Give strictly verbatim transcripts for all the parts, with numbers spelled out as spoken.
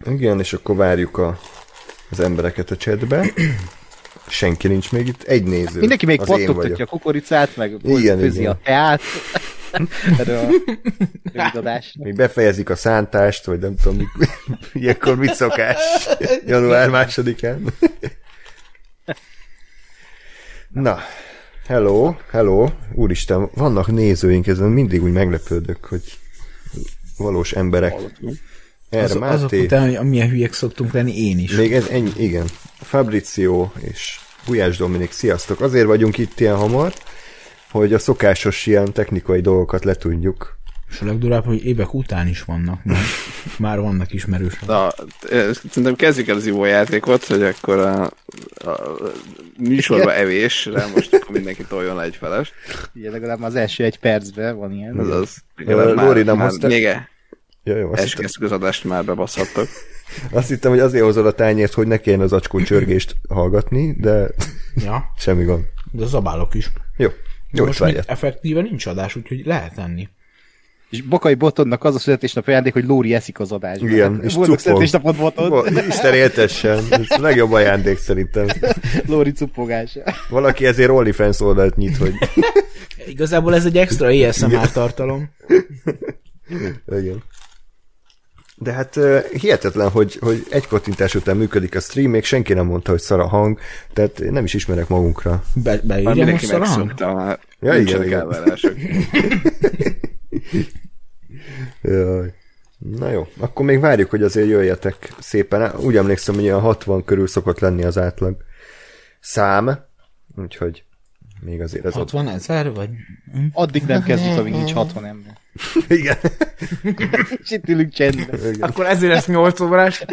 Igen, és akkor várjuk a, az embereket a chatbe. Senki nincs még itt, egy néző. Mindenki még pattogtatja a kukoricát, meg igen, főzi igen. a teát. Erről a rövidadás. Még befejezik a szántást, vagy nem tudom, ilyenkor mit szokás január másodikán. Na, hello, hello, úristen, vannak nézőink, ezen mindig úgy meglepődök, hogy valós emberek. Erre Az, Máté, azok után, hogy amilyen hülyek szoktunk lenni, én is. Még ez ennyi, igen. Fabrizio és Gulyás Dominik, sziasztok! Azért vagyunk itt ilyen hamar, hogy a szokásos ilyen technikai dolgokat letudjuk. És a legdurább, hogy évek után is vannak, mert már vannak ismerősök. Na, szerintem kezdjük el az ivójátékot, hogy akkor a, a műsorba evésre most akkor mindenki toljon le egy feles. Igen, legalább az első egy percben van ilyen. Ez az. Lóri nem hozta. Még ja, jó, első kezdtük az adást, már bebaszhattok. Azt hittem, hogy azért hozod a tányért, hogy ne kelljen az acskó csörgést hallgatni, de ja. Semmi gond. De zabálok is. Jó. Jó, most még effektíve nincs adás, úgyhogy lehet enni. És Bakai Botonnak az a születésnap ajándék, hogy Lóri eszik az adásban. Igen, és Boldog születésnapot, Boton. Isten éltessen. Ez a legjobb ajándék szerintem. Lóri cuppogása. Valaki ezért OnlyFans oldalt nyit, hogy... Igazából ez egy extra á es em er tartalom. Igen. De hát uh, hihetetlen, hogy, hogy egy kattintás után működik a stream, még senki nem mondta, hogy szar a hang, tehát nem is ismerek magunkra. Be, beírjam most szar a hang? Már ja, igen, igen. Jaj. Na jó, akkor még várjuk, hogy azért jöjjetek szépen. Úgy emlékszem, hogy ilyen hatvan körül szokott lenni az átlag szám, úgyhogy még azért ez hatvan ezer, vagy? Addig nem kezdjük, amíg nincs hatvan ember. Igen. És itt ülünk csendben. Akkor ezért lesz nyolc órás.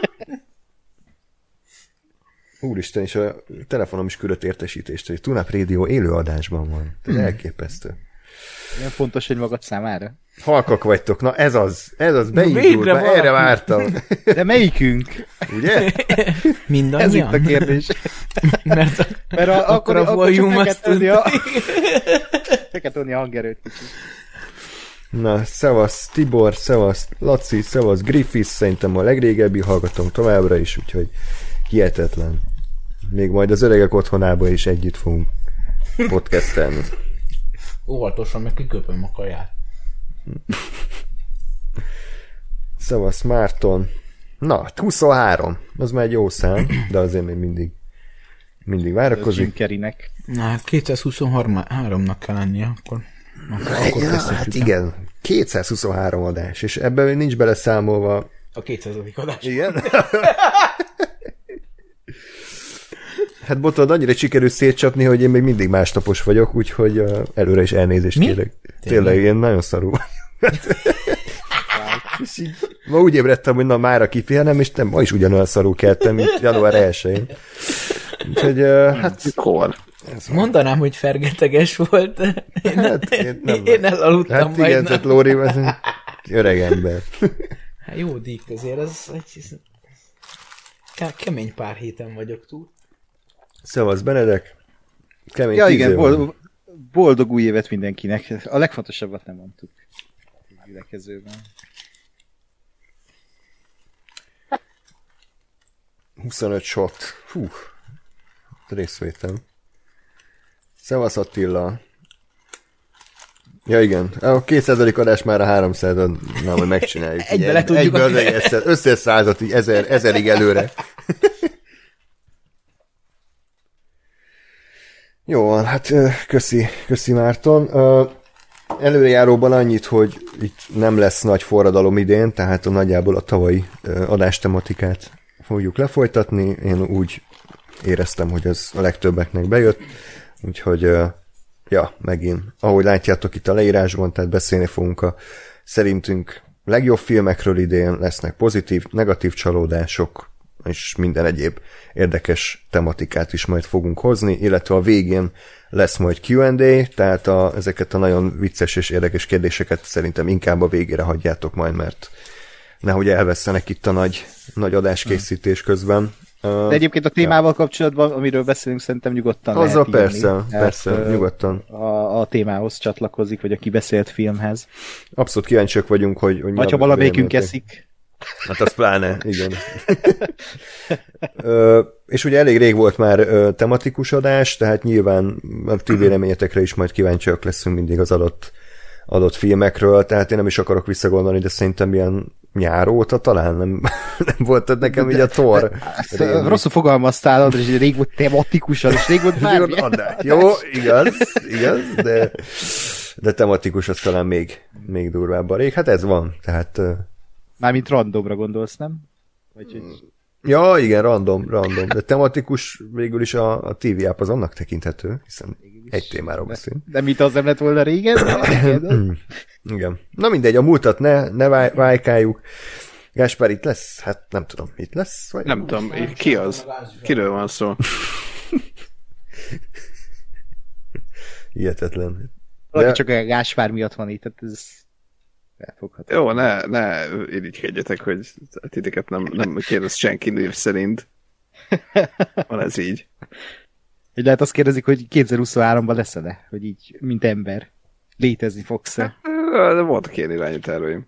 Úristen, és a telefonom is küldött értesítést, hogy Tunap Radio élőadásban van. Ez hmm. elképesztő. Nem fontos, hogy magad számára. Halkak vagytok, na ez az, ez az, beindult, na, erre vártam. De melyikünk? Ugye? Mindannyian? Ez itt a kérdés. Mert, Mert a, akkor, akkor a volume azt tudni. Meg kell tudni a hangerőt kicsit. Na, szevasz Tibor, szevasz Laci, szevasz Griffiths, szerintem a legrégebbi hallgatom továbbra is, úgyhogy hihetetlen. Még majd az öregek otthonába is együtt fogunk podcastelni. Óvatosan, meg kiköpöm a kaját. Szevasz Márton. Na, huszonhárom. Az már egy jó szám, de azért még mindig mindig várakozik. Kerinek. Na, hát kétszázhuszonháromnak kell lennie, akkor... akkor, akkor ja, hát igen, kétszázhuszonhárom adás, és ebben még nincs beleszámolva... A kétszázadik adás. Igen? Hát Botod, annyira sikerül szétcsapni, hogy én még mindig másnapos vagyok, úgyhogy uh, előre is elnézést Mi? kérek. Tényleg, én nagyon szarul vagyok. És így, ma úgy ébredtem, hogy na mára kipihenem, és nem, ma is ugyanolyan szarul keltem, mint január elsején. Úgyhogy, uh, hát... Hol? Mondanám, hogy fergeteges volt. Én, hát, én, nem én elaludtam hát majd. Igen, tehát Lóri, az öreg ember. Hát jó dík azért, ez egy kemény pár héten vagyok túl. Szevasz, Benedek. Kemény ja, tíz igen, év boldog, boldog új évet mindenkinek. A legfontosabbat nem mondtuk. Gyülekezőben. huszonöt shot. Hú. Részvétem. Szevasz Attila. Ja igen, a kétszázadik adás már a háromszázad, na majd megcsináljuk. Egybe le tudjuk. Egybe az egészet, összes százat, így ezer, ezerig előre. Jó van, hát köszi, köszi Márton. Előrejáróban annyit, hogy itt nem lesz nagy forradalom idén, tehát a nagyjából a tavalyi adástematikát fogjuk lefolytatni. Én úgy éreztem, hogy ez a legtöbbeknek bejött, úgyhogy ja, megint, ahogy látjátok itt a leírásban, tehát beszélni fogunk a szerintünk legjobb filmekről idén, lesznek pozitív, negatív csalódások, és minden egyéb érdekes tematikát is majd fogunk hozni, illetve a végén lesz majd kú és á, tehát a, ezeket a nagyon vicces és érdekes kérdéseket szerintem inkább a végére hagyjátok majd, mert nehogy elvesztenek itt a nagy, nagy adáskészítés közben. De egyébként a témával ja. kapcsolatban, amiről beszélünk, szerintem nyugodtan azzal lehet persze, írni, persze, hát, nyugodtan. A, a témához csatlakozik, vagy a kibeszélt filmhez. Abszolút kíváncsiak vagyunk, hogy... hogy vagy ha valamelyikünk eszik. Hát az pláne, igen. Ö, és ugye elég rég volt már ö, tematikus adás, tehát nyilván a ti véleményetekre is majd kíváncsiak leszünk mindig az adott, adott filmekről, tehát én nem is akarok visszagondolni, de szerintem ilyen nyár óta talán nem, nem volt, tehát nekem így a Thor. Rosszul fogalmaztál, és rég volt tematikusan, és rég volt bármilyen. Jó, igaz, igaz, de, de tematikus az talán még, még durvább a rég. Hát ez van, tehát... Mármint randomra gondolsz, nem? Vagy, hogy... Ja, igen, random, random. De tematikus végül is a, a té vé app az annak tekinthető, hiszen egy témáról beszélünk. De, de mit az nem lett volna régen? Igen. Na mindegy, a múltat ne, ne váj, vájkáljuk. Gáspár, itt lesz? Hát nem tudom, itt lesz? Vagy nem tudom, ki az? Kiről van szó? Hihetetlen. De... csak a Gáspár miatt van itt, tehát ez elfogható. Jó, ne, ne irigykedjetek, hogy titeket nem, nem kérdez senki név szerint. Van ez így. Hogy lehet azt kérdezik, hogy kétezer-huszonháromban lesz-e, hogy így, mint ember, létezni fogsz-e? De voltak ilyen irányú terveim.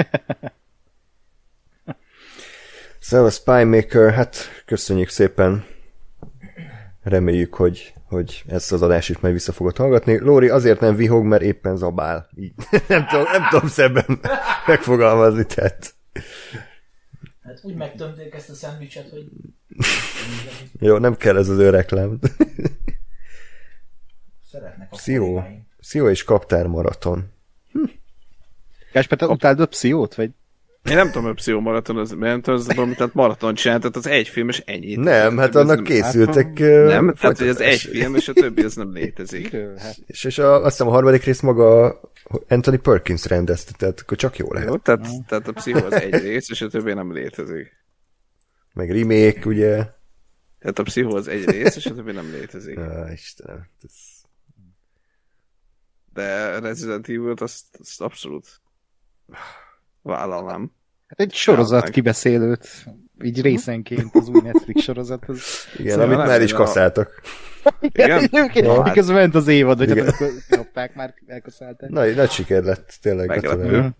Szóval Spymaker, hát köszönjük szépen. Reméljük, hogy, hogy ezt az adást is majd vissza fogod hallgatni. Lóri azért nem vihog, mert éppen zabál. Így. nem, tudom, nem tudom szebben megfogalmazni, tehát. Hát úgy megtömték ezt a szendvicset, hogy... Jó, nem kell ez az ő reklám. Szeretnek a Pszichó. Pszichó és kaptár maraton. Hm. Gáspár, te utáld a Pszichót, vagy? Én nem tudom, hogy Pszichó maraton, az, mert az valami, tehát maraton csinált, tehát az egy film, és ennyi. Nem, hát annak nem, készültek... Nem, tehát hogy az egy film, és a többi az nem létezik. Hát. És, és a, azt hiszem a harmadik rész maga Anthony Perkins rendezte, tehát akkor csak jó lehet. Jó, tehát, tehát a Pszichó az egy rész, és a többi nem létezik. Meg remake, ugye? Tehát a Pszichó az egy rész, és a többi nem létezik. Ah, Istenem. Ez... De Resident Evil-t azt, azt abszolút vállalnám. Hát egy sorozat ja, kibeszélőt, így részenként az új Netflix sorozat. Az... Igen, szóval amit már is kaszáltak. Igen? Igen? Miközben ment az évad, hogy akkor kapták, már elkaszálták. Nagy, nagy siker lett, tényleg. Meglepő.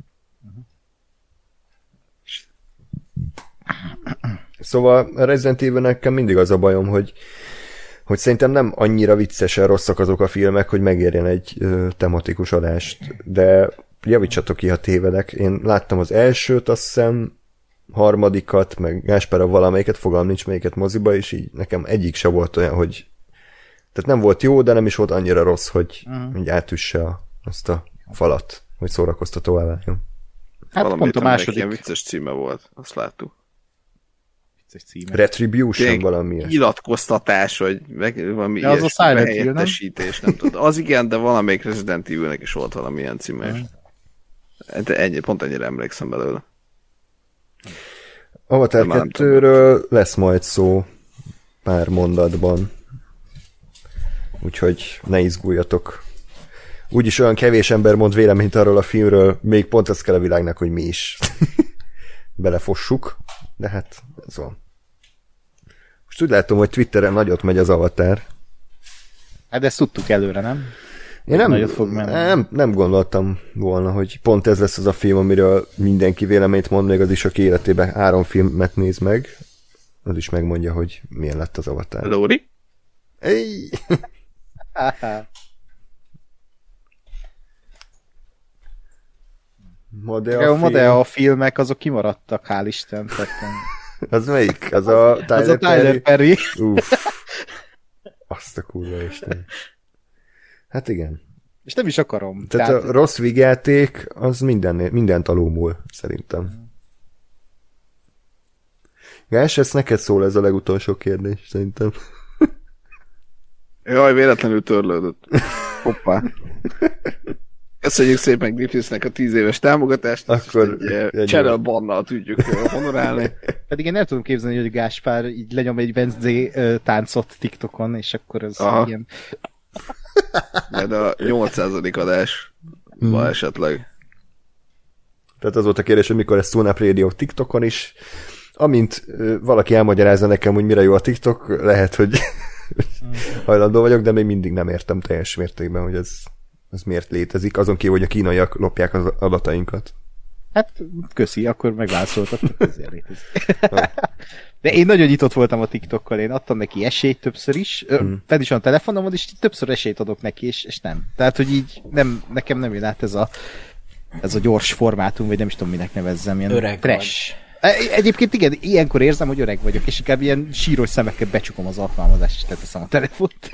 Szóval a Resident Evil nekem mindig az a bajom, hogy hogy szerintem nem annyira viccesen rosszak azok a filmek, hogy megérjen egy ö, tematikus adást, de javítsatok ki, ha tévedek. Én láttam az elsőt, azt hiszem, harmadikat, meg Gáspár a valamelyiket, fogalm nincs melyiket moziba, és így nekem egyik se volt olyan, hogy tehát nem volt jó, de nem is volt annyira rossz, hogy uh-huh. így átüsse a, azt a falat, hogy szórakoztatóvá váljon. Hát valami pont a második. Ilyen vicces címe volt, azt láttuk. Retribution Tényleg valami. Nyilatkoztatás, vagy meg, valami ja, ilyes helyettesítés, nem? nem tudom. Az igen, de valamelyik Resident Evil-nek is volt valamilyen címe. Mm. Ennyi, pont ennyire emlékszem belőle. Avatar kettőről lesz majd szó pár mondatban. Úgyhogy ne izguljatok. Úgyis olyan kevés ember mond véleményt arról a filmről, még pont az kell a világnak, hogy mi is belefossuk. De hát ez van. Most úgy látom, hogy Twitteren nagyot megy az Avatar. Hát ezt tudtuk előre, nem? Én nem, nem, nem gondoltam volna, hogy pont ez lesz az a film, amiről mindenki véleményt mond, még az is, aki életében három filmet néz meg, az is megmondja, hogy milyen lett az Avatar. Lóri? Ej! Modea, film. Modea filmek, azok kimaradtak, hál' Isten. Az melyik? Az a Tyler, az a Tyler Perry. Uff. Azt a kurva Isten. Hát igen. És nem is akarom. Tehát, Tehát a rossz vígjáték az minden, mindent alulmúl, szerintem. Gás, ez neked szól ez a legutolsó kérdés, szerintem. Jaj, véletlenül törlődött. Hoppá. Köszönjük szépen Griffithsnek a tíz éves támogatást, akkor egy channel bannal tudjuk honorálni. Pedig én nem tudom képzelni, hogy Gáspár így lenyom egy Wednesday táncot TikTokon, és akkor ez Aha. ilyen... Majd a nyolcszázadik adás hmm. ma esetleg. Tehát az volt a kérdés, hogy mikor lesz Tunap Radio TikTokon is. Amint valaki elmagyarázza nekem, hogy mire jó a TikTok, lehet, hogy hmm. hajlandó vagyok, de még mindig nem értem teljes mértékben, hogy ez... ez miért létezik, azon kívül, hogy a kínaiak lopják az adatainkat. Hát, köszi, akkor megválaszoltatok, ezért létezik. De én nagyon nyitott voltam a TikTokkal, én adtam neki esélyt többször is, hmm. fel is van a telefonomon, és többször esélyt adok neki, és, és nem. Tehát, hogy így nem, nekem nem jön át ez a, ez a gyors formátum, vagy nem is tudom, minek nevezzem, ilyen öreg trash. Vagy. Egyébként igen, ilyenkor érzem, hogy öreg vagyok, és inkább ilyen síros szemekkel becsukom az alkalmazást, és leteszem a telefont.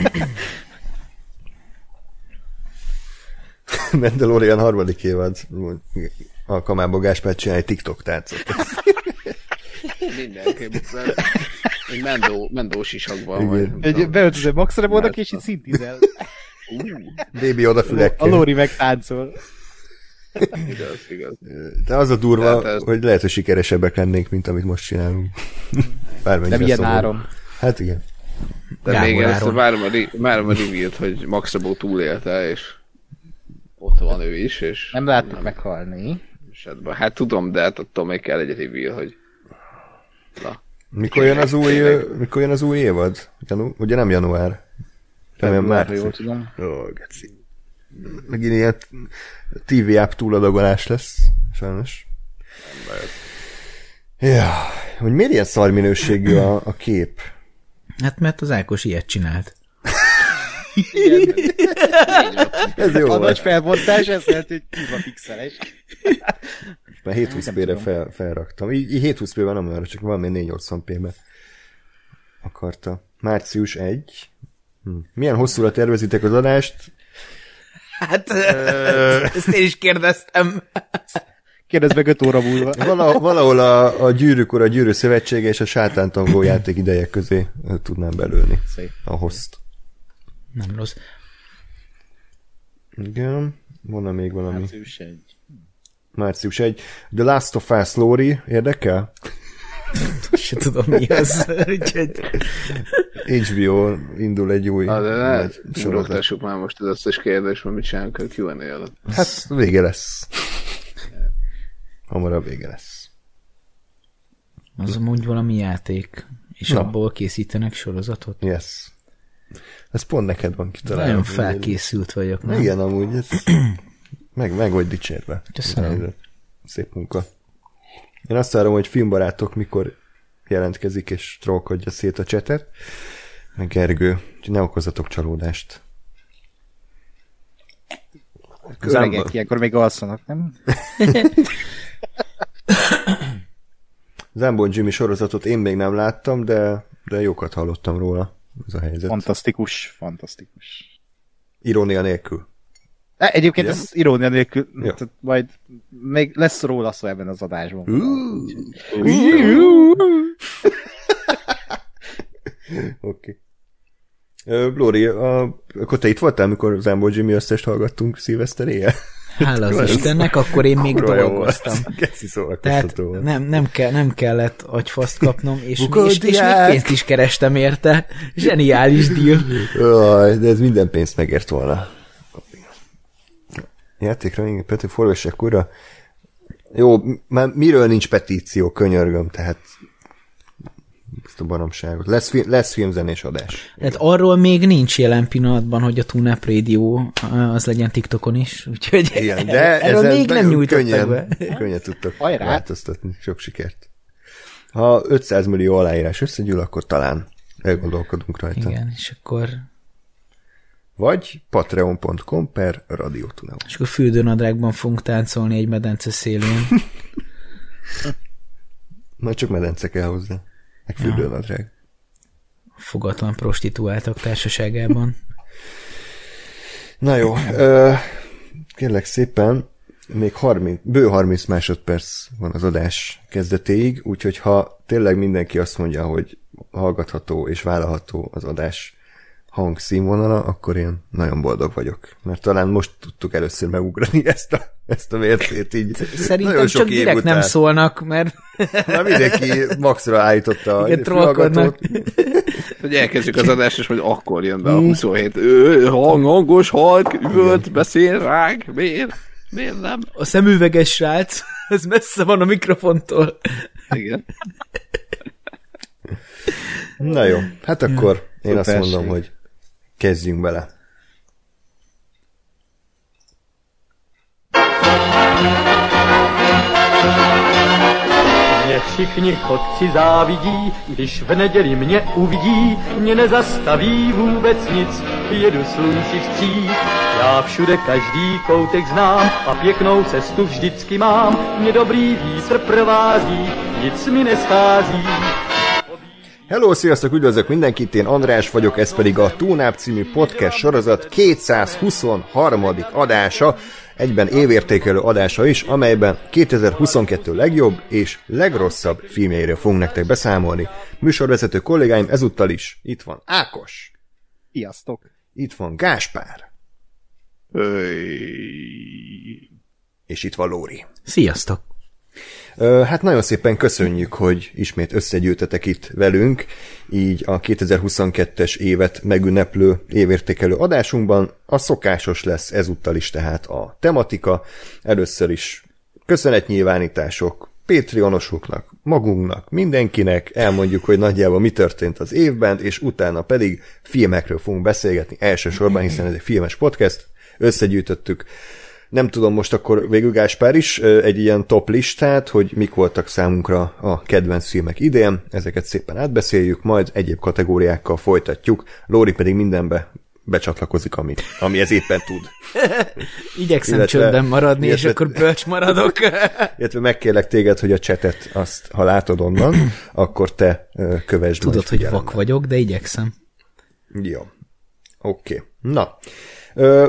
Mandalorian harmadik évad alkalmából Gáspár csinálj TikTok tárcot. Mindenképp. Egy mendó, mendó sisakban vagy. Beöltöző Max Rebónak, és így szintizel. Baby odafülekkel. A Lóri megtáncol. Igaz, igaz. De az a durva, ez... hogy lehet, hogy sikeresebbek lennénk, mint amit most csinálunk. De milyen áron. Hát igen. De Gábor még először várom a, várom a reveal-t, hogy Max Rebó túlélte, és ott van ő is, és... Nem láttuk meghalni. Esetben. Hát tudom, de hát attól még kell egy reveal, hogy... Na. Mikor jön az új, mikor jön az új évad? Janu... Ugye nem január? Nem már, jól tudom. Ó, geci. Megint ilyen té vé app túladagolás lesz, sajnos. Ja, hogy miért ilyen szar minőségű a, a kép? Hát mert az Ákos ilyet csinált. Ez jó. A nagy felbontás, ez lehet, hogy kurva pixeles. Már hétszázhúsz pére fel, felraktam. Így, így hétszázhúsz pében nem olyan, csak valami négyszáznyolcvan pében akarta. március elseje. Hm. Milyen hosszúra tervezitek az adást? Hát, ezt én is kérdeztem. Kérdezd meg öt óra múlva. Valahol, valahol a, a Gyűrűk Ura, a Gyűrű Szövetsége és a Sátántangó játék ideje közé tudnám belőni. Szép. A host. Nem rossz. Igen, van még valami. Március elseje. március elseje. The Last of Us Lóri, érdekel? Se tudom mi az. Úgyhogy... há bé ó indul egy új ah, de ne, soroltassuk már most az összes kérdés, mert mit csinálunk a Q and A alatt. Hát vége lesz. Hamarabb vége lesz. Az amúgy valami játék, és no. abból készítenek sorozatot? Yes. Ez pont neked van kitalálva. Nagyon felkészült vagyok, nem? Igen, amúgy ez meg, meg vagy dicsérve. Köszönöm. Szép munka. Én azt várom, hogy filmbarátok mikor jelentkezik és trollkodja szét a csetet. Meg Gergő, hogy ne okozzatok csalódást. Öregek ilyenkor még alszanak, nem? Zambon Jimmy sorozatot én még nem láttam, de, de jókat hallottam róla. Ez a helyzet. Fantasztikus, fantasztikus. Irónia nélkül. E, egyébként ez irónia nélkül, majd még lesz róla szó ebben az adásban. Oké. Lóri, akkor te itt voltál, amikor Zambon Jimmy összest hallgattunk szilveszter éjjel? Hála az Istennek, akkor én még dolgoztam. Tehát nem, nem, kell, nem kellett agyfaszt kapnom, és, és, és még pénzt is kerestem érte. Zseniális deal. Jaj, de ez minden pénzt megért volna. Játékra még Pető forgassák ura. Jó, már miről nincs petíció, könyörgöm, tehát ezt a baromságot. Lesz, fi- lesz filmzenés adás. Tehát arról még nincs jelen pillanatban, hogy a Tune-Up Radio az legyen TikTokon is, úgyhogy igen, de erről még nem nyújtottak könnyen, be. Könnyen tudtak változtatni. Sok sikert. Ha ötszáz millió aláírás összegyűl, akkor talán elgondolkodunk rajta. Igen, és akkor... Vagy patreon pont com per Radio Tune-Up. És akkor fürdőnadrágban fogunk táncolni egy medence szélén. Majd csak medence kell hozzá. Meg fürdőnadrág. Ja. Fogatlan prostituáltak társaságában. Na jó, ö, kérlek szépen, még harminc, bő harminc másodperc van az adás kezdetéig, úgyhogy ha tényleg mindenki azt mondja, hogy hallgatható és vállalható az adás hangszínvonala, akkor én nagyon boldog vagyok. Mert talán most tudtuk először megugrani ezt a, ezt a mércét így. Szerintem csak direkt nem szólnak, mert... Na mindenki maxra állította a fülhallgatót. Hogy elkezdjük az adást, és majd akkor jön be a huszonhét. Ő, hangos, halk, üvölt, beszél, rág, miért? Miért nem? A szemüveges srác, ez messze van a mikrofontól. Igen. Na jó, hát akkor én Szuperség. Azt mondom, hogy kezdjünk bele. Mě všichni chodci závidí, když v neděli mě uvidí, mě nezastaví vůbec nic, jedu slunci vstříc. Já všude každý koutek znám a pěknou cestu vždycky mám, mě dobrý vítr provází, nic mi neschází. Hello, sziasztok, üdvözlök mindenkit, én András vagyok, ez pedig a Túnáp című podcast sorozat kétszázhuszonharmadik adása, egyben évértékelő adása is, amelyben kétezer-huszonkettő legjobb és legrosszabb filmjeiről fogunk nektek beszámolni. Műsorvezető kollégáim ezúttal is. Itt van Ákos. Sziasztok. Itt van Gáspár. Hey. És itt van Lóri. Sziasztok. Hát nagyon szépen köszönjük, hogy ismét összegyűjtetek itt velünk, így a kétezer-huszonkettes évet megünneplő évértékelő adásunkban. A szokásos lesz ezúttal is tehát a tematika. Először is köszönetnyilvánítások Patreonosoknak, magunknak, mindenkinek, elmondjuk, hogy nagyjából mi történt az évben, és utána pedig filmekről fogunk beszélgetni elsősorban, hiszen ez egy filmes podcast, összegyűjtöttük. Nem tudom, most akkor végül Gáspár is egy ilyen top listát, hogy mik voltak számunkra a kedvenc filmek idén, ezeket szépen átbeszéljük, majd egyéb kategóriákkal folytatjuk, Lóri pedig mindenbe becsatlakozik, ami, ami ez éppen tud. Igyekszem illetve, csöndben maradni, illetve, és akkor bölcs maradok. Illetve megkérlek téged, hogy a csetet, azt, ha látod onnan, akkor te kövesd. Tudod, hogy vak vagyok, de igyekszem. Jó. Oké. Okay. Na. Ö,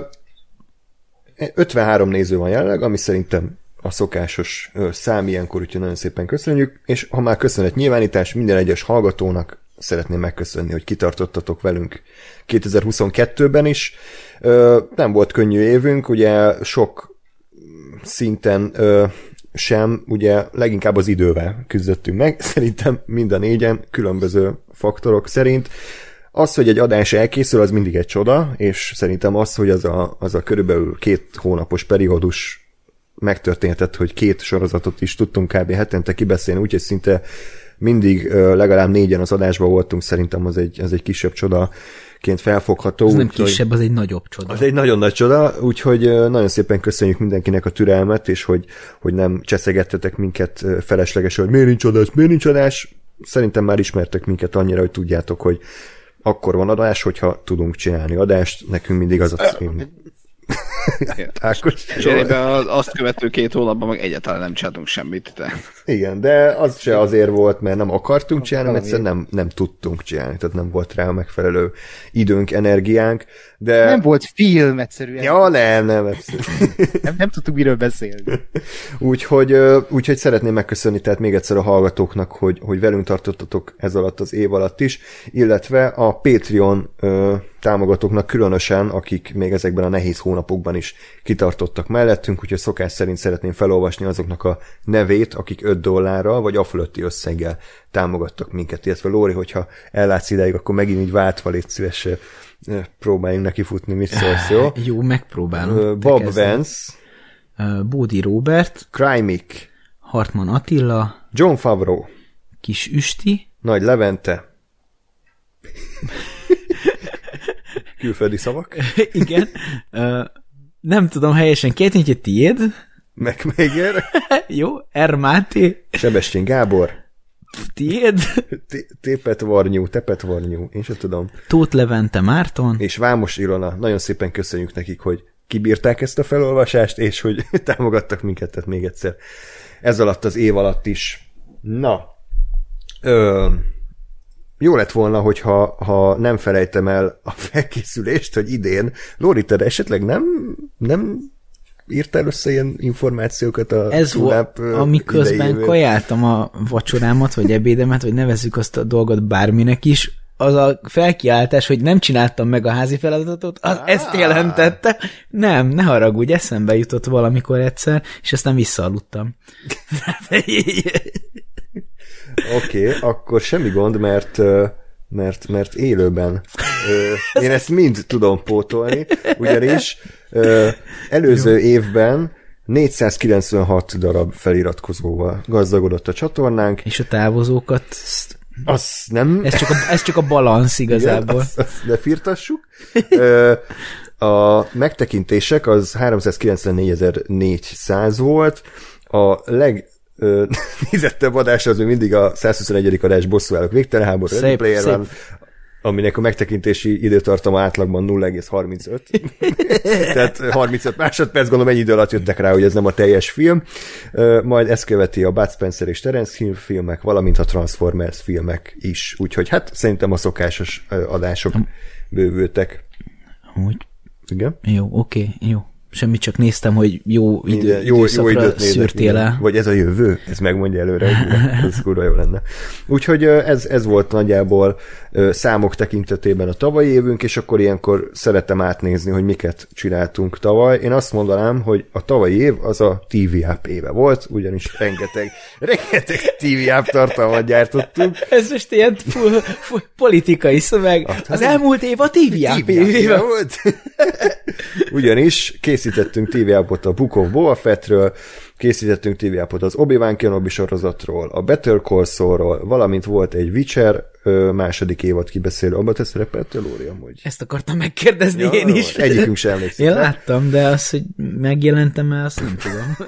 ötvenhárom néző van jelenleg, ami szerintem a szokásos szám ilyenkor, úgyhogy nagyon szépen köszönjük, és ha már köszönet nyilvánítás minden egyes hallgatónak, szeretném megköszönni, hogy kitartottatok velünk kétezer-huszonkettőben is. Nem volt könnyű évünk, ugye sok szinten sem, ugye leginkább az idővel küzdöttünk meg, szerintem mind a négyen különböző faktorok szerint. Az, hogy egy adás elkészül, az mindig egy csoda, és szerintem az, hogy az a, az a körülbelül két hónapos periódus megtörténhetett, hogy két sorozatot is tudtunk kb. Hetente kibeszélni, úgyhogy szinte mindig legalább négyen az adásban voltunk, szerintem az egy, az egy kisebb csodaként felfogható. Az nem úgy, kisebb, az egy nagyobb csoda. Az egy nagyon nagy csoda, úgyhogy nagyon szépen köszönjük mindenkinek a türelmet, és hogy, hogy nem cseszegettetek minket feleslegesen, hogy miért nincs adás, miért nincs adás. Szerintem már ismertek minket annyira, hogy tudjátok, hogy akkor van adás, hogyha tudunk csinálni adást, nekünk mindig az a cím. Cserébe azt követő két hónapban meg egyáltalán nem csináltunk semmit. De... Igen, de az se azért volt, mert nem akartunk csinálni, mert egyszerűen nem, nem tudtunk csinálni, tehát nem volt rá a megfelelő időnk, energiánk, de... Nem volt film egyszerűen. Ja, nem, nem. nem, nem tudtuk miről beszélni. Úgyhogy, úgyhogy szeretném megköszönni tehát még egyszer a hallgatóknak, hogy, hogy velünk tartottatok ez alatt az év alatt is, illetve a Patreon támogatóknak különösen, akik még ezekben a nehéz hónapokban is kitartottak mellettünk, úgyhogy szokás szerint szeretném felolvasni azoknak a nevét, akik öt dollárral vagy a fölötti összeggel támogattak minket, illetve Lóri, hogyha ellátsz ideig, akkor megint így váltva légy szíves, próbáljunk neki futni, mit szólsz, jó? Jó, megpróbálom. Bob Vance, Bódi Robert, Krymik, Hartman Attila, John Favreau, Kis Üsti, Nagy Levente, külföldi szavak. Igen. Uh, nem tudom helyesen kiejteni, hogy tiéd. McMager. Jó. R. Máté. Sebestyén Gábor. Tiéd. Tépetvarnyú, Tepetvarnyú, én sem tudom. Tóth Levente Márton. És Vámos Ilona. Nagyon szépen köszönjük nekik, hogy kibírták ezt a felolvasást, és hogy támogattak minket, tehát még egyszer. Ez alatt az év alatt is. Na. Ö... Jó lett volna, hogyha ha nem felejtem el a felkészülést, hogy idén, Lóri, te esetleg nem, nem írtál össze ilyen információkat a Ez volt, amiközben kajáltam a vacsorámat, vagy ebédemet, vagy nevezzük azt a dolgot bárminek is, az a felkiáltás, hogy nem csináltam meg a házi feladatot, az ah. ezt jelentette. Nem, ne haragudj, eszembe jutott valamikor egyszer, és aztán visszaaludtam. Oké, okay, akkor semmi gond, mert, mert, mert élőben én ezt mind tudom pótolni, ugyanis előző Jó. évben négyszázkilencvenhat darab feliratkozóval gazdagodott a csatornánk. És a távozókat... Az nem... Ez csak a, ez csak a balansz igazából. Igen, azt, azt ne firtassuk. A megtekintések az háromszázkilencvennégyezer-négyszáz volt, a leg nézettebb adás az még mindig a százhuszonegyedik adás Bosszúállók végtelen háború, Ready Player One, aminek a megtekintési időtartama átlagban nulla egész harmincöt. Tehát harmincöt másodperc, gondolom ennyi idő alatt jöttek rá, hogy ez nem a teljes film. Majd ezt követi a Bud Spencer és Terence Hill filmek, valamint a Transformers filmek is. Úgyhogy hát szerintem a szokásos adások bővültek. Úgy. Igen? Jó, oké, jó. Semmit, csak néztem, hogy jó, idő, jó, jó időt szűrtél el. Vagy ez a jövő? Ez megmondja előre, hogy ez kurva jó lenne. Úgyhogy ez, ez volt nagyjából számok tekintetében a tavalyi évünk, és akkor ilyenkor szeretem átnézni, hogy miket csináltunk tavaly. Én azt mondanám, hogy a tavalyi év az a té vé App éve volt, ugyanis rengeteg, rengeteg té vé App tartalmat gyártottunk. Ez most ilyen full, full politikai szöveg. Az elmúlt év a té vé App éve volt. Ugyanis készítettünk té vé Appot a Book of Boba Fettről, készítettünk té vé Appot az Obi-Wan Kenobi sorozatról, a Better Call Saulról, valamint volt egy Witcher ö, második évad kibeszélő. Abba te szerepeltél, Lóri, amúgy? Ezt akartam megkérdezni ja, én is. Egyikünk sem emlékszik. Én láttam, de azt, hogy megjelentem el, azt nem tudom.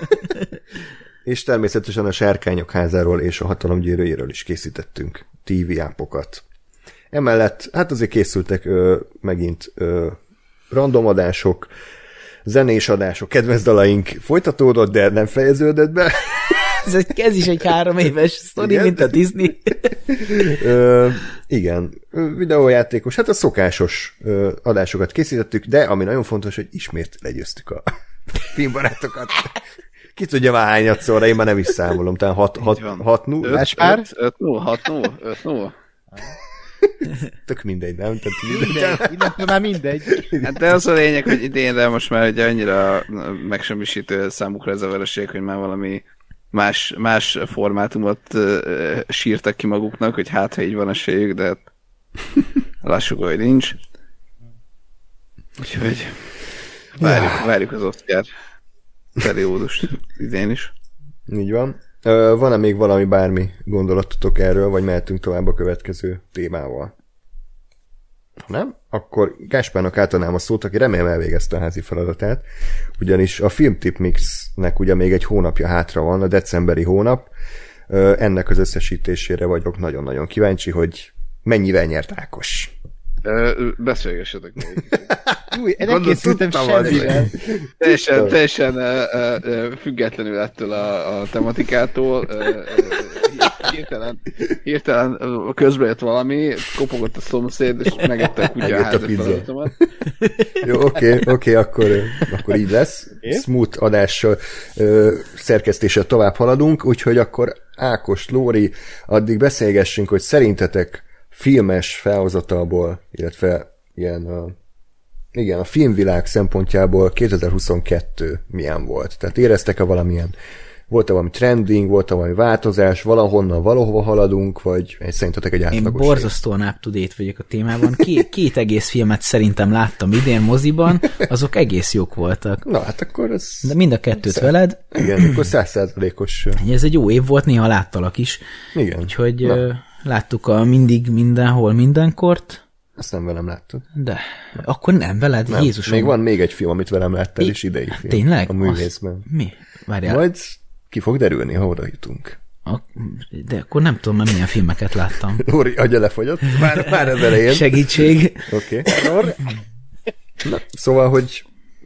És természetesen a Sárkányok házáról és a Hatalom gyűrűjéről is készítettünk té vé Appokat. Emellett, hát azért készültek ö, megint ö, random adások, zenés adások, kedvenc dalaink folytatódott, de nem fejeződött be. ez, egy, ez is egy három éves sztori, igen? Mint a Disney. Ö, igen, videójátékos, hát a szokásos ö, adásokat készítettük, de ami nagyon fontos, hogy ismét legyőztük a filmbarátokat. Ki tudja már hányadszorra, én már nem is számolom, tehát hat null. öt null, hat null, öt null. Tök mindegy, nem? Tehát mindegy, innentől már mindegy. Hát de az a lényeg, hogy idénre most már ugye annyira megsemmisítő számukra ez a vereség, hogy már valami más, más formátumot uh, sírtak ki maguknak, hogy hát, ha így van esélyük, de hát lássuk, hogy nincs. Úgyhogy várjuk, várjuk az Oscar periódust idén is. Így van. Van-e még valami bármi gondolatotok erről, vagy mehetünk tovább a következő témával? Ha nem, akkor Gáspárnak átadnám a szót, aki remélem elvégezte a házi feladatát, ugyanis a Filmtip Mixnek ugye még egy hónapja hátra van, a decemberi hónap. Ennek az összesítésére vagyok nagyon-nagyon kíváncsi, hogy mennyivel nyert Ákos. Beszélgessetek még. Új, nem készültem semmivel. Teljesen, teljesen uh, uh, függetlenül ettől a, a tematikától. Uh, uh, hirtelen, hirtelen közben jött valami, kopogott a szomszéd, és megette a kutya a házi feladatomat. Jó, oké, okay, okay, akkor, akkor így lesz. Okay. Smooth adással, uh, szerkesztéssel tovább haladunk, úgyhogy akkor Ákos, Lóri, addig beszélgessünk, hogy szerintetek filmes felhozatalból, illetve ilyen a, igen, a filmvilág szempontjából kétezer-huszonkettő milyen volt? Tehát éreztek-e valamilyen, volt-e valami trending, volt-e valami változás, valahonnan valahova haladunk, vagy szerintetek egy átlagos? Én borzasztóan up-to-date vagyok a témában. Két, két egész filmet szerintem láttam idén moziban, azok egész jók voltak. Na, hát akkor ez... De mind a kettőt Szá... veled. Igen, akkor száz százalékos. Ez egy jó év volt, néha láttalak is. Igen. Úgyhogy uh, láttuk a mindig, mindenhol, mindenkort. Azt nem velem láttad. De, akkor nem veled? Nem. Jézusom. Még van még egy film, amit velem láttál, I... és idei film. Tényleg? A művészben. Az... Mi? Várjál. Majd ki fog derülni, ha oda jutunk. A... De akkor nem tudom, mert milyen filmeket láttam. Lóri, agya lefogyott. Már, már az elején. Segítség. Oké. Okay. Szóval, hogy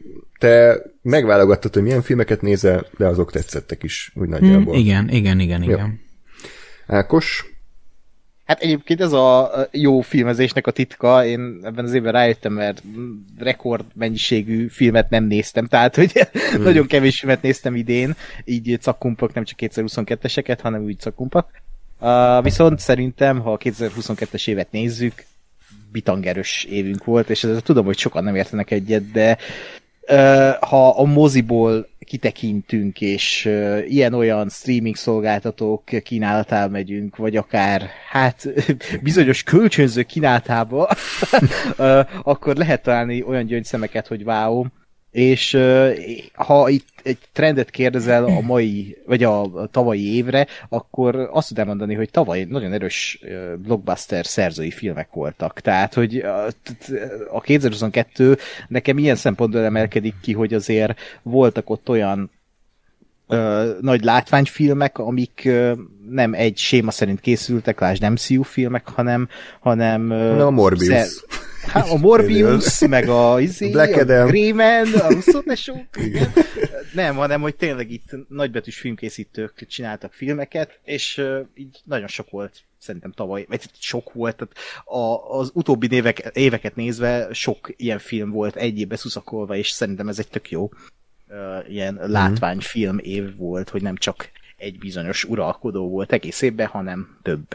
te megválogattad, hogy milyen filmeket nézel, de azok tetszettek is, úgy nagyjából. Hmm, igen, igen, igen, igen. Ja. Ákos? Hát egyébként ez a jó filmezésnek a titka, én ebben az évben rájöttem, mert rekord mennyiségű filmet nem néztem, tehát hogy hmm. nagyon kevés filmet néztem idén, így cakkumpak, nem csak kétezer-huszonketteseket, hanem úgy cakkumpak. Uh, viszont szerintem, ha a kétezer-huszonkettes évet nézzük, bitangerős évünk volt, és ezzel tudom, hogy sokan nem értenek egyet, de uh, ha a moziból kitekintünk, és uh, ilyen-olyan streaming szolgáltatók kínálatába megyünk, vagy akár, hát, bizonyos kölcsönzők kínálatába, uh, akkor lehet találni olyan gyöngyszemeket, hogy wow, és uh, ha itt egy trendet kérdezel a mai, vagy a tavalyi évre, akkor azt tudom mondani, hogy tavaly nagyon erős uh, blockbuster szerzői filmek voltak. Tehát, hogy uh, a kétezer-huszonkettő nekem ilyen szempontból emelkedik ki, hogy azért voltak ott olyan ö, nagy látványfilmek, amik ö, nem egy séma szerint készültek, lásd em cé u filmek, hanem, hanem a Morbius. Szer... Hát a Morbius, meg a, izé, Black a Adam. Greyman, a huszonnesok, igen. Nem, hanem, hogy tényleg itt nagybetűs filmkészítők csináltak filmeket, és uh, így nagyon sok volt, szerintem tavaly, vagy sok volt, tehát a, az utóbbi évek, éveket nézve sok ilyen film volt egy évbe szuszakolva, és szerintem ez egy tök jó uh, ilyen mm. látványfilm év volt, hogy nem csak egy bizonyos uralkodó volt egész évben, hanem több.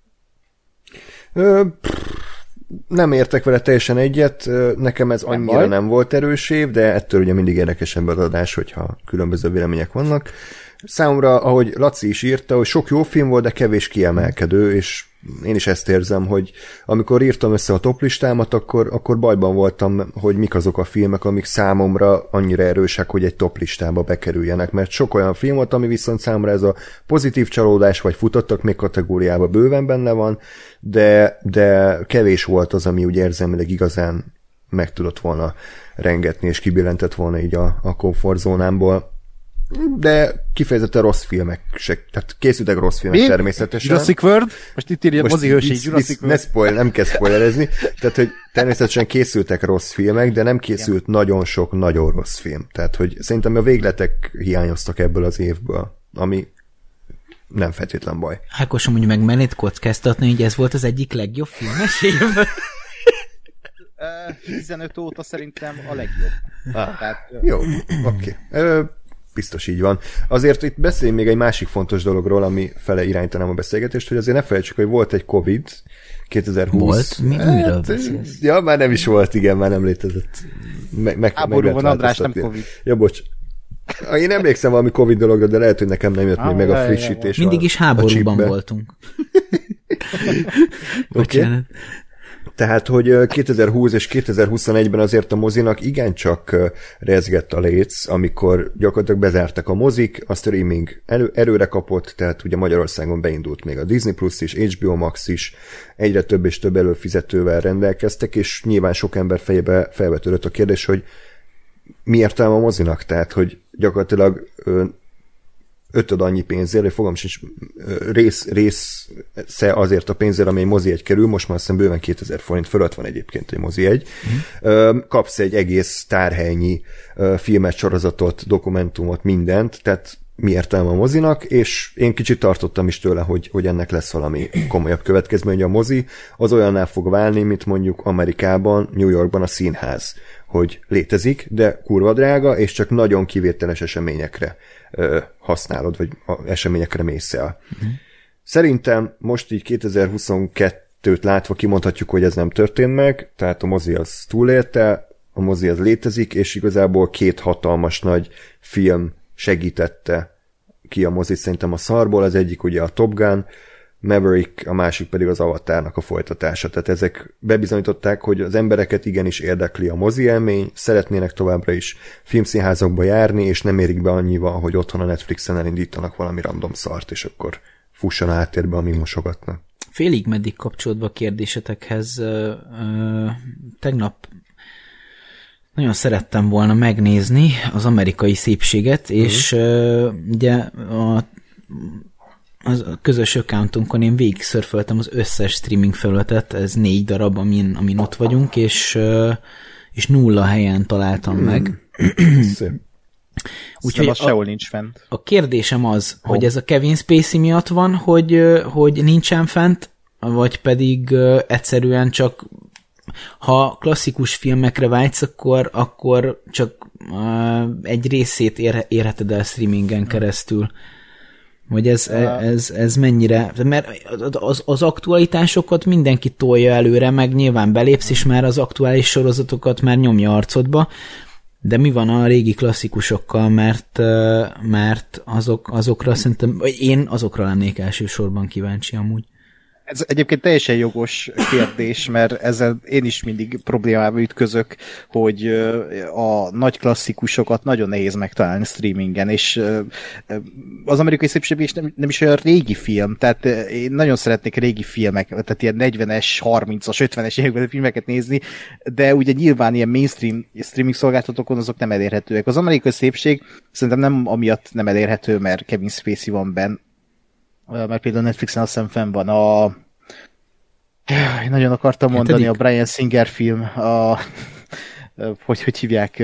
Ö, nem értek vele teljesen egyet, nekem ez annyira nem, nem volt erős év, de ettől ugye mindig érdekesebb az adás, hogyha különböző vélemények vannak. Számomra, ahogy Laci is írta, hogy sok jó film volt, de kevés kiemelkedő, és én is ezt érzem, hogy amikor írtam össze a toplistámat, akkor, akkor bajban voltam, hogy mik azok a filmek, amik számomra annyira erősek, hogy egy toplistába bekerüljenek, mert sok olyan film volt, ami viszont számomra ez a pozitív csalódás, vagy futottak még kategóriában bőven benne van, de, de kevés volt az, ami úgy érzelmileg igazán meg tudott volna rengetni, és kibillentett volna így a, a komfortzónámból. De kifejezetten rossz filmek se, tehát készültek rossz filmek mi? Természetesen. Jurassic World? Most itt írja mozi hőség Jurassic World. Ne spoil, nem kell spoilerezni. Tehát, hogy természetesen készültek rossz filmek, de nem készült igen. nagyon sok nagyon rossz film. Tehát, hogy szerintem a végletek hiányoztak ebből az évből, ami nem feltétlen baj. Ákos, amúgy meg mellét kockáztatni, hogy ez volt az egyik legjobb filmes év. tizenöt óta szerintem a legjobb. Ah, Tehát, jó, oké. Okay. Biztos így van. Azért itt beszéljünk még egy másik fontos dologról, ami fele irányítanám a beszélgetést, hogy azért ne felejtsük, hogy volt egy Covid kétezer-húsz. Volt? Mi, hát, miről beszélsz? Ja, már nem is volt, igen, már nem létezett. Me- meg, Háború van, András, nem Covid. Ja, bocs. Én emlékszem valami Covid dologra, de lehet, hogy nekem nem jött ah, még meg a frissítés. Mindig is háborúban voltunk. Bocsánat. Okay. Tehát, hogy kétezer-húsz és kétezer-huszonegyben azért a mozinak igencsak rezgett a léc, amikor gyakorlatilag bezártak a mozik, a streaming elő, erőre kapott, tehát ugye Magyarországon beindult még a Disney Plus is, há bé o Max is, egyre több és több előfizetővel rendelkeztek, és nyilván sok ember fejébe felvetődött a kérdés, hogy mi értelme a mozinak? Tehát, hogy gyakorlatilag ötöd annyi pénzért, hogy fogom sincs rész, része azért a pénzért, amely mozi egy kerül, most már azt hiszem bőven kétezer forint fölött van egyébként egy mozi egy. Mm. Kapsz egy egész tárhelynyi filmet, sorozatot, dokumentumot, mindent, tehát mi értelme a mozinak, és én kicsit tartottam is tőle, hogy, hogy ennek lesz valami komolyabb következmény, hogy a mozi az olyannál fog válni, mint mondjuk Amerikában, New Yorkban a színház, hogy létezik, de kurva drága, és csak nagyon kivételes eseményekre ö, használod, vagy eseményekre mész el. Mm. Szerintem most így kétezer-huszonkettőt látva kimondhatjuk, hogy ez nem történt meg, tehát a mozi az túlélte, a mozi az létezik, és igazából két hatalmas nagy film segítette ki a mozit szerintem a szarból, az egyik ugye a Top Gun, Maverick, a másik pedig az Avatarnak a folytatása. Tehát ezek bebizonyították, hogy az embereket igenis érdekli a mozi élmény, szeretnének továbbra is filmszínházakba járni, és nem érik be annyival, hogy otthon a Netflixen elindítanak valami random szart, és akkor fusson a háttérbe, amíg mosogatnak. Félig meddig kapcsolódva a kérdésetekhez, ö, ö, tegnap nagyon szerettem volna megnézni az Amerikai Szépséget, uh-huh. és uh, ugye a, a közös accountunkon én végig szörföltem az összes streaming felületet, ez négy darab, amin, amin ott vagyunk, és, uh, és nulla helyen találtam uh-huh. meg. Szép. Úgyhogy az sehol nincs fent. A kérdésem az, oh. hogy ez a Kevin Spacey miatt van, hogy, hogy nincsen fent, vagy pedig uh, egyszerűen csak ha klasszikus filmekre vágysz, akkor, akkor csak uh, egy részét ér, érheted el streamingen keresztül. Vagy ez, ez, ez mennyire... Mert az, az aktualitásokat mindenki tolja előre, meg nyilván belépsz, és már az aktuális sorozatokat már nyomja arcodba, de mi van a régi klasszikusokkal, mert, mert azok, azokra szerintem... Vagy én azokra lennék elsősorban kíváncsi amúgy. Ez egyébként teljesen jogos kérdés, mert ezzel én is mindig problémába ütközök, hogy a nagy klasszikusokat nagyon nehéz megtalálni streamingen, és az Amerikai Szépség is nem, nem is olyan régi film, tehát én nagyon szeretnék régi filmek, tehát ilyen negyvenes, harmincas, ötvenes években filmeket nézni, de ugye nyilván ilyen mainstream streaming szolgáltatókon azok nem elérhetőek. Az Amerikai Szépség szerintem nem amiatt nem elérhető, mert Kevin Spacey van benne, mert például Netflixen azt hiszem fenn van a én nagyon akartam mondani Hetedik. A Bryan Singer film, a hogy, hogy hívják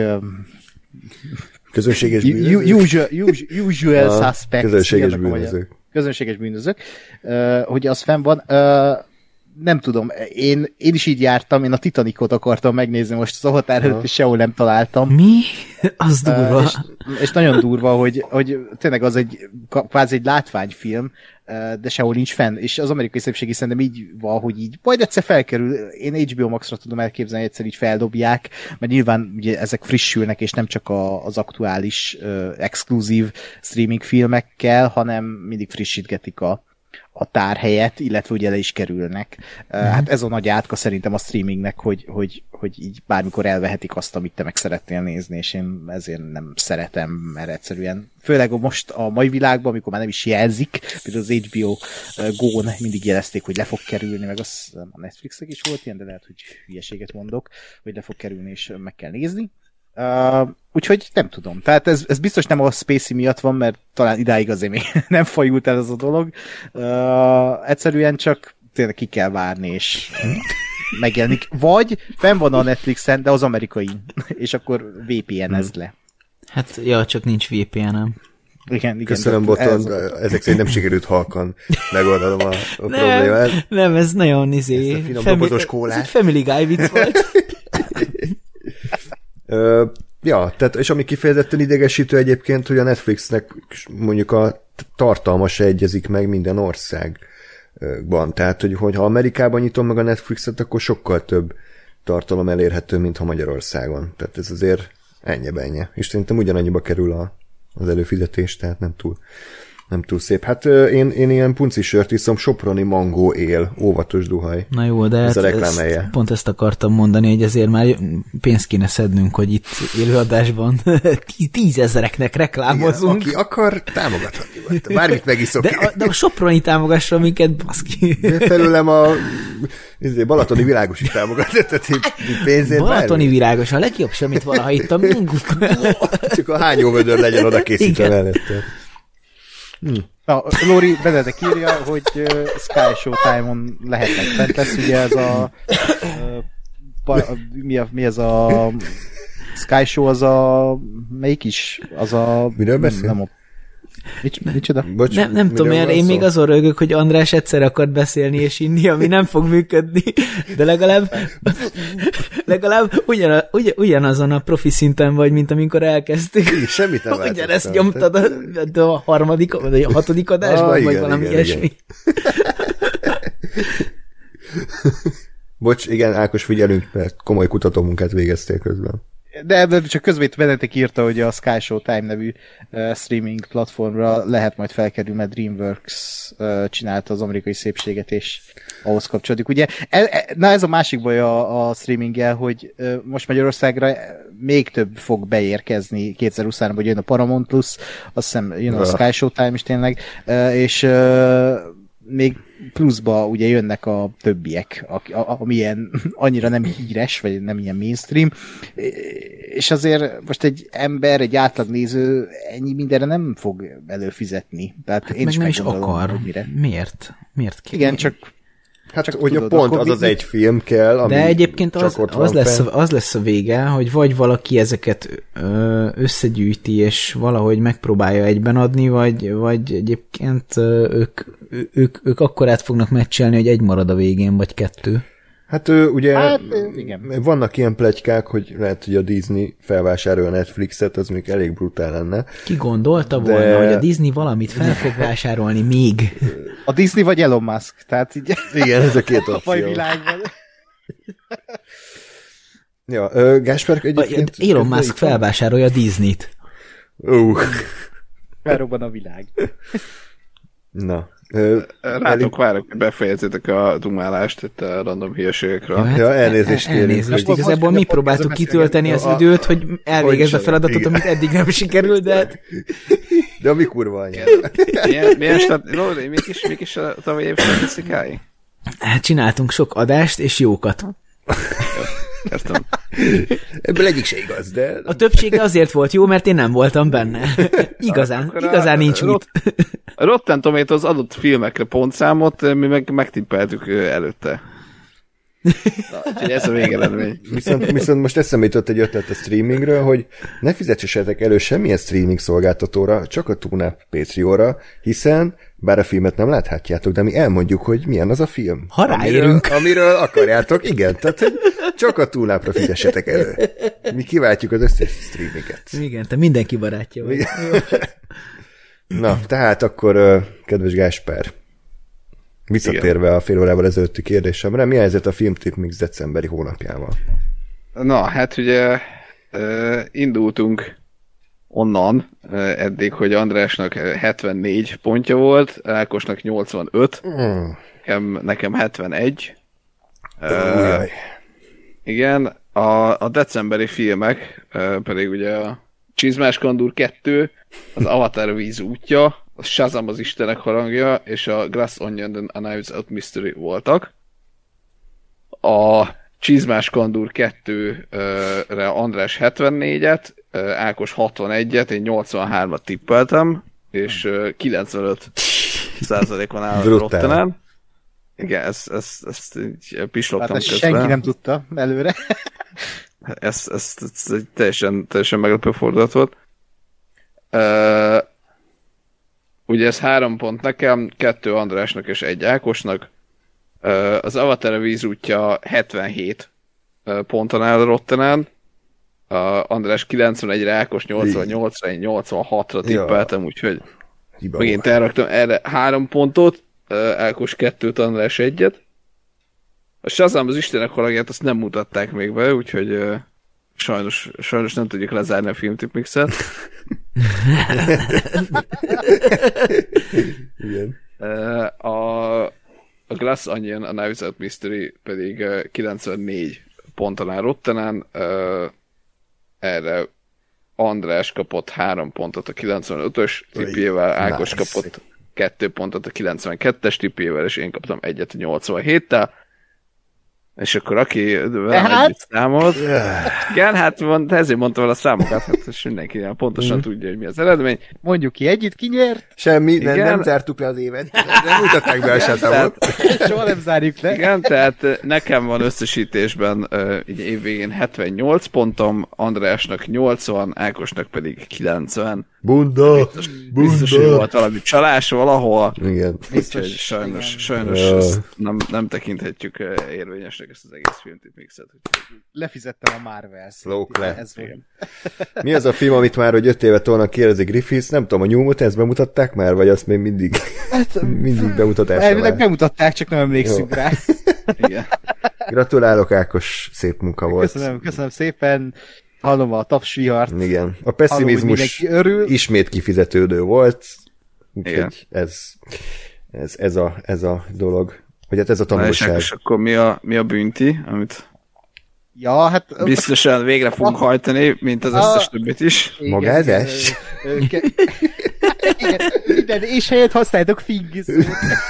közönséges bűnözők? Usual, usual, usual Suspects. Közönséges bűnözők. Közönséges bűnözők, hogy az fenn van. Nem tudom, én, én is így jártam, én a Titanicot akartam megnézni most az Avatar előtt, és sehol nem találtam. Mi? Az durva. Uh, és, és nagyon durva, hogy, hogy tényleg az egy kvázi egy látványfilm, uh, de sehol nincs fenn, és az Amerikai Szépség szerintem így van, hogy így majd egyszer felkerül, én há bé o Maxra tudom elképzelni, egyszer így feldobják, mert nyilván ugye ezek frissülnek, és nem csak a, az aktuális uh, exkluzív streaming filmekkel, hanem mindig frissítgetik a a tárhelyet, illetve ugye le is kerülnek. Mm. Hát ez a nagy átka szerintem a streamingnek, hogy, hogy, hogy így bármikor elvehetik azt, amit te meg szeretnél nézni, és én ezért nem szeretem, mert egyszerűen, főleg most a mai világban, amikor már nem is jelzik, például az há bé o Go-n mindig jelezték, hogy le fog kerülni, meg az a Netflixnek is volt ilyen, de lehet, hogy hülyeséget mondok, hogy le fog kerülni, és meg kell nézni. Uh, úgyhogy nem tudom. Tehát ez, ez biztos nem a Spacey miatt van, mert talán idáig azért még nem fajult el ez a dolog. Uh, egyszerűen csak tényleg ki kell várni, és uh, megjelenik. Vagy fenn van a Netflixen, de az amerikai. És akkor vé pé en-ezd le. Hát, ja, csak nincs vé pé en-em. Igen, igen. Köszönöm, Boton, ez... ezek szerint nem sikerült halkan megoldanom a, a nem, problémát. Nem, ez nagyon izé... Ezt a finom dobozos kólát. Ez egy Family Guy vicc volt. Uh, ja, tehát, és ami kifejezetten idegesítő egyébként, hogy a Netflixnek mondjuk a tartalma se egyezik meg minden országban. Tehát, hogy, hogy ha Amerikában nyitom meg a Netflixet, akkor sokkal több tartalom elérhető, mint ha Magyarországon. Tehát ez azért ennyi-bennyi. És szerintem ugyanannyiba kerül a, az előfizetés, tehát nem túl, nem túl szép. Hát én, én ilyen punci sört iszom, Soproni Mangó él, óvatos duhaj. Na jó, de ez hát ezt, pont ezt akartam mondani, hogy ezért már pénzt kéne szednünk, hogy itt élőadásban tízezereknek reklámozunk. Igen, aki akar, támogathatni. Bármit megiszok. De a, de a Soproni támogassa minket, baszki. Felőlem a balatoni világos is támogatja, tehát pénzért Balatoni bármi. Világos, a legjobb semmit valaha itt a csak a hányóvödör legyen oda készítve mellette. Hm. Na, Lóri Benedek írja, hogy uh, Sky Showtime-on lehetnek fent lesz, ugye ez a, uh, pa, mi, a mi ez a Sky Show, az a melyik is? Az a... Miről beszél? Nem a... Mit, micsoda? Bocs, nem nem tudom, én, én még azon rögök, hogy András egyszer akart beszélni és inni, ami nem fog működni, de legalább legalább ugyan, ugyan, ugyanazon a profi szinten vagy, mint amikor elkezdtük. Semmit nem változtam. Ugyanezt nyomtad a, a harmadik, vagy a hatodik adásban, ah, vagy igen, valami igen, ilyesmi. Bocs, igen, Ákos, figyelünk, mert komoly kutatómunkát végeztél közben. De, de csak közben itt Benedek írta, hogy a Sky Showtime nevű uh, streaming platformra lehet majd felkerül, mert DreamWorks uh, csinálta az Amerikai Szépséget, és ahhoz kapcsolódik. Ugye, e, e, na ez a másik baj a, a streaminggel, hogy uh, most Magyarországra még több fog beérkezni kétezer-huszonháromban, hogy jön a Paramount Plus, azt hiszem jön a Sky Showtime is tényleg, uh, és uh, még pluszba ugye jönnek a többiek, ami ilyen annyira nem híres, vagy nem ilyen mainstream, és azért most egy ember, egy átlagnéző ennyi mindenre nem fog előfizetni. Tehát hát én meg is nem is akar. Mire. Miért? Miért kell? Igen, csak Hát, csak hogy tudod, a pont az az egy film kell, ami de egyébként az, az, lesz a, az lesz a vége, hogy vagy valaki ezeket ö, összegyűjti, és valahogy megpróbálja egyben adni, vagy, vagy egyébként ők, ők, ők akkor át fognak meccselni, hogy egy marad a végén, vagy kettő. Hát ugye hát, igen. vannak ilyen pletykák, hogy lehet, hogy a Disney felvásárol a Netflixet, az még elég brutál lenne. Ki gondolta de... volna, hogy a Disney valamit fel fog vásárolni még? A Disney vagy Elon Musk, tehát így... Igen, ez a két opció. A mai világban. Ja, uh, Gáspár egyébként... Elon Musk felvásárolja a Disneyt. Uh. Felrobban a világ. Na, Rátok várok, hogy befejezzétek a dumálást itt a random hülyeségekről. Ja, hát, ja, elnézést kérünk. Elnézést, hogy... igazából mi próbáltuk kitölteni az időt, hogy elvégezd a feladatot, amit eddig nem sikerült, de... De a mi kurva anyja. Milyen, milyen stat... Lóri, mik is, mik is a tavalyi év statisztikái? Hát csináltunk sok adást és jókat. Értem. Ebből egyik se igaz, de... A többsége azért volt jó, mert én nem voltam benne. Igazán, igazán nincs mit. A Rotten Tomatoes adott filmekre pontszámot, mi meg megtippeltük előtte. Na, úgyhogy ez a végeredmény. Viszont, viszont most eszembe jutott egy ötlet a streamingről, hogy ne fizessetek elő semmilyen streaming szolgáltatóra, csak a TuneUp Patreonra, hiszen bár a filmet nem láthatjátok, de mi elmondjuk, hogy milyen az a film. Ha ráérünk. Amiről, amiről akarjátok, igen. Tehát, hogy csak a TuneUpra fizessetek elő. Mi kiváltjuk az összes streaminget. Igen, te mindenki barátja vagy. Na, tehát akkor, kedves Gáspár, visszatérve igen. a fél órával ezelőtti kérdésemre, mi a helyzet a Filmtip Mix decemberi hónapjával? Na, hát ugye uh, indultunk onnan uh, eddig, hogy Andrásnak hetvennégy pontja volt, Ákosnak nyolcvanöt, mm. nekem, nekem hetvenegy. Uh, igen, a, a decemberi filmek uh, pedig ugye a Csizmás Kandúr kettő, az Avatar víz útja, a Shazam az Istenek harangja, és a Glass Onion and a Knives Out Mystery voltak. A Csizmás Kandúr kettőre András hetvennégyet, Ákos hatvanegyet, én nyolcvanhármat tippeltem, és kilencvenöt százalékon áll a Rottenen. Igen, ezt, ezt, ezt így pislogtam hát közben. Senki nem tudta előre. Ez, ez, ez egy teljesen, teljesen meglepő fordulat volt. Uh, ugye ez három pont nekem, kettő Andrásnak és egy Ákosnak. Uh, az Avatar a víz útja hetvenhét uh, ponton áll a Rottenen. Uh, András kilencvenegyre, Ákos nyolcvannyolcra, én nyolcvanhatra tippeltem, úgyhogy Hiba megint elraktam erre három pontot, uh, Ákos kettőt, András egyet. A Shazam az Istenek halagját azt nem mutatták még be, úgyhogy uh, sajnos, sajnos nem tudjuk lezárni a Filmtip Mixet. Igen. Uh, a, a Glass Onion, a Knives Out Mystery pedig uh, kilencvennégy ponton áll Rottenen. Uh, erre András kapott három pontot a kilencvenötös tippjével, Ákos nice. kapott kettő pontot a kilencvenkettes tippjével, és én kaptam egyet a nyolcvanhéttel. És akkor aki velem hát? együtt számolt, igen, hát mond, ezért mondtam el a számokat, hát és mindenki pontosan mm. tudja, hogy mi az eredmény. Mondjuk ki együtt, ki nyert? Semmi, nem, nem zártuk le az évet. Nem mutatták be a sátamot. Soha nem zárjuk le. Igen, tehát nekem van összesítésben így évvégén hetvennyolc pontom, Andrásnak nyolcvan, Ákosnak pedig kilencven. Bunda! Biztos, biztos hogy volt valami csalás valahol. Igen. Biztos, sajnos, igen. sajnos ja. nem, nem tekinthetjük érvényesnek ezt az egész Filmtip Mixet. Lefizettem a Marvel-t. Slow clap. Mi az a film, amit már hogy öt éve tolnak kérdezi Griffiths? Nem tudom, a New Mutants bemutatták már, vagy azt még mindig, hát, mindig bemutatásra elvileg bemutatták, csak nem emlékszünk rá. Igen. Gratulálok, Ákos, szép munka volt. Köszönöm, köszönöm szépen. Hallom a tapsvihart. Igen. A pessimizmus ismét kifizetődő volt. Úgyhogy ez, ez, ez, a, ez a dolog. Vagy hát ez a tanulság. És akkor mi a, mi a bünti, amit ja, hát, biztosan végre fogunk a... hajtani, mint az összes többit is. Magázás? Igen, és helyett használjátok fingizót.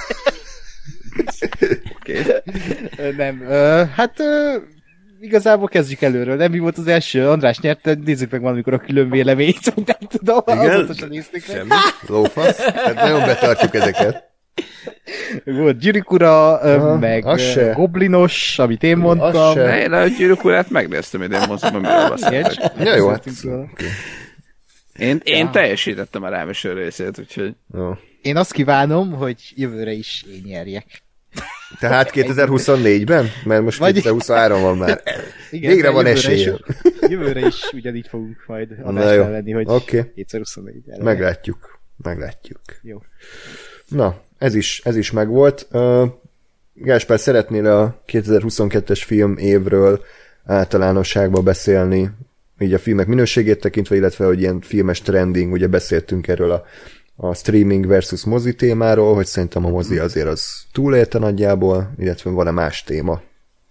Oké. Nem, hát igazából kezdjük előről. Nem mi volt az első? András nyert, nézzük meg valamikor a külön véleményt, nem tudom, azóta nézték meg. Semmi, lófasz. Hát nagyon betartjuk ezeket. Volt Gyűrűk-ura, meg Goblinos, amit én mondtam. Én a Gyűrűk-urát megnéztem idén mozgóban, miről beszéltek. Ja, jó, hát. Én, én ja. teljesítettem a rámeső részét, úgyhogy... Jó. Én azt kívánom, hogy jövőre is én nyerjek. Tehát kétezer-huszonnégyben? Mert most Vagy... kétezer-huszonhárom van már. Igen, végre van esélye. Jövőre is ugyanígy fogunk majd adást elvenni, hogy okay. kétezer-huszonnégy előre. Meglátjuk. Meglátjuk. Jó. Na, ez is, ez is megvolt. Uh, Gáspár, szeretnél a kétezer-huszonkettes film évről általánosságban beszélni, így a filmek minőségét tekintve, illetve hogy ilyen filmes trending, ugye beszéltünk erről a, a streaming versus mozi témáról, hogy szerintem a mozi azért az túlélte nagyjából, illetve van-e más téma?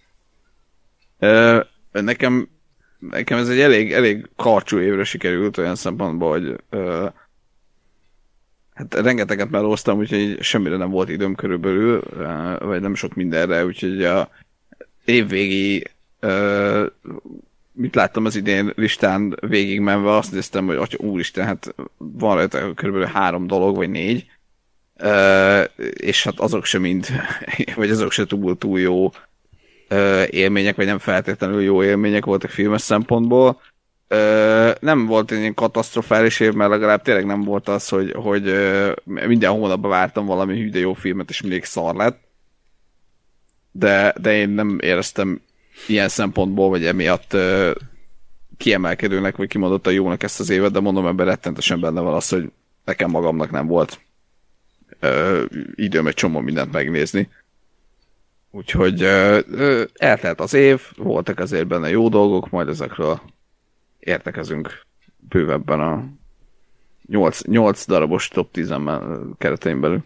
Ö, nekem, nekem ez egy elég, elég karcsú évre sikerült olyan szempontból, hogy ö, hát rengeteget melóztam, úgyhogy semmire nem volt időm körülbelül, ö, vagy nem sok mindenre, úgyhogy a évvégi ö, mit láttam az idén listán végigmenve, azt néztem, hogy atya, úristen, hát van rajta körülbelül három dolog, vagy négy, ö, és hát azok sem mind, vagy azok sem túl, túl jó ö, élmények, vagy nem feltétlenül jó élmények voltak filmes szempontból. Ö, nem volt egy ilyen katasztrofális év, mert legalább tényleg nem volt az, hogy, hogy ö, minden hónapban vártam valami hű de jó filmet, és mindig szar lett. De, de én nem éreztem ilyen szempontból, vagy emiatt ö, kiemelkedőnek, vagy kimondottan jónak ezt az évet, de mondom, ebben rettentesen benne van az, hogy nekem magamnak nem volt ö, időm egy csomó mindent megnézni. Úgyhogy ö, ö, eltelt az év, voltak azért benne jó dolgok, majd ezekről értekezünk bővebben a nyolc darabos top tíz keretein belül.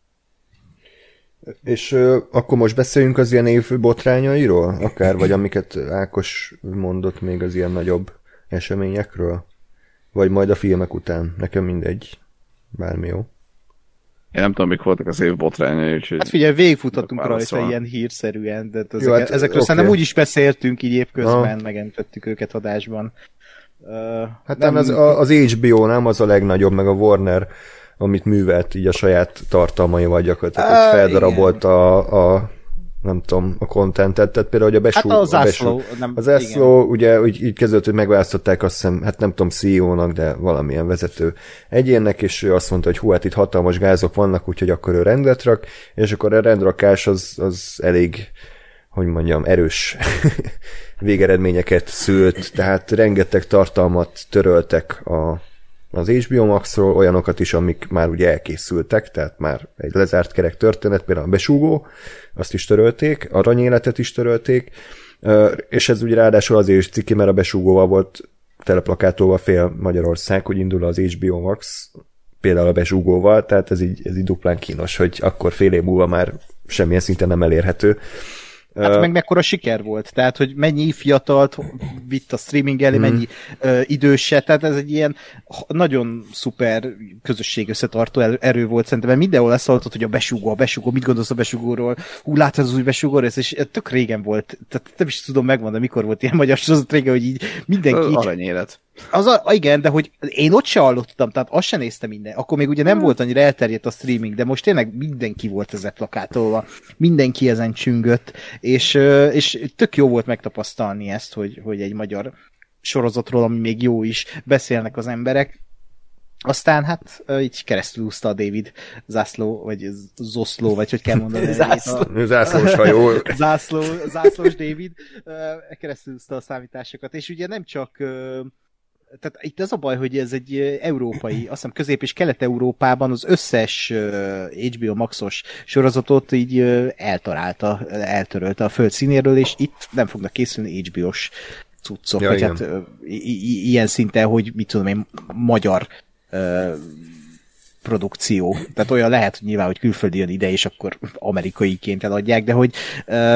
És ö, akkor most beszéljünk az ilyen év botrányairól? Akár, vagy amiket Ákos mondott még az ilyen nagyobb eseményekről? Vagy majd a filmek után? Nekem mindegy. Bármi jó. Én nem tudom, mik voltak az év botrányai, úgyhogy... Hát figyelj, végigfutottunk rajta ilyen hírszerűen, de ezek, jó, hát, ezekről okay. Szerintem úgy is beszéltünk így évközben, ah. megemlítettük őket adásban. Uh, hát nem, az, az há bé ó nem az a legnagyobb, meg a Warner, amit művelt így a saját tartalmaival gyakorlatilag, hogy feldarabolta a, a nem tudom, a contentet, tehát például, hogy a besú... Hát a zászló. A zászló, ugye úgy, így kezdődött, hogy megválasztották azt hiszem, hát nem tudom, cé e ó-nak, de valamilyen vezető egyénnek, és ő azt mondta, hogy hú, hát itt hatalmas gázok vannak, úgyhogy akkor ő rendet rak, és akkor a rendrakás az, az elég, hogy mondjam, erős végeredményeket szült, tehát rengeteg tartalmat töröltek a az há bé o Maxról, olyanokat is, amik már ugye elkészültek, tehát már egy lezárt kerek történet, például a Besúgó, azt is törölték, Aranyéletet is törölték, és ez ugye ráadásul azért is ciki, mert a Besúgóval volt teleplakátolva fél Magyarország, hogy indul az há bé o Max, például a Besúgóval, tehát ez így, ez így duplán kínos, hogy akkor fél év múlva már semmilyen szinten nem elérhető. Hát meg mekkora siker volt, tehát, hogy mennyi fiatalt vitt a streaming elé, hmm. mennyi uh, időset, tehát ez egy ilyen nagyon szuper közösség összetartó erő volt szerintem, mert mindenhol leszóltott, hogy a besúgó, a besúgó, mit gondolsz a besúgóról, hú, látod az új besúgóról, és tök régen volt, tehát nem is tudom megmondani, mikor volt ilyen magyar sorozat régen, hogy így mindenki... Az aranyélet. Az a, igen, de hogy én ott se hallottam, tehát azt se néztem minden. Akkor még ugye nem hmm. volt annyira elterjedt a streaming, de most tényleg mindenki volt ezzel plakátolva. Mindenki ezen csüngött, és, és tök jó volt megtapasztalni ezt, hogy, hogy egy magyar sorozatról, ami még jó is, beszélnek az emberek. Aztán hát így keresztül úszta a David zászló, vagy zoszló, vagy hogy kell mondani. zászló. Zászlós hajó. zászló, zászlós David keresztül úszta a számításokat. És ugye nem csak... Tehát itt az a baj, hogy ez egy európai, azt hiszem Közép- és Kelet-Európában az összes há bé o Maxos sorozatot így eltalálta, eltörölte a föld színéről, és itt nem fognak készülni há bé o-s cuccok, ja, vagy hát i- i- ilyen szinten, hogy mit tudom én, magyar uh, produkció. Tehát olyan lehet, hogy nyilván, hogy külföldi jön ide, és akkor amerikaiként eladják, de hogy uh,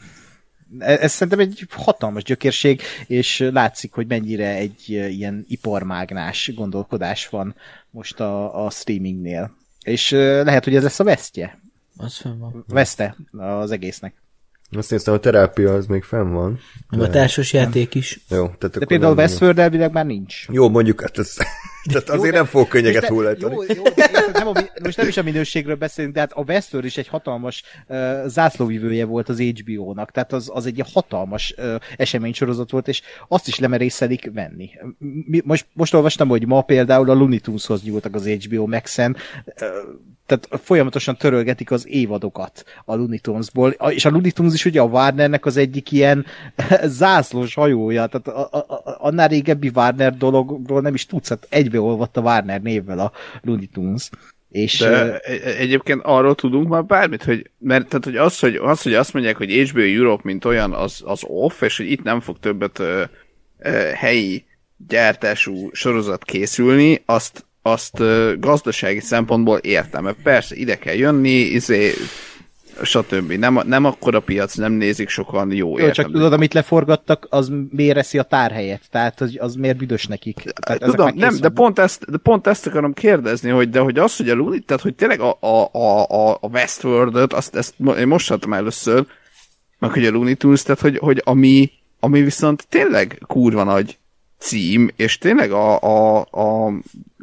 ez szerintem egy hatalmas gyökérség, és látszik, hogy mennyire egy ilyen iparmágnás gondolkodás van most a, a streamingnél. És lehet, hogy ez lesz a vesztje. Az fenn van. Veszte az egésznek. Azt néztem, a terápia az még fenn van. De... A társas játék is. Jó, tehát de például Westworld elvileg már nincs. Jó, mondjuk, hát ez... Tehát azért jó, nem fog könnyeket hullajtani. Jó, jó, nem a, most nem is a minőségről beszélünk, de hát a Westworld is egy hatalmas uh, zászlóvivője volt az há bé o-nak, tehát az, az egy hatalmas uh, eseménysorozat volt, és azt is lemerészelik venni. Most, most olvastam, hogy ma például a Looney Tuneshoz nyúltak az há bé o Maxen, uh, tehát folyamatosan törölgetik az évadokat a Looney Tunesból, és a Looney Tunes is ugye a Warnernek az egyik ilyen zászlós hajója, tehát a, a, a, annál régebbi Warner dologról nem is tudsz, hát egybeolvadt a Warner névvel a Looney Tunes. És de egyébként arról tudunk már bármit, hogy, mert tehát, hogy az, hogy, az, hogy azt mondják, hogy há bé o Europe, mint olyan, az, az off, és hogy itt nem fog többet ö, ö, helyi gyártású sorozat készülni, azt azt uh, gazdasági szempontból értem, mert persze ide kell jönni, izé, stb. Nem, nem akkora piac, nem nézik sokan, jó, jó értem. Csak tudod, amit leforgattak, az miért eszi a tárhelyet? Tehát az, az miért büdös nekik? Tehát tudom, nem, de pont, ezt, de pont ezt akarom kérdezni, hogy de hogy az, hogy a Looney, tehát hogy tényleg a, a, a, a Westworld-öt, azt ezt én most hattam először, meg hogy a Looney Tunes, tehát hogy, hogy ami, ami viszont tényleg kurva nagy cím, és tényleg a, a, a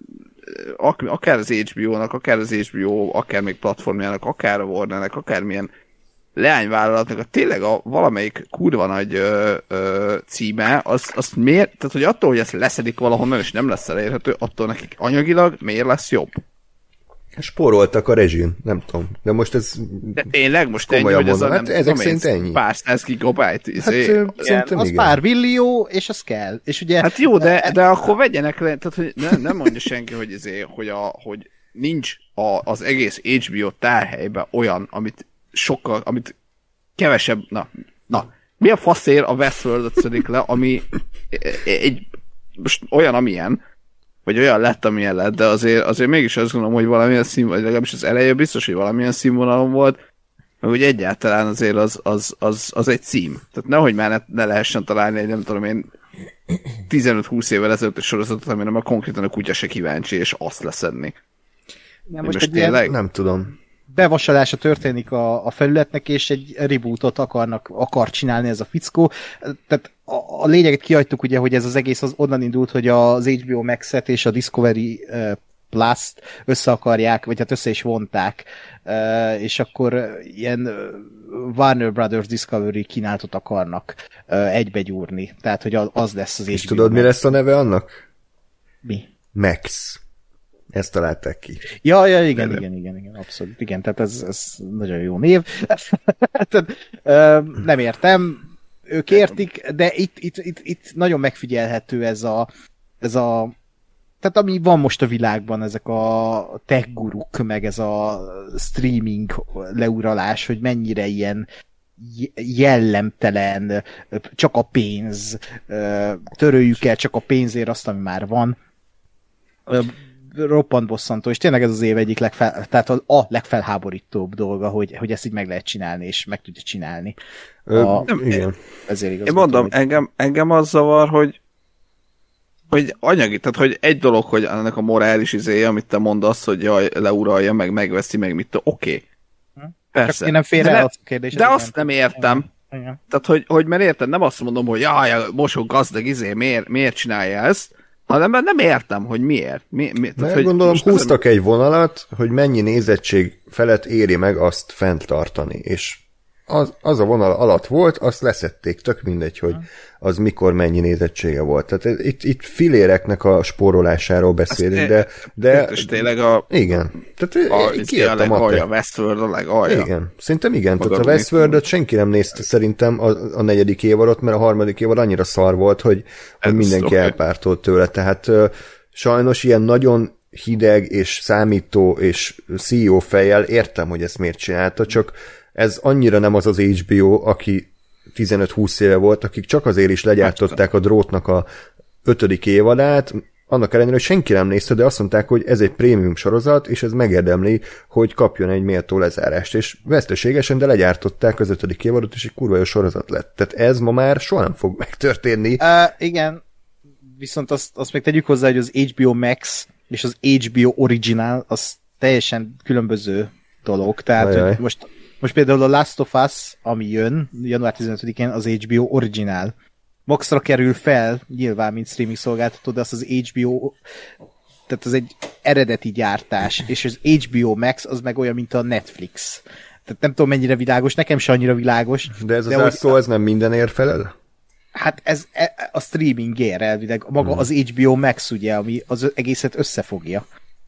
akár az há bé ó-nak, akár az há bé ó, akár még platformjának, akár a Warnernek, akármilyen leányvállalatnak, a tényleg a valamelyik kurva nagy ö, ö, címe, az, azt miért, tehát hogy attól, hogy ezt leszedik valahonnan, és nem lesz elérhető, attól nekik anyagilag miért lesz jobb? Spóroltak a rezsin, nem tudom. De most ez... De tényleg most ennyi, hogy ez a hát nem ezek tudom, szerint ennyi. Pár száz gigabyte. Izé, Hát szerintem az igen. pár billió, és az kell. És ugye, hát jó, de, de akkor vegyenek le, tehát hogy nem, nem mondja senki, hogy, izé, hogy, a, hogy nincs a, az egész há bé ó tárhelyben olyan, amit sokkal, amit kevesebb, na, na, mi a faszér a Westworld-ot szedik le, ami egy, most olyan, amilyen, vagy olyan lett, amilyen lett, de azért, azért mégis azt gondolom, hogy valamilyen színvonalon, vagy legalábbis az eleje biztos, hogy valamilyen színvonalon volt, meg hogy egyáltalán azért az, az, az, az egy cím. Tehát nehogy már ne, ne lehessen találni egy, nem tudom én, tizenöt-húsz évvel ezelőtt egy sorozatot, amire már konkrétan a kutya se kíváncsi, és azt leszedni. Ja, most, most tényleg? Nem tudom. bevasalása történik a, a felületnek, és egy rebootot akarnak, akar csinálni ez a fickó. Tehát a, a lényeget kihagytuk ugye, hogy ez az egész az onnan indult, hogy az há bé ó Max-et és a Discovery uh, Plus-t össze akarják, vagy hát össze is vonták, uh, és akkor uh, ilyen uh, Warner Brothers Discovery kínálatot akarnak uh, egybegyúrni. Tehát, hogy az, az lesz az há bé ó. És tudod, Max. mi lesz a neve annak? Mi? Max. Ezt találták ki. Ja, ja, igen, igen, igen, igen, abszolút, igen, tehát ez, ez nagyon jó név. tehát, ö, nem értem, ők értik, de itt, itt, itt, itt nagyon megfigyelhető ez a, ez a, tehát ami van most a világban, ezek a tech guruk, meg ez a streaming leuralás, hogy mennyire ilyen jellemtelen, csak a pénz, töröljük el csak a pénzért azt, ami már van. Roppant bosszantó, és tényleg ez az év egyik legfel, tehát a legfelháborítóbb dolga, hogy, hogy ezt így meg lehet csinálni, és meg tudja csinálni. Ö, a, nem, igen. Ezért igaz, Én mondom, hogy... engem, engem az zavar, hogy hogy anyagi, tehát hogy egy dolog, hogy ennek a morális izéje, amit te mondasz, hogy jaj, leuralja, meg megveszi, meg mit oké. Okay. Persze. Csak én nem félre de, az a kérdés. de azt nem értem. Igen. Igen. Tehát, hogy, hogy mert érted, nem azt mondom, hogy jaj, mosó gazdag izé, miért, miért csinálja ezt, hanem nem értem, hogy miért. Mi, mi, tehát, hogy gondolom húztak nem... egy vonalat, hogy mennyi nézettség felett éri meg azt fenntartani, és az, az a vonal alatt volt, azt leszették, tök mindegy, hogy az mikor mennyi nézettsége volt. Tehát itt, itt filéreknek a spórolásáról beszélünk, de... de és tényleg a... Igen. Tehát a, ki a legalja, a Westworld a legalja. Igen. Szerintem igen. Tehát a Westworld-ot senki nem nézte szerintem a, a negyedik évadot, mert a harmadik évad annyira szar volt, hogy, hogy mindenki okay. elpártolt tőle. Tehát uh, sajnos ilyen nagyon hideg és számító és cé e o fejjel értem, hogy ezt miért csinálta, csak ez annyira nem az az há bé ó, aki tizenöt-húsz éve volt, akik csak azért is legyártották a Drótnak a ötödik évadát, annak ellenére, hogy senki nem nézte, de azt mondták, hogy ez egy prémium sorozat, és ez megérdemli, hogy kapjon egy méltó lezárást, és veszteségesen, de legyártották az ötödik évadot, és egy kurva jó sorozat lett. Tehát ez ma már soha nem fog megtörténni. Uh, igen, viszont azt, azt még tegyük hozzá, hogy az há bé ó Max és az há bé ó Original az teljesen különböző dolog, tehát hogy most Most például a Last of Us, ami jön január tizenötödikén, az há bé ó Original. Maxra kerül fel, nyilván, mint streaming szolgáltató, de az az há bé ó, tehát az egy eredeti gyártás, és az há bé ó Max az meg olyan, mint a Netflix. Tehát nem tudom, mennyire világos, nekem se annyira világos. De ez de az hogy, szó, ez nem mindenért felel? Hát ez a streamingért elvileg, maga hmm. az há bé ó Max ugye, ami az egészet összefogja.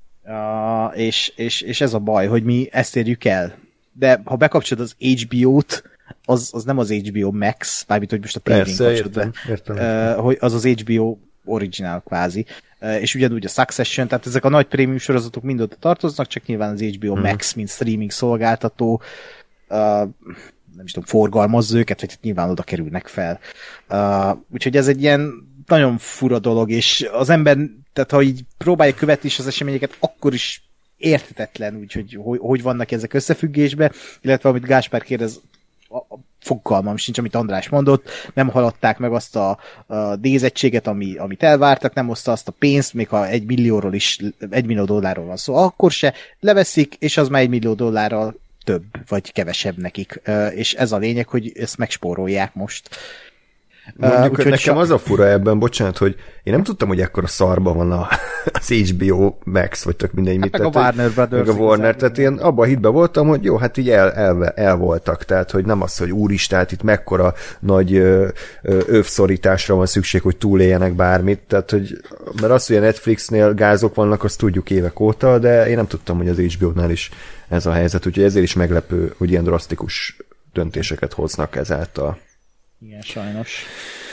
Uh, és, és, és ez a baj, hogy mi ezt érjük el. De ha bekapcsolod az há bé ó-t, az, az nem az há bé ó Max, bármint, hogy most a tévén kapcsolod be, értem. Uh, hogy az az há bé ó Original kvázi. Uh, és ugyanúgy a Succession, tehát ezek a nagy prémium sorozatok mind oda tartoznak, csak nyilván az há bé ó hmm. Max, mint streaming szolgáltató, uh, nem is tudom, forgalmazza őket, vagy nyilván oda kerülnek fel. Uh, úgyhogy ez egy ilyen nagyon fura dolog, és az ember, tehát ha így próbálja követni is az eseményeket, akkor is érthetetlen, úgyhogy hogy, hogy vannak ezek összefüggésbe, illetve amit Gáspár kérdez, a fogalmam sincs, amit András mondott, nem haladták meg azt a, a díjezettséget, ami, amit elvártak, nem hozta azt a pénzt, még ha egy millióról is, egy millió dollárról van szó, akkor se leveszik, és az már egy millió dollárral több, vagy kevesebb nekik. És ez a lényeg, hogy ezt megspórolják most. Mondjuk, uh, nekem az a fura ebben, bocsánat, hogy én nem tudtam, hogy ekkora szarba van a, az há bé o Max, vagy tök mindegy, mit. Hát meg a Warner Brothers. Meg a Warner, tehát én abban a hitben voltam, hogy jó, hát így el, el, el voltak, tehát hogy nem az, hogy úristen, itt mekkora nagy ö, ö, övszorításra van szükség, hogy túléljenek bármit, tehát hogy, mert az, hogy a Netflixnél gázok vannak, azt tudjuk évek óta, de én nem tudtam, hogy az há bé o-nál is ez a helyzet, úgyhogy ezért is meglepő, hogy ilyen drasztikus döntéseket hoznak ezáltal. Igen, sajnos.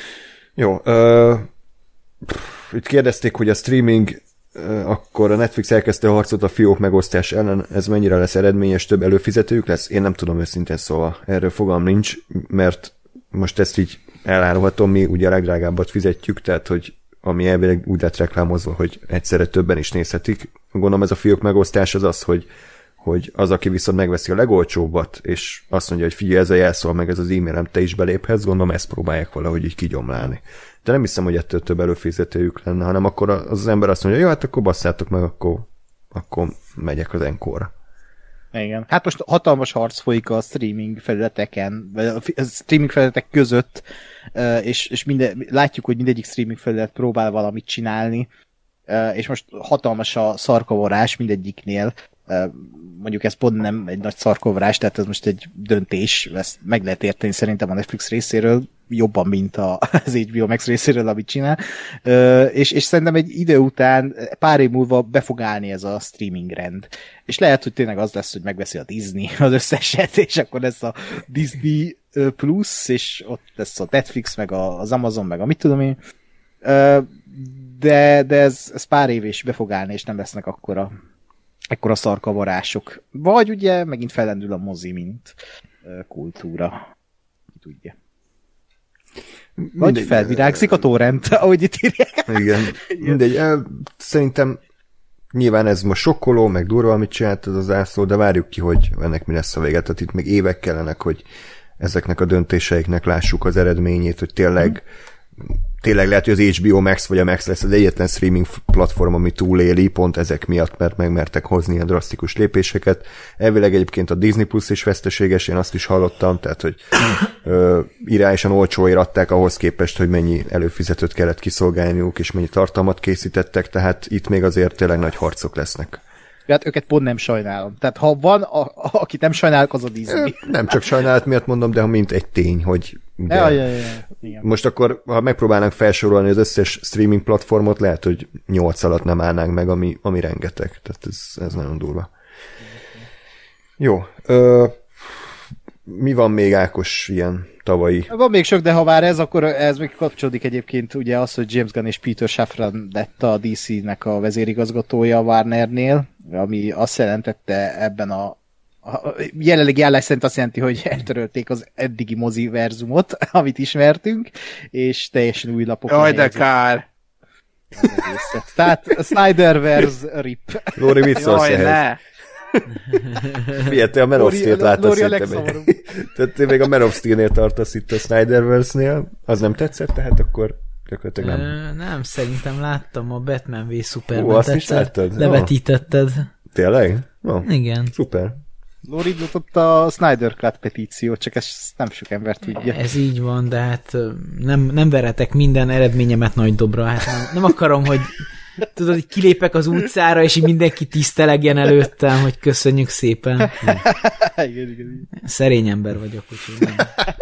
Jó, uh, pff, itt kérdezték, hogy a streaming, uh, akkor a Netflix elkezdte a harcot a fiók megosztás ellen, ez mennyire lesz eredményes, több előfizetőjük lesz? Én nem tudom őszintén, szóval erről fogalm nincs, mert most ezt így elárulhatom, mi ugye a legdrágábbat fizetjük, tehát hogy ami elvileg úgy lett reklámozva, hogy egyszerre többen is nézhetik. Gondolom ez a fiók megosztás az az, hogy hogy az, aki viszont megveszi a legolcsóbbat, és azt mondja, hogy figyelj, ez a jelszól, meg ez az e-mailem, te is beléphetsz, gondolom ezt próbálják valahogy így kigyomlálni. De nem hiszem, hogy ettől több előfizetőjük lenne, hanem akkor az, az ember azt mondja, jó, hát akkor basszátok meg, akkor, akkor megyek az Encore-ra. Igen. Hát most hatalmas harc folyik a streaming felületeken, vagy a streaming felületek között, és, és minden, látjuk, hogy mindegyik streaming felület próbál valamit csinálni, és most hatalmas a szarkavarás mindegyiknél. Mondjuk ez pont nem egy nagy szarkovrás, tehát ez most egy döntés, ezt meg lehet érteni szerintem a Netflix részéről, jobban, mint az há bé o Max részéről, amit csinál, és, és szerintem egy idő után, pár év múlva be fog állni ez a streaming rend. És lehet, hogy tényleg az lesz, hogy megveszi a Disney az összeset, és akkor lesz a Disney Plus, és ott lesz a Netflix, meg az Amazon, meg a mit tudom én, de, de ez, ez pár év is be fog állni, és nem lesznek akkora ekkora szarkavarások. Vagy ugye megint fellendül a mozi, mint uh, kultúra. Ki tudja. Vagy mindegy, felvirágzik a torrent, ahogy itt írják. Igen. Mindegy. Szerintem nyilván ez most sokkoló, meg durva, amit csinált ez az ászló, de várjuk ki, hogy ennek mi lesz a vége. Tehát itt még évek kellenek, hogy ezeknek a döntéseiknek lássuk az eredményét, hogy tényleg hmm. tényleg lehet, hogy az há bé o Max vagy a Max lesz az egyetlen streaming platform, ami túléli, pont ezek miatt, mert megmertek hozni a drasztikus lépéseket. Elvileg egyébként a Disney Plus is veszteséges, én azt is hallottam, tehát, hogy ö, irányosan olcsóért adták ahhoz képest, hogy mennyi előfizetőt kellett kiszolgálniuk, és mennyi tartalmat készítettek, tehát itt még azért tényleg nagy harcok lesznek. Hát őket pont nem sajnálom. Tehát ha van, a, a, akit nem sajnálok, az a Disney. Nem csak sajnálat miatt mondom, de ha mint egy tény, hogy de ja, ja, ja, ja. Most akkor, ha megpróbálnánk felsorolni az összes streaming platformot, lehet, hogy nyolc alatt nem állnánk meg, ami, ami rengeteg. Tehát ez, ez nagyon durva. Jó. Ö, mi van még, Ákos, ilyen tavalyi? Van még sok, de ha már ez, akkor ez még kapcsolódik egyébként ugye az, hogy James Gunn és Peter Safran lett a dé cé-nek a vezérigazgatója a Warnernél, ami azt jelentette ebben a A jelenlegi állás szerint azt jelenti, hogy eltörölték az eddigi moziverzumot, amit ismertünk, és teljesen új lapokon. Jaj, de kár! Tehát a Snyderverse rip. Lóri, mit szólsz ehhez? Figyelj, te a Man of Steel-t láttasz szerintem. Tehát te még a Man of Steel-nél tartasz itt a Snyderverse-nél. Az nem tetszett, tehát akkor gyakorlatilag nem. Ö, nem, szerintem láttam a Batman v Superman. Ó, azt is láttad? Levetítetted. Tényleg? No. Igen. Szuper. Lóri jutott a Snyder Cut petíció, csak ezt nem sok ember tudja. Ez így van, de hát nem, nem veretek minden eredményemet nagy dobra. Hát nem, nem akarom, hogy tudod, hogy kilépek az utcára, és így mindenki tisztelegjen előttem, hogy köszönjük szépen. igen, igen. Szerény ember vagyok, úgyhogy nem.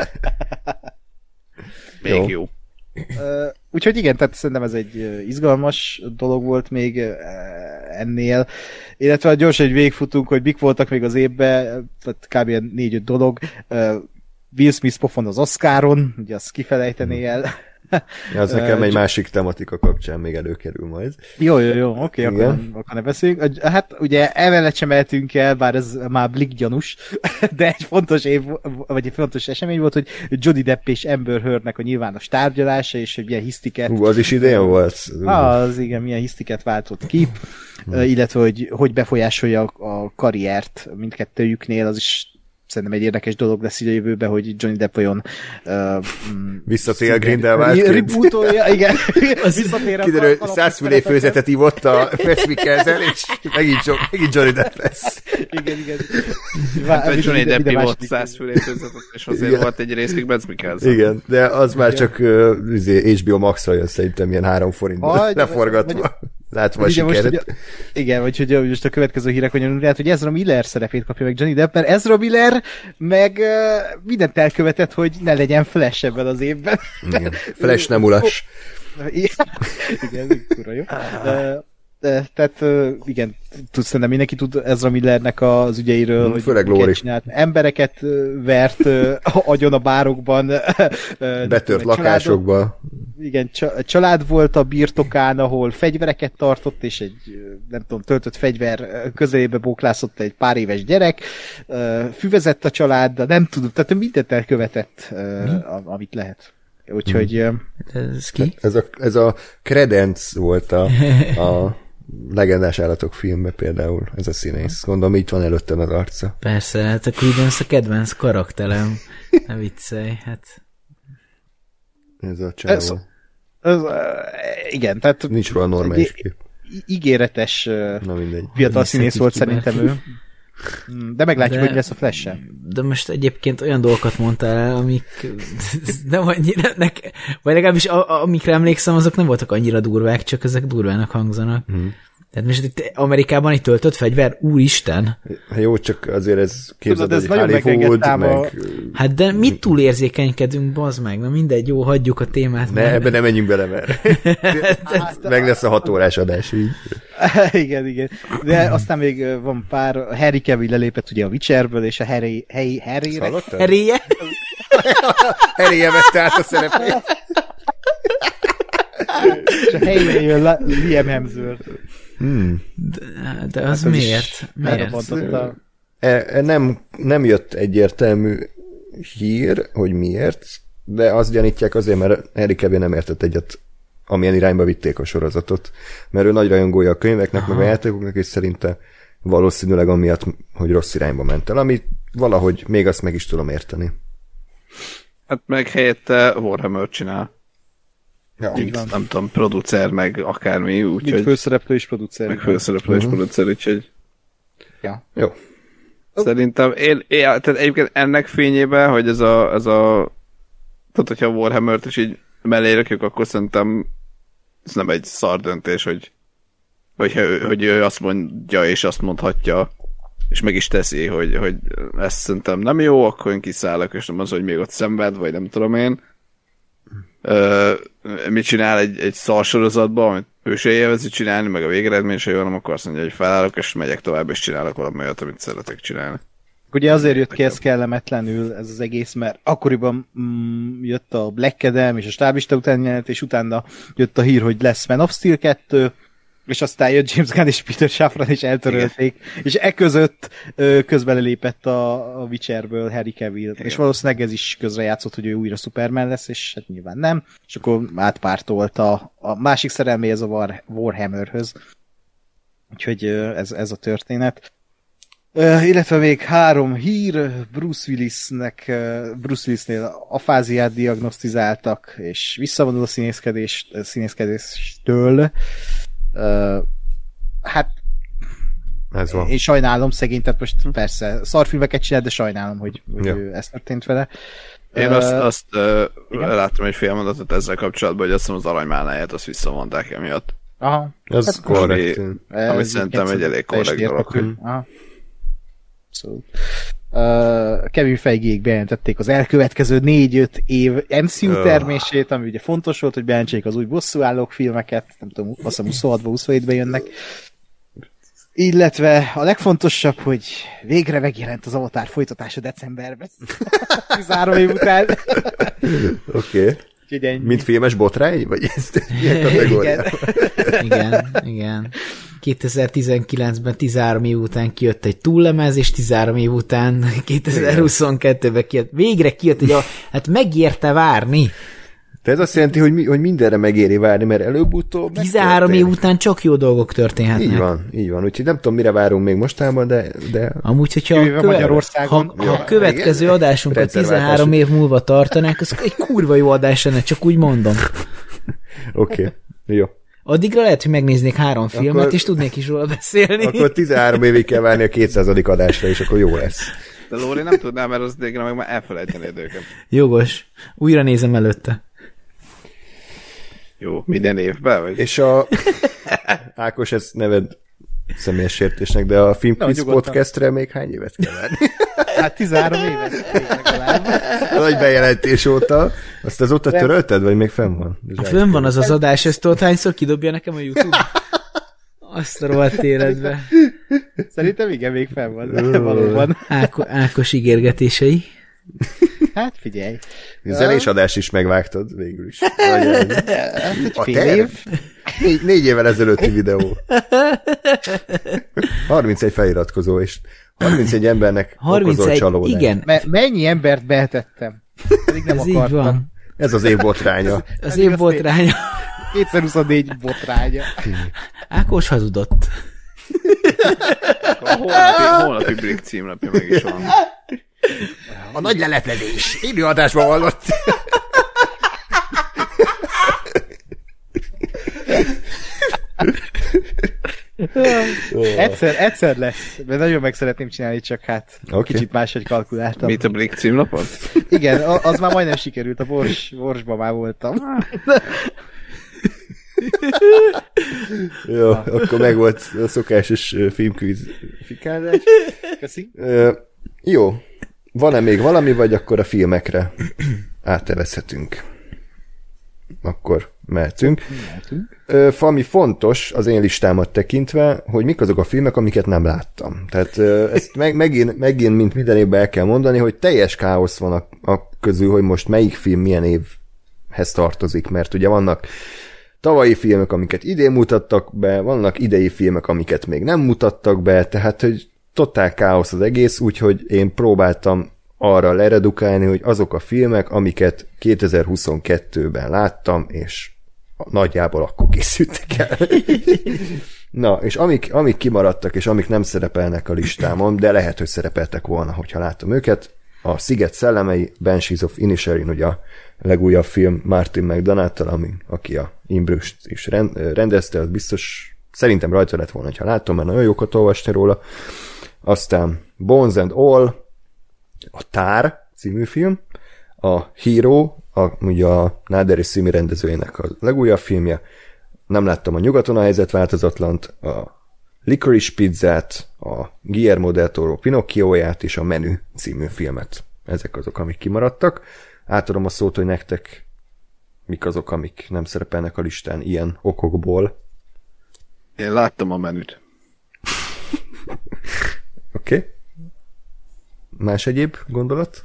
Még jó. jó. Uh, úgyhogy igen, tehát szerintem ez egy uh, izgalmas dolog volt még uh, ennél, illetve gyorsan egy végfutunk, hogy mik voltak még az évben, tehát kb. négy-öt dolog. Uh, Will Smith pofon az Oscaron, ugye azt kifelejtené el Az nekem egy másik tematika kapcsán még előkerül majd. Jó, jó, jó, oké, okay, akkor, akkor ne beszéljünk. Hát ugye emellett sem mehetünk el, bár ez már Blick gyanús, de egy fontos év, vagy egy fontos esemény volt, hogy Johnny Depp és Amber Heardnek a nyilvános tárgyalása, és hogy milyen hisztiket... Hú, az is idén volt. Az igen, milyen hisztiket váltott ki, hmm. illetve hogy hogy befolyásolja a karriert mindkettőjüknél, az is szerintem egy érdekes dolog lesz így a jövőben, hogy Johnny Depp olyan uh, visszatér a Grindelwald. Rebootolja, igen. Visszatér a kiderül, százfülé főzetet ivott a Wes Mikkelsen, és megint, megint Johnny Depp lesz. Igen, igen. Hát Johnny Depp ivott százfülé főzetet, és azért igen. Volt egy részig Wes Mikkelsen. Igen, de az igen. Már csak uh, há bé o Max-ra jön szerintem ilyen három forintból leforgatva. Vagy, látva a sikeret. Most, ugye, igen, vagy hogy most a következő hírek, hogy lehet, hogy Ezra Miller szerepét kapja meg Johnny Depp, mert Ezra Miller meg uh, mindent elkövetett, hogy ne legyen Flash ebben az évben. Igen. Flash nem ulas. Igen, kurva jó. Uh, de, tehát uh, igen, tudsz, szerintem mindenki tud Ezra Millernek az ügyeiről, hmm, hogy Lóri. Csinált. Embereket uh, vert uh, agyon a bárokban. Uh, Betört lakásokba. Igen, család volt a birtokán, ahol fegyvereket tartott, és egy, nem tudom, töltött fegyver közelébe bóklászott egy pár éves gyerek, füvezett a család, de nem tudom, tehát mindent elkövetett, amit lehet. Úgyhogy... Ez ki? Ez a, ez a Credence volt a, a Legendás állatok filmben például, ez a színész. Gondolom, így van előttem az arca. Persze, hát a Credence a kedvenc karakterem. Ne viccelj, hát... Ez a csávó. Ez, ez, igen, tehát... Nincs róla normális kép. Ígéretes Na fiatal színész volt szerintem ő. De meglátjuk, de, hogy lesz a Flash-en. De most egyébként olyan dolgokat mondtál el, amik nem annyira, nek, vagy legalábbis a, amikre emlékszem, azok nem voltak annyira durvák, csak ezek durvának hangzanak. Hmm. Tehát most itt Amerikában egy töltött fegyver, úristen! Jó, csak azért ez képzeld, ez Hollywood, meg... A... Hát de mit túlérzékenykedünk, bazd meg? Na mindegy, jó, hagyjuk a témát. Ne, ebbe nem menjünk bele, mert meg lesz a hat órás adás így. Igen, igen. De aztán még van pár, Harry Cavill lelépett ugye a Witcherből, és a Harry... Harry... Harry... Harry-je? Harry-je vette át a szerepét. És a helyére jön Liam Hemsworth. Hmm. De, de az hát miért? Miért? E, nem, nem jött egyértelmű hír, hogy miért, de azt gyanítják azért, mert Harry Cavill nem értett egyet, amilyen irányba vitték a sorozatot. Mert ő nagy rajongója a könyveknek, Aha. meg a játékoknak, és szerinte valószínűleg amiatt, hogy rossz irányba ment el, ami valahogy még azt meg is tudom érteni. Hát meg helyette Warhammer csinál. Ja, nem tudom, producer, meg akármi, úgyhogy... főszereplő és producer. Meg főszereplő uh-huh. és producer, úgyhogy... Ja. Jó. Szerintem, én, én, tehát egyébként ennek fényében, hogy ez a, ez a tehát hogyha a Warhammert is így mellé rakjuk, akkor szerintem ez nem egy szar döntés, hogy, hogy, hogy ő azt mondja és azt mondhatja, és meg is teszi, hogy, hogy ezt szerintem nem jó, akkor én kiszállok, és nem az, hogy még ott szenved, vagy nem tudom én. Uh, mit csinál egy, egy szarsorozatban, amit ő se élvezi csinálni, meg a végeredmény se jó, nem akkor azt mondja, hogy felállok, és megyek tovább, és csinálok valami olyat, amit szeretek csinálni. Ugye azért jött ki ez kellemetlenül ez az egész, mert akkoriban mm, jött a Black Adam és a stábista utáni jelenet, és utána jött a hír, hogy lesz Man of Steel kettő, és aztán jött James Gunn és Peter Safran, és eltörölték, igen. És e között ö, közben lépett a, a Witcherből Harry Cavill, igen. És valószínűleg ez is közrejátszott, hogy ő újra Superman lesz, és hát nyilván nem, és akkor átpártolt a, a másik szerelméhez, a War, Warhammerhöz. Úgyhogy ö, ez, ez a történet. Uh, illetve még három hír, Bruce Willisnek, uh, Bruce Willisnél afáziát diagnosztizáltak, és visszavonul a színészkedés, színészkedéstől. Uh, hát ez van. Én sajnálom szegény, tehát most persze szarfilmeket csinál, de sajnálom, hogy, hogy ja. ezt történt vele. Én uh, azt, azt uh, láttam egy fél mondatot ezzel kapcsolatban, hogy azt mondom, az aranymálnáját azt visszavonták emiatt. Aha. Ez hát, korrekt. Ami, ami szerintem egy elég korrekt dolog. Aha. Szóval. Uh, Kevin Feigék bejelentették az elkövetkező négy-öt év em cé u termését, ami ugye fontos volt, hogy bejelentsék az új bosszúállók filmeket, nem tudom, azt hiszem huszonhatba huszonhétbe jönnek. Illetve a legfontosabb, hogy végre megjelent az Avatar folytatása decemberben. tizenhárom év után. Oké. Okay. Mint filmes botrány? Vagy ezt ilyen kategóriában? Igen, igen. kétezer-tizenkilencben tizenhárom év után kijött egy túllemez, és tizenhárom év után kétezer-huszonkettőben kijött. Végre kijött, hogy a, hát megérte várni. De ez azt jelenti, hogy, mi, hogy mindenre megéri várni, mert előbb-utóbb tizenhárom év után csak jó dolgok történhetnek. Így van, így van. Úgyhogy nem tudom, mire várunk még mostában, de... de... Amúgy, hogyha a, köve... ha, ha a következő adásunkat tizenhárom év múlva tartanák, az egy kurva jó adás lenne, csak úgy mondom. Oké, okay. Jó. Addigra lehet, hogy megnéznék három filmet, akkor... és tudnék is róla beszélni. Akkor tizenhárom évig kell várni a kétszázadik adásra, és akkor jó lesz. De Lóri nem tudnám, mert az végre meg már elfelejtenéd őket. Jogos. Újra nézem előtte. Jó, minden évben vagy? És a... Ákos, ezt neved személyes sértésnek, de a Filmquiz podcastre még hány évet kell várni? Hát tizenhárom évet. A nagy bejelentés óta. Azt azóta nem. Törölted, vagy még fenn van? Hát fenn van az az adás, ezt tudod, hányszor kidobja nekem a YouTube? Azt a rohadt életbe. Szerintem igen, még fenn van. Valóban. Áko- Ákos ígérgetései. Hát figyelj. Zenés adás is megvágtad végül is. Hát, a fél év. Négy, négy évvel ezelőtti videó. harmincegy feliratkozó, és harmincegy embernek harmincegy, okozol csalódást. Igen. Me- mennyi embert behetettem? Pedig nem ez akartam. Van. Ez az év botránya. Az, az év botránya. kétezer-huszonnégy botránya. Ákos hazudott. A holnapi, holnapi Brick címlapja meg is van. A nagy lelepledés. Élő adásban hallott. egyszer, egyszer lesz, mert nagyon meg szeretném csinálni, csak hát okay. Kicsit máshogy kalkuláltam. Mit a Brick címlapon? Igen, az már majdnem sikerült, a Bors, Borsban már voltam. Jó, akkor meg volt a szokásos filmkvíz fikázás. Köszi. Uh, jó, van-e még valami, vagy akkor a filmekre áttevezhetünk? Akkor mehetünk. mehetünk. Uh, ami fontos az én listámat tekintve, hogy mik azok a filmek, amiket nem láttam. Tehát uh, ezt meg, megint, megint, mint minden évben el kell mondani, hogy teljes káosz van a, a közül, hogy most melyik film milyen évhez tartozik, mert ugye vannak tavalyi filmek, amiket idén mutattak be, vannak idei filmek, amiket még nem mutattak be, tehát hogy totál káosz az egész, úgyhogy én próbáltam arra leredukálni, hogy azok a filmek, amiket kétezer-huszonkettőben láttam, és nagyjából akkor készültek el. Na, és amik, amik kimaradtak, és amik nem szerepelnek a listámon, de lehet, hogy szerepeltek volna, hogyha láttam őket, a Sziget szellemei, Banshees of Inisherin, ugye a legújabb film Martin McDonagh-tal, ami, aki a Imbrust is rendezte, az biztos, szerintem rajta lett volna, ha láttam, mert nagyon jókat olvasni róla. Aztán Bones and All, a Tár című film, a Hero, a, ugye a Nader és Simi rendezőjének a legújabb filmje, nem láttam a Nyugaton a helyzet változatlant, a Licorice Pizzát, a Guillermo del Toro Pinocchióját és a Menü című filmet. Ezek azok, amik kimaradtak. Átadom a szót, hogy nektek mik azok, amik nem szerepelnek a listán ilyen okokból. Én láttam a Menüt. Oké. Okay. Más egyéb gondolat?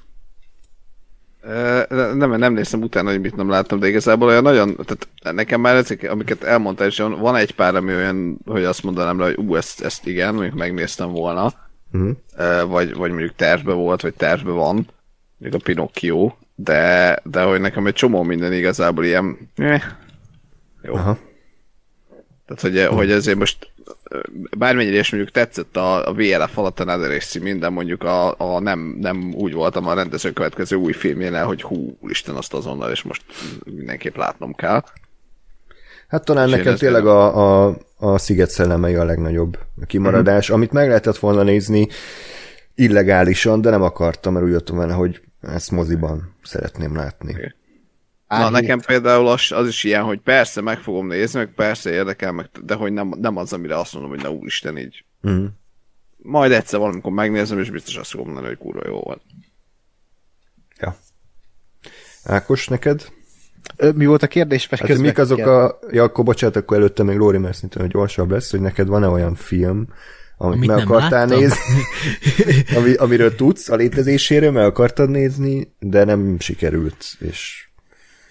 Nem, nem néztem utána, hogy mit nem láttam, de igazából olyan nagyon, tehát nekem már ezek, amiket elmondtál, és van egy pár, ami olyan, hogy azt mondanám le, hogy ú, ezt, ezt igen, mondjuk megnéztem volna, uh-huh. vagy, vagy mondjuk tervbe volt, vagy tervbe van, mondjuk a Pinocchio, de, de hogy nekem egy csomó minden igazából ilyen, eh, jó. Aha. Tehát, hogy, uh-huh. hogy ezért most bármennyire is mondjuk tetszett a, a vé el ef alatt a Netherrealm minden mondjuk a, a nem, nem úgy voltam a rendező következő új filmjénel, hogy hú, Isten azt azonnal, és most mindenképp látnom kell. Hát talán és nekem tényleg a, a, a Sziget szellemei a legnagyobb kimaradás, mm-hmm. amit meg lehetett volna nézni illegálisan, de nem akartam, mert úgy jöttem vele, hogy ezt moziban szeretném látni. Okay. Na, nekem például az, az is ilyen, hogy persze meg fogom nézni, meg persze érdekel, meg, de hogy nem, nem az, amire azt mondom, hogy na úristen, így. Mm. Majd egyszer valamikor megnézem, és biztos azt fogom mondani, hogy kurva jó volt. Ja. Ákos, neked? Mi volt a kérdés? Hát mik azok a... Ja, akkor bocsánat, akkor előtte még Lóri, mert szerintem, hogy gyorsabb lesz, hogy neked van-e olyan film, amit, amit meg akartál láttam? Nézni, ami, amiről tudsz a létezéséről, meg akartad nézni, de nem sikerült, és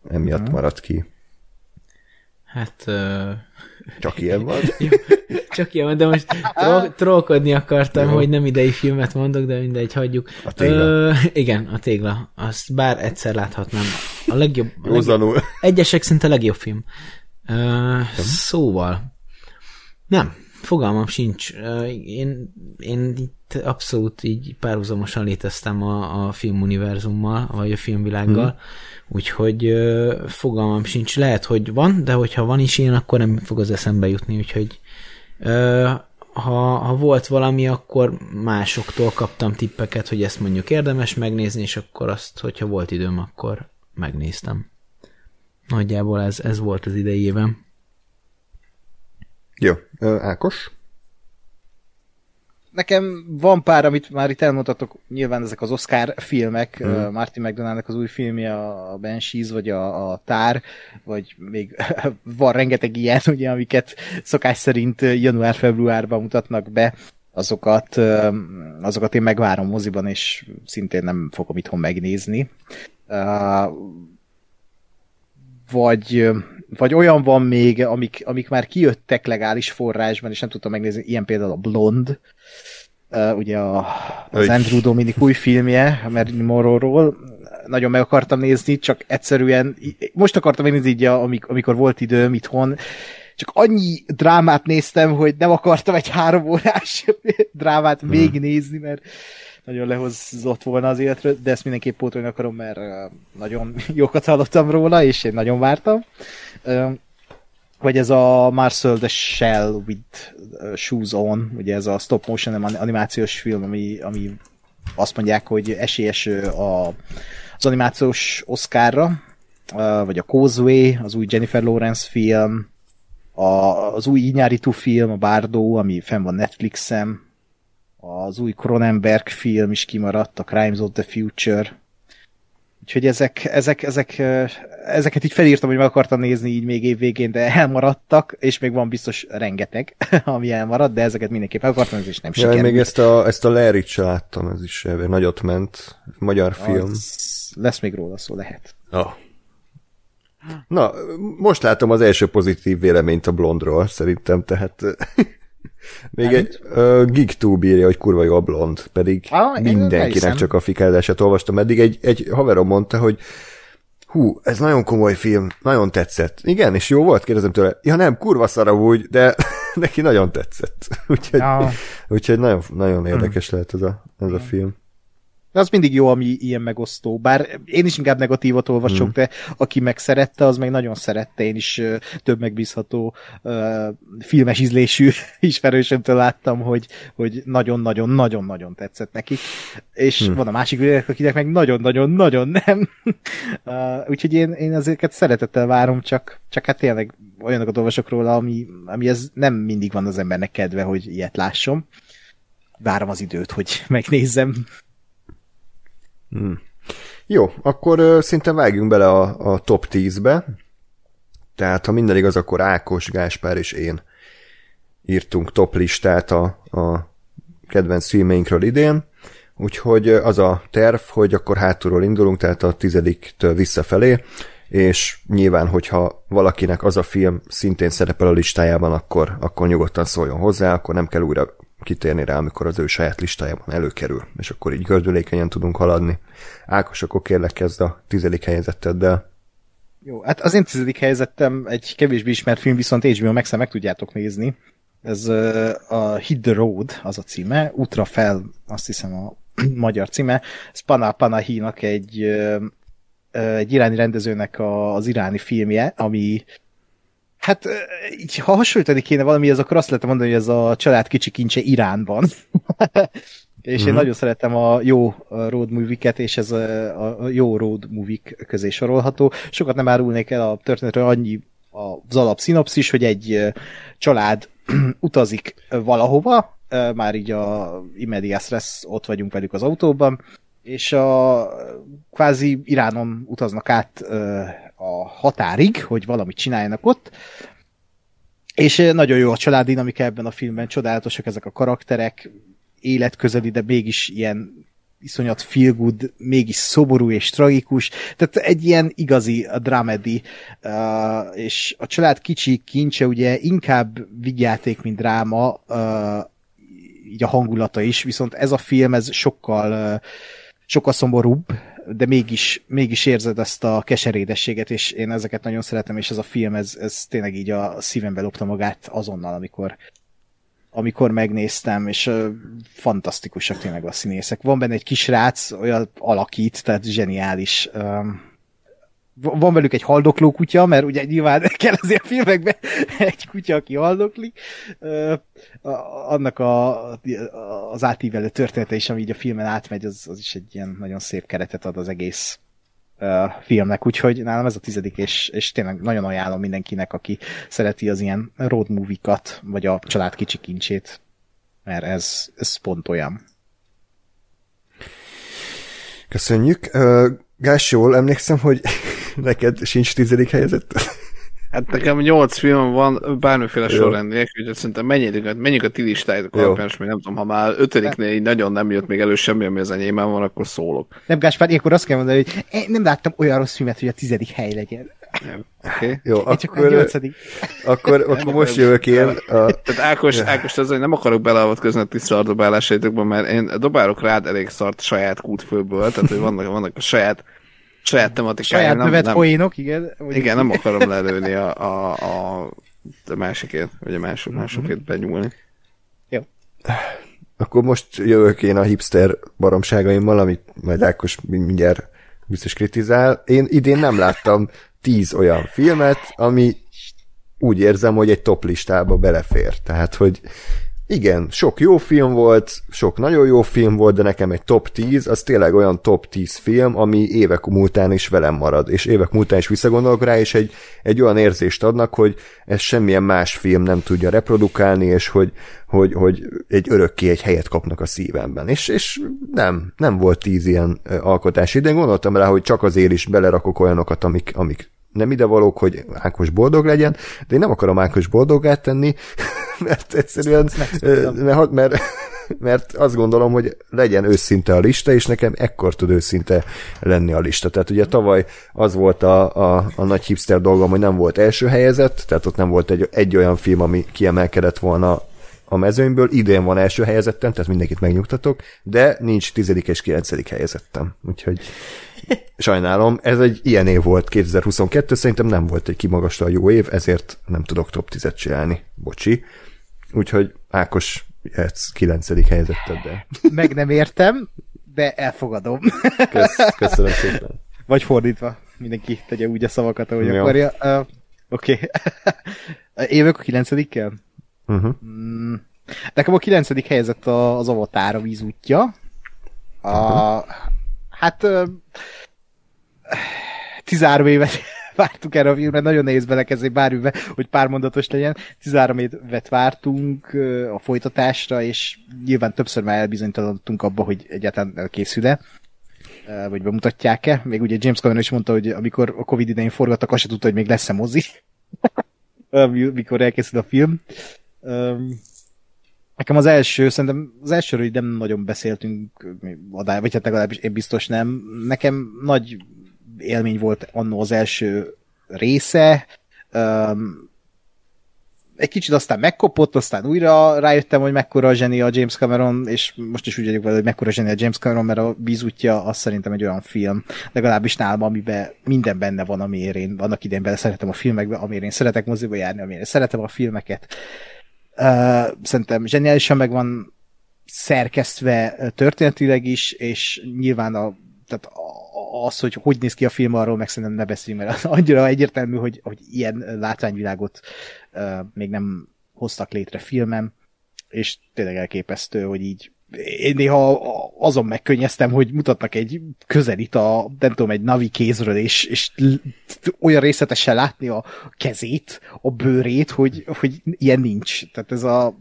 emiatt uh-huh. maradt ki. Hát... Uh... Csak ilyen van? Csak ilyen van, de most tro- trollkodni akartam, jó, hogy nem idei filmet mondok, de mindegy, hagyjuk. A tégla. Ö, igen, a tégla. Azt bár egyszer láthatnám. A legjobb... A legjobb egyesek szinte a legjobb film. Ö, szóval... Nem, fogalmam sincs. Én, én itt abszolút így párhuzamosan léteztem a, a filmuniverzummal, vagy a filmvilággal, hmm. úgyhogy ö, fogalmam sincs. Lehet, hogy van, de hogyha van is ilyen, akkor nem fog az eszembe jutni, úgyhogy ö, ha, ha volt valami, akkor másoktól kaptam tippeket, hogy ezt mondjuk érdemes megnézni, és akkor azt, hogyha volt időm, akkor megnéztem. Nagyjából ez, ez volt az idei évem. Jó. Ákos? Nekem van pár, amit már itt elmondhatok, nyilván ezek az Oscar filmek, hmm. Martin McDonagh-nak az új filmje, a Banshees, vagy a, a Tár, vagy még van rengeteg ilyen, ugye, amiket szokás szerint január-februárban mutatnak be, azokat, azokat én megvárom moziban, és szintén nem fogom itthon megnézni. Vagy... vagy olyan van még, amik, amik már kijöttek legális forrásban, és nem tudtam megnézni, ilyen például a Blond, uh, ugye a, az Andrew Dominik új filmje, a Marilyn Monroe-ról, nagyon meg akartam nézni, csak egyszerűen, most akartam megnézni így, amikor volt időm itthon, csak annyi drámát néztem, hogy nem akartam egy három órás drámát hmm. még nézni, mert nagyon lehozott volna az életről, de ezt mindenképp pótolni akarom, mert nagyon jókat hallottam róla, és én nagyon vártam. Vagy ez a Marcel the Shell with Shoes On, ugye ez a stop motion animációs film, ami, ami azt mondják, hogy esélyes a, az animációs Oscarra, vagy a Causeway, az új Jennifer Lawrence film, a, az új Iñárritu film, a Bardo, ami fenn van Netflixen, az új Cronenberg film is kimaradt, a Crimes of the Future. Úgyhogy ezek, ezek, ezek, ezeket így felírtam, hogy meg akartam nézni így még évvégén, de elmaradtak, és még van biztos rengeteg, ami elmaradt, de ezeket mindenképp meg akartam nézni, és nem sikerült. Ja, még ezt a, ezt a Larryt se láttam, ez is nagyot ment, magyar film. Az, lesz még róla szó, lehet. Oh. Na, most látom az első pozitív véleményt a Blondról, szerintem, tehát... Még nem egy uh, GeekTube írja, hogy kurva jó a Blond, pedig ah, mindenkinek csak a fikázását olvastam. Eddig egy, egy haverom mondta, hogy hú, ez nagyon komoly film, nagyon tetszett. Igen, és jó volt? Kérdezem tőle. Ja nem, kurva szara úgy, de neki nagyon tetszett. Úgyhogy, ah. úgyhogy nagyon, nagyon érdekes hmm. lehet ez a, ez a film. De az mindig jó, ami ilyen megosztó. Bár én is inkább negatívot olvasok, mm. de aki meg szerette, az meg nagyon szerette. Én is uh, több megbízható uh, filmes ízlésű ismerősömtől láttam, hogy, hogy nagyon-nagyon-nagyon-nagyon tetszett nekik. És mm. van a másik világ, akinek meg nagyon-nagyon-nagyon nem. uh, úgyhogy én, én ezeket szeretettel várom, csak, csak hát tényleg olyanokat olvasok róla, ami, ami ez nem mindig van az embernek kedve, hogy ilyet lássom. Várom az időt, hogy megnézzem. Hmm. Jó, akkor uh, szinte vágjunk bele a, a top tízbe. Tehát, ha minden igaz, akkor Ákos, Gáspár és én írtunk top listát a, a kedvenc filmeinkről idén. Úgyhogy az a terv, hogy akkor hátulról indulunk, tehát a tizediktől visszafelé, és nyilván, hogyha valakinek az a film szintén szerepel a listájában, akkor, akkor nyugodtan szóljon hozzá, akkor nem kell újra kitérni rá, amikor az ő saját listájában előkerül, és akkor így gördülékenyen tudunk haladni. Ákos, akkor kérlek kezd a tizedik helyezetteddel. Jó, hát az én tizedik helyezettem egy kevésbé ismert film, viszont há bé o Maxen meg tudjátok nézni. Ez uh, a Hit the Road, az a címe, Útra fel, azt hiszem a magyar címe. Ez Pana Panahinak egy, uh, egy iráni rendezőnek a, az iráni filmje, ami hát, így, ha hasonlítani kéne valamihez, akkor azt lehet mondani, hogy ez a család kicsi kincse Iránban. És mm-hmm. én nagyon szeretem a jó road movie-ket, és ez a, a jó road movie-k közé sorolható. Sokat nem árulnék el a történetről, annyi az alapszinopszis, hogy egy család utazik valahova, már így a immedias res, ott vagyunk velük az autóban, és a kvázi Iránon utaznak át a határig, hogy valamit csináljanak ott, és nagyon jó a családdinamika ebben a filmben, csodálatosak ezek a karakterek, életközeli, de mégis ilyen iszonyat feel good, mégis szoború és tragikus, tehát egy ilyen igazi dramedy, uh, és a család kicsi kincse ugye inkább vigyáték, mint dráma, uh, így a hangulata is, viszont ez a film, ez sokkal, uh, sokkal szomorúbb, de mégis, mégis érzed ezt a keserédességet, és én ezeket nagyon szeretem, és ez a film, ez, ez tényleg így a szívembe lopta magát azonnal, amikor amikor megnéztem, és uh, fantasztikusak tényleg a színészek. Van benne egy kisrác, olyan alakít, tehát zseniális. Um, van velük egy haldokló kutya, mert ugye nyilván kell azért a filmekben egy kutya, aki haldoklik. Uh, annak a, az átívelő története is, ami így a filmen átmegy, az, az is egy ilyen nagyon szép keretet ad az egész uh, filmnek, úgyhogy nálam ez a tizedik, és, és tényleg nagyon ajánlom mindenkinek, aki szereti az ilyen road movie-kat, vagy a család kicsi kincsét, mert ez, ez pont olyan. Köszönjük. Uh, Gás, jól emlékszem, hogy neked sincs tizedik helyezett? Hát nekem nyolc film van, bármiféle sorrendiek, úgyhogy szerintem menjünk, menjünk a ti listáitok alapján, és még nem tudom, ha már ötödiknél így nagyon nem jött még elő semmi, ami az enyémben van, akkor szólok. Nem, Gáspár, ilyenkor azt kell mondani, hogy én nem láttam olyan rossz filmet, hogy a tizedik hely legyen. Nem. Okay. Jó, én csak akkor, a nyolcadik. Akkor, akkor most jövök én. A... Tehát Ákos, Ákos az, hogy nem akarok beleavatkozni a ti szardobálásaitokban, mert én dobálok rád elég szart saját kútfőből, tehát hogy vannak, vannak a saját saját tematikája. Saját növet poénok, igen. Igen, nem akarom lelőni a, a, a, a másikét, vagy a mások, másokét mm-hmm. benyúlni. Jó. Akkor most jövök én a hipster baromságaimmal, amit majd Ákos mindjárt biztos kritizál. Én idén nem láttam tíz olyan filmet, ami úgy érzem, hogy egy top listába belefér. Tehát, hogy igen, sok jó film volt, sok nagyon jó film volt, de nekem egy top tíz, az tényleg olyan top tíz film, ami évek múltán is velem marad, és évek múltán is visszagondolok rá, és egy, egy olyan érzést adnak, hogy ez semmilyen más film nem tudja reprodukálni, és hogy, hogy, hogy egy örökké egy helyet kapnak a szívemben. És, és nem, nem volt tíz ilyen alkotás idén, gondoltam rá, hogy csak azért is belerakok olyanokat, amik, amik nem idevalók, hogy Ákos boldog legyen, de én nem akarom Ákos boldoggá tenni, mert egyszerűen, mert, mert, mert azt gondolom, hogy legyen őszinte a lista, és nekem ekkor tud őszinte lenni a lista. Tehát ugye tavaly az volt a, a, a nagy hipster dolgom, hogy nem volt első helyezett, tehát ott nem volt egy, egy olyan film, ami kiemelkedett volna a mezőnyből, idén van első helyezettem, tehát mindenkit megnyugtatok, de nincs tizedik és kilencedik helyezettem. Úgyhogy sajnálom, ez egy ilyen év volt kétezer-huszonkettő, szerintem nem volt egy kimagasló jó év, ezért nem tudok top tízet csinálni. Bocsi. Úgyhogy Ákos, jöhetsz kilencedik helyezetteddel. Meg nem értem, de elfogadom. Kösz, köszönöm szépen. Vagy fordítva. Mindenki tegye úgy a szavakat, ahogy jó. Akarja. Uh, Oké. Okay. Évek a kilencedikkel? Uh-huh. Mm. Nekem a kilencedik helyezett az Avatar, a vízútja. A, uh-huh. Hát uh, tizenhárom évet vártunk erre a filmre, nagyon nehéz belekezdeni bármibe, hogy pármondatos legyen. tizenhárom évet vártunk uh, a folytatásra, és nyilván többször már elbizonytalanodtunk abba, hogy egyáltalán elkészül-e, uh, vagy bemutatják-e. Még ugye James Cameron is mondta, hogy amikor a Covid idején forgattak, azt se tudta, hogy még lesz-e mozi, mikor elkészül a film. Um, Nekem az első, szerintem az elsőről nem nagyon beszéltünk, vagy hát legalábbis én biztos nem. Nekem nagy élmény volt annó az első része. Um, egy kicsit aztán megkopott, aztán újra rájöttem, hogy mekkora a zseni a James Cameron, és most is úgy vagyok vele, hogy mekkora zseni a James Cameron, mert a vízútja az szerintem egy olyan film, legalábbis nálam, amiben minden benne van, amiért én annak idején bele szeretem a filmekbe, amiért én szeretek moziba járni, amiért én szeretem a filmeket. Uh, szerintem zseniálisan meg van szerkesztve történetileg is, és nyilván a, tehát az, hogy hogy néz ki a film, arról meg szerintem ne beszéljünk, mert az annyira egyértelmű, hogy, hogy ilyen látványvilágot uh, még nem hoztak létre filmem, és tényleg elképesztő, hogy így én néha azon megkönnyeztem, hogy mutatnak egy közelít a, nem tudom, egy Navi kézről, és, és olyan részletesen látni a kezét, a bőrét, hogy, hogy ilyen nincs. Tehát ez a...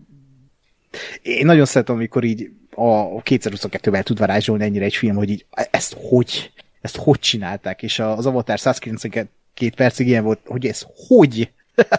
Én nagyon szeretem, amikor így a kétezer-huszonkettőben el tud varázsolni ennyire egy film, hogy így ezt hogy, ezt hogy csinálták, és az Avatar száz kilencvenkét percig ilyen volt, hogy ez hogy?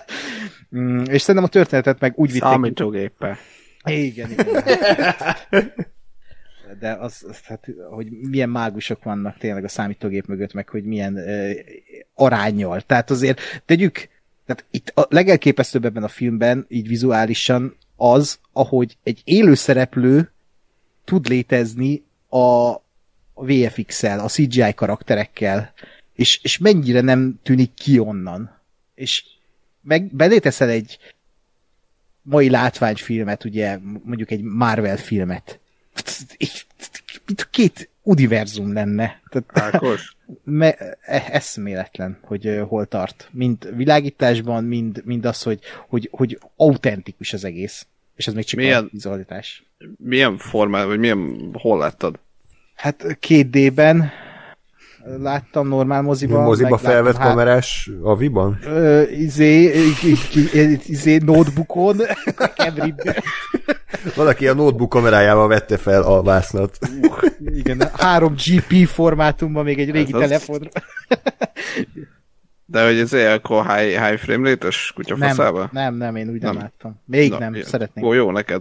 És szerintem a történetet meg úgy vitték... Számítógéppel. Igen, igen. de az, az hát, hogy milyen mágusok vannak tényleg a számítógép mögött, meg hogy milyen uh, aránnyal. Tehát azért tegyük, tehát itt a legelképesztőbb ebben a filmben, így vizuálisan az, ahogy egy élő szereplő tud létezni a vé ef iksszel, a cé gé i karakterekkel, és, és mennyire nem tűnik ki onnan. És meg beléteszel egy mai látványfilmet, ugye, mondjuk egy Marvel filmet. Mint két univerzum lenne. Ákos? Me, eszméletlen, hogy hol tart. Mind világításban, mind, mind az, hogy, hogy, hogy autentikus az egész. És ez még csak milyen, a vizualitás. Milyen formában, vagy milyen, hol láttad? Hát két dé-ben láttam, normál moziban. Moziba felvett hát, kamerás aviban? Ö, izé, izé, notebookon, valaki a notebook kamerájával vette fel a vásznat. Uh, igen, három gé pé formátumban még egy régi ez telefonra. De hogy ez akkor high, high frame rate-es kutyafaszába? Nem, nem, nem, én úgy nem, nem láttam. Még Na, nem, ilyen. Szeretnék. Ó, jó neked.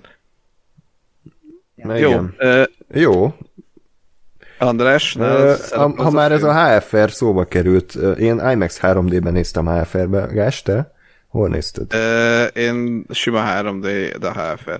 Ja. Jó. Uh, jó. András? Uh, ha, ha már ez a há ef er szóba került, én IMAX három dé-ben néztem há ef er-be. Gás, te? Hol nézted? Uh, én sima három dé, de há ef er.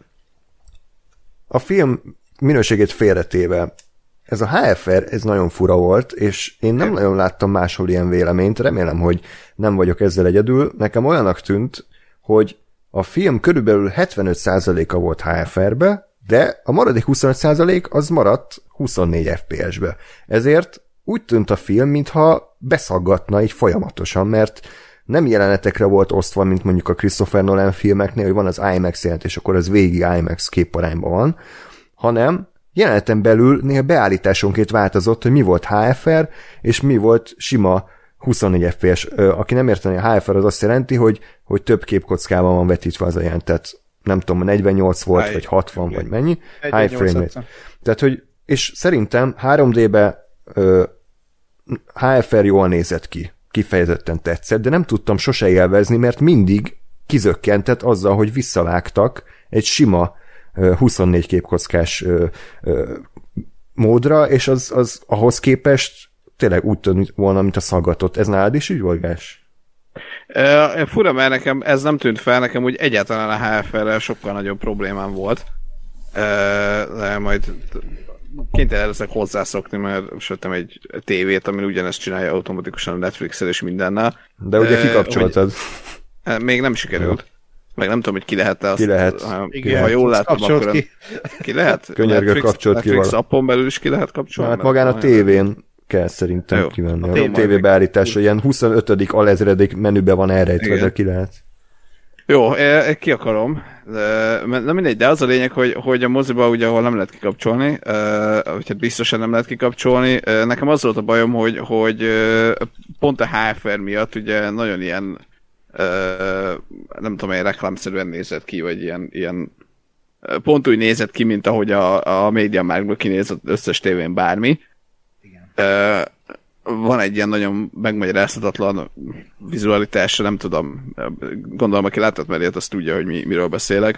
A film minőségét félretéve, ez a há ef er, ez nagyon fura volt, és én nem nagyon láttam máshol ilyen véleményt, remélem, hogy nem vagyok ezzel egyedül. Nekem olyanak tűnt, hogy a film körülbelül hetvenöt százaléka volt há ef er-be, de a maradék huszonöt százalék az maradt huszonnégy ef pé es-be. Ezért úgy tűnt a film, mintha beszaggatna így folyamatosan, mert nem jelenetekre volt osztva, mint mondjuk a Christopher Nolan filmeknél, hogy van az IMAX jelenet, és akkor az végig IMAX képarányban van, hanem jeleneten belül néha beállításonként változott, hogy mi volt há ef er, és mi volt sima huszonnégy ef pé es. Aki nem érteni, a há ef er az azt jelenti, hogy, hogy több képkockában van vetítve az a jelent, tehát nem tudom, negyvennyolc volt, high, vagy hatvan, vagy mennyi. High frame rate. Tehát, hogy, és szerintem három dé-be ö, há ef er jól nézett ki, kifejezetten tetszett, de nem tudtam sose élvezni, mert mindig kizökkentett azzal, hogy visszavágtak egy sima ö, huszonnégy képkockás ö, ö, módra, és az, az ahhoz képest tényleg úgy tűnt volna, mint a szaggatott. Ez nálad is így volt, Gás? Uh, fura, mert nekem ez nem tűnt fel, nekem úgy egyáltalán a há ef er-rel sokkal nagyobb problémám volt. Uh, de majd kénytelen leszek hozzászokni, mert sütöttem egy tévét, ami ugyanezt csinálja automatikusan a Netflix-el és mindennel. De ugye uh, kikapcsoltad. Hogy, még nem sikerült. Meg nem tudom, hogy ki lehet-e azt. Ki lehet. Ha, igen, ha jól látom, akkor ki. ki lehet? Könyörgő kapcsolt ki Netflix appon belül is ki lehet kapcsolni? Hát magán a tévén kell szerintem jó, kivenni. A, a tévébeállítása ilyen huszonötödik alezredik menübe van elrejtve, de ki lehet. Jó, ki akarom. De, de mindegy, de az a lényeg, hogy, hogy a moziba ugye, ahol nem lehet kikapcsolni, vagy hát biztosan nem lehet kikapcsolni, nekem az volt a bajom, hogy, hogy pont a há ef er miatt ugye nagyon ilyen nem tudom, egy reklámszerűen nézett ki, vagy ilyen, ilyen pont úgy nézett ki, mint ahogy a, a MediaMarktból kinézett összes tévén bármi. Igen. Van egy ilyen nagyon megmagyarázhatatlan vizualitásra, nem tudom, gondolom, aki látott már ilyet, azt tudja, hogy mi, miről beszélek.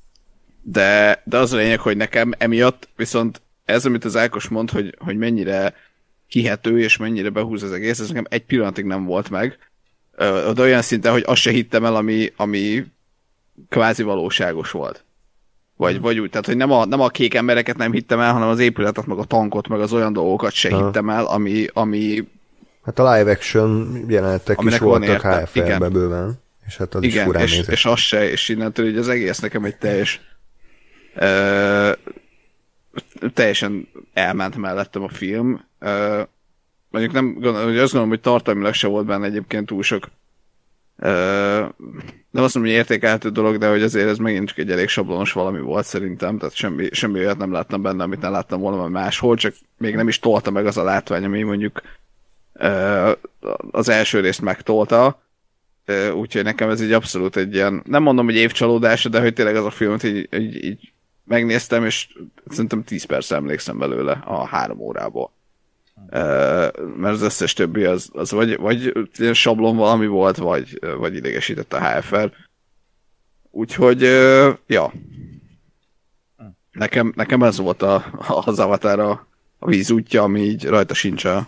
De, de az a lényeg, hogy nekem emiatt viszont ez, amit az Ákos mond, hogy, hogy mennyire hihető és mennyire behúz az egész, ez nekem egy pillanatig nem volt meg. De olyan szinten, hogy azt se hittem el, ami, ami kvázi valóságos volt. Vagy, vagy úgy, tehát hogy nem a, nem a kék embereket nem hittem el, hanem az épületet, meg a tankot, meg az olyan dolgokat se ha. hittem el, ami, ami... Hát a live action jelenetek is voltak há ef er-be bőven. És hát az igen, is furán és, nézett. és az se, és innentől így az egész nekem egy teljes... Uh, teljesen elment mellettem a film. Uh, mondjuk nem, gondolom, hogy azt gondolom, hogy tartalmilag se volt benne egyébként túl sok Uh, nem azt mondom, hogy értékelhető dolog, de hogy azért ez megint csak egy elég sablonos valami volt szerintem, tehát semmi, semmi olyat nem láttam benne, amit nem láttam volna máshol, csak még nem is tolta meg az a látvány, ami mondjuk uh, az első részt megtolta, uh, úgyhogy nekem ez így abszolút egy ilyen, nem mondom, hogy évcsalódása, de hogy tényleg az a filmet így, így, így megnéztem, és szerintem tíz perc emlékszem belőle a három órából. Uh, mert az összes többi az, az vagy, vagy sablon valami volt, vagy, vagy idegesített a há ef er. Úgyhogy, uh, ja. Nekem, nekem ez volt a, az Avatar a, a vízútja, ami így rajta sincs a,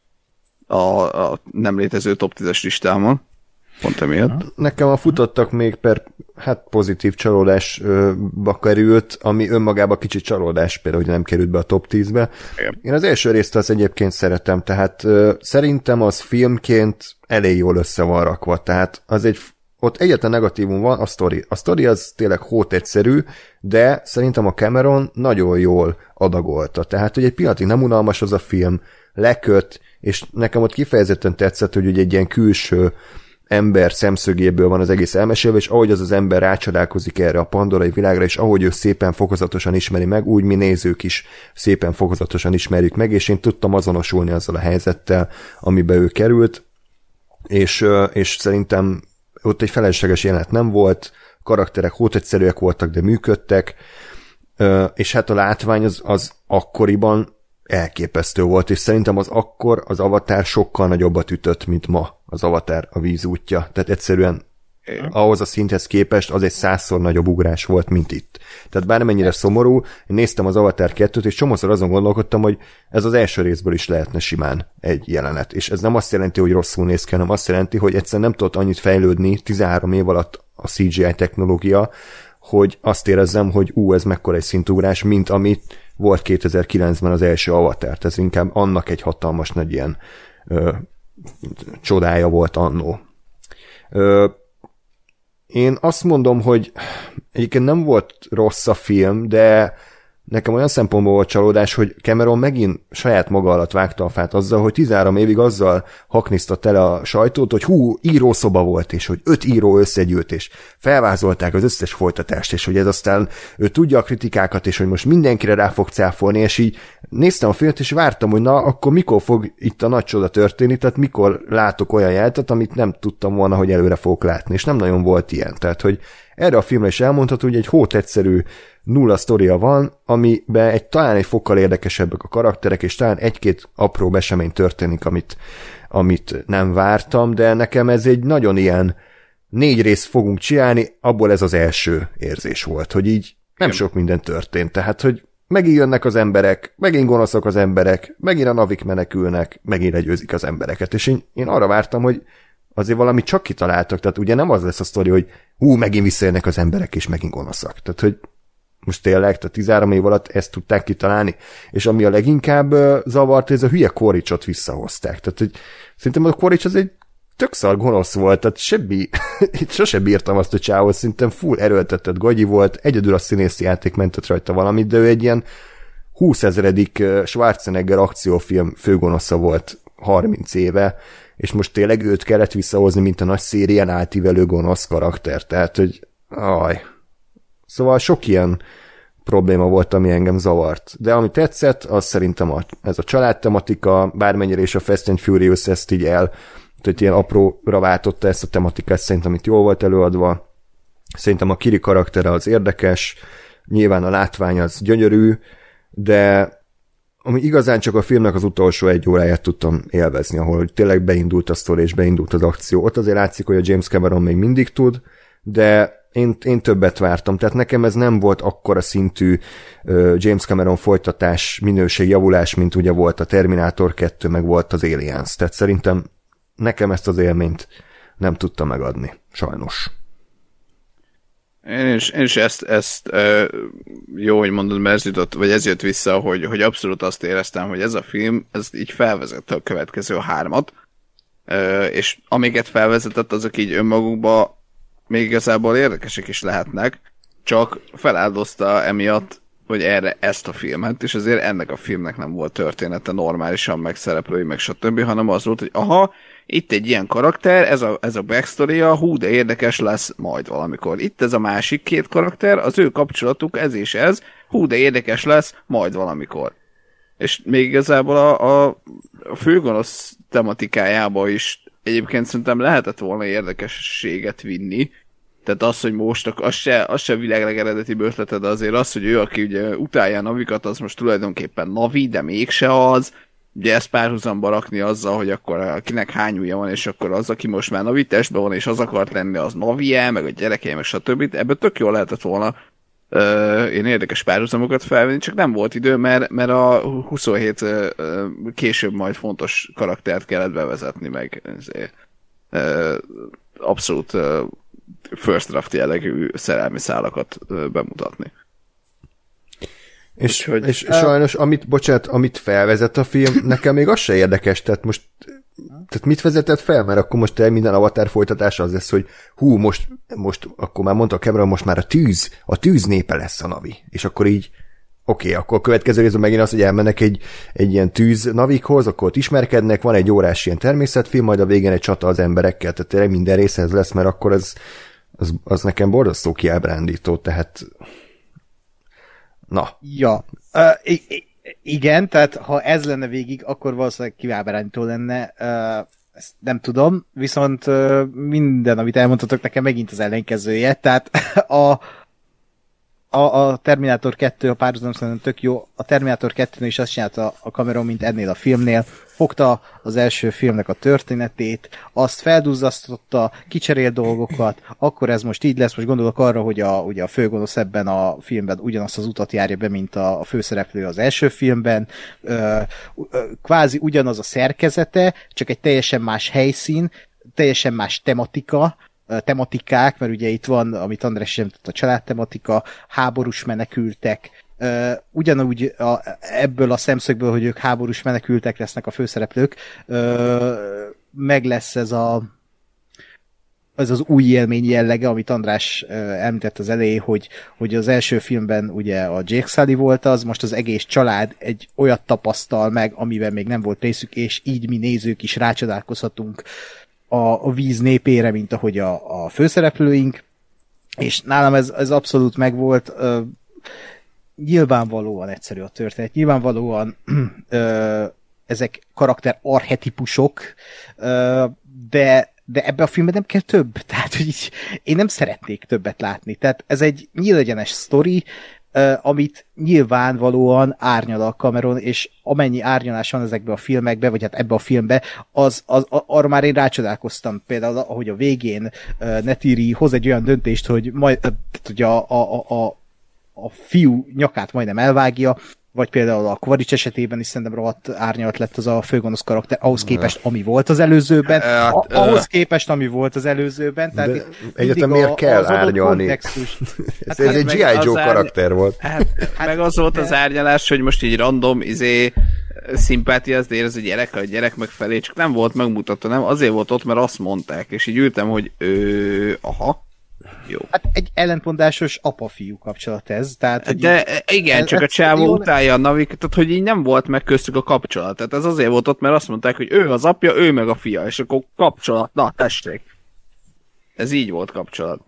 a, a nem létező top tízes listámon. Pont emiatt. Nekem a futottak még per hát pozitív csalódásba került, ami önmagában kicsit csalódás, például, hogy nem került be a top tízbe. Igen. Én az első részt az egyébként szeretem, tehát uh, szerintem az filmként elég jól össze van rakva, tehát az egy, ott egyetlen negatívum van, a sztori. A sztori az tényleg hót egyszerű, de szerintem a Cameron nagyon jól adagolta. Tehát, hogy egy pillanatig nem unalmas az a film, leköt, és nekem ott kifejezetten tetszett, hogy ugye egy ilyen külső ember szemszögéből van az egész elmesélve, és ahogy az az ember rácsodálkozik erre a pandorai világra, és ahogy ő szépen fokozatosan ismeri meg, úgy mi nézők is szépen fokozatosan ismerjük meg, és én tudtam azonosulni azzal a helyzettel, amiben ő került, és, és szerintem ott egy felesleges jelenet nem volt, karakterek hótegyszerűek voltak, de működtek, és hát a látvány az, az akkoriban elképesztő volt, és szerintem az akkor az Avatar sokkal nagyobbat ütött, mint ma az Avatar a vízútja. Tehát egyszerűen é. ahhoz a szinthez képest az egy százszor nagyobb ugrás volt, mint itt. Tehát bármennyire szomorú, én néztem az Avatar kettőt, és csomószor azon gondolkodtam, hogy ez az első részből is lehetne simán egy jelenet. És ez nem azt jelenti, hogy rosszul néz ki, hanem azt jelenti, hogy egyszerűen nem tudott annyit fejlődni tizenhárom év alatt a cé gé i technológia, hogy azt érezzem, hogy ú, ez mekkora egy szintugrás, mint amit volt kétezer-kilencben az első Avatar. Ez inkább annak egy hatalmas nagy ilyen ö, csodája volt annó. Ö, én azt mondom, hogy egyébként nem volt rossz a film, de nekem olyan szempontból volt csalódás, hogy Cameron megint saját maga alatt vágta a fát azzal, hogy tizenhárom évig azzal hakniszta tele a sajtót, hogy hú, írószoba volt, és hogy öt író összegyűlt, és felvázolták az összes folytatást, és hogy ez aztán ő tudja a kritikákat, és hogy most mindenkire rá fog cáfolni, és így néztem a filmet, és vártam, hogy na, akkor mikor fog itt a nagy csoda történni, tehát mikor látok olyan jeltet, amit nem tudtam volna, hogy előre fogok látni, és nem nagyon volt ilyen. Tehát, hogy erre a filmre is elmondható, hogy egy hót egyszerű nulla sztoria van, amiben egy, talán egy fokkal érdekesebbek a karakterek, és talán egy-két apró esemény történik, amit, amit nem vártam, de nekem ez egy nagyon ilyen négy részt fogunk csinálni, abból ez az első érzés volt, hogy így nem sok minden történt, tehát, hogy megint jönnek az emberek, megint gonoszok az emberek, megint a navik menekülnek, megint legyőzik az embereket, és én, én arra vártam, hogy azért valami csak kitaláltak, tehát ugye nem az lesz a sztori, hogy hú, megint visszajönnek az emberek, és megint gonoszak. Tehát, hogy most tényleg, tehát tizenhárom év alatt ezt tudták kitalálni, és ami a leginkább uh, zavart, ez a hülye Quaritch-ot visszahozták. Tehát, hogy szerintem a Quaritch az egy tök szar gonosz volt, tehát semmi, itt sose bírtam azt a csávot, szerintem full erőltetett gagyi volt, egyedül a színészi játék mentett rajta valamit, de ő egy ilyen húszezeredik Schwarzenegger akciófilm főgonosza volt harminc éve, és most tényleg őt kellett visszahozni, mint a nagy szérián átívelő gonosz karakter, tehát, hogy aj. Szóval sok ilyen probléma volt, ami engem zavart. De ami tetszett, az szerintem a, ez a családtematika, bármennyire is a Fast and Furious ezt így el, hogy ilyen apróra váltotta ezt a tematikát, szerintem itt jól volt előadva. Szerintem a Kiri karaktere az érdekes, nyilván a látvány az gyönyörű, de ami igazán csak a filmnek az utolsó egy óráját tudtam élvezni, ahol tényleg beindult a sztori és beindult az akció. Ott azért látszik, hogy a James Cameron még mindig tud, de én, én többet vártam. Tehát nekem ez nem volt akkora szintű uh, James Cameron folytatás, minőségjavulás, mint ugye volt a Terminator kettő, meg volt az Aliens. Tehát szerintem nekem ezt az élményt nem tudta megadni. Sajnos. Én is, én is ezt, ezt uh, jó, hogy mondod, mert ez jutott, vagy ez jött vissza, hogy, hogy abszolút azt éreztem, hogy ez a film, ez így felvezette a következő hármat, uh, és amiket felvezetett, azok így önmagukban még igazából érdekesek is lehetnek, csak feláldozta emiatt, hogy erre ezt a filmet, és azért ennek a filmnek nem volt története normálisan, meg szereplői, meg stb., hanem az volt, hogy aha, itt egy ilyen karakter, ez a, ez a backstory-a, hú, de érdekes lesz majd valamikor. Itt ez a másik két karakter, az ő kapcsolatuk, ez és ez, hú, de érdekes lesz majd valamikor. És még igazából a, a, a főgonosz tematikájába is egyébként szerintem lehetett volna érdekességet vinni. Tehát az, hogy most, az se, az se világ legeredetibb ötlete, de azért az, hogy ő, aki ugye utálja a navikat, az most tulajdonképpen navi, de mégse az. Ugye ezt párhuzamba rakni azzal, hogy akkor akinek hány ujja van, és akkor az, aki most már navi testben van, és az akart lenni, az navi-e, meg a gyerekei, meg stb. Ebből tök jól lehetett volna uh, én érdekes párhuzamokat felvenni, csak nem volt idő, mert, mert a huszonhét uh, később majd fontos karaktert kellett bevezetni meg. Ezért, uh, abszolút uh, first draft jellegű szerelmi szálakat uh, bemutatni. És, Úgyhogy, és sajnos, amit, bocsánat, amit felvezet a film, nekem még az se érdekes, tehát most tehát mit vezetett fel? Mert akkor most minden Avatar folytatása az lesz, hogy hú, most, most akkor már mondta a Cameron, most már a tűz, a tűz népe lesz a Navi. És akkor így, oké, okay, akkor a következő részben megint az, hogy elmennek egy, egy ilyen tűz Navikhoz, akkor ott ismerkednek, van egy órás ilyen természetfilm, majd a végén egy csata az emberekkel, tehát tényleg minden részhez lesz, mert akkor az, az, az nekem borzasztó kiábrándító, tehát na. Ja, uh, i- i- igen, tehát ha ez lenne végig, akkor valószínűleg kiábrándító lenne, uh, ezt nem tudom, viszont uh, minden, amit elmondhatok, nekem megint az ellenkezője, tehát a, a, a Terminátor kettő, a párhuzam szerintem tök jó, a Terminátor kettőnél is azt csinálta a Cameron, mint ennél a filmnél, fogta az első filmnek a történetét, azt felduzzasztotta, kicserél dolgokat, akkor ez most így lesz, most gondolok arra, hogy a, ugye a főgonosz ebben a filmben ugyanazt az utat járja be, mint a, a főszereplő az első filmben, ö, ö, kvázi ugyanaz a szerkezete, csak egy teljesen más helyszín, teljesen más tematika, tematikák, mert ugye itt van, amit András sem tudta, a családtematika, háborús menekültek, Uh, ugyanúgy a, ebből a szemszögből, hogy ők háborús menekültek lesznek a főszereplők, uh, meg lesz ez a ez az új élmény jellege, amit András uh, említett az elején, hogy, hogy az első filmben ugye a Jake Sully volt az, most az egész család egy olyat tapasztal meg, amiben még nem volt részük, és így mi nézők is rácsodálkozhatunk a, a víz népére, mint ahogy a, a főszereplőink, és nálam ez, ez abszolút megvolt. Uh, Nyilvánvalóan egyszerű a történet, nyilvánvalóan ö, ezek karakter archetipusok, ö, de, de ebbe a filmben nem kell több, tehát hogy így, én nem szeretnék többet látni, tehát ez egy nyílegyenes sztori, ö, amit nyilvánvalóan árnyal a Cameron, és amennyi árnyalás van ezekbe a filmekbe, vagy hát ebbe a filmbe, az, az, arra már én rácsodálkoztam, például ahogy a végén ö, Neytiri hoz egy olyan döntést, hogy majd, ö, hogy a, a, a, a a fiú nyakát majdnem elvágja, vagy például a Quaritch esetében is szerintem rohadt árnyalt lett az a főgonosz karakter, ahhoz képest, ami volt az előzőben, a, ahhoz képest, ami volt az előzőben. Tehát egyetem miért kell árnyalni? Hát ez egy gé i. Joe karakter volt. Hát, hát meg az volt az árnyalás, hogy most így random, izé, szimpátia, az érez a gyerek, a gyerek meg felé, csak nem volt megmutatva, nem? Azért volt ott, mert azt mondták, és így ültem, hogy ö, aha, jó. Hát egy ellentmondásos apa-fiú kapcsolat ez. Tehát, de így, igen, csak a csávó utálja a Navik, tehát hogy így nem volt meg köztük a kapcsolat. Tehát ez azért volt ott, mert azt mondták, hogy ő az apja, ő meg a fia, és akkor kapcsolat, na tessék. Ez így volt kapcsolat.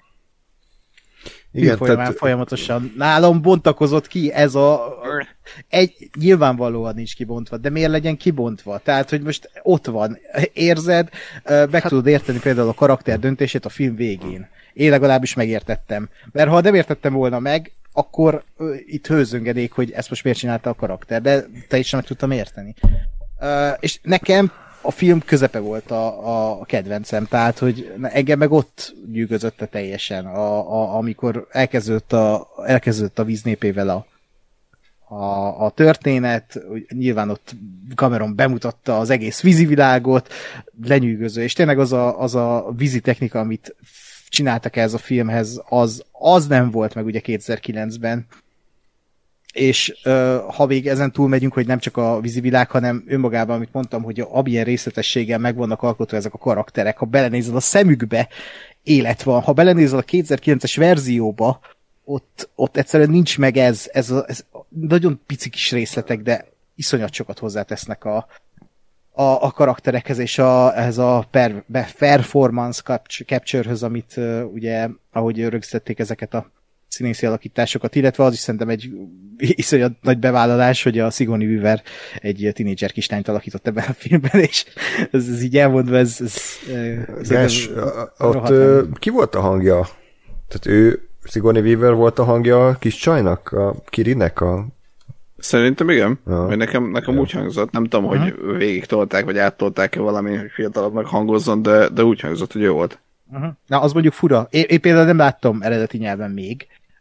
Igen, tehát... folyamatosan nálam bontakozott ki ez a... Egy, nyilvánvalóan nincs kibontva, de miért legyen kibontva? Tehát, hogy most ott van, érzed, meg hát... tudod érteni például a karakter döntését a film végén. Én legalábbis megértettem. Mert ha nem értettem volna meg, akkor uh, itt hőzöngenék, hogy ezt most miért csinálta a karakter, de te is meg tudtam érteni. Uh, és nekem a film közepe volt a, a kedvencem, tehát, hogy engem meg ott nyűgözötte teljesen, a, a, amikor elkezdődött a, elkezdődött a víznépével a, a, a történet, nyilván ott Cameron bemutatta az egész vízivilágot, lenyűgöző, és tényleg az a, az a vízi technika, amit csináltak ez a filmhez, az, az nem volt meg ugye kétezer-kilencben, és uh, ha még ezen túl megyünk, hogy nem csak a vízivilág, hanem önmagában, amit mondtam, hogy amilyen részletességgel meg vannak alkotva ezek a karakterek, ha belenézel a szemükbe, élet van, ha belenézel a kétezer-kilences verzióba, ott, ott egyszerűen nincs meg ez, ez, a, ez nagyon pici kis részletek, de iszonyat sokat hozzátesznek a, a, a karakterekhez, és a, ehhez a per, performance capture-höz, amit uh, ugye, ahogy rögzítették ezeket a színészi alakításokat, illetve az is szerintem egy iszonyat nagy bevállalás, hogy a Sigourney Weaver egy tínédzser kislányt alakított ebben a filmben, és ez, ez így elmondva, ez... ez, ez Ges, ott ö, ki volt a hangja? Tehát ő, Sigourney Weaver volt a hangja a kis csajnak, a Kirinek a... Szerintem igen, ja. Vagy nekem, nekem úgy hangzott, nem tudom, uh-huh. hogy végig tolták, vagy áttolták-e valami, hogy fiatalabbnak hangozzon, de, de úgy hangzott, hogy jó volt. Uh-huh. Na, az mondjuk fura. Én, én például nem láttam eredeti nyelven még,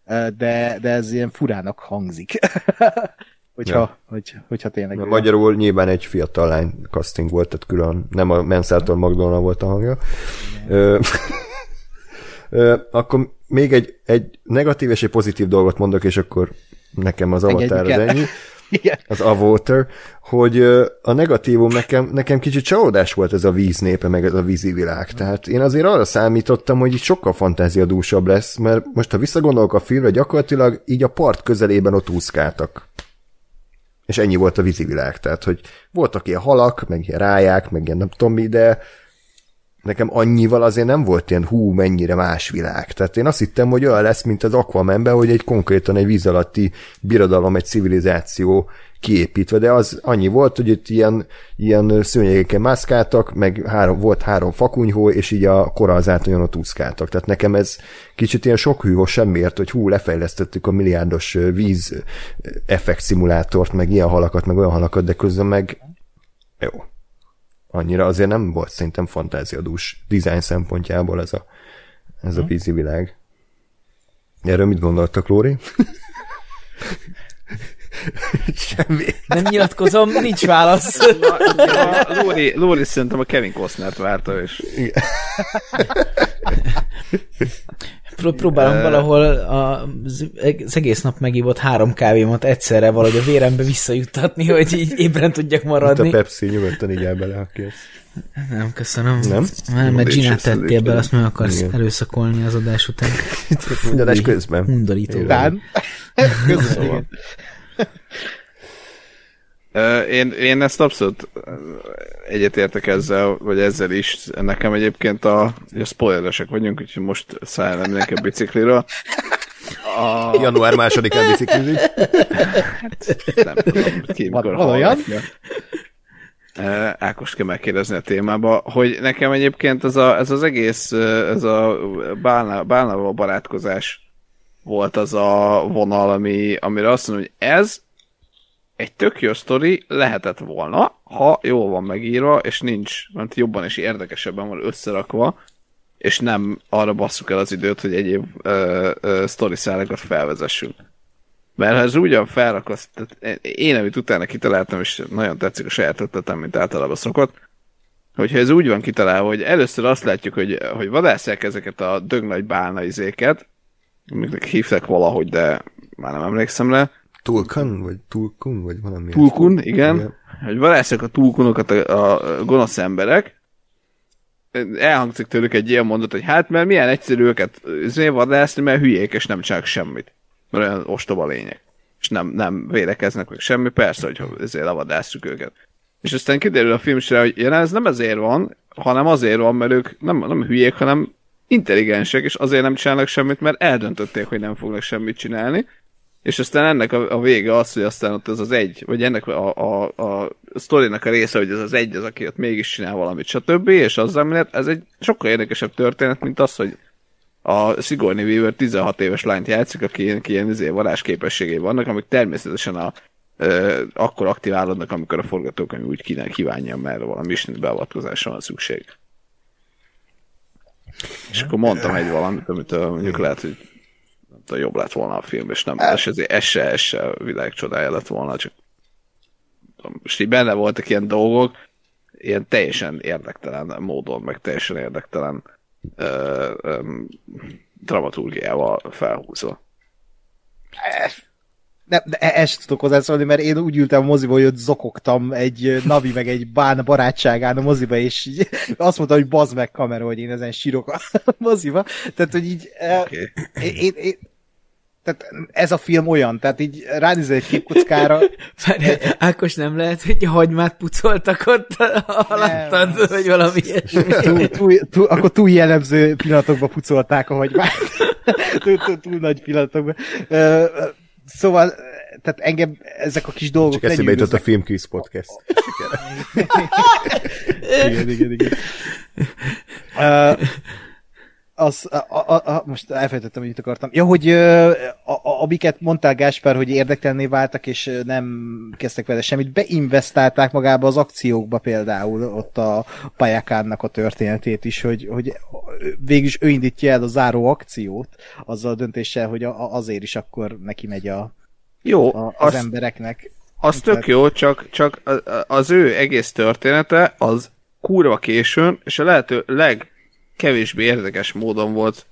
de, de ez ilyen furának hangzik. hogyha, ja. hogy, hogyha tényleg... Na, magyarul nyilván egy fiatal lány casting volt, tehát külön nem a Mensátor Magdolna volt a hangja. Ö, ö, akkor még egy, egy negatív és egy pozitív dolgot mondok, és akkor nekem az Avatar az ennyi. Igen. Az Avatar, hogy a negatívum nekem, nekem kicsit csalódás volt ez a víznépe, meg ez a vízi világ. Tehát én azért arra számítottam, hogy itt sokkal fantáziadúsabb lesz, mert most ha visszagondolok a filmre, gyakorlatilag így a part közelében ott úszkáltak. És ennyi volt a vízi világ. Tehát, hogy voltak ilyen halak, meg ilyen ráják, meg ilyen nem tudom mi, de nekem annyival azért nem volt ilyen hú, mennyire más világ. Tehát én azt hittem, hogy olyan lesz, mint az Aquamanben, hogy egy konkrétan egy víz alatti birodalom, egy civilizáció kiépítve, de az annyi volt, hogy itt ilyen, ilyen szőnyegeken mászkáltak, meg három, volt három fakunyhó, és így a korallzátonyon ott úszkáltak. Tehát nekem ez kicsit ilyen sok hűhó semmiért, hogy hú, lefejlesztettük a milliárdos víz effekt szimulátort, meg ilyen halakat, meg olyan halakat, de közben meg jó. Annyira azért nem volt szerintem fantáziadús design szempontjából ez a, ez a vízi világ. Erről mit gondoltak, Lóri? Semmi. Nem nyilatkozom, nincs válasz. Ja, Lóri, Lóri szerintem a Kevin Costnert várta, és... Pró- próbálom uh, valahol az egész nap megívott három kávémat egyszerre valahogy a vérembe visszajuttatni, hogy így ébren tudjak maradni. Itt a Pepsi, nyugodtan így el bele, ha kérsz. Nem, köszönöm. Nem? Már, mert Ginát tettél bele, azt meg akarsz igen. erőszakolni az adás után. Adás közben. Undorító. Után? Köszönöm. Én, én ezt abszolút egyetértek ezzel, vagy ezzel is. Nekem egyébként a, a spoileresek vagyunk, úgyhogy most szállj mindenki a bicikliről. A... Január másodikán biciklizik. Hát, nem tudom, ki mikor hallgatja. Ákost kell megkérdezni a témába, hogy nekem egyébként ez, a, ez az egész, ez a bálna, bálnával barátkozás volt az a vonal, ami, amire azt mondom, hogy ez egy tök jó sztori lehetett volna, ha jól van megírva, és nincs, mert jobban és érdekesebben van összerakva, és nem arra basszuk el az időt, hogy egyéb ö, ö, sztori szálakat felvezessünk. Mert ha ez ugyan felrakasz, tehát én, amit utána kitaláltam, és nagyon tetszik a saját ötletem, mint általában szokott, hogyha ez úgy van kitalálva, hogy először azt látjuk, hogy, hogy vadásszák ezeket a dögnagy bálna izéket, amiknek hívták valahogy, de már nem emlékszem le, Tulkun, vagy Tulkun, vagy valami. Tulkun, igen. igen. Hogy vadásszák a tulkunokat a, a gonosz emberek, elhangzik tőlük egy ilyen mondat, hogy hát mert milyen egyszerű őket vadászni, mert hülyék, és nem csinálnak semmit. Mert olyan ostoba lények. És nem, nem védekeznek meg semmi, persze, hogy ezért levadásszuk őket. És aztán kiderül a film is rá, hogy ja, ez nem azért van, hanem azért van, mert ők nem, nem hülyék, hanem intelligensek, és azért nem csinálnak semmit, mert eldöntötték, hogy nem fognak semmit csinálni. És aztán ennek a, a vége az, hogy aztán ott ez az egy, vagy ennek a, a, a sztorinak a része, hogy ez az egy az, aki ott mégis csinál valamit, stb. És azzal miért ez egy sokkal érdekesebb történet, mint az, hogy a Sigourney Weaver tizenhat éves lányt játszik, akinek ilyen izé, varázsképességei vannak, amik természetesen a, ö, akkor aktiválódnak, amikor a forgatókönyv úgy kíván, kívánja, mert valami ismét beavatkozásra van szükség. És akkor mondtam egy valamit, amit mondjuk lehet, hogy jobb lett volna a film, és nem, és ezért ez se, ez se világ csodája lett volna, csak most így benne voltak ilyen dolgok, ilyen teljesen érdektelen módon, meg teljesen érdektelen ö, ö, dramaturgiával felhúzva. Nem, de ezt tudok hozzászólni, mert én úgy ültem a moziba, hogy ott zokogtam egy Navi meg egy Bán barátságán a moziba, és így azt mondta, hogy bazd meg kamera, hogy én ezen sírok a moziba. Tehát, hogy így okay. én, én, én, tehát ez a film olyan, tehát így ránézel egy képkockára. Ákos, nem lehet, hogy hagymát pucoltak ott alattad, vagy valami túl, túl, túl, akkor túl jellemző pillanatokban pucolták a hagymát. túl, túl, túl nagy pillanatokban. Szóval, tehát engem ezek a kis dolgok... Csak eszébe jutott a Filmkríz Podcast. igen, igen, igen. Uh, az, a, a, a, most elfelejtettem, hogy itt akartam. Ja, hogy a, a, amiket mondtál, Gáspár, hogy érdektelné váltak, és nem kezdtek vele semmit, beinvestálták magába az akciókba például, ott a Pajakánnak a történetét is, hogy, hogy végülis ő indítja el a záró akciót, azzal a döntéssel, hogy a, azért is akkor neki megy a, jó, a, az azt, embereknek. Az tök jó, csak, csak az ő egész története az kurva későn, és a lehető legkevésbé érdekes módon volt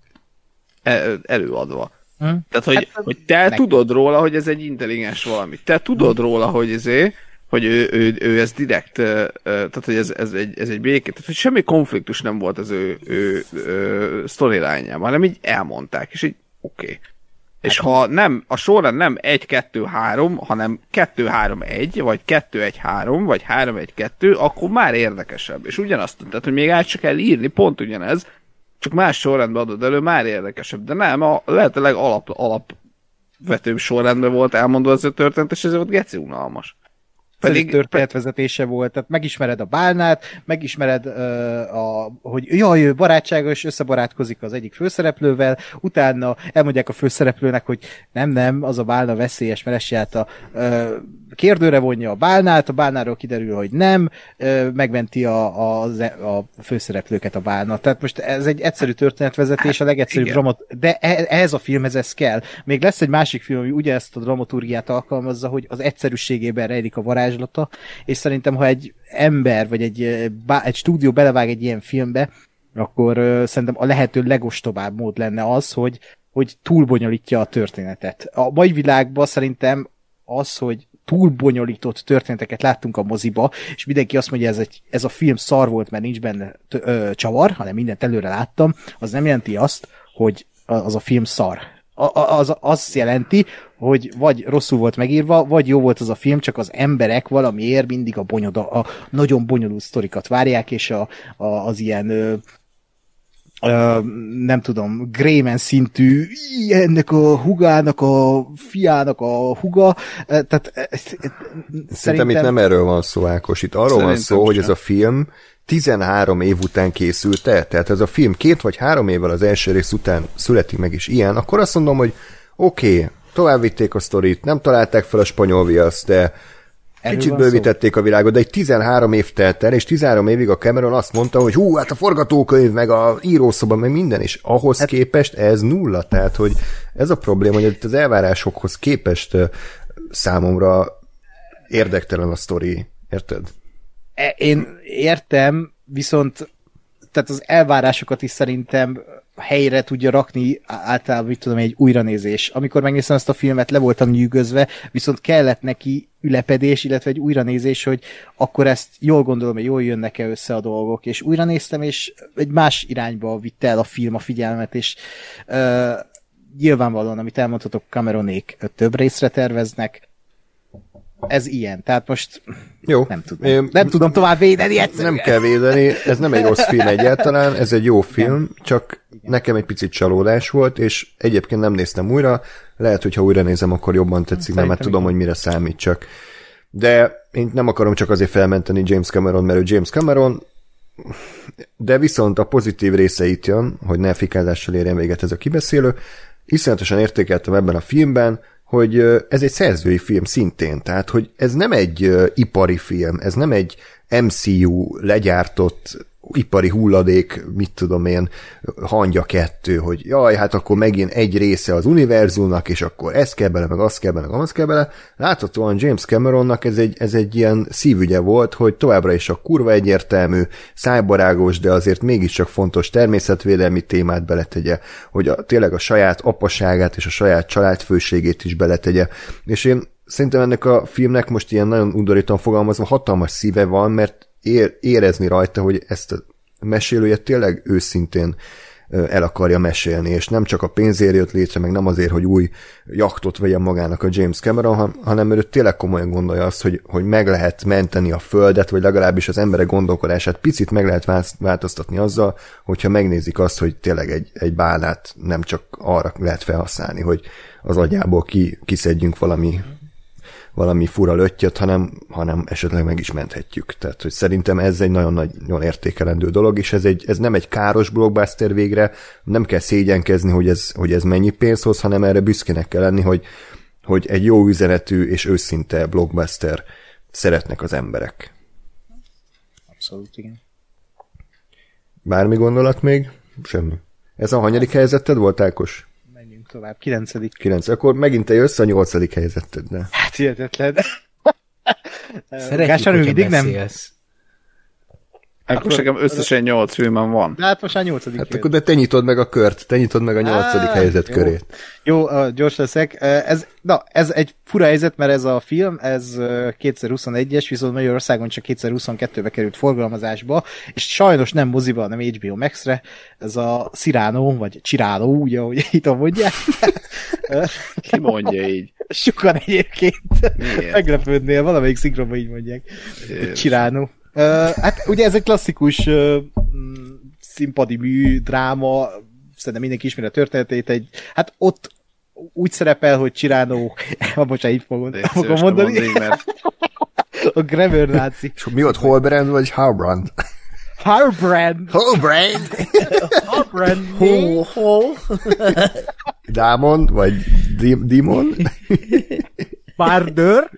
előadva. Hm? Tehát, hogy, hát, hogy te meg... tudod róla, hogy ez egy intelligens valami. Te tudod hm. róla, hogy ezé, hogy ő, ő, ő ez direkt, tehát, hogy ez, ez, egy, ez egy béke, tehát, hogy semmi konfliktus nem volt az ő, ő, ő storyline-jában, hanem így elmondták, és így oké. Okay. És ha nem, a sorrend nem egy kettő három, hanem kettő három egy, vagy kettő egy három, vagy három egy kettő, akkor már érdekesebb. És ugyanazt, tehát, hogy még át se kell írni, pont ugyanez, csak más sorrendben adod elő, már érdekesebb. De nem, a lehetőleg alap, alapvetőbb sorrendben volt elmondva az a történet, és ez volt geci unalmas. Pedig történetvezetése volt, tehát megismered a bálnát, megismered, uh, a, hogy jaj, ő barátságos, összebarátkozik az egyik főszereplővel, utána elmondják a főszereplőnek, hogy nem, nem, az a bálna veszélyes, mert esját a uh, kérdőre vonja a bálnát, a bálnáról kiderül, hogy nem, uh, megmenti a, a, a főszereplőket a bálna. Tehát most ez egy egyszerű történetvezetés, a legegyszerűbb dramat, de ehhez a filmhez ez kell. Még lesz egy másik film, ami ugye ezt a dramaturgiát alkalmazza, hogy az egyszerűségében rejlik a varázs, és szerintem, ha egy ember, vagy egy, egy stúdió belevág egy ilyen filmbe, akkor uh, szerintem a lehető legostobább mód lenne az, hogy, hogy túlbonyolítja a történetet. A mai világban szerintem az, hogy túlbonyolított történeteket láttunk a moziba, és mindenki azt mondja, ez, egy, ez a film szar volt, mert nincs benne t- ö, csavar, hanem mindent előre láttam, az nem jelenti azt, hogy az a film szar. Az azt jelenti, hogy vagy rosszul volt megírva, vagy jó volt az a film, csak az emberek valamiért mindig a, bonyoda, a nagyon bonyolult sztorikat várják, és a, a, az ilyen ö, ö, nem tudom, Greyman szintű ennek a hugának, a fiának a huga, tehát szerintem, szerintem itt nem erről van szó, Ákos, itt arról szerintem van szó, hogy ez a film tizenhárom év után készült el, tehát ez a film két vagy három évvel az első rész után születik meg is ilyen, akkor azt mondom, hogy oké, okay, tovább vitték a sztorit, nem találták fel a spanyol viaszt, de erről kicsit bővítették szó. A világot, de egy tizenhárom év telt el, és tizenhárom évig a Cameron azt mondta, hogy hú, hát a forgatókönyv, meg a írószoba, meg minden, és ahhoz hát... képest ez nulla, tehát hogy ez a probléma, hogy az elvárásokhoz képest számomra érdektelen a sztori, érted? Én értem, viszont tehát az elvárásokat is szerintem helyre tudja rakni általában, mit tudom, egy újranézés. Amikor megnéztem ezt a filmet, le voltam nyűgözve, viszont kellett neki ülepedés, illetve egy újranézés, hogy akkor ezt jól gondolom, hogy jól jönnek-e össze a dolgok, és újranéztem, és egy más irányba vitte el a film a figyelmet, és uh, nyilvánvalóan, amit elmondhatok, Cameronék több részre terveznek, ez ilyen, tehát most jó. Nem tudom, én, nem tudom tovább védeni egyszerűen. Nem kell védeni, ez nem egy rossz film egyáltalán, ez egy jó film, nem. Csak igen. Nekem egy picit csalódás volt, és egyébként nem néztem újra, lehet, hogyha újra nézem, akkor jobban tetszik, nem, mert tudom, hogy mire számít csak. De én nem akarom csak azért felmenteni James Cameron, mert ő James Cameron, de viszont a pozitív részeit jön, hogy ne fikázással érjen véget ez a kibeszélő, iszonyatosan értékeltem ebben a filmben, hogy ez egy szerzői film szintén, tehát hogy ez nem egy uh, ipari film, ez nem egy em cé u legyártott ipari hulladék, mit tudom én, hangya kettő, hogy jaj, hát akkor megint egy része az univerzumnak, és akkor ez kell bele, meg az kell bele, meg az kell bele. Láthatóan James Cameronnak ez egy, ez egy ilyen szívügye volt, hogy továbbra is a kurva egyértelmű, szájbarágos, de azért mégiscsak fontos természetvédelmi témát beletegye, hogy a, tényleg a saját apaságát és a saját családfőségét is beletegye. És én szerintem ennek a filmnek most ilyen nagyon undorítóan fogalmazva hatalmas szíve van, mert ér, érezni rajta, hogy ezt a mesélője tényleg őszintén el akarja mesélni, és nem csak a pénzért jött létre, meg nem azért, hogy új jachtot vegyen magának a James Cameron, hanem ő tényleg komolyan gondolja azt, hogy, hogy meg lehet menteni a földet, vagy legalábbis az emberek gondolkodását picit meg lehet változtatni azzal, hogyha megnézik azt, hogy tényleg egy, egy bálnát nem csak arra lehet felhasználni, hogy az agyából ki, kiszedjünk valami valami fura löttyöt, hanem, hanem esetleg meg is menthetjük. Tehát, hogy szerintem ez egy nagyon nagyon értékelendő dolog, és ez, egy, ez nem egy káros blockbuster végre, nem kell szégyenkezni, hogy ez, hogy ez mennyi pénzt hoz, hanem erre büszkének kell lenni, hogy, hogy egy jó üzenetű és őszinte blockbuster szeretnek az emberek. Abszolút, igen. Bármi gondolat még? Semmi. Ez a hanyadik helyzeted volt, Ákos? Menjünk tovább. Kilencedik. Kilenc. Akkor megint te jössz a nyolcadik helyzeteddel. Hát hihetetlen. Szeretjük, Gáspár, hogyha mindig nem. beszélsz. Akkor most nekem összesen nyolc filmem van. De hát most már nyolcadik. Hát akkor de te nyitod meg a kört, te nyitod meg a nyolcadik Á, helyzet jó. körét. Jó, uh, gyors leszek. Uh, ez, na, ez egy fura helyzet, mert ez a film, ez uh, kétezer-huszonegyes, viszont Magyarországon csak kétezer-huszonkettőbe került forgalmazásba, és sajnos nem moziba, hanem há bé o Max-re. Ez a Cyrano, vagy Cyrano, ugye, ahogy itt mondják. Ki mondja így? Sokan egyébként. Miért? Meglepődnél, valamelyik szinkronban így mondják. Miért? Cyrano. Uh, hát ugye ez egy klasszikus uh, színpadi mű, dráma, szerintem mindenki ismeri a történetét, egy, hát ott úgy szerepel, hogy Cyrano, bocsánat, így fogom, fogom mondani, mondani mert... a Grammar náci. És mi volt, Holbrand vagy Haubrand? Harbrand! Holbrand! Harbrand! Hol, hol? Dámon vagy Dim- Dimon? Bardör!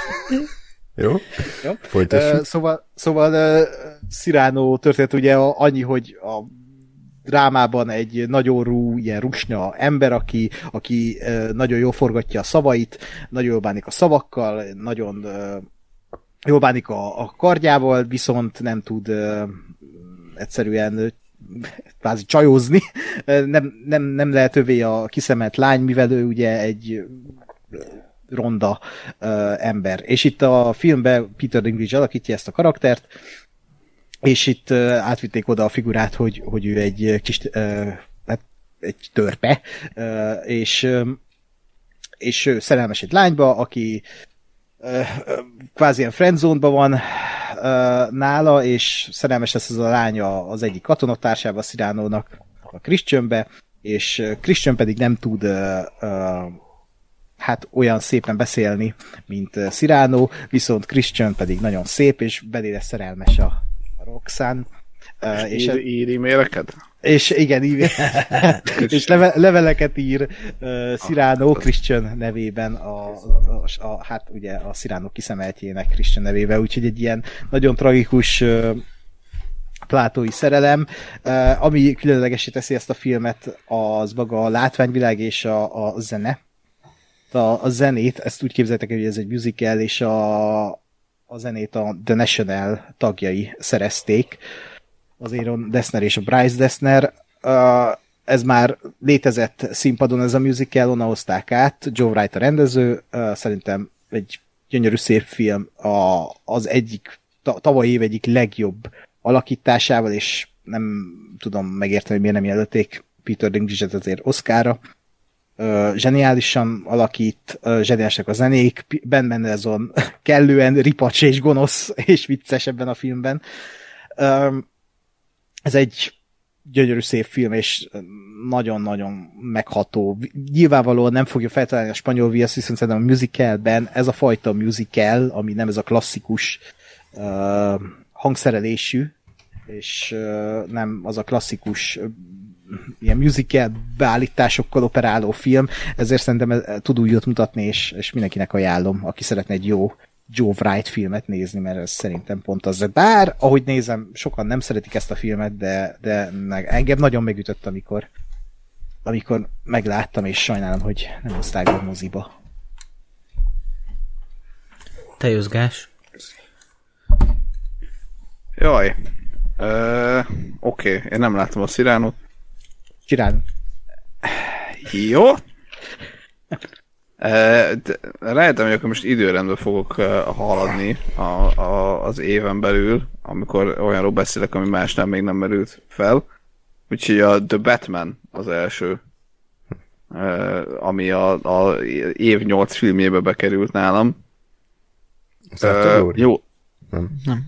Jó? Jó. Folytassuk. Uh, szóval, szóval uh, Cyrano történet ugye a, annyi, hogy a drámában egy nagyorú, ilyen rusnya ember, aki, aki uh, nagyon jól forgatja a szavait, nagyon jól bánik a szavakkal, nagyon uh, jól bánik a, a kardjával, viszont nem tud uh, egyszerűen kvázi csajozni. Nem, nem, nem lehet övé a kiszemelt lány, mivel ő ugye egy ronda uh, ember. És itt a filmben Peter Dinklage alakítja ezt a karaktert, és itt uh, átvitték oda a figurát, hogy, hogy ő egy kis uh, hát egy törpe, uh, és, um, és ő szerelmes egy lányba, aki uh, kvázi ilyen friendzone-ban van uh, nála, és szerelmes lesz az a lánya az egyik katonatársába, Cyrano-nak, a Christianbe, és uh, Christian pedig nem tud uh, uh, hát olyan szépen beszélni, mint Cyrano, viszont Christian pedig nagyon szép, és belére szerelmes a, a Roxanne. Uh, és, ír, ír e-maileket? És igen, ír, és leve, leveleket ír uh, Cyrano Christian nevében, a, a, a, hát ugye a Cyrano kiszemeltjének Christian nevében, úgyhogy egy ilyen nagyon tragikus uh, plátói szerelem. Uh, ami különlegesé teszi ezt a filmet, az maga a látványvilág és a, a zene. A, a zenét, ezt úgy képzeltek, hogy ez egy musical, és a, a zenét a The National tagjai szerezték. Az Aaron Dessner és a Bryce Dessner. Uh, ez már létezett színpadon, ez a musical, onnan hozták át. Joe Wright a rendező, uh, szerintem egy gyönyörű szép film, a, az egyik, ta, tavaly év egyik legjobb alakításával, és nem tudom megérteni, hogy miért nem jelölték Peter Dinklage-et azért Oscarra. Uh, zseniálisan alakít, uh, zseniálisak a zenék, Ben Mendelsohn kellően ripacs és gonosz és vicces ebben a filmben. Um, ez egy gyönyörű szép film, és nagyon-nagyon megható. Nyilvánvalóan nem fogja feltalálni a spanyol viaszt, viszont szerintem a musicalben ez a fajta musical, ami nem ez a klasszikus uh, hangszerelésű, és uh, nem az a klasszikus uh, ilyen musical beállításokkal operáló film, ezért szerintem tud újat mutatni, és, és mindenkinek ajánlom, aki szeretne egy jó Joe Wright filmet nézni, mert ez szerintem pont az. Bár, ahogy nézem, sokan nem szeretik ezt a filmet, de, de engem nagyon megütött, amikor, amikor megláttam, és sajnálom, hogy nem hozták be a moziba. Te jössz, Gás. Jaj. Uh, Oké, okay. Én nem láttam a Cyránot. Csinálunk. Jó. Rájöttem, hogy akkor most időrendben fogok haladni a, a, az éven belül, amikor olyanról beszélek, ami másnál még nem merült fel. Úgyhogy a The Batman az első, ami a, a év nyolc filmjébe bekerült nálam. Uh, jó. Nem. Nem.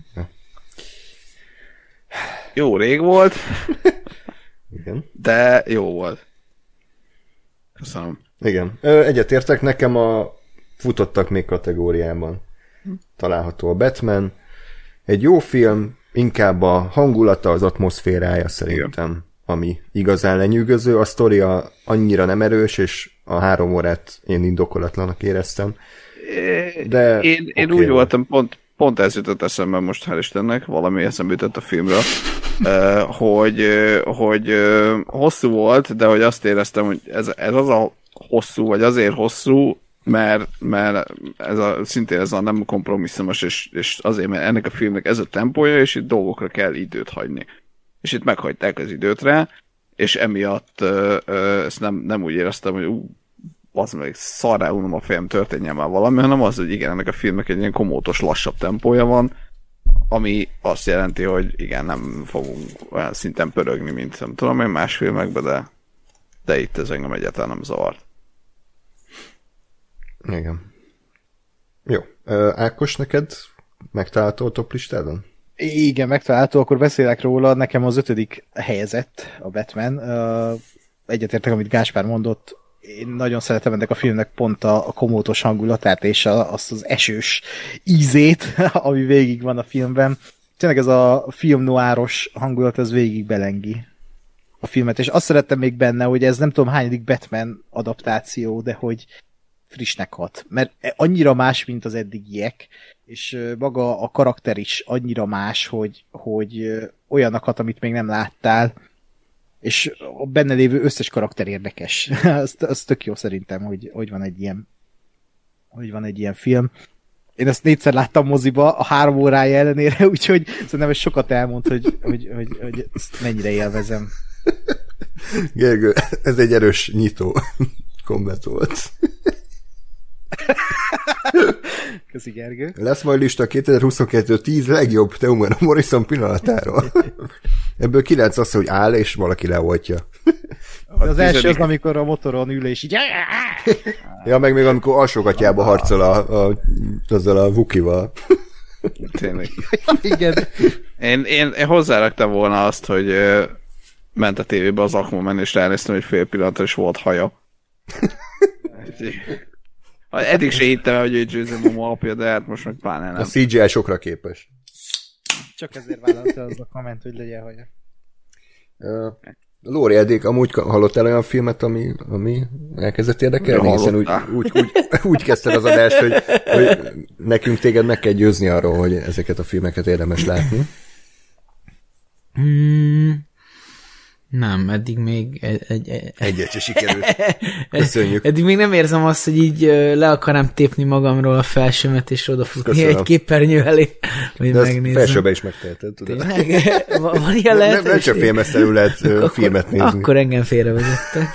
Jó rég volt. Igen. De jó volt. Köszönöm. Igen. Egyetértek, nekem a futottak még kategóriában. Található a Batman. Egy jó film, inkább a hangulata, az atmoszférája szerintem, igen, ami igazán lenyűgöző. A sztoria annyira nem erős, és a három órát én indokolatlanak éreztem. De én, én okay, úgy voltam, pont, pont ez jutott eszembe most, hál' Istennek, valami eszembe jutott a filmről, hogy, hogy hosszú volt, de hogy azt éreztem, hogy ez, ez az a hosszú, vagy azért hosszú, mert, mert ez a, szintén ez a nem kompromisszumos, és, és azért, mert ennek a filmnek ez a tempója, és itt dolgokra kell időt hagyni. És itt meghagyták az időt rá, és emiatt ö, ö, ezt nem, nem úgy éreztem, hogy ú, az meg szarrá unom a fejem, történjen már valami, hanem az, hogy igen, ennek a filmnek egy ilyen komótos, lassabb tempója van, ami azt jelenti, hogy igen, nem fogunk olyan szinten pörögni, mint nem tudom én más filmekben, de, de itt ez engem egyáltalán nem zavart. Igen. Jó. Ákos, neked megtalálható a top listádon? Igen, megtalálható, akkor beszélek róla. Nekem az ötödik helyezett a Batman. Egyetértek, amit Gáspár mondott. Én nagyon szeretem ennek a filmnek pont a, a komótos hangulatát és a, azt az esős ízét, ami végig van a filmben. Tényleg ez a film noiros hangulat, ez végig belengi a filmet. És azt szerettem még benne, hogy ez nem tudom hányadik Batman adaptáció, de hogy frissnek hat. Mert annyira más, mint az eddigiek, és maga a karakter is annyira más, hogy, hogy olyannak hat, amit még nem láttál, és a benne lévő összes karakter érdekes. az, az tök jó szerintem, hogy, hogy van egy ilyen hogy van egy ilyen film. Én ezt négyszer láttam moziba a három órája ellenére, úgyhogy szerintem ez sokat elmond, hogy, hogy, hogy, hogy ezt mennyire élvezem. Gergő, ez egy erős nyitó komment volt. Köszi, Gergő. Lesz majd lista kétezer-huszonkettő tíz legjobb Temuera Morrison pillanatáról. Ebből kilenc az, hogy áll, és valaki leoltja. Az első az, amikor a motoron ül, és így... Ja, meg még amikor alsógatjába harcol a, a, azzal a Vukival. Tényleg. Igen. Én, én, én hozzáraktam volna azt, hogy ö, ment a tévébe az Aquaman, és ránéztem, hogy fél pillanatra is volt haja. Eddig se hittem, hogy ő Jason Momoa apja, de hát most meg pláne nem. A cé gé í sokra képes. Csak ezért vállalta az a komment, hogy legyen haja. Uh, Lóri, eddig amúgy hallottál olyan filmet, ami, ami elkezdett érdekelni? Hiszen úgy, úgy, úgy, úgy kezdted az adást, hogy, hogy nekünk téged meg kell győzni arról, hogy ezeket a filmeket érdemes látni. Hmm. Nem, eddig még egy... egy Egyet se sikerült. Köszönjük. Eddig még nem érzem azt, hogy így le akarám tépni magamról a felsőmet, és odafutni egy képernyő elé, hogy de megnézem. De felsőbe is megteheted, tudod. Tényleg? Van ilyen lehetőség? Nem, nem csak filmesztelül lehet akkor, filmet nézni. Akkor engem félrevezettek.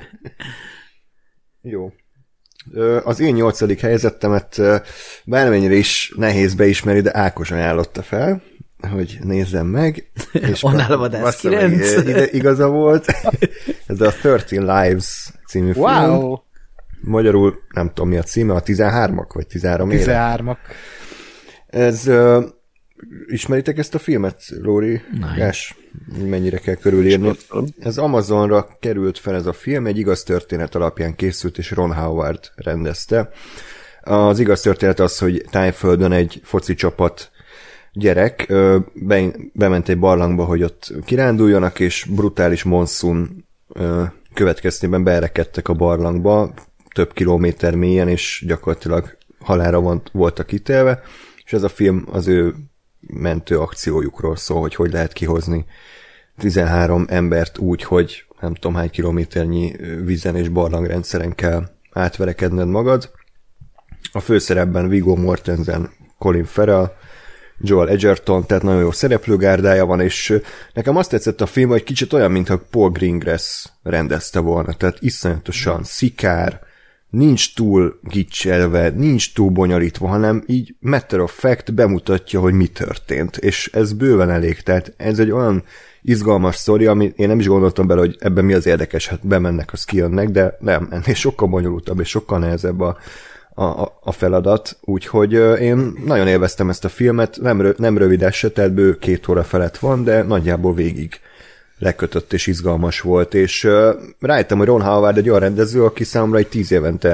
Jó. Az én nyolcadik helyezettemet bármennyire is nehéz beismerni, de Ákos ajánlotta fel, hogy nézzem meg. És Onálvadász kilenc. Igaza volt. Ez a thirteen Lives című wow. film. Magyarul nem tudom mi a címe, a tizenhármak, vagy tizenhárom éve. tizenhármak. Ez, uh, ismeritek ezt a filmet, Lóri? Gás, mennyire kell körülírni. Ez Amazonra került fel ez a film, egy igaz történet alapján készült, és Ron Howard rendezte. Az igaz történet az, hogy Tájföldön egy foci csapat gyerek be, bement egy barlangba, hogy ott kiránduljanak, és brutális monszun következtében beerekedtek a barlangba, több kilométer mélyen, és gyakorlatilag halálra van, voltak ítélve, és ez a film az ő mentő akciójukról szól, hogy hogy lehet kihozni tizenhárom embert úgy, hogy nem tudom hány kilométernyi vízen és barlangrendszeren kell átverekedned magad. A főszerepben Viggo Mortensen, Colin Farrell, Joel Edgerton, tehát nagyon jó szereplőgárdája van, és nekem azt tetszett a film, hogy kicsit olyan, mintha Paul Greengrass rendezte volna, tehát iszonyatosan szikár, nincs túl gicselve, nincs túl bonyolítva, hanem így matter of fact bemutatja, hogy mi történt, és ez bőven elég, tehát ez egy olyan izgalmas sztori, ami én nem is gondoltam bele, hogy ebben mi az érdekes, hát bemennek, az kijönnek, de nem, ennél sokkal bonyolultabb, és sokkal nehezebb a A, a feladat, úgyhogy én nagyon élveztem ezt a filmet, nem, rö, nem rövid se, tehát bő két óra felett van, de nagyjából végig lekötött és izgalmas volt, és uh, rájöttem, hogy Ron Howard egy olyan rendező, aki számomra egy tíz évente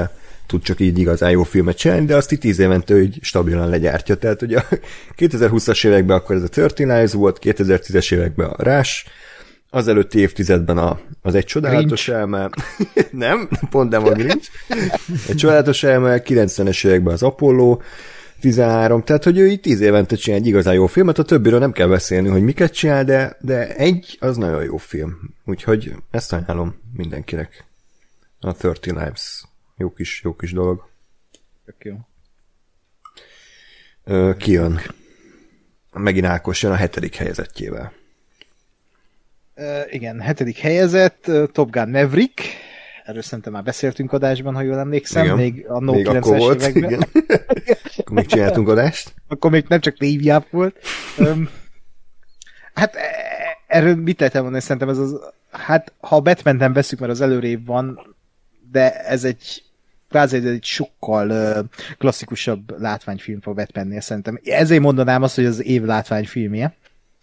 tud csak így igazán jó filmet csinálni, de azt itt tíz évente így stabilan legyártja. Tehát ugye a kétezer-húszas években akkor ez a tizenkilenc Lives volt, kétezer-tízes években a Rush, az előtti évtizedben a, az Egy csodálatos elme, nem, pont nem a Grinch, Egy csodálatos elme, kilencvenes években az Apollo, tizenhárom, tehát hogy ő így tíz évente csinál egy igazán jó filmet, a többiről nem kell beszélni, hogy miket csinál, de, de egy, az nagyon jó film. Úgyhogy ezt ajánlom mindenkinek. A tizenkilenc Lives. Jó kis, jó kis dolog. Tök jó. Ö, ki jön? Megint Ákos jön a hetedik helyezettjével. Uh, igen, hetedik helyezett, uh, Top Gun Maverick. Erről szerintem már beszéltünk adásban, ha jól emlékszem. Igen. Még a még akkor volt, években. Igen. Akkor még csináltunk adást. Akkor még nem csak téviáp volt. um, hát erről mit lehet elmondani? Szerintem ez az... Hát, ha a Batman nem veszük, mert az előrébb van, de ez egy kvázi egy sokkal uh, klasszikusabb látványfilm a Batmannél szerintem. Ezért mondanám azt, hogy az év látványfilmje.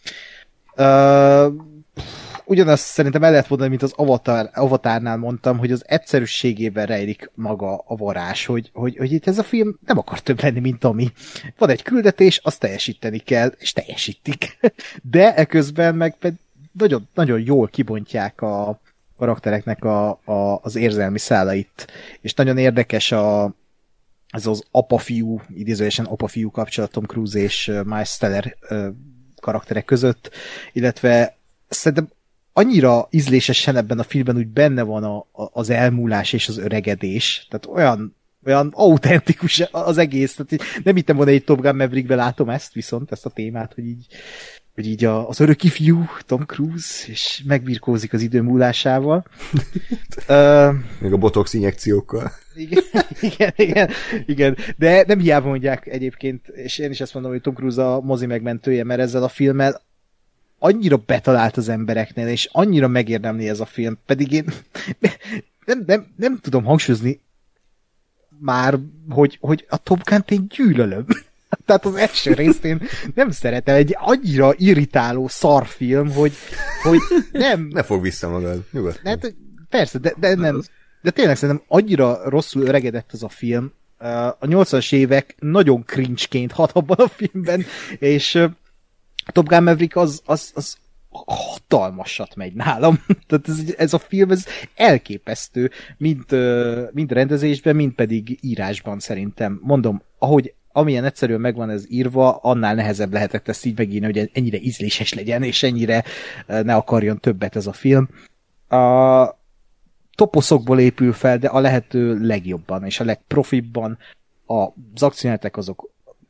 Uh, ugyanazt szerintem el lehet mondani, mint az Avatar, Avatárnál mondtam, hogy az egyszerűségében rejlik maga a varázs, hogy, hogy, hogy itt ez a film nem akar több lenni, mint ami. Van egy küldetés, azt teljesíteni kell, és teljesítik. De eközben meg nagyon, nagyon jól kibontják a karaktereknek a, a, az érzelmi szálait. És nagyon érdekes a, ez az apa-fiú, idézőjesen apa-fiú kapcsolat Tom Cruise és Miles Teller karakterek között, illetve szerintem annyira ízlésesen ebben a filmben úgy benne van a, a, az elmúlás és az öregedés, tehát olyan, olyan autentikus az egész, tehát nem hittem volna egy Top Gun Maverickben látom ezt, viszont ezt a témát, hogy így, hogy így a, az örök ifjú Tom Cruise, és megbirkózik az idő múlásával. uh, Még a botox injekciókkal. Igen, igen, igen, igen, de nem hiába mondják egyébként, és én is ezt mondom, hogy Tom Cruise a mozi megmentője, mert ezzel a filmmel annyira betalált az embereknél, és annyira megérdemli ez a film, pedig én nem, nem, nem tudom hangsúlyozni már, hogy, hogy a Top Gun-t én gyűlölöm. Tehát az első részt én nem szeretem, egy annyira irritáló szarfilm, hogy, hogy nem... Ne fog vissza magad, nyugodtan. Hát, persze, de, de nem... De tényleg szerintem annyira rosszul öregedett ez a film. A nyolcvanas évek nagyon cringe-ként hat abban a filmben, és Top Gun Maverick az, az, az hatalmasat megy nálam. Tehát ez, ez a film ez elképesztő, mind, mind rendezésben, mind pedig írásban szerintem. Mondom, ahogy amilyen egyszerűen megvan ez írva, annál nehezebb lehetett ezt így megírni, hogy ennyire ízléses legyen, és ennyire ne akarjon többet ez a film. A toposzokból épül fel, de a lehető legjobban, és a legprofibban. Az akciójelenetek azok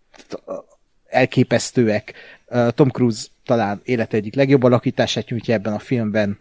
elképesztőek. Tom Cruise talán élet egyik legjobb alakítását nyújtja ebben a filmben.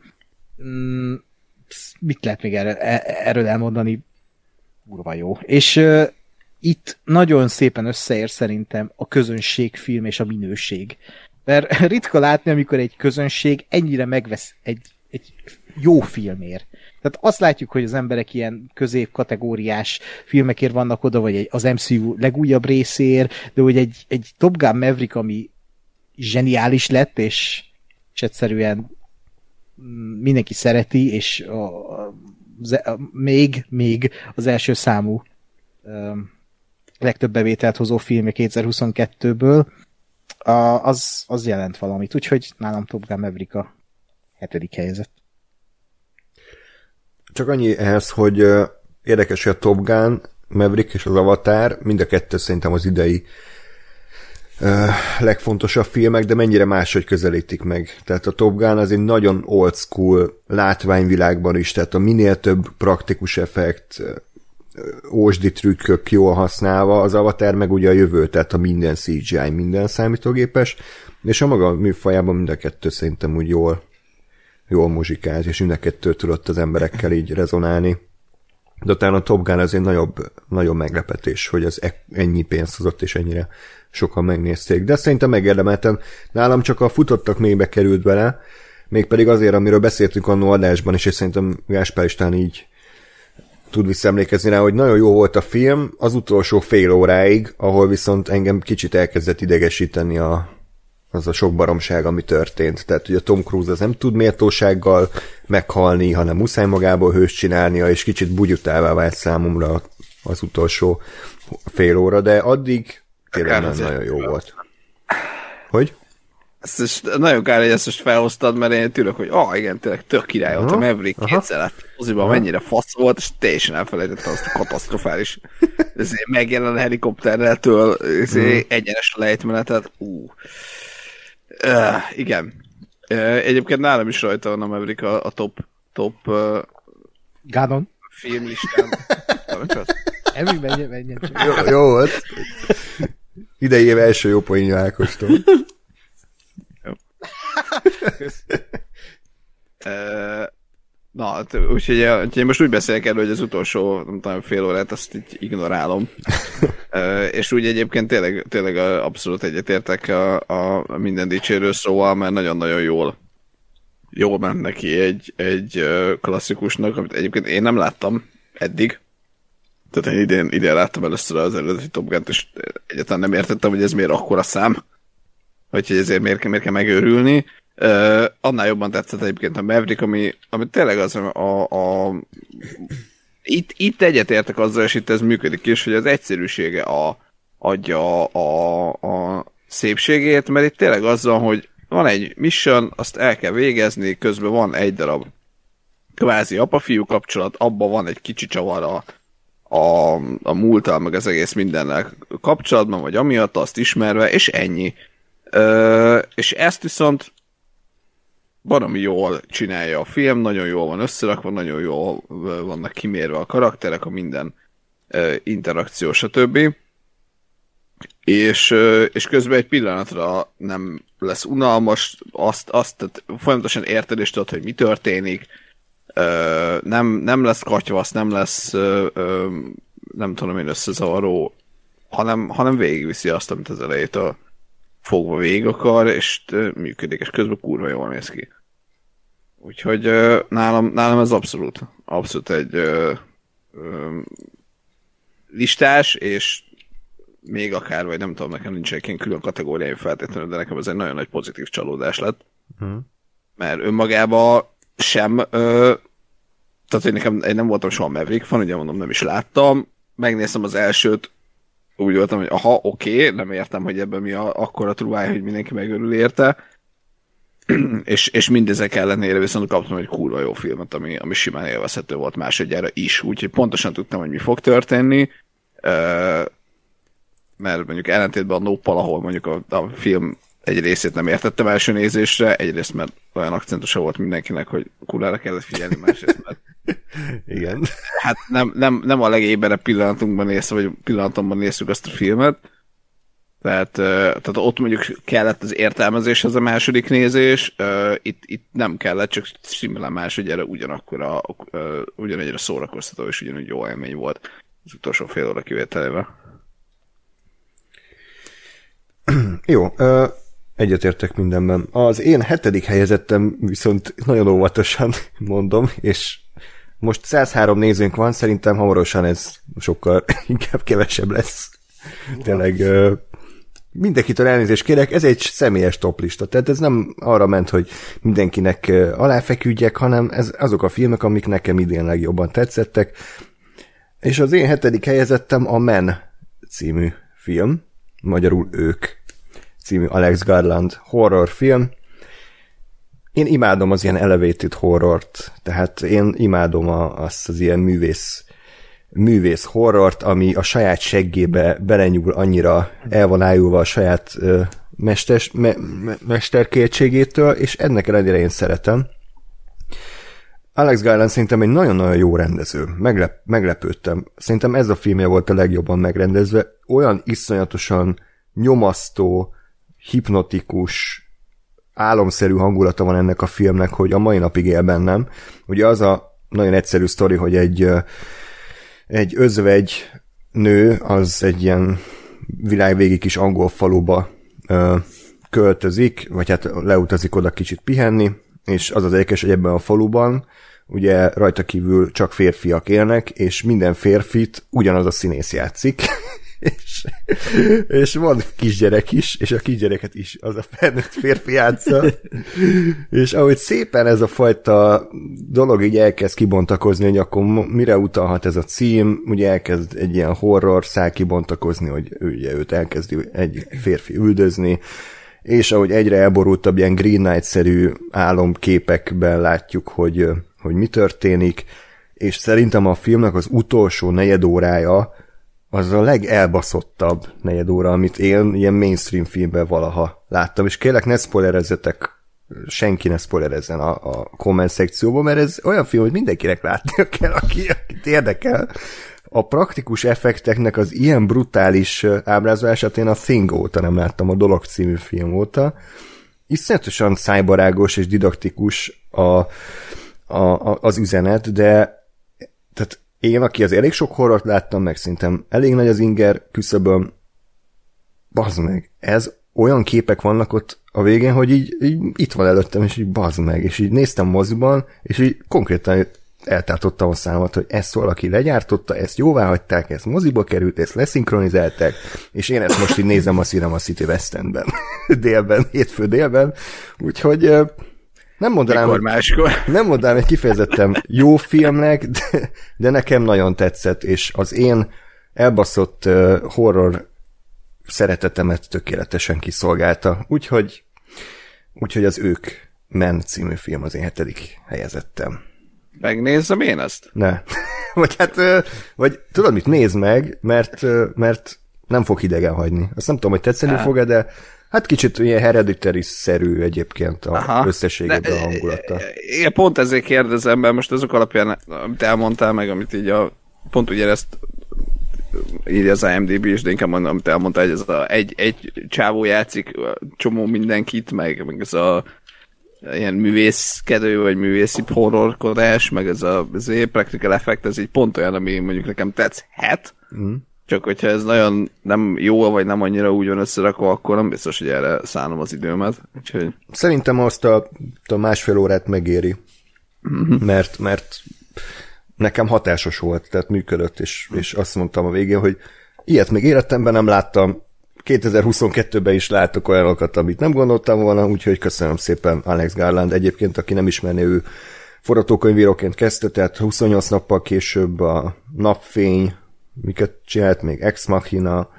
Mit lehet még erről, erről elmondani? Kurva jó. És uh, itt nagyon szépen összeér szerintem a közönségfilm és a minőség. Mert ritka látni, amikor egy közönség ennyire megvesz egy, egy jó filmért. Tehát azt látjuk, hogy az emberek ilyen középkategóriás filmekért vannak oda, vagy egy, az em cé u legújabb részéért, de hogy egy, egy Top Gun Maverick, ami zseniális lett, és, és egyszerűen mindenki szereti, és a, a, a, még, még az első számú a legtöbb bevételt hozó filmje kétezer-huszonkettőből, a, az, az jelent valamit. Úgyhogy nálam Top Gun Maverick a hetedik helyezett. Csak annyi ehhez, hogy uh, érdekes, hogy a Top Gun, Maverick és az Avatar, mind a kettő szerintem az idei uh, legfontosabb filmek, de mennyire máshogy közelítik meg. Tehát a Top Gun az egy nagyon old school látványvilágban is, tehát a minél több praktikus effekt, uh, ósdi trükkök jól használva, az Avatar meg ugye a jövő, tehát a minden cé gé i, minden számítógépes, és a maga műfajában mind a kettő szerintem úgy jól jól muzsikált, és mind a kettő tudott az emberekkel így rezonálni. De utána a Top Gun azért nagyobb, nagyobb meglepetés, hogy ez ennyi pénzt hozott, és ennyire sokan megnézték. De szerintem megérdemeltem. Nálam csak a futottak mélybe került bele, mégpedig azért, amiről beszéltünk annó adásban is, és szerintem Gáspár István így tud visszaemlékezni rá, hogy nagyon jó volt a film az utolsó fél óráig, ahol viszont engem kicsit elkezdett idegesíteni a az a sok baromság, ami történt. Tehát, hogy a Tom Cruise az nem tud méltósággal meghalni, hanem muszáj magából hőst csinálnia, és kicsit bugyutává vált számomra az utolsó fél óra, de addig tényleg nem nagyon jó volt. Hogy? Ezt is, nagyon kár, hogy ezt most felhoztad, mert én tűrök, hogy ah, igen, tényleg tök király volt a Maverick, kétszer lett moziban, mennyire fasz volt, és teljesen elfelejtettem azt a katasztrofális megjelen a helikopterreltől mm. egyenes lejtmenetet. Uh. Uh, igen. Uh, egyébként nálam is rajta van a Maverick a, a top, top uh, Ganon filmlistán. Emi, menjen, menjen csak. Jó, jó volt. Idei év első jó poénja Ákostól. uh, na, úgyhogy, úgyhogy én most úgy beszélek erről, hogy az utolsó, nem tudom, fél órát azt így ignorálom. uh, és úgy egyébként tényleg, tényleg abszolút egyetértek a, a minden dicsérő szóval, mert nagyon-nagyon jól jól ment neki egy, egy klasszikusnak, amit egyébként én nem láttam eddig. Tehát én idén, idén láttam először az eredeti Top Gun-t, és egyáltalán nem értettem, hogy ez miért akkora szám, vagy hogy ezért miért, miért kell megőrülni. Uh, annál jobban tetszett egyébként a Maverick, ami, ami tényleg az a... a itt, itt egyetértek azzal, és itt ez működik is, hogy az egyszerűsége a, adja a, a, a szépségét, mert itt tényleg azzal, hogy van egy mission, azt el kell végezni, közben van egy darab kvázi apa-fiú kapcsolat, abban van egy kicsi csavar a, a, a múlttal, meg az egész mindennel kapcsolatban, vagy amiatt azt ismerve, és ennyi. Ö, és ezt viszont valami jól csinálja a film, nagyon jól van összerakva, nagyon jól vannak kimérve a karakterek, a minden ö, interakció, stb. És, ö, és közben egy pillanatra nem lesz unalmas, azt, azt tehát folyamatosan érted és tudod, hogy mi történik, ö, nem, nem lesz katyvasz, nem lesz ö, ö, nem tudom én összezavaró, hanem, hanem végigviszi azt, amit az elejétől fogva végig akar, és ö, működik, és közben kurva jól néz ki. Úgyhogy ö, nálam, nálam ez abszolút, abszolút egy ö, ö, listás, és még akár, vagy nem tudom, nekem nincs egy ilyen külön kategóriáim feltétlenül, de nekem ez egy nagyon nagy pozitív csalódás lett. Hmm. Mert önmagában sem, ö, tehát hogy nekem, én nem voltam soha Maverick fan, ugye mondom, nem is láttam, megnéztem az elsőt, úgy voltam, hogy aha, oké, okay, nem értem, hogy ebben mi a, akkora truváj, hogy mindenki megörül érte, és, és mindezek ellenére viszont kaptam egy kurva jó filmet, ami, ami simán élvezhető volt másodjára is, úgyhogy pontosan tudtam, hogy mi fog történni, ö, mert mondjuk ellentétben a Nope-pal, ahol mondjuk a, a film egy részét nem értettem első nézésre, egyrészt mert olyan akcentusa volt mindenkinek, hogy kurvára kellett figyelni, másrészt mert igen. Hát nem, nem, nem a legéberebb pillanatunkban nézve, vagy pillanatomban néztük azt a filmet, tehát, tehát ott mondjuk kellett az értelmezéshez a második nézés, itt, itt nem kellett, csak simán másodjára ugyanakkor a, ugyanegyre szórakoztató és ugyanúgy jó élmény volt az utolsó fél óra kivételével. Jó, egyetértek mindenben. Az én hetedik helyezettem viszont nagyon óvatosan mondom, és most száz három nézőnk van, szerintem hamarosan ez sokkal inkább kevesebb lesz. Tényleg mindenkitől elnézést kérek, ez egy személyes toplista, tehát ez nem arra ment, hogy mindenkinek aláfeküdjek, hanem ez azok a filmek, amik nekem idén legjobban tetszettek. És az én hetedik helyezettem a Men című film, magyarul Ők című Alex Garland horrorfilm. Én imádom az ilyen elevated horrort, tehát én imádom a, azt az ilyen művész, művész horrort, ami a saját seggébe belenyúl, annyira el van ájulva a saját uh, mestes, me, me, mesterkétségétől, és ennek ellenére én szeretem. Alex Garland szerintem egy nagyon-nagyon jó rendező. Meglep, meglepődtem. Szerintem ez a filmje volt a legjobban megrendezve. Olyan iszonyatosan nyomasztó, hipnotikus, álomszerű hangulata van ennek a filmnek, hogy a mai napig él bennem. Ugye az a nagyon egyszerű sztori, hogy egy, egy özvegy nő, az egy ilyen világvégi kis angol faluba költözik, vagy hát leutazik oda kicsit pihenni, és az az érdekes, hogy ebben a faluban ugye rajta kívül csak férfiak élnek, és minden férfit ugyanaz a színész játszik, és, és van kisgyerek is, és a kisgyereket is az a felnőtt férfi játsza, és ahogy szépen ez a fajta dolog így elkezd kibontakozni, hogy akkor mire utalhat ez a cím, ugye elkezd egy ilyen horror szál kibontakozni, hogy ő, ugye őt elkezdi egy férfi üldözni, és ahogy egyre elborultabb ilyen Green Knight-szerű álomképekben látjuk, hogy, hogy mi történik, és szerintem a filmnek az utolsó negyed órája az a legelbaszottabb negyed óra, amit én ilyen mainstream filmben valaha láttam, és kérlek ne spoilerezzetek, senki ne spoilerezzen a, a komment szekcióban, mert ez olyan film, hogy mindenkinek látnia kell, aki, akit érdekel. A praktikus effekteknek az ilyen brutális ábrázolását én a Thing óta nem láttam, a Dolog című film óta. Iszonyatosan szájbarágos és didaktikus a, a, a, az üzenet, de tehát én, aki az elég sok horrort láttam, meg szerintem elég nagy az inger küszöböm, bazd meg, ez olyan képek vannak ott a végén, hogy így, így itt van előttem, és így bazd meg, és így néztem moziban, és így konkrétan eltátottam a számat, hogy ezt valaki legyártotta, ezt jóvá hagyták, ezt moziba került, ezt leszinkronizálták, és én ezt most így nézem a Cinema City West Endben, délben, hétfő délben, úgyhogy nem mondanám, Mikor máskor. Nem mondanám egy kifejezetten jó filmnek, de, de nekem nagyon tetszett, és az én elbaszott uh, horror szeretetemet tökéletesen kiszolgálta. Úgyhogy, úgyhogy az Ők Men című film az én hetedik helyezettem. Megnézzem én azt? Ne. Vagy hát, uh, vagy tudod mit, nézd meg, mert, uh, mert nem fog hidegen hagyni. Azt nem tudom, hogy tetszeni hát. fog-e, de hát kicsit ilyen Hereditary-szerű egyébként a összességében a hangulata. Én pont ezért kérdezem, mert most azok alapján, amit elmondtál meg, amit így a, pont ugye ezt így az I M D B is, de inkább mondom, amit elmondtál, hogy ez a egy, egy csávó játszik csomó mindenkit, meg, meg ez a ilyen művészkedő, vagy művészi horrorkodás, meg ez a ez a practical effect, ez így pont olyan, ami mondjuk nekem tetszhet, mm. Csak hogyha ez nagyon nem jó, vagy nem annyira úgy van összerakva, akkor nem biztos, hogy erre szánom az időmet. Úgyhogy... Szerintem azt a, a másfél órát megéri, mm-hmm. mert, mert nekem hatásos volt, tehát működött, és, és azt mondtam a végén, hogy ilyet még életemben nem láttam, kétezer-huszonkettőben is látok olyanokat, amit nem gondoltam volna, úgyhogy köszönöm szépen Alex Garland. Egyébként, aki nem ismerné, ő forgatókönyvíróként kezdte, tehát huszonnyolc nappal később a Napfény, miket csinált még, Ex Machina,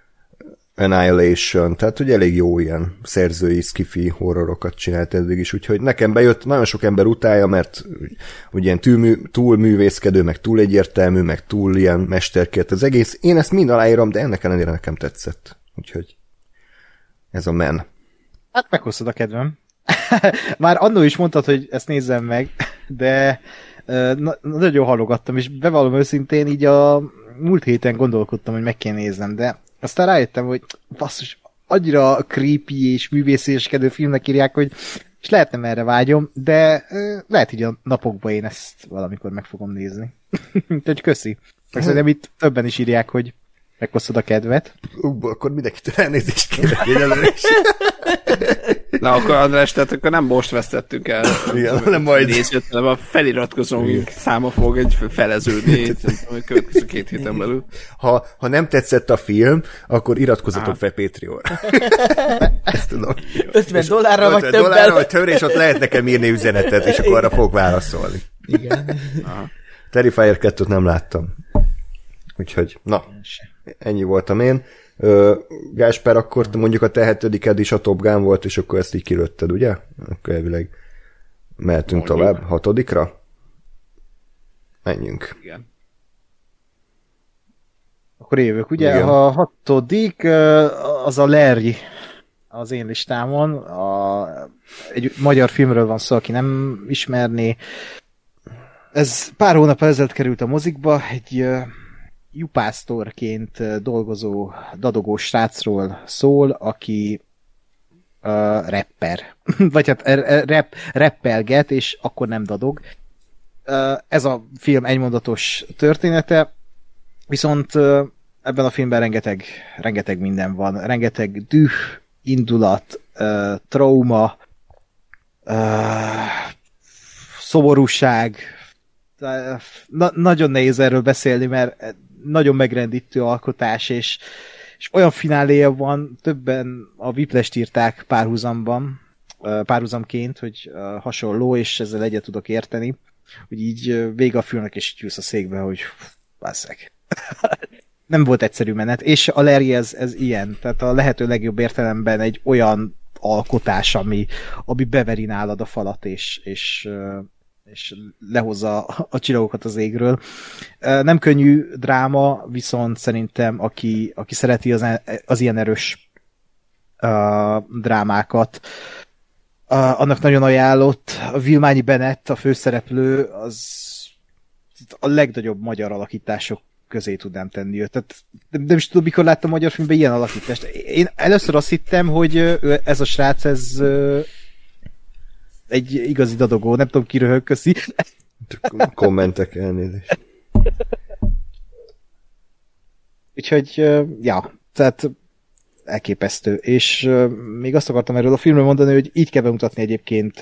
Annihilation, tehát hogy elég jó ilyen szerzői, skifi horrorokat csinált eddig is, úgyhogy nekem bejött, nagyon sok ember utálja, mert ugye ilyen túl, túl művészkedő, meg túl egyértelmű, meg túl ilyen mesterkért az egész. Én ezt mind aláírom, de ennek ellenére nekem tetszett. Úgyhogy ez a Men. Hát meghoztad a kedvem. Már annól is mondtad, hogy ezt nézzem meg, de na, nagyon halogattam, és bevallom őszintén, így a múlt héten gondolkodtam, hogy meg kéne néznem, de aztán rájöttem, hogy basszus, annyira creepy és művészéskedő filmnek írják, hogy és lehet nem erre vágyom, de lehet, hogy a napokban én ezt valamikor meg fogom nézni. Úgyhogy köszi. Meg szerintem itt többen is írják, hogy meghoztad a kedvet. Ú, akkor mindenkitől elnézést kérek én előre is. Na akkor András, tehát akkor nem most vesztettük el. Igen, hanem majd. Nézőt, hanem a feliratkozóink száma fog egy feleződni a következő két héten belül. Ha, ha nem tetszett a film, akkor iratkozzatok fel Patreonra. Ezt tudom. ötven dollárra vagy többel. dollárra vagy többre, és ott lehet nekem írni üzenetet, és akkor arra fog válaszolni. Igen. Terrifier kettőt nem láttam. Úgyhogy, na, ennyi voltam én. Ö, Gáspár, akkor mondjuk a te hetediked is a Top Gun volt, és akkor ezt így kilőtted, ugye? Akkor elvileg mehetünk mondjuk tovább. Hatodikra? Menjünk. Igen. Akkor évök, ugye? Igen. A hatodik az a Larry az én listámon. A, egy magyar filmről van szó, aki nem ismerné. Ez pár hónap ezelőtt került a mozikba, egy jupásztorként dolgozó, dadogó srácról szól, aki uh, rapper. Vagy hát rap, rappelget, és akkor nem dadog. Uh, ez a film egymondatos története, viszont uh, ebben a filmben rengeteg, rengeteg minden van. Rengeteg düh, indulat, uh, trauma, uh, szomorúság. Na, nagyon nehéz erről beszélni, mert nagyon megrendítő alkotás, és, és olyan fináléja van, többen a Whiplash-t írták párhuzamban, párhuzamként, hogy hasonló, és ezzel egyet tudok érteni, hogy így vége a filmnek, és így ülsz a székbe, hogy basszeg. Nem volt egyszerű menet, és a Larry ez, ez ilyen, tehát a lehető legjobb értelemben egy olyan alkotás, ami, ami beveri nálad a falat, és, és, és lehozza a csillagokat az égről. Nem könnyű dráma, viszont szerintem aki, aki szereti az, az ilyen erős uh, drámákat, uh, annak nagyon ajánlott. A Vilmányi Bennett, a főszereplő, az a legnagyobb magyar alakítások közé tudnám tenni őt. Tehát nem, nem is tudom, mikor láttam magyar filmben ilyen alakítást. Én először azt hittem, hogy ez a srác, ez egy igazi dadogó, nem tudom, ki röhög, köszi. Kommentek, elnézést. Úgyhogy, ja, tehát elképesztő. És még azt akartam erről a filmről mondani, hogy így kell bemutatni egyébként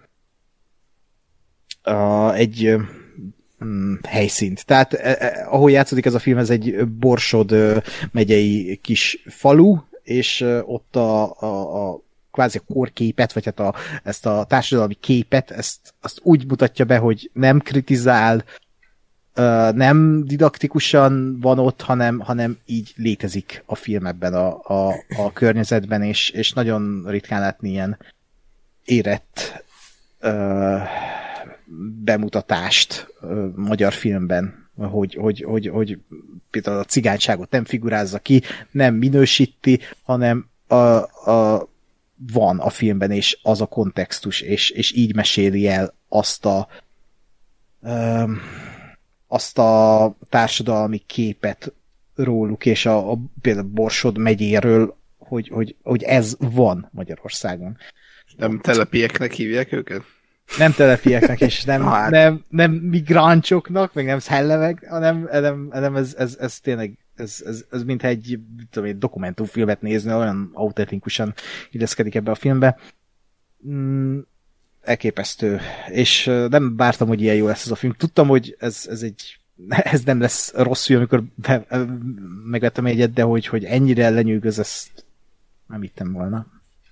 egy Hmm, helyszínt. Tehát eh, ahol játszódik ez a film, ez egy Borsod eh, megyei kis falu, és eh, ott a, a, a kvázi a korképet, vagy hát a, ezt a társadalmi képet, ezt azt úgy mutatja be, hogy nem kritizál, eh, nem didaktikusan van ott, hanem, hanem így létezik a film ebben a, a, a környezetben, és, és nagyon ritkán látni ilyen érett eh, bemutatást uh, magyar filmben, hogy, hogy, hogy, hogy például a cigányságot nem figurázza ki, nem minősíti, hanem a, a, van a filmben, és az a kontextus, és, és így meséli el azt a uh, azt a társadalmi képet róluk, és a, a például Borsod megyéről, hogy, hogy, hogy ez van Magyarországon. Nem telepieknek hívják őket? Nem telepieknek, és nem, hát. nem, nem migráncsoknak, meg nem szellemek, hanem, hanem, hanem ez, ez, ez tényleg, ez, ez, ez mintha egy, tudom, egy dokumentumfilmet nézni, olyan autentikusan illeszkedik ebbe a filmbe. Mm, elképesztő. És nem vártam, hogy ilyen jó lesz ez a film. Tudtam, hogy ez, ez egy ez nem lesz rossz film, amikor be, megvettem egyet, de hogy, hogy ennyire lenyűgöz, ezt nem hittem volna.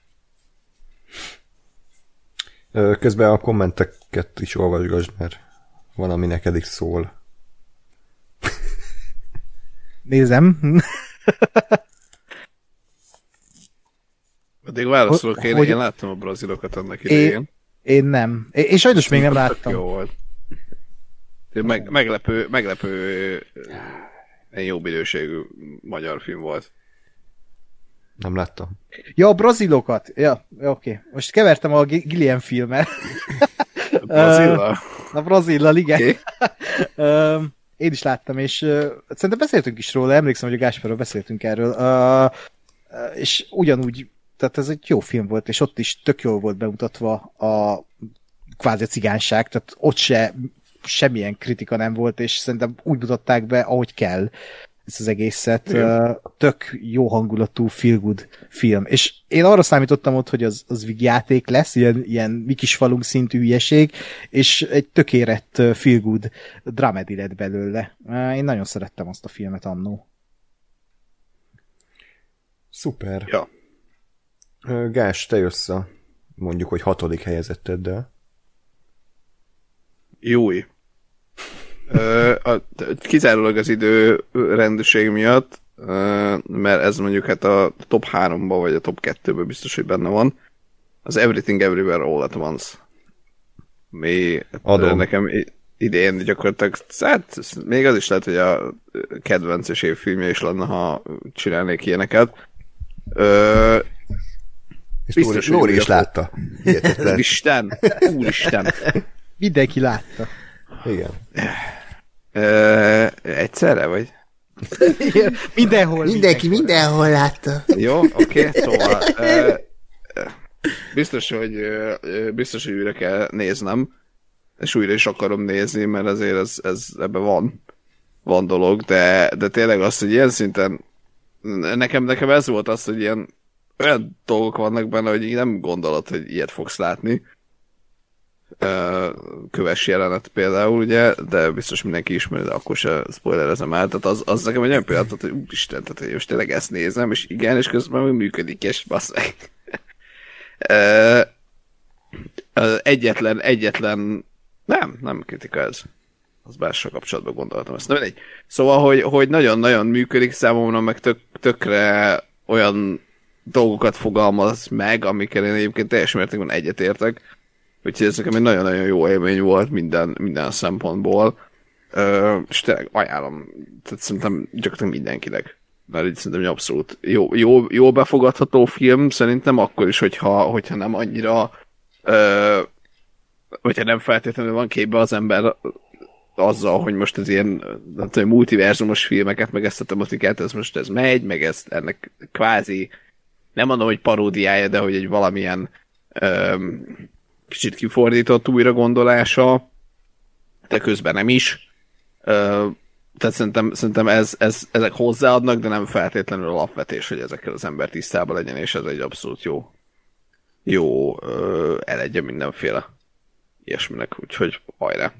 Közben a kommenteket is olvasgasd, mert van, ami neked is szól. Nézem. Addig válaszolok, én, hogy... én láttam a brazilokat annak idején. Én, én nem. Én, én sajnos még nem láttam. Jó volt. Meg, meglepő, meglepő egy jobb időségű magyar film volt. Nem láttam. Ja, a brazilokat. Ja, oké. Okay. Most kevertem a Gillian filmmel. A Brazilla? A Brazilla, igen. Okay. Én is láttam, és uh, szerintem beszéltünk is róla, emlékszem, hogy a Gáspárral beszéltünk erről, uh, uh, és ugyanúgy, tehát ez egy jó film volt, és ott is tök jól volt bemutatva a kvázi a cigányság, tehát ott se semmilyen kritika nem volt, és szerintem úgy mutatták be, ahogy kell ezt az egészet. Uh, tök jó hangulatú, feel good film. És én arra számítottam ott, hogy az, az vígjáték lesz, ilyen, ilyen mi kis falunk szintű hülyeség, és egy tök érett feel good dramedy lett belőle. Uh, én nagyon szerettem azt a filmet annó. Szuper. Ja. Uh, Gás, te jössz a mondjuk, hogy hatodik helyezetteddel. Jói. Ö, a, kizárólag az idő rendőrség miatt, ö, mert ez mondjuk hát a top háromba vagy a top kettőben biztos, hogy benne van. Az Everything Everywhere All at Once. Mi Adom. Nekem idén gyakorlatilag, hát még az is lehet, hogy a kedvences évfilmje is lenne, ha csinálnék ilyeneket. Ö, És biztos, Lóri, Lóri is látta. Isten! Úristen! Mindenki látta. Igen. Ö, egyszerre, vagy? Mindenhol. Mindenki mindenhol látta. Jó, oké, okay, szóval ö, biztos, hogy ö, biztos, hogy újra kell néznem, és újra is akarom nézni, mert azért ez, ez ebben van, van dolog, de, de tényleg az, hogy ilyen szinten nekem, nekem ez volt az, hogy ilyen olyan dolgok vannak benne, hogy így nem gondolod, hogy ilyet fogsz látni. köves jelenet például, ugye, de biztos mindenki ismeri, de akkor se spoilerezem el. Tehát az, az nekem egy olyan pillanat, hogy úristen, tehát hogy most tényleg ezt nézem, és igen, és közben még működik, és bassz meg. egyetlen, egyetlen, nem, nem kritika ez. Az mással kapcsolatban gondoltam ezt. Nem, szóval, hogy, hogy nagyon-nagyon működik számomra, meg tök, tökre olyan dolgokat fogalmaz meg, amikkel én egyébként teljes mértékben egyetértek. Úgyhogy ez nekem egy nagyon-nagyon jó élmény volt minden, minden szempontból. Ö, és tényleg ajánlom, tehát szerintem gyakorlatilag mindenkinek. Mert így szerintem egy abszolút jó, jó, jó befogadható film, szerintem akkor is, hogyha, hogyha nem annyira ö, hogyha nem feltétlenül van képbe az ember azzal, hogy most az ilyen nem tudom, multiverzumos filmeket, meg ezt a tematikát, ez most ez megy, meg ezt ennek kvázi, nem mondom, hogy paródiája, de hogy egy valamilyen öm, kicsit kifordított újra gondolása, de közben nem is. Ö, tehát szerintem, szerintem ez, ez, ezek hozzáadnak, de nem feltétlenül alapvetés, hogy ezekkel az ember tisztában legyen, és ez egy abszolút jó jó ö, elegye mindenféle ilyesminek, úgyhogy hajrá.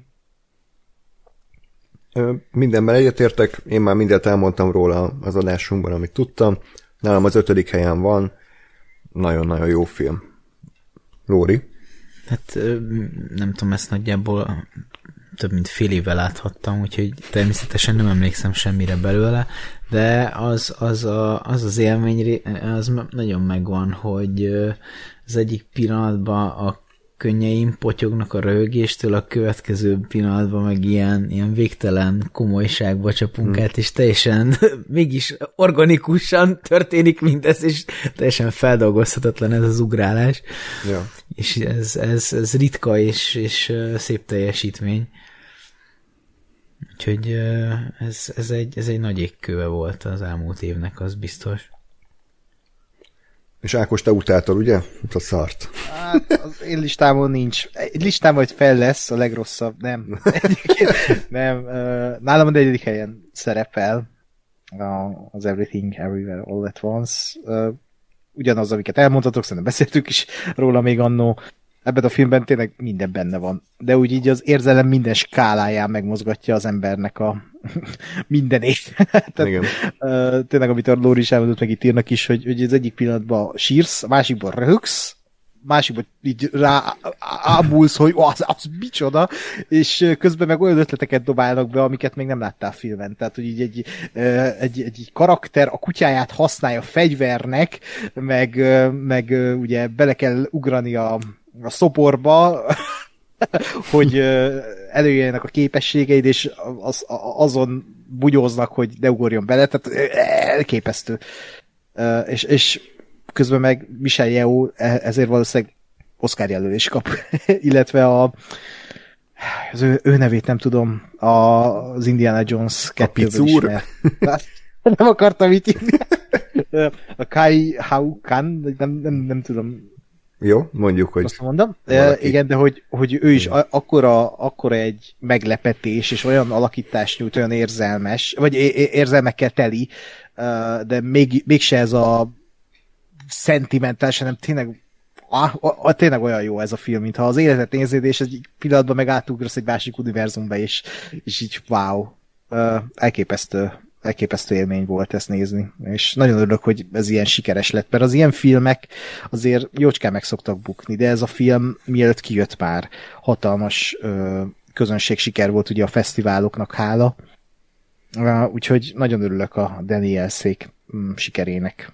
Mindenben egyetértek, én már mindent elmondtam róla az adásunkban, amit tudtam. Nálam az ötödik helyen van. Nagyon-nagyon jó film. Lóri? Hát nem tudom, ezt nagyjából több mint fél éve láthattam, úgyhogy természetesen nem emlékszem semmire belőle, de az az, a, az, az élmény az nagyon megvan, hogy az egyik pillanatban a könnyeim potyognak a röhögéstől, a következő pillanatban meg ilyen, ilyen végtelen komolyságba csapunk hmm. át, és teljesen mégis organikusan történik mindez, és teljesen feldolgozhatatlan ez az ugrálás. Ja. És ez, ez, ez ritka és, és szép teljesítmény. Úgyhogy ez, ez, egy, ez egy nagy égköve volt az elmúlt évnek, az biztos. És Ákos, te utáltad, ugye? A szart. Hát az én listámon nincs. Egy listám, hogy fel lesz a legrosszabb. Nem. nem. Nálam a negyedik helyen szerepel az Everything Everywhere All at Once. Ugyanaz, amiket elmondhatok, szerintem beszéltük is róla még annó. Ebben a filmben tényleg minden benne van. De úgy így az érzelem minden skáláján megmozgatja az embernek a mindenét. Tehát, igen. Uh, tényleg, amit a Lóri is elmondott, meg itt írnak is, hogy, hogy az egyik pillanatban sírsz, a másikban röhögsz, másikban így rá ábulsz, hogy az, az micsoda, és közben meg olyan ötleteket dobálnak be, amiket még nem láttál filmen. Tehát, hogy így egy, egy, egy karakter a kutyáját használja fegyvernek, meg, meg ugye bele kell ugrani a, a szoporba, hogy előjöjjenek a képességeid, és az, azon bugyóznak, hogy ne ugorjon bele, tehát elképesztő. És, és közben meg Michelle Yeoh ezért valószínűleg Oscar jelölés kap, illetve a az ő, ő nevét nem tudom, a, az Indiana Jones kettőből ismer. Nem akartam itt a Kai Hao Kan, nem, nem, nem tudom. Jó, mondjuk, hogy... Azt mondom. E, igen, de hogy, hogy ő is a, akkora, akkora egy meglepetés, és olyan alakítást nyújt, olyan érzelmes, vagy érzelmekkel teli, de még, mégse ez a szentimentális, hanem tényleg ah, ah, tényleg olyan jó ez a film, mintha az életet nézed, és egy pillanatban meg átugrasz egy másik univerzumba, és, és így wow. Elképesztő. elképesztő élmény volt ezt nézni, és nagyon örülök, hogy ez ilyen sikeres lett, mert az ilyen filmek azért jócskán meg szoktak bukni, de ez a film mielőtt kijött már hatalmas ö, közönség siker volt ugye a fesztiváloknak hála, uh, úgyhogy nagyon örülök a Danielsék mm, sikerének.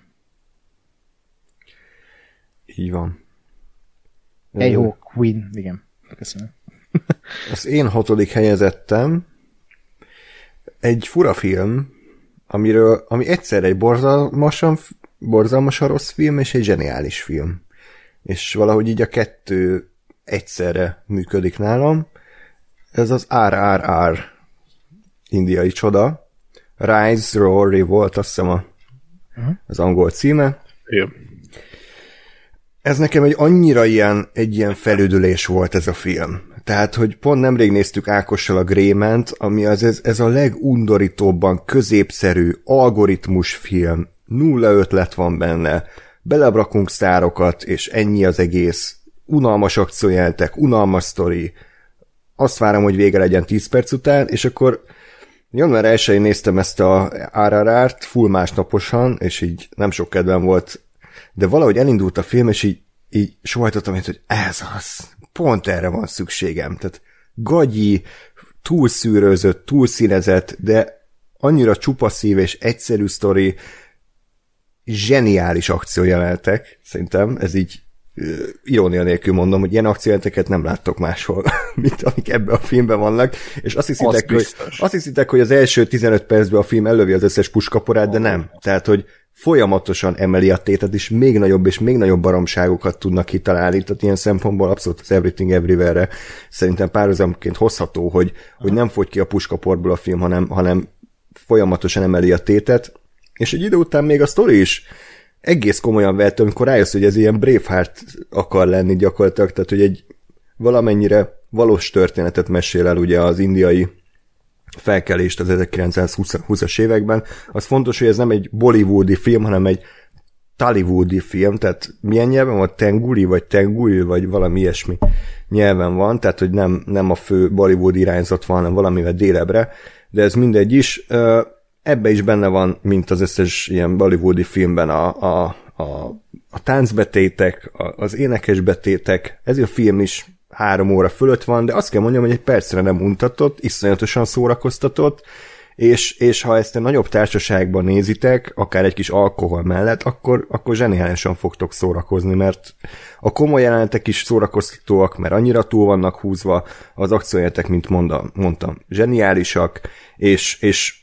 Így van. Hey ho, Queen, igen, köszönöm. Az én hatodik helyezettem egy fura film, amiről, ami egyszerre egy borzalmasan, borzalmasan rossz film, és egy zseniális film. És valahogy így a kettő egyszerre működik nálam. Ez az er er er indiai csoda. Rise, Roar, Revolt, azt hiszem a, az angol címe. Yeah. Ez nekem egy annyira ilyen, egy ilyen felüdülés volt ez a film. Tehát, hogy pont nemrég néztük Ákossal a Grément, ami az ez, ez a legundorítóbban középszerű algoritmus film, nulla ötlet van benne, belebrakunk sztárokat, és ennyi az egész, unalmas akciójelentek, unalmas sztori, azt várom, hogy vége legyen tíz perc után, és akkor január elsején néztem ezt a er er er-t full másnaposan, és így nem sok kedvem volt, de valahogy elindult a film, és így, így sohajtottam, hogy ez az, pont erre van szükségem. Tehát gagyi, túlszűrőzött, túlszínezett, de annyira csupaszív és egyszerű sztori, zseniális akciójelentek, szerintem, ez így irónia nélkül mondom, hogy ilyen akciójelenteket nem láttok máshol, mint amik ebben a filmben vannak, és azt hiszitek, hogy, azt hiszitek, hogy az első tizenöt percben a film ellövi az összes puskaporát, de nem. Tehát, hogy folyamatosan emeli a tétet, és még nagyobb és még nagyobb baromságokat tudnak kitalálni, tehát ilyen szempontból abszolút az Everything Everywhere-re szerintem párhuzamként hozható, hogy, hogy nem fogy ki a puskaporból a film, hanem, hanem folyamatosan emeli a tétet, és egy idő után még a sztori is egész komolyan vett, amikor rájössz, hogy ez ilyen Braveheart akar lenni gyakorlatilag, tehát hogy egy valamennyire valós történetet mesél el ugye az indiai felkelést az ezerkilencszázhúszas években. Az fontos, hogy ez nem egy bollywoodi film, hanem egy tollywoodi film, tehát milyen nyelven van? Tenguli, vagy tengul, vagy valami ilyesmi nyelven van, tehát hogy nem, nem a fő Bollywood irányzat van, hanem valamivel délebbre, de ez mindegy is. Ebbe is benne van, mint az összes ilyen bollywoodi filmben a, a, a, a táncbetétek, a, az énekesbetétek, ez a film is három óra fölött van, de azt kell mondjam, hogy egy percre nem untatott, iszonyatosan szórakoztatott, és, és ha ezt egy nagyobb társaságban nézitek, akár egy kis alkohol mellett, akkor, akkor zseniálisan fogtok szórakozni, mert a komoly jelenetek is szórakoztatóak, mert annyira túl vannak húzva, az akciójelenetek, mint mondam, mondtam, zseniálisak, és, és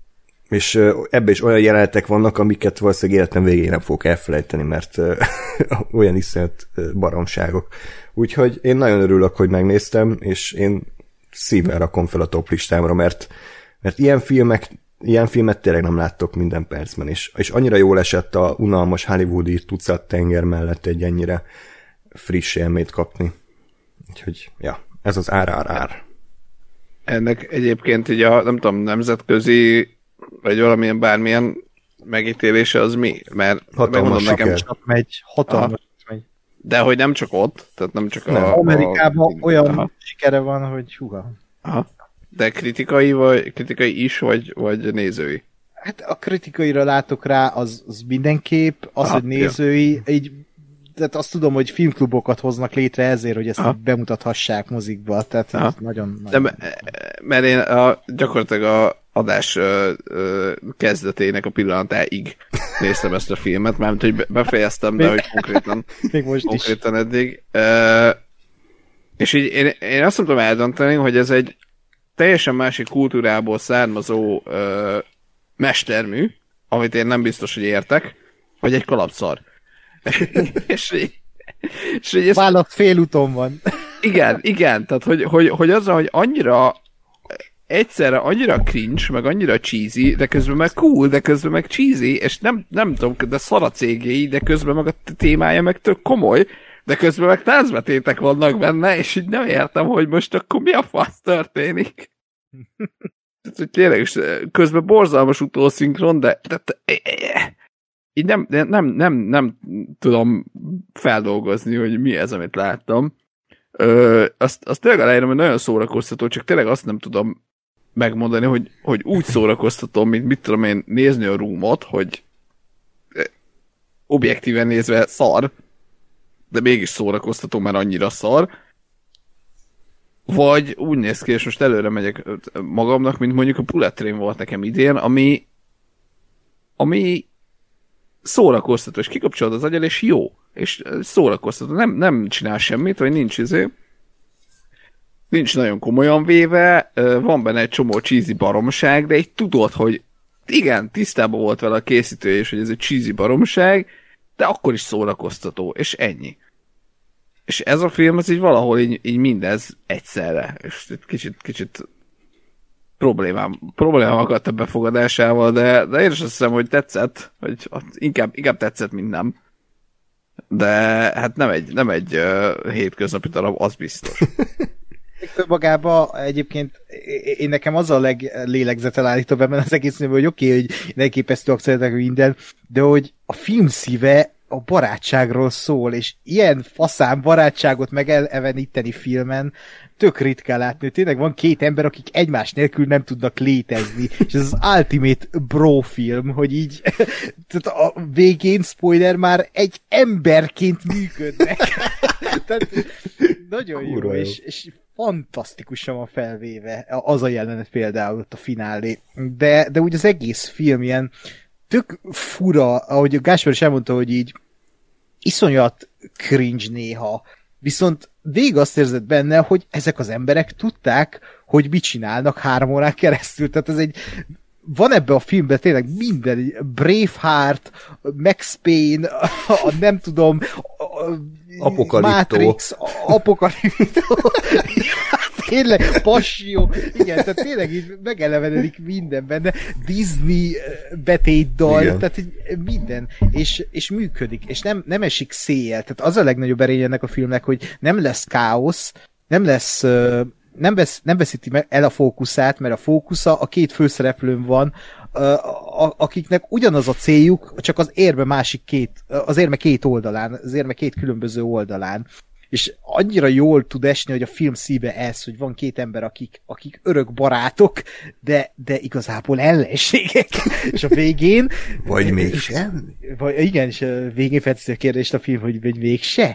és ebben is olyan jelenetek vannak, amiket valószínűleg életem végén nem fogok elfelejteni, mert olyan iszonyat baromságok. Úgyhogy én nagyon örülök, hogy megnéztem, és én szívvel rakom fel a top listámra, mert, mert ilyen filmek, ilyen filmet tényleg nem láttok minden percben, és, és annyira jól esett a unalmas hollywoodi tucat tenger mellett egy ennyire friss élményt kapni. Úgyhogy, ja, ez az er er er. Ennek egyébként így a, nem tudom, nemzetközi vagy valamilyen bármilyen megítélése az mi? Mert hatalmas nekem csak megy, hatalmas megy. De hogy nem csak ott, tehát nem csak nem, a... Amerikában a, olyan aha. sikere van, hogy húha. Aha. De kritikai, vagy, kritikai is, vagy, vagy nézői? Hát a kritikaira látok rá, az, az mindenképp, az, aha, hogy nézői, ja. így, tehát azt tudom, hogy filmklubokat hoznak létre ezért, hogy ezt aha. bemutathassák mozikba, tehát nagyon... nagyon... De, mert én a, gyakorlatilag a adás ö, ö, kezdetének a pillanatáig néztem ezt a filmet, mármint, hogy befejeztem, de hogy konkrétan, még most konkrétan is. eddig. Ö, és így én, én azt tudom eldönteni, hogy ez egy teljesen másik kultúrából származó ö, mestermű, amit én nem biztos, hogy értek, vagy egy kalapszar. és így, és így ezt... Válasz félúton van. igen, igen, tehát hogy, hogy, hogy azzal, hogy annyira egyszerre annyira cringe, meg annyira cheesy, de közben meg cool, de közben meg cheesy, és nem, nem tudom, de szar a cégéi, de közben meg a témája meg tök komoly, de közben meg táncbetétek vannak benne, és így nem értem, hogy most akkor mi a fasz történik. Tehát, hogy tényleg is közben borzalmas utószinkron, de, de, de így nem, nem, nem, nem tudom feldolgozni, hogy mi ez, amit láttam. Ö, azt, azt tényleg aláírom, hogy nagyon szórakoztató, csak tényleg azt nem tudom megmondani, hogy, hogy úgy szórakoztatom, mint mit tudom én nézni a Roomot, hogy objektíven nézve szar, de mégis szórakoztató, mert annyira szar, vagy úgy néz ki, és most előre megyek magamnak, mint mondjuk a Bullet Train volt nekem idén, ami ami szórakoztató, és kikapcsolod az agyal, és jó, és szórakoztató, nem, nem csinál semmit, vagy nincs izé, nincs nagyon komolyan véve, van benne egy csomó cheesy baromság, de így tudod, hogy igen, tisztában volt vele a készítő, és hogy ez egy cheesy baromság, de akkor is szórakoztató, és ennyi. És ez a film, az így valahol így, így mindez egyszerre, és kicsit, kicsit problémám, problémám akadt a befogadásával, de, de én is azt hiszem, hogy tetszett, hogy inkább, inkább tetszett, mint nem. De hát nem egy, nem egy uh, hétköznapi darab, az biztos. Magában egyébként én nekem az a leglélegzetelállítóbb ebben az egész nőben, hogy oké, okay, hogy elképesztő akcióletek minden, de hogy a film szíve a barátságról szól, és ilyen faszán barátságot megeleveníteni filmen tök ritkán látni. Tényleg van két ember, akik egymás nélkül nem tudnak létezni, és ez az ultimate bro film, hogy így tehát a végén, spoiler, már egy emberként működnek. Tehát nagyon jó, jó. És, és fantasztikusan van felvéve az a jelenet például ott a finálé. De, de úgy az egész film ilyen tök fura, ahogy a Gáspár is elmondta, hogy így iszonyat cringe néha, viszont végig azt érzed benne, hogy ezek az emberek tudták, hogy mit csinálnak három órán keresztül. Tehát ez egy van ebbe a filmben tényleg minden, Braveheart, Max Payne, a, a nem tudom, Apokaliptó. Matrix, Apokaliptó, tényleg, Passió, igen, tehát tényleg így megelevenedik minden benne, Disney betétdal, igen. Tehát így minden, és, és működik, és nem, nem esik széjjel, tehát az a legnagyobb erény ennek a filmnek, hogy nem lesz káosz, nem lesz nem, vesz, nem veszíti el a fókuszát, mert a fókusza a két főszereplőn van, akiknek ugyanaz a céljuk, csak az érme másik két, az érme két oldalán, az érme két különböző oldalán. És annyira jól tud esni, hogy a film szíve ez, hogy van két ember, akik, akik örök barátok, de, de igazából ellenségek. És a végén... Vagy mégsem? Vagy, igen, és a végén felteszi a kérdést a film, hogy, hogy mégse.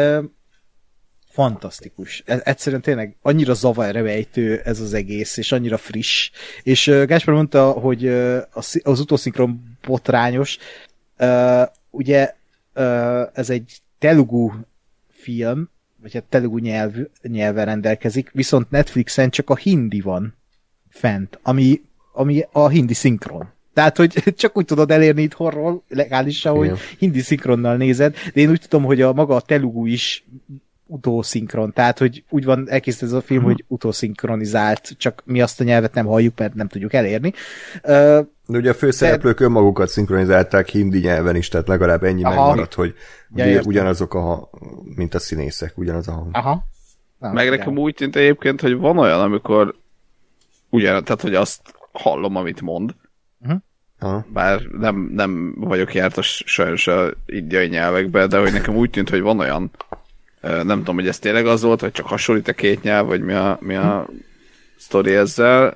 Fantasztikus. Egyszerűen tényleg annyira zavarrejtő ez az egész, és annyira friss. És uh, Gáspár mondta, hogy uh, az utószinkron botrányos. Uh, ugye uh, ez egy telugu film, vagy hát telugu nyelv, nyelven rendelkezik, viszont Netflixen csak a hindi van fent, ami, ami a hindi szinkron. Tehát, hogy csak úgy tudod elérni itthonról legálisan, hogy hindi szinkronnal nézed, de én úgy tudom, hogy a maga a telugu is utószinkron, tehát, hogy úgy van elkészítve ez a film, uh-huh. hogy utószinkronizált, csak mi azt a nyelvet nem halljuk, mert nem tudjuk elérni. Uh, de ugye a főszereplők de... önmagukat szinkronizálták hindi nyelven is, tehát legalább ennyi Aha. megmaradt, hogy ja, ugyanazok a, mint a színészek, ugyanaz a hang. Aha. Na, meg nekem úgy tűnt egyébként, hogy van olyan, amikor ugyan, tehát, hogy azt hallom, amit mond, uh-huh. Aha. bár nem, nem vagyok jártas sajnos a indiai nyelvekben, de hogy nekem úgy tűnt, hogy van olyan, nem tudom, hogy ez tényleg az volt, vagy csak hasonlít a két nyelv, vagy mi a, mi a sztori ezzel.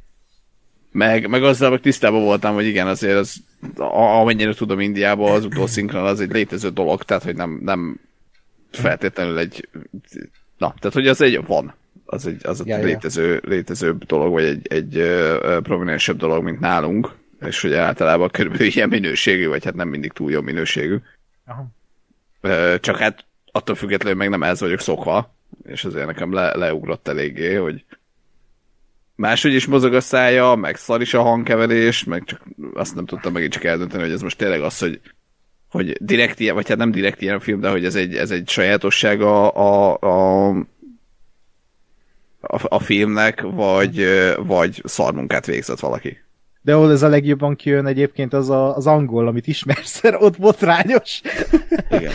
Meg, meg azzal meg tisztában voltam, hogy igen, azért az, amennyire tudom, Indiában az utószinkron az egy létező dolog, tehát hogy nem, nem feltétlenül egy... Na, tehát hogy az egy van. Az egy, az ja, egy létező, létezőbb dolog, vagy egy, egy uh, prominensebb dolog, mint nálunk, és hogy általában körülbelül ilyen minőségű, vagy hát nem mindig túl jó minőségű. Aha. Uh, csak hát attól függetlenül meg nem ez vagyok szokva, és azért nekem le, leugrott eléggé, hogy máshogy is mozog a szája, meg szar is a hangkeverés, meg csak azt nem tudtam megint csak eldönteni, hogy ez most tényleg az, hogy, hogy direkt ilyen, vagy hát nem direkt ilyen film, de hogy ez egy, ez egy sajátosság a, a, a, a, a filmnek, vagy, vagy szarmunkát végzett valaki. De ahol ez a legjobban kijön egyébként az a, az angol, amit ismersz, ott botrányos. Igen.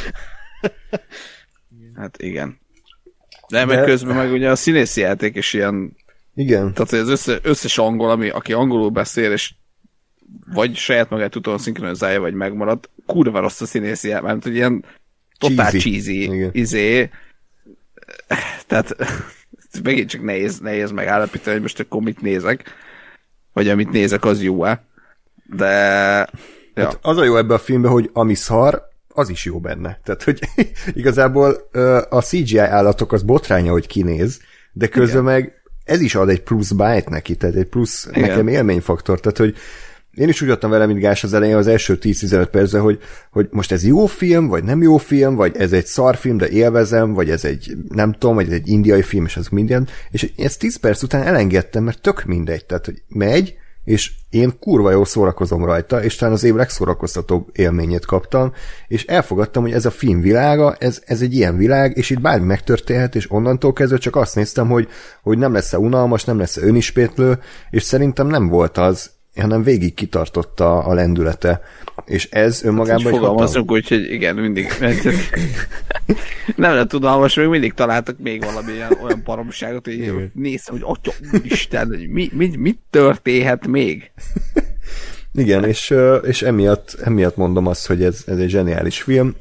Hát igen. De, de meg közben meg ugye a színészi játék is ilyen... Igen. Tehát az össze, összes angol, ami, aki angolul beszél, és vagy saját magát utána szinkronizálja, vagy megmarad, kurva rossz a színészi játék, mert hogy ilyen totál cheesy, cheesy izé. Tehát megint csak nehéz, nehéz megállapítani, hogy most akkor mit nézek, vagy amit nézek, az jó-e. De... Ja. Hát az a jó ebben a filmben, hogy ami szar, az is jó benne. Tehát, hogy igazából a cé gé i állatok az botránya, hogy kinéz, de közben igen. meg ez is ad egy plusz bite neki, tehát egy plusz igen. nekem élményfaktor. Tehát, hogy én is úgy adtam vele, mint Gás az elején az első tíz-tizenöt percben, hogy, hogy most ez jó film, vagy nem jó film, vagy ez egy szarfilm, de élvezem, vagy ez egy, nem tudom, vagy ez egy indiai film, és az minden. És ezt tíz perc után elengedtem, mert tök mindegy. Tehát, hogy megy, és én kurva jól szórakozom rajta, és talán az év legszórakoztatóbb élményét kaptam, és elfogadtam, hogy ez a film világa, ez, ez egy ilyen világ, és itt bármi megtörténhet, és onnantól kezdve csak azt néztem, hogy, hogy nem lesz-e unalmas, nem lesz-e önismétlő, és szerintem nem volt az, hanem végig kitartotta a lendülete. És ez önmagában... Hát, fogalmazunk úgy, hogy igen, mindig... nem lehet tudom, most még mindig találtak még valami olyan, olyan paromságot, hogy néztem, hogy atya úristen, hogy mi, mi, mit történhet még? Igen, és, és emiatt, emiatt mondom azt, hogy ez, ez egy zseniális film,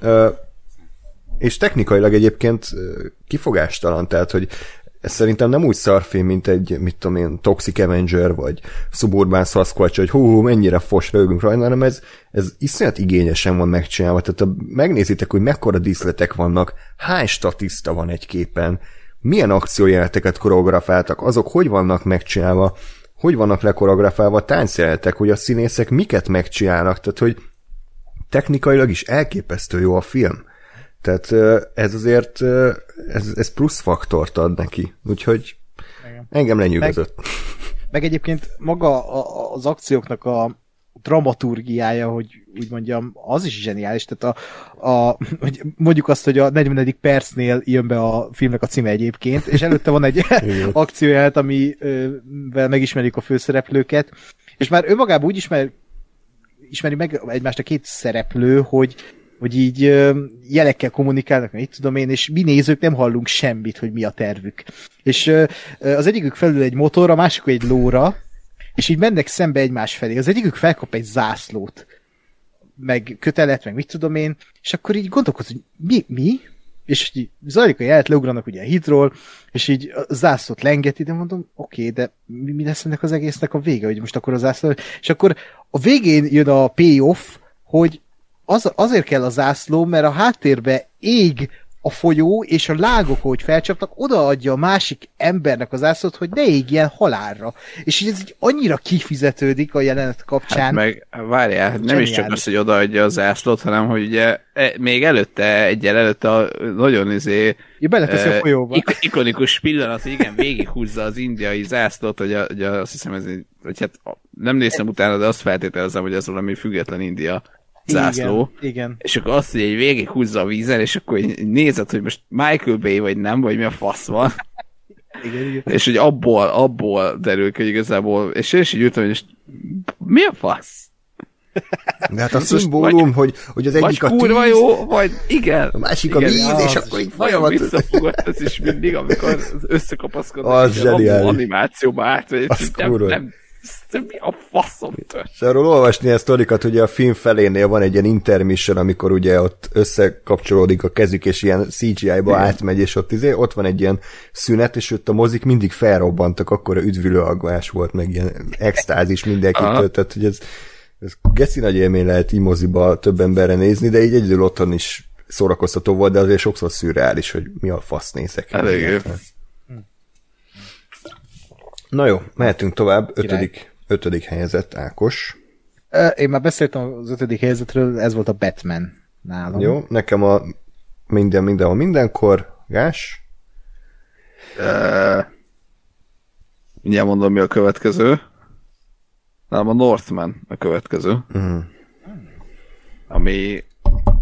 és technikailag egyébként kifogástalan, tehát, hogy ez szerintem nem úgy szarfilm, mint egy, mit tudom én, Toxic Avenger, vagy Suburban Sasquatch, hogy hú, hú mennyire fos rögünk rajta, hanem ez, ez iszonyat igényesen van megcsinálva, tehát ha megnézitek, hogy mekkora díszletek vannak, hány statiszta van egy képen, milyen akciójeleneteket koreografáltak, azok hogy vannak megcsinálva, hogy vannak lekoreografálva a táncjelenetek, hogy a színészek miket megcsinálnak, tehát hogy technikailag is elképesztő jó a film. Tehát ez azért, ez, ez plusz faktort ad neki, úgyhogy igen. Engem lenyűgözött. Meg, meg egyébként maga az akcióknak a dramaturgiája, hogy úgy mondjam, az is zseniális, tehát a, a, hogy mondjuk azt, hogy a negyvenedik percnél jön be a filmnek a címe egyébként, és előtte van egy akcióját, amivel megismerjük a főszereplőket, és már önmagában úgy ismer, ismeri meg egymást a két szereplő, hogy hogy így jelekkel kommunikálnak, mit tudom én, és mi nézők nem hallunk semmit, hogy mi a tervük. És az egyikük felül egy motor, a másik egy lóra, és így mennek szembe egymás felé. Az egyikük felkap egy zászlót, meg kötelet, meg mit tudom én, és akkor így gondolkoz, hogy mi? mi? És így zajlik a jelet, leugranak ugye a hídról, és így a zászlót lengeti, de mondom, oké, okay, de mi, mi lesz ennek az egésznek a vége, hogy most akkor a zászló... És akkor a végén jön a payoff, hogy Az, azért kell a zászló, mert a háttérbe ég a folyó, és a lágok, ahogy felcsapnak, odaadja a másik embernek az zászlót, hogy ne égjen halálra. És így ez így annyira kifizetődik a jelenet kapcsán. Hát meg, várjál, hát nem is csak az, hogy odaadja a zászlót, hanem, hogy ugye még előtte, egyel előtte a nagyon izé... Ja, beleteszi uh, a folyóba. Ik- ikonikus pillanat, hogy igen, végighúzza az indiai zászlót, hogy, a, hogy a, azt hiszem, ez, hogy hát nem néztem utána, de azt feltételezem, hogy ez valami független India zászló, igen, igen. És akkor azt, hogy egy végig húzza a vízen, és akkor nézed, hogy most Michael Bay vagy nem, vagy mi a fasz van. Igen, igen. És hogy abból, abból derül ki, hogy igazából, és én is így ültem, hogy mi a fasz? De hát a szimbólum, hogy, hogy az egyik vagy a kurva tíz, jó, vagy igen. A másik igen, a víz, az, és akkor így folyamat. Nagyon visszafogott ez is mindig, amikor összekapaszkodnak. Az zseniális. Animációba át, hogy nem, kurva. nem, mi a faszom tört. És arról olvasni a sztorikat, ugye a film felénél van egy ilyen intermission, amikor ugye ott összekapcsolódik a kezük, és ilyen cé gé í-ba átmegy, és ott, izé, ott van egy ilyen szünet, és ott a mozik mindig felrobbantak, akkor üdvülőagvás volt, meg ilyen extázis mindenkitől, tehát hogy ez, ez geci nagy élmény lehet így moziba több emberre nézni, de így egyedül otthon is szórakoztató volt, de azért sokszor szürreális, hogy mi a fasz nézek. Elég. Na jó, mehetünk tovább. Ötödik, ötödik helyezett Ákos. Én már beszéltem az ötödik helyezetről, ez volt a Batman nálam. Jó, nekem a minden, mindenhol, mindenkor. Gás? Uh, mindjárt mondom, mi a következő. Nálam a Northman a következő. Mm. Ami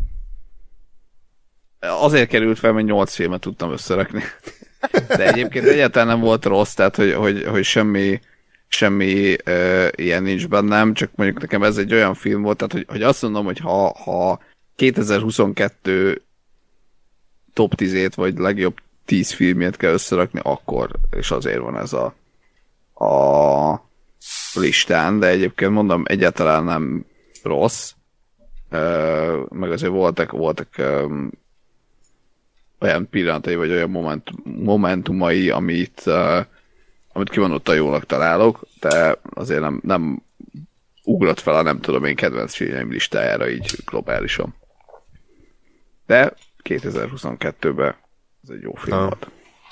azért került fel, mert nyolc filmet tudtam összerakni. De egyébként egyáltalán nem volt rossz, tehát hogy, hogy, hogy semmi, semmi uh, ilyen nincs bennem, csak mondjuk nekem ez egy olyan film volt, tehát hogy, hogy azt mondom, hogy ha, ha kétezer-huszonkettő top tízét, vagy legjobb tíz filmjét kell összerakni, akkor, és azért van ez a, a listán, de egyébként mondom, egyáltalán nem rossz, uh, meg azért voltak, voltak um, olyan pillanatai, vagy olyan moment, momentumai, amit, uh, amit kimondottan jónak találok, de azért nem, nem ugrott fel a nem tudom én kedvenc filmjeim listájára így globálisan. De kétezer-huszonkettőben ez egy jó film ah. volt.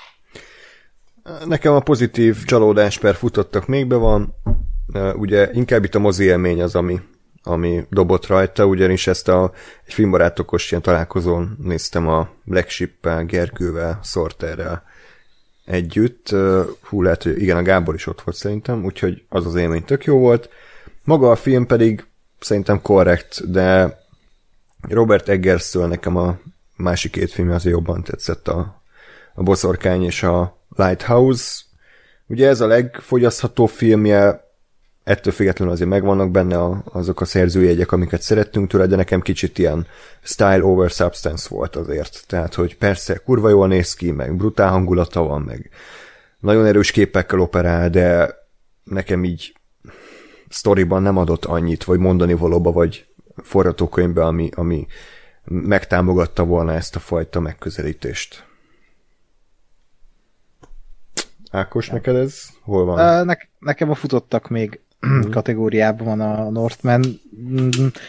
Nekem a pozitív csalódás per futottak még be van, ugye inkább itt a mozi élmény az, ami, ami dobott rajta, ugyanis ezt a egy filmbarátokos ilyen találkozón néztem a Black Sheep-el, Gergővel, Sorterrel együtt. Hú, lehet, hogy igen, a Gábor is ott volt szerintem, úgyhogy az az élmény tök jó volt. Maga a film pedig szerintem korrekt, de Robert Eggerstől nekem a másik két filmje azért jobban tetszett, a, a Boszorkány és a Lighthouse. Ugye ez a legfogyasztható filmje, ettől függetlenül azért megvannak benne a, azok a szerzőjegyek, amiket szerettünk tőle, de nekem kicsit ilyen style over substance volt azért. Tehát, hogy persze kurva jól néz ki, meg brutál hangulata van, meg nagyon erős képekkel operál, de nekem így sztoriban nem adott annyit, vagy mondani valóba, vagy forgatókönyvbe, ami, ami megtámogatta volna ezt a fajta megközelítést. Ákos, ja. Neked ez hol van? Uh, ne- nekem a futottak még mm. kategóriában van a Northman. Mm.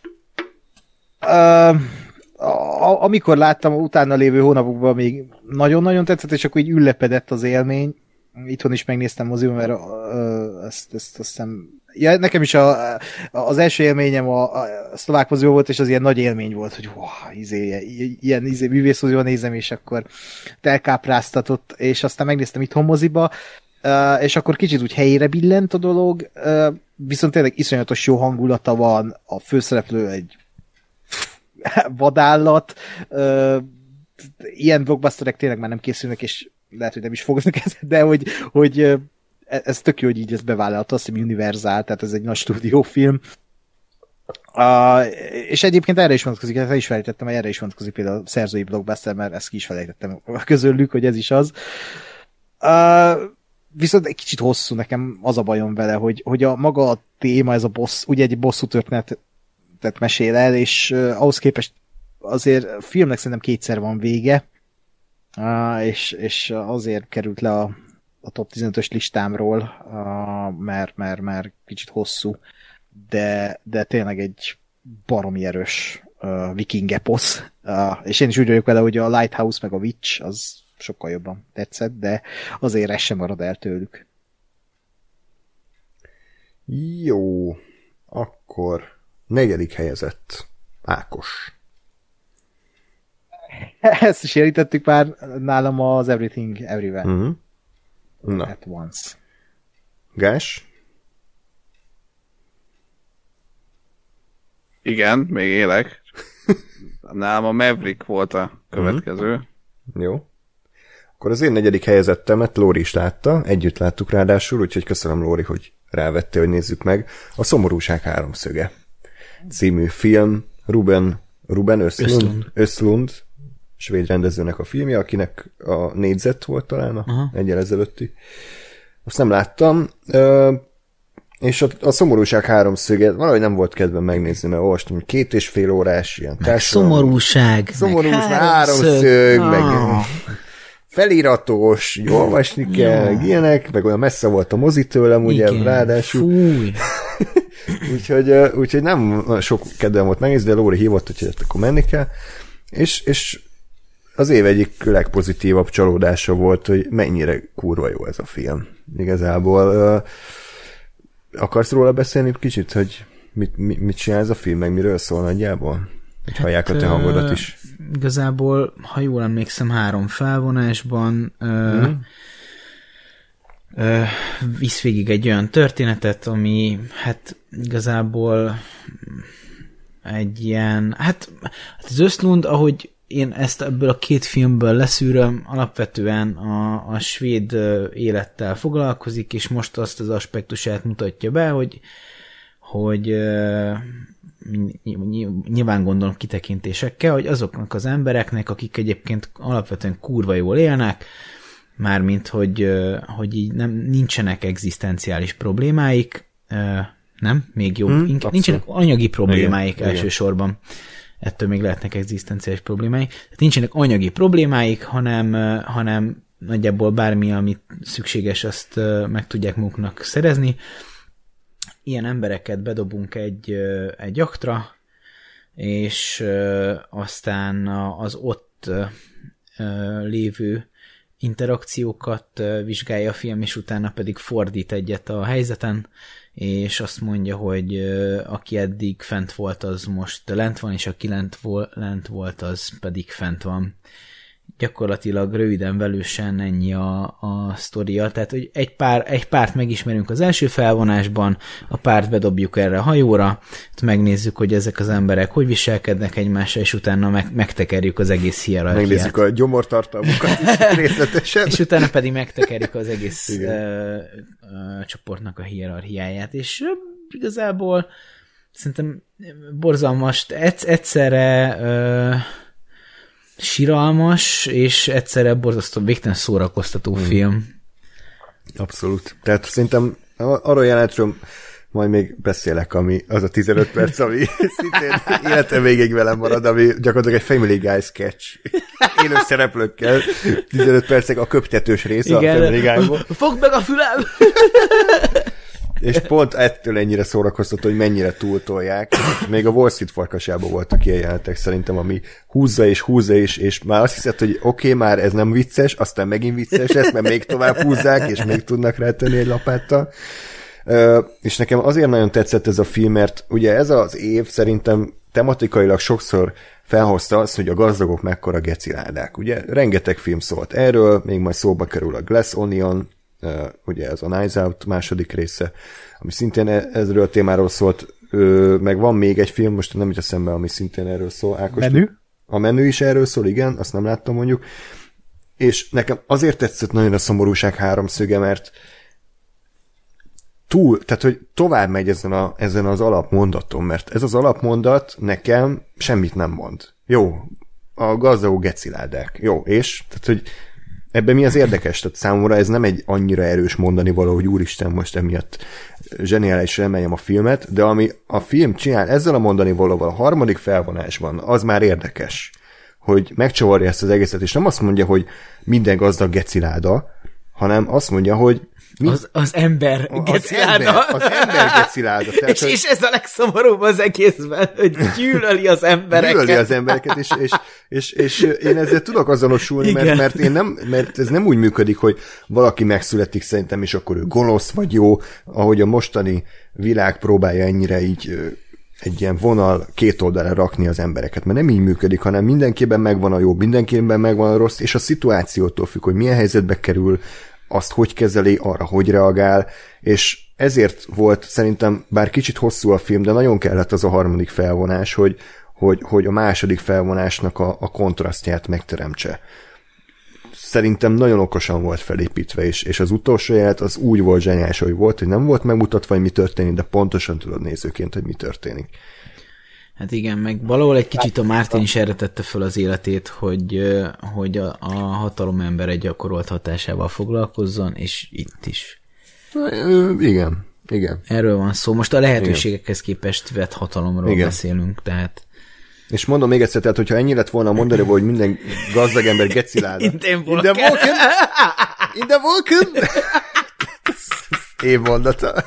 Uh, a- amikor láttam, utána lévő hónapokban még nagyon-nagyon tetszett, és akkor így üllepedett az élmény. Itthon is megnéztem moziban, mert uh, ezt, ezt azt hiszem... Ja, nekem is a, az első élményem a, a szlovák moziban volt, és az ilyen nagy élmény volt, hogy wow, izé, ilyen izé, művészmoziban nézem, és akkor elkápráztatott, és aztán megnéztem itthon moziba, uh, és akkor kicsit úgy helyére billent a dolog, uh, viszont tényleg iszonyatos jó hangulata van, a főszereplő egy vadállat, uh, ilyen blockbusterek tényleg már nem készülnek, és lehet, hogy nem is fognak ezt, de hogy, hogy ez tök jó, hogy így ezt bevállalta, azt hiszem Universal, tehát ez egy nagy stúdiófilm. Uh, és egyébként erre is vonatkozik, ezt is felejtettem, hogy erre is vonatkozik például a szerzői blockbuster, mert ezt ki is felejtettem közöllük, hogy ez is az. Uh, viszont egy kicsit hosszú nekem az a bajom vele, hogy, hogy a maga a téma, ez a boss, ugye egy bosszú történetet mesél el, és uh, ahhoz képest azért a filmnek szerintem kétszer van vége, uh, és, és azért került le a a top tizenötös listámról, uh, mert, mert, mert kicsit hosszú, de, de tényleg egy baromi erős uh, viking eposz, uh, és én is úgy vagyok vele, hogy a Lighthouse meg a Witch az sokkal jobban tetszett, de azért ez sem marad el tőlük. Jó, akkor negyedik helyezett Ákos. Ezt is érítettük már, nálam az Everything Everywhere. Uh-huh. Na. At once. Gás? Igen, még élek. Nálam a Maverick volt a következő. Mm-hmm. Jó. Akkor az én negyedik helyezettemet Lóri is látta, együtt láttuk ráadásul, úgyhogy köszönöm Lóri, hogy rávette, hogy nézzük meg. A Szomorúság háromszöge című film, Ruben, Ruben Östlund, Östlund. Östlund svéd rendezőnek a filmje, akinek a Négyzet volt talán a egyel ezelőtti. Azt nem láttam, és a, a Szomorúság háromszöge valahogy nem volt kedvem megnézni, mert olvastam, hogy két és fél órás ilyen társadalom. Szomorúság, Szomorúság, meg háromszög, ah. meg feliratos, olvasni kell, ja. ilyenek, meg olyan messze volt a mozi tőlem, ugye, igen, ráadásul. Fúj. úgyhogy, úgyhogy nem sok kedvem volt megnézni, de Lóri hívott, hogy akkor menni kell. És, és az év egyik legpozitívabb csalódása volt, hogy mennyire kurva jó ez a film. Igazából uh, akarsz róla beszélni kicsit, hogy mit, mit, mit csinál ez a film, meg miről szól nagyjából? Hogy hallják hát, a te hangodat is. Uh, igazából, ha jól emlékszem, három felvonásban uh, mm. uh, visz végig egy olyan történetet, ami hát igazából egy ilyen, hát, hát az Östlund, ahogy én ezt ebből a két filmből leszűröm, alapvetően a, a svéd élettel foglalkozik, és most azt az aspektusát mutatja be, hogy, hogy nyilván gondolom kitekintésekkel, hogy azoknak az embereknek, akik egyébként alapvetően kurva jól élnek, mármint, hogy, hogy így nem, nincsenek egzisztenciális problémáik, nem? Még jobb. Hmm, Inkább, nincsenek anyagi problémáik igen, elsősorban. Igen. Ettől még lehetnek egzisztenciális problémáik. Tehát nincsenek anyagi problémáik, hanem, hanem nagyjából bármi, amit szükséges, azt meg tudják maguknak szerezni. Ilyen embereket bedobunk egy, egy aktra, és aztán az ott lévő interakciókat vizsgálja a film, és utána pedig fordít egyet a helyzeten, és azt mondja, hogy uh, aki eddig fent volt, az most lent van, és aki lent, vol- lent volt, az pedig fent van. Gyakorlatilag röviden, velősen ennyi a, a sztoria. Tehát, hogy egy, pár, egy párt megismerünk az első felvonásban, a párt bedobjuk erre a hajóra, megnézzük, hogy ezek az emberek hogy viselkednek egymással, és utána meg, megtekerjük az egész hierarchiát. Megnézzük a gyomortartalmukat is részletesen. És utána pedig megtekerjük az egész uh, uh, csoportnak a hierarchiáját. És uh, igazából szerintem borzalmas, egyszerre uh, siralmas, és egyszerre borzasztó, végtelen szórakoztató hmm. film. Abszolút. Tehát szerintem arról jelenetről majd még beszélek, ami az a tizenöt perc, ami szintén életem végig velem marad, ami gyakorlatilag egy Family Guy sketch. Élő szereplőkkel. tizenöt percek a köptetős rész a Family Guy-ból. Fogd meg a fülem! És pont ettől ennyire szórakoztató, hogy mennyire túltolják. Még a Wall Street farkasában voltak ilyen jelentek szerintem, ami húzza és húzza és, és már azt hiszed, hogy oké, okay, már ez nem vicces, aztán megint vicces lesz, mert még tovább húzzák, és még tudnak rátenni egy lapáttal. Uh, és nekem azért nagyon tetszett ez a film, mert ugye ez az év szerintem tematikailag sokszor felhozta azt, hogy a gazdagok mekkora geciládák. Ugye rengeteg film szólt erről, még majd szóba kerül a Glass Onion, uh, ugye ez a Knives Out második része, ami szintén ezről a témáról szólt, uh, meg van még egy film, most nem jut eszembe, ami szintén erről szól. Ákos, Menü? A Menü is erről szól, igen, azt nem láttam mondjuk. És nekem azért tetszett nagyon a Szomorúság háromszöge, mert túl, tehát hogy tovább megy ezen, a, ezen az alapmondaton, mert ez az alapmondat nekem semmit nem mond. Jó, a gazdagok geciládák. Jó, és? Tehát, hogy ebben mi az érdekes? Tehát számomra ez nem egy annyira erős mondani való, hogy úristen, most emiatt zseniálisan emeljem a filmet, de ami a film csinál ezzel a mondani valóval a harmadik felvonásban, az már érdekes, hogy megcsavarja ezt az egészet, és nem azt mondja, hogy minden gazdag geciláda, hanem azt mondja, hogy Mi? Az, az ember geciláda. Az ember, az ember geciláda. Tehát, és, hogy... és ez a legszomorúbb az egészben, hogy gyűlöli az embereket. Gyűlöli az embereket, és, és, és, és én ezzel tudok azonosulni, mert, mert, én nem, mert ez nem úgy működik, hogy valaki megszületik szerintem, és akkor ő gonosz vagy jó, ahogy a mostani világ próbálja ennyire így egy ilyen vonal két oldalra rakni az embereket, mert nem így működik, hanem mindenkiben megvan a jó, mindenkiben megvan a rossz, és a szituációtól függ, hogy milyen helyzetbe kerül, azt hogy kezeli, arra hogy reagál, és ezért volt szerintem, bár kicsit hosszú a film, de nagyon kellett az a harmadik felvonás, hogy, hogy, hogy a második felvonásnak a, a kontrasztját megteremtse. Szerintem nagyon okosan volt felépítve, és, és az utolsó jelenet az úgy volt zseniális, hogy volt, hogy nem volt megmutatva, hogy mi történik, de pontosan tudod nézőként, hogy mi történik. Hát igen, meg valahol egy kicsit a Martin is erre tette föl az életét, hogy, hogy a, a hatalom embere gyakorolt hatásával foglalkozzon, és itt is. Igen, igen. Erről van szó. Most a lehetőségekhez képest vett hatalomról igen. beszélünk, tehát... És mondom még egyszer, tehát, hogyha ennyi lett volna mondani, hogy minden gazdag ember geciláda. In the Vulcan. In the Vulcan. In the Vulcan. Évmondata.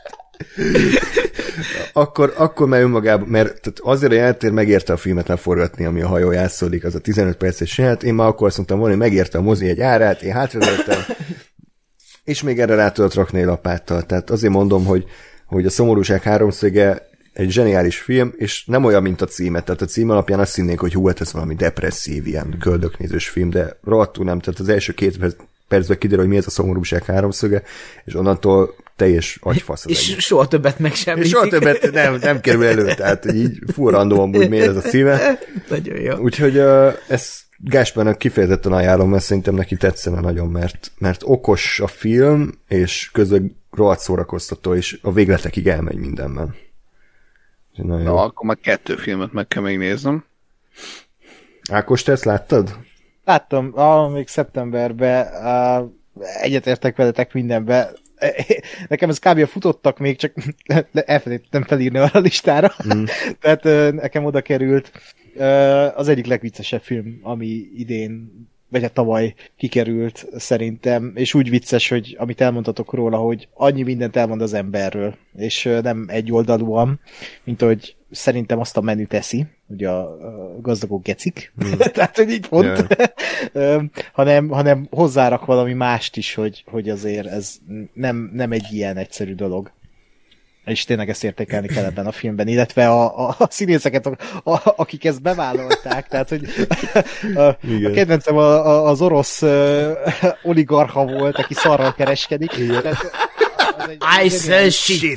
akkor, akkor már önmagában, mert tehát azért a jelentér megérte a filmet leforgatni, ami a hajó játszódik, az a tizenöt perces jelent. Én már akkor azt mondtam volna, hogy megérte a mozi egy árát, én hátravettem, és még erre rá tudott rakni egy lapáttal. Tehát azért mondom, hogy, hogy a Szomorúság háromszöge egy zseniális film, és nem olyan, mint a címe. Tehát a cím alapján azt hinnénk, hogy hú, ez valami depresszív, ilyen köldöknézős film, de rohadtul nem. Tehát az első két percben kiderül, hogy mi ez a Szomorúság háromszöge, és onnantól teljes agyfasz az És egész. soha többet meg sem És soha többet nem, nem kerül elő, tehát hogy így furrandó amúgy miért ez a címe. Nagyon jó. Úgyhogy uh, ezt Gáspárnak kifejezetten ajánlom, mert szerintem neki tetszene nagyon, mert, mert okos a film, és közben rohadt szórakoztató, és a végletekig elmegy mindenben. Na, jó. Akkor már kettő filmet meg kell még néznem. Ákos, te ezt láttad? Láttam, ah, még szeptemberben, ah, egyetértek veletek mindenben. Nekem ez kb. Futottak még, csak elfelejtettem felírni arra a listára. Mm. Tehát nekem oda került. Az egyik legviccesebb film, ami idén, vagy hát tavaly kikerült szerintem, és úgy vicces, hogy amit elmondhatok róla, hogy annyi mindent elmond az emberről, és nem egyoldalúan, mint hogy szerintem azt a menü teszi, ugye a gazdagok gecik, mm. tehát, hogy így pont, yeah. hanem, hanem hozzárak valami mást is, hogy, hogy azért ez nem, nem egy ilyen egyszerű dolog. És tényleg ezt értékelni kell ebben a filmben, illetve a, a, a színészeket, a, a, akik ezt bevállalták, tehát, hogy a, a kedvencem a, a, az orosz uh, oligarcha volt, aki szarral kereskedik. Tehát, I sell shit!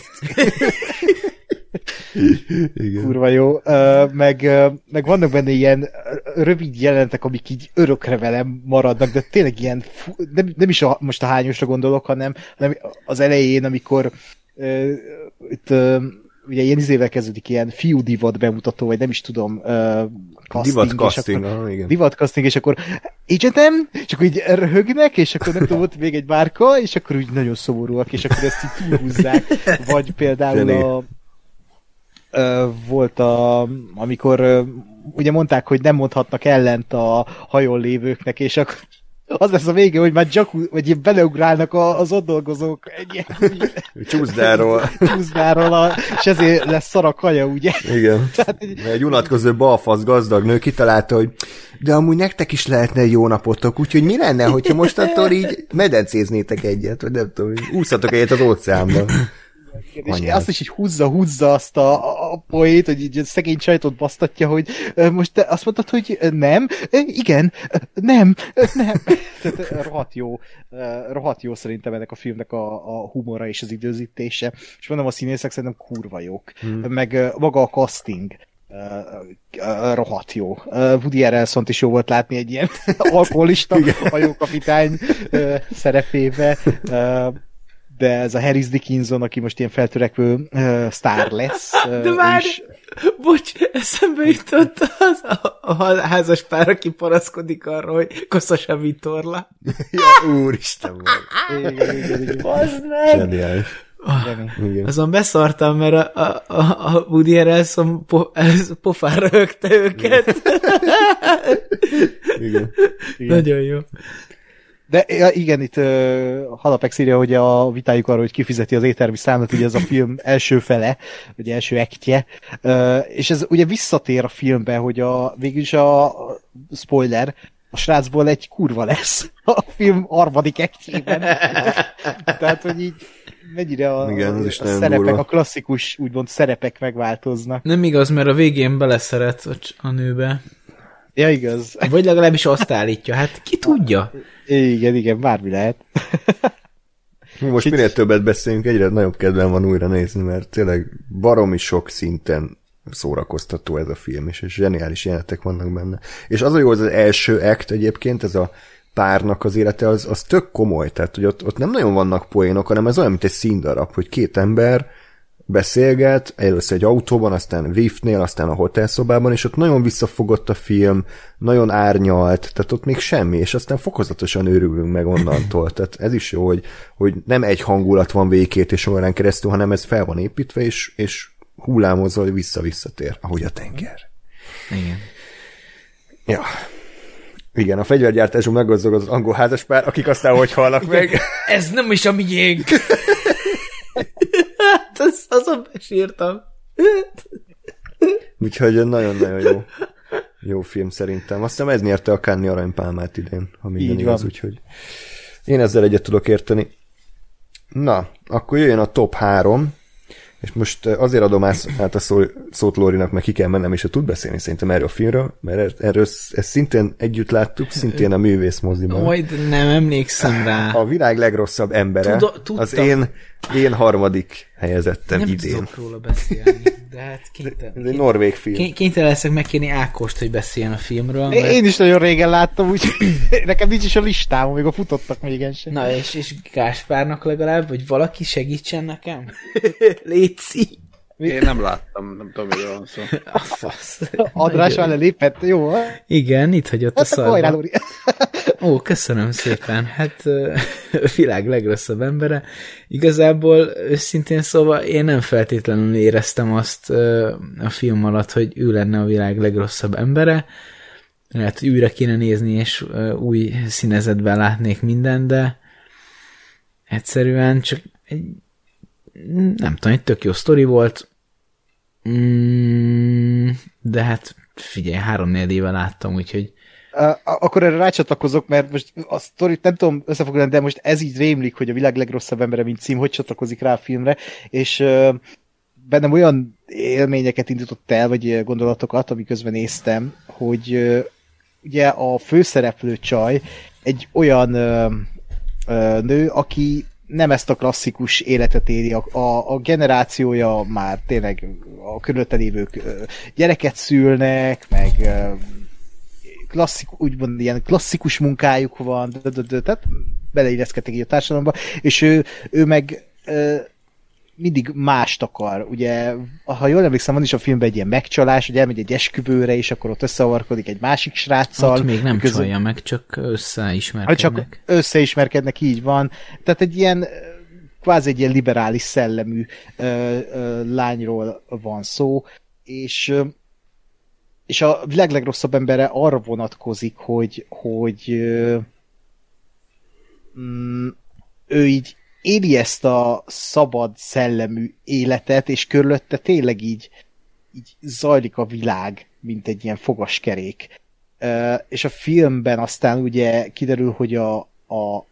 Kurva jó. Uh, meg, uh, meg vannak benne ilyen rövid jelentek, amik így örökre velem maradnak, de tényleg ilyen, nem, nem is a, most a hányosra gondolok, hanem, hanem az elején, amikor Uh, itt uh, ugye ilyen izével kezdődik, ilyen fiú divat bemutató, vagy nem is tudom, uh, casting. Divat casting, akkor, ah, igen. Divat casting, és akkor agentem, és akkor így röhögnek, és akkor nem tudom, ott még egy márka, és akkor úgy nagyon szomorúak, és akkor ezt így túlhúzzák. Vagy például a, uh, volt a, amikor uh, ugye mondták, hogy nem mondhatnak ellent a hajón lévőknek, és akkor az lesz a vége, hogy már jacu- vagy beleugrálnak a, az ott dolgozók egy ilyen csúszdáról. csúszdáról, a, és ezért lesz szarak haja, ugye? Igen. Tehát, egy unatkozó balfasz gazdag nő kitalálta, hogy de amúgy nektek is lehetne egy jó napotok, úgyhogy mi lenne, hogyha mostantól így medencéznétek egyet, vagy nem tudom, úszatok egyet az óceánban. És azt is így húzza, húzza azt a, a poét, hogy így szegény sajtot basztatja, hogy most te azt mondtad, hogy nem, igen, nem, nem. Tehát rohadt jó, rohadt jó szerintem ennek a filmnek a, a humora és az időzítése. És mondom, a színészek szerintem kurva jók. Hmm. Meg maga a casting rohadt jó. Woody Harrelsont is jó volt látni egy ilyen alkoholista hajókapitány szerepébe. De ez a Harris Dickinson, aki most ilyen feltörekvő uh, sztár lesz. Uh, De már, is... bocs, eszembe jutott az a, a házas pár, aki paraszkodik arra, hogy koszos a vitorla. Ja, úristen meg. Bazd meg! Zseniális. Oh, azon beszartam, mert a, a, a, a Woody Harrelson po, pofára rögte őket. Igen. Igen. Nagyon jó. De ja, igen, itt uh, Halapex írja, hogy a vitájuk arról, hogy kifizeti az éttermi számlat, ugye ez a film első fele, vagy első ektje, uh, és ez ugye visszatér a filmbe, hogy a, végülis a, a spoiler, a srácból egy kurva lesz a film harmadik ektjében. Tehát, hogy így mennyire a, igen, a szerepek, durva. A klasszikus, úgymond szerepek megváltoznak. Nem igaz, mert a végén beleszeret a nőbe. Ja, igaz. Vagy legalábbis azt állítja, hát ki tudja? Igen, igen, bármi lehet. Most minél többet beszélünk, egyre nagyobb kedvem van újra nézni, mert tényleg baromi sok szinten szórakoztató ez a film, és, és zseniális jelenetek vannak benne. És az a jó, az az első act egyébként, ez a párnak az élete, az, az tök komoly, tehát hogy ott, ott nem nagyon vannak poénok, hanem ez olyan, mint egy színdarab, hogy két ember beszélget, először egy autóban, aztán Riftnél, aztán a hotelszobában, és ott nagyon visszafogott a film, nagyon árnyalt, tehát ott még semmi, és aztán fokozatosan őrülünk meg onnantól. Tehát ez is jó, hogy, hogy nem egy hangulat van végig és órán keresztül, hanem ez fel van építve, és, és hullámozva, hogy vissza-visszatér, ahogy a tenger. Igen. Ja. Igen, a fegyvergyártású meggazdag az angol házaspár, akik aztán hogy halnak meg. Ez nem is a miénk! Hát az, azon besírtam. Úgyhogy nagyon-nagyon jó, jó film szerintem. Azt hiszem ez nyerte a Cannes aranypálmát idén, ha minden igaz, úgyhogy én ezzel egyet tudok érteni. Na, akkor jöjjön a top három, és most azért adom át a szó, szót Lórinak, mert ki kell mennem, és ő tud beszélni szerintem erről a filmről, mert erről ezt szintén együtt láttuk, szintén a művész moziban. Majd nem emlékszem rá. A világ legrosszabb embere, Tuda, az én, én harmadik helyezettem nem idén. Nem tudok róla beszélni, de hát kénytelen. Ez egy norvég film. Kénytelen leszek megkérni Ákost, hogy beszéljen a filmről. Mert... Én is nagyon régen láttam, úgyhogy nekem nincs is a listám, amíg a futottak még en sem. Na, és, és Gáspárnak legalább, vagy valaki segítsen nekem? Léci. Én nem láttam, nem tudom, miről van szó. A fasz. András már lelépett, jó? Ha? Igen, itt hagyott hát a szarba. Ó, köszönöm szépen. Hát a világ legrosszabb embere. Igazából őszintén szóval én nem feltétlenül éreztem azt a film alatt, hogy ő lenne a világ legrosszabb embere. Lehet, hogy újra kéne nézni, és új színezetben látnék mindent, de egyszerűen csak egy nem tudom, egy tök jó sztori volt, mm, de hát figyelj, három-négy éve láttam, úgyhogy uh, akkor erre rácsatlakozok, mert most a sztorit nem tudom összefoglalni, de most ez így rémlik, hogy a világ legrosszabb embere, mint cím, hogy csatlakozik rá a filmre, és uh, bennem olyan élményeket indított el, vagy gondolatokat, amiközben néztem, hogy uh, ugye a főszereplő csaj egy olyan uh, uh, nő, aki nem ezt a klasszikus életet éli, a, a, a generációja már tényleg a körülötte lévők gyereket szülnek, meg klasszik, úgymond ilyen klasszikus munkájuk van, tehát beleilleszkedtek így a társadalomba, és ő, ő meg mindig mást akar. Ugye, ha jól emlékszem, van is a filmben egy ilyen megcsalás, hogy elmegy egy esküvőre, és akkor ott összeavarkodik egy másik sráccal. Ott még nem közül... csalja meg, csak összeismerkednek. Csak összeismerkednek, így van. Tehát egy ilyen kvázi egy ilyen liberális szellemű ö, ö, lányról van szó, és ö, és a világ legrosszabb embere arra vonatkozik, hogy, hogy ö, mm, ő így éli ezt a szabad szellemű életet, és körülötte tényleg így, így zajlik a világ, mint egy ilyen fogaskerék. Ö, és a filmben aztán ugye kiderül, hogy a, a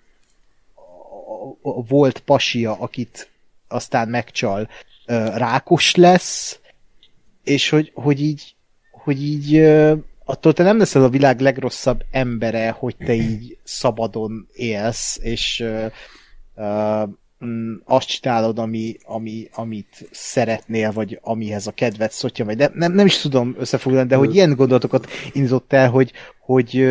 a volt pasia, akit aztán megcsal, rákos lesz, és hogy, hogy így, hogy így attól te nem leszel a világ legrosszabb embere, hogy te így szabadon élsz, és azt csinálod, ami, ami, amit szeretnél, vagy amihez a kedved szotja, vagy nem, nem, nem is tudom összefoglalni, de hogy ilyen gondolatokat indított el, hogy, hogy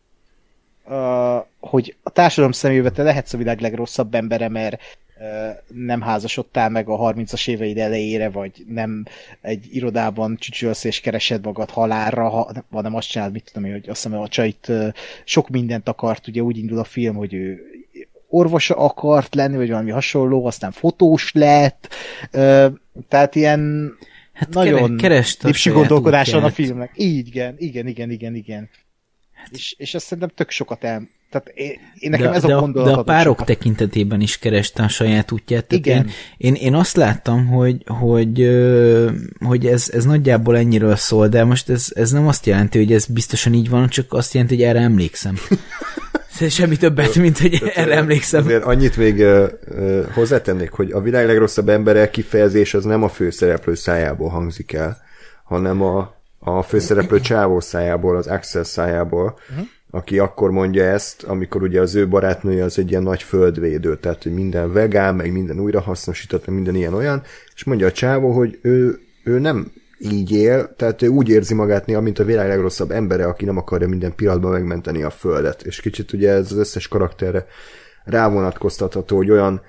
Uh, hogy a társadalom szemébe te lehetsz a világ legrosszabb embere, mert uh, nem házasodtál meg a harmincas éveid elejére, vagy nem egy irodában csücsülsz és keresed magad halálra, ha, hanem azt csinálod, mit tudom én, hogy azt hiszem, a csajt uh, sok mindent akart, ugye úgy indul a film, hogy ő orvos akart lenni, vagy valami hasonló, aztán fotós lett, uh, tehát ilyen hát nagyon dipsi gondolkodás van a filmnek. Így, igen, igen, igen, igen, igen. És, és azt szerintem tök sokat el... Tehát én, én nekem de, ez a de gondolat... De a párok sokat... tekintetében is kereste a saját útját. Tehát igen. Én, én, én azt láttam, hogy, hogy, hogy ez, ez nagyjából ennyiről szól, de most ez, ez nem azt jelenti, hogy ez biztosan így van, csak azt jelenti, hogy erre emlékszem. Semmi többet, mint hogy erre emlékszem. Azért annyit még uh, uh, hozzátennék, hogy a világ legrosszabb embere kifejezés az nem a főszereplő szájából hangzik el, hanem a a főszereplő csávó szájából, az Axel szájából, uh-huh. aki akkor mondja ezt, amikor ugye az ő barátnője az egy ilyen nagy földvédő, tehát hogy minden vegán, meg minden újrahasznosított, meg minden ilyen olyan, és mondja a csávó, hogy ő, ő nem így él, tehát ő úgy érzi magát néha, mint a világ legrosszabb embere, aki nem akarja minden pillanatban megmenteni a földet. És kicsit ugye ez az összes karakterre rávonatkoztatható, hogy olyan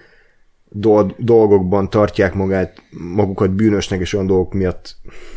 dolgokban tartják magát, magukat bűnösnek, és olyan dolgok miatt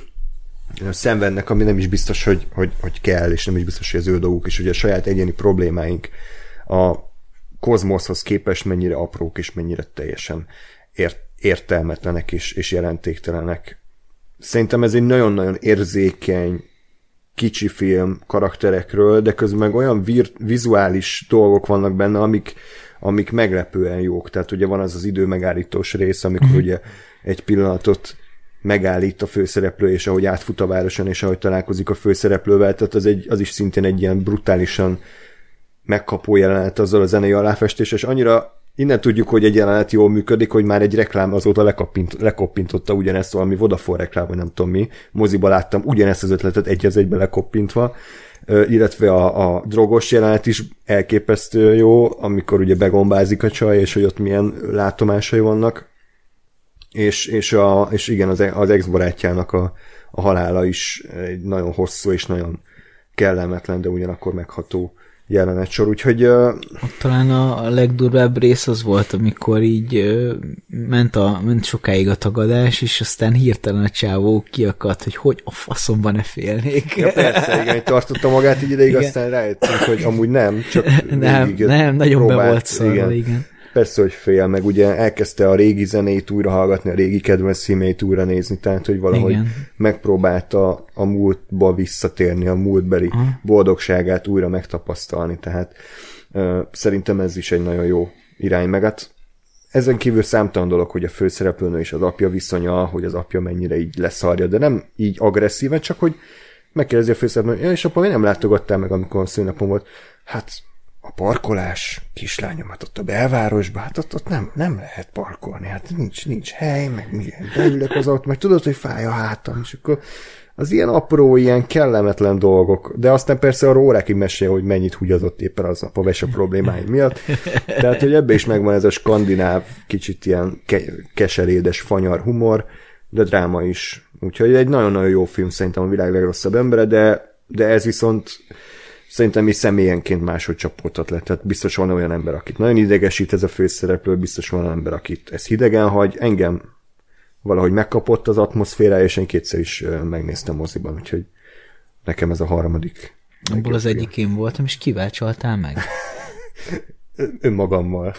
szenvednek, ami nem is biztos, hogy, hogy, hogy kell, és nem is biztos, hogy az ő dolguk, és ugye a saját egyéni problémáink a kozmoszhoz képest mennyire aprók, és mennyire teljesen ért, értelmetlenek és, és jelentéktelenek. Szerintem ez egy nagyon-nagyon érzékeny, kicsi film karakterekről, de közben meg olyan vir, vizuális dolgok vannak benne, amik, amik meglepően jók. Tehát ugye van az az időmegállítós rész, amikor mm. ugye egy pillanatot megállít a főszereplő, és ahogy átfut a városon, és ahogy találkozik a főszereplővel, tehát az, egy, az is szintén egy ilyen brutálisan megkapó jelenet azzal a zenei aláfestés, és annyira innen tudjuk, hogy egy jelenet jól működik, hogy már egy reklám azóta lekoppint, lekoppintotta ugyanezt, valami Vodafone reklám, vagy nem tudom mi. Moziba láttam ugyanezt az ötletet egy az egybe lekoppintva, illetve a, a drogos jelenet is elképesztő jó, amikor ugye begombázik a csaj, és hogy ott milyen látomásai vannak. És, és, a, és igen, az, az ex-barátjának a, a halála is egy nagyon hosszú és nagyon kellemetlen, de ugyanakkor megható jelenetsor, úgyhogy... Uh... Ott talán a, a legdurvább rész az volt, amikor így uh, ment, a, ment sokáig a tagadás, és aztán hirtelen a csávó kiakadt, hogy hogy a faszomban ne félnék. Ja persze, igen, tartotta magát így ideig, igen. Aztán rájöttünk, hogy amúgy nem, csak nem, nem, nagyon próbált, be volt szarva, igen. igen. Persze, hogy fél, meg ugye elkezdte a régi zenét újra hallgatni, a régi kedvenc címeit újra nézni, tehát, hogy valahogy igen. megpróbálta a múltba visszatérni, a múltbeli Aha. boldogságát újra megtapasztalni, tehát uh, szerintem ez is egy nagyon jó irány, meg hát ezen kívül számtalan dolog, hogy a főszereplőnő és az apja viszonya, hogy az apja mennyire így leszarja, de nem így agresszíven, csak hogy megkérdezi a főszereplőnő, ja, és apa, mi nem látogattál meg, amikor a szőnapom volt? Hát a parkolás, kislányomat ott a belvárosban, hát ott, ott nem, nem lehet parkolni, hát nincs, nincs hely, meg milyen beülök az autó, meg tudod, hogy fáj a hátam, és akkor az ilyen apró, ilyen kellemetlen dolgok, de aztán persze a órákig mesél, hogy mennyit húgyazott éppen aznap a vese problémái miatt, tehát, hogy ebbe is megvan ez a skandináv, kicsit ilyen ke- keserédes, fanyar humor, de dráma is, úgyhogy egy nagyon-nagyon jó film szerintem a világ legrosszabb embere, de, de ez viszont szerintem is személyenként máshogy csapódhat le. Tehát biztos van olyan ember, akit nagyon idegesít ez a főszereplő, biztos van olyan ember, akit ez hidegen hagy. Engem valahogy megkapott az atmoszférája, és én kétszer is megnéztem moziban, úgyhogy nekem ez a harmadik. Abból az egyik én voltam, és kivel csaltál meg? Önmagammal.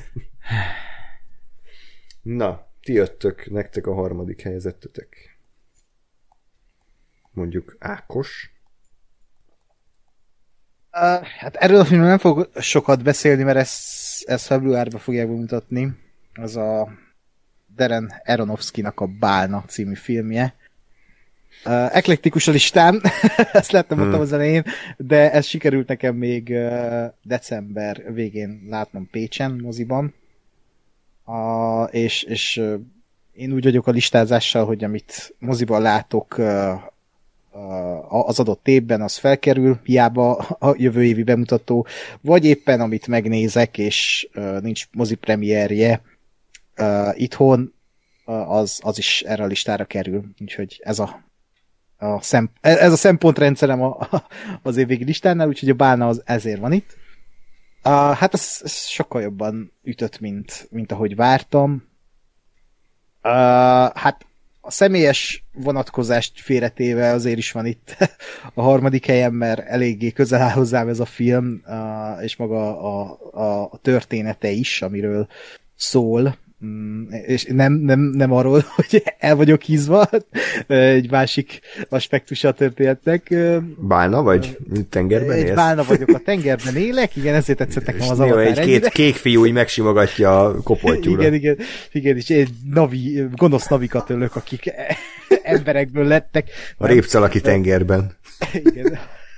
Na, ti jöttök, nektek a harmadik helyezettetek. Mondjuk Ákos. Uh, hát erről a filmről nem fog sokat beszélni, mert ezt, ezt februárban fogják bemutatni. Az a Darren Aronofsky-nak a Bálna című filmje. Uh, eklektikus a listám, ezt lettem mondtam hmm. az elején, de ez sikerült nekem még uh, december végén látnom Pécsen, moziban. Uh, és és uh, én úgy vagyok a listázással, hogy amit moziban látok uh, uh, az adott évben, az felkerül, hiába a jövő évi bemutató, vagy éppen amit megnézek, és uh, nincs mozi premierje uh, itthon, uh, az, az is erre a listára kerül. Úgyhogy ez a A szem, ez a szempontrendszerem a, a, az évvégi listánál, úgyhogy a Bálna az ezért van itt. Uh, hát ez, ez sokkal jobban ütött, mint, mint ahogy vártam. Uh, hát a személyes vonatkozást félretéve azért is van itt a harmadik helyen, mert eléggé közel áll hozzám ez a film, uh, és maga a, a, a története is, amiről szól. Mm, és nem, nem, nem arról, hogy el vagyok hízva, egy másik aspektusa a történetnek. Bálna vagy? Tengerben élsz? Egy bálna vagyok, a tengerben élek, igen, ezért tetszett nekem az Avatar egy két kék fiú így megsimogatja a kopoltyúra. Igen, igen, igen, és egy navi, gonosz navikat ölök, akik emberekből lettek. A répcalaki tengerben. Igen.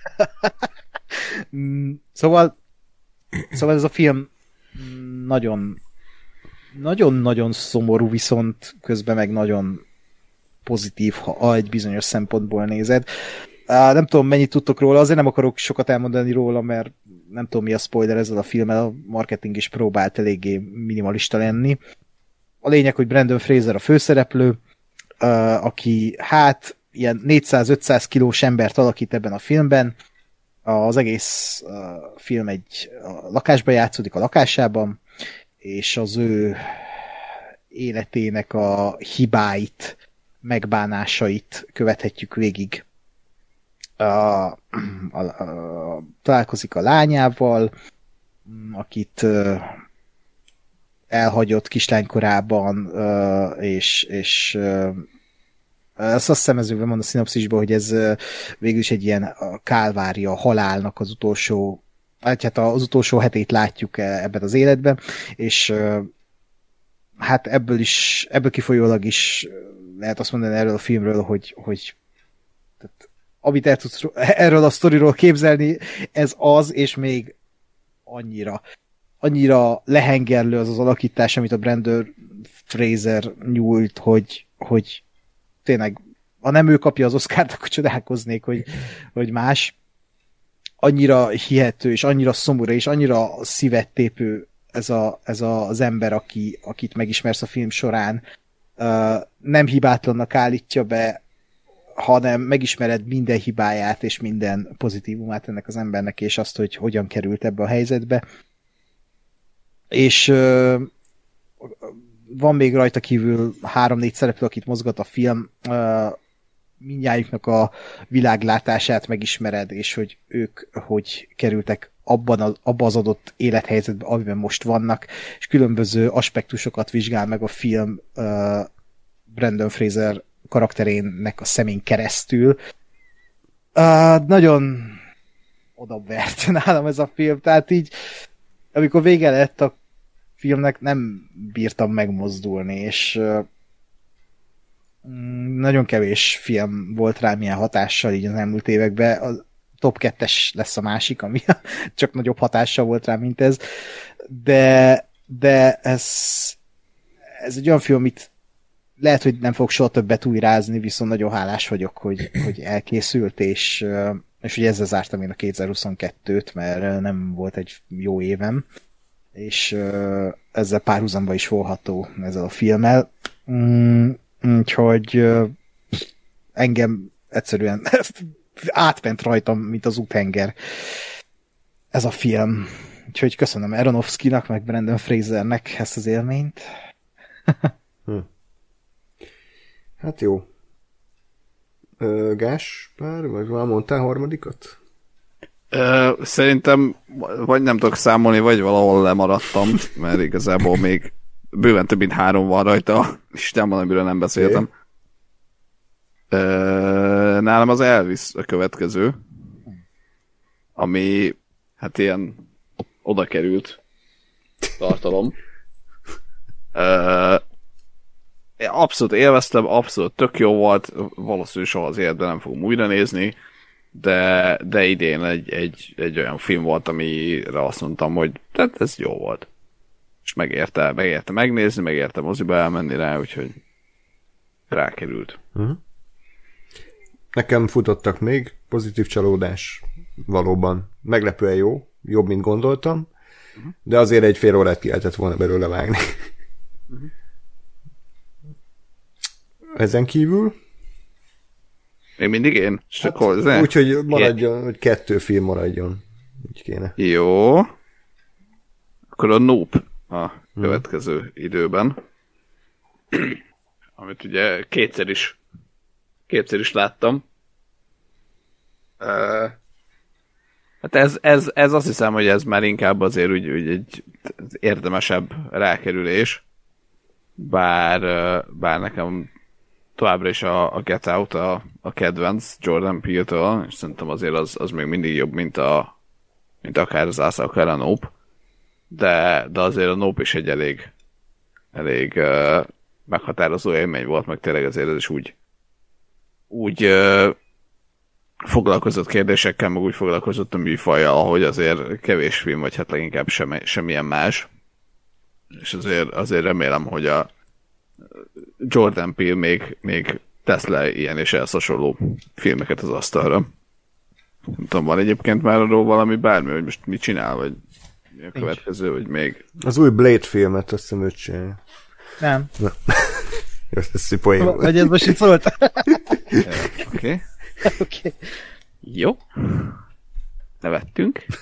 Szóval, szóval ez a film nagyon nagyon-nagyon szomorú, viszont közben meg nagyon pozitív, ha egy bizonyos szempontból nézed. Nem tudom, mennyit tudtok róla, azért nem akarok sokat elmondani róla, mert nem tudom, mi a spoiler ezzel a filmmel, a marketing is próbált eléggé minimalista lenni. A lényeg, hogy Brendan Fraser a főszereplő, aki hát ilyen négyszáz-ötszáz kilós embert alakít ebben a filmben. Az egész film egy lakásban játszódik, a lakásában, és az ő életének a hibáit, megbánásait követhetjük végig. A, a, a, találkozik a lányával, akit elhagyott kislánykorában, és, és azt hiszem, ez van a szinopszisban, hogy ez végül is egy ilyen kálvária, halálnak az utolsó hát az utolsó hetét látjuk ebben az életben, és hát ebből is, ebből kifolyólag is lehet azt mondani erről a filmről, hogy, hogy tehát, amit el tudsz erről a sztoriról képzelni, ez az, és még annyira, annyira lehengerlő az az alakítás, amit a Brendan Fraser nyújt, hogy, hogy tényleg, ha nem ő kapja az Oscart, akkor csodálkoznék, hogy, hogy más. Annyira hihető, és annyira szomorú, és annyira szívettépő ez, a, ez a, az ember, aki, akit megismersz a film során. Uh, nem hibátlannak állítja be, hanem megismered minden hibáját, és minden pozitívumát ennek az embernek, és azt, hogy hogyan került ebbe a helyzetbe. És uh, van még rajta kívül három-négy szereplő, akit mozgat a film, uh, mindnyájuknak a világlátását megismered, és hogy ők hogy kerültek abban az, abban az adott élethelyzetben, amiben most vannak, és különböző aspektusokat vizsgál meg a film uh, Brendan Fraser karakterének a szemén keresztül. Uh, nagyon odavert nálam ez a film, tehát így amikor vége lett a filmnek, nem bírtam megmozdulni, és uh, nagyon kevés film volt rám ilyen hatással így az elmúlt években. A top kettes lesz a másik, ami csak nagyobb hatással volt rám, mint ez. De, de ez, ez egy olyan film, amit lehet, hogy nem fog soha többet újrázni, viszont nagyon hálás vagyok, hogy, hogy elkészült, és, és hogy ezzel zártam én a kétezer-huszonkettőt, mert nem volt egy jó évem, és ezzel párhuzamba is volható ezzel a filmmel. Mm. Úgyhogy uh, engem egyszerűen átment rajtam, mint az úthenger ez a film. Úgyhogy köszönöm Aronofsky-nak, meg Brendan Frasernek ezt az élményt. hm. Hát jó. Ö, Gáspár, vagy már mondtál harmadikat? Ö, szerintem vagy nem tudok számolni, vagy valahol lemaradtam, mert igazából még bőven több mint három van rajta, Istenben, amiről nem beszéltem. Ö, nálam az Elvis a következő, ami hát ilyen oda került tartalom. Ö, abszolút élveztem, abszolút tök jó volt, valószínűleg soha az életben nem fogom újra nézni, de, de idén egy, egy, egy olyan film volt, amire azt mondtam, hogy tehát ez jó volt. És megérte, megérte megnézni, megérte moziba elmenni rá, úgyhogy rákerült. Uh-huh. Nekem futottak még, pozitív csalódás valóban meglepően jó, jobb, mint gondoltam, uh-huh. de azért egy fél órát ki lehetett volna belőle vágni. Uh-huh. Ezen kívül? Még mindig én? Hát, úgyhogy maradjon, hogy kettő film maradjon. Úgy kéne. Jó. Akkor a Nope a következő hmm. időben. Amit ugye kétszer is kétszer is láttam. Uh, hát ez, ez, ez azt hiszem, hogy ez már inkább azért úgy, úgy egy érdemesebb rákerülés. Bár, bár nekem továbbra is a, a Get Out a, a kedvenc Jordan Peele-től, és szerintem azért az, az még mindig jobb, mint, a, mint akár az Asa, akár a Nope. De, de azért a Nope is egy elég, elég uh, meghatározó élmény volt, meg tényleg azért ez is úgy, úgy uh, foglalkozott kérdésekkel, meg úgy foglalkozott a műfajjal, ahogy azért kevés film, vagy hát leginkább sem, semmilyen más. És azért, azért remélem, hogy a Jordan Peele még, még tesz le ilyen és ehhez hasonló filmeket az asztalra. Nem tudom, van egyébként már arról valami bármi, hogy most mit csinál, vagy mi a következő, vagy még... Az új Blade filmet, azt hiszem őt csinálja. Nem. Na. Jó, ez szipoén volt. Vagy ez most itt szólt? Oké. Oké. Jó. Nevettünk.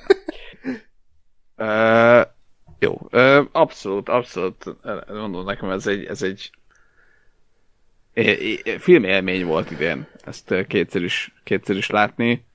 uh, jó. Uh, abszolút, abszolút. Mondom nekem, ez egy, ez egy filmélmény volt idén. Ezt kétszer is, kétszer is látni.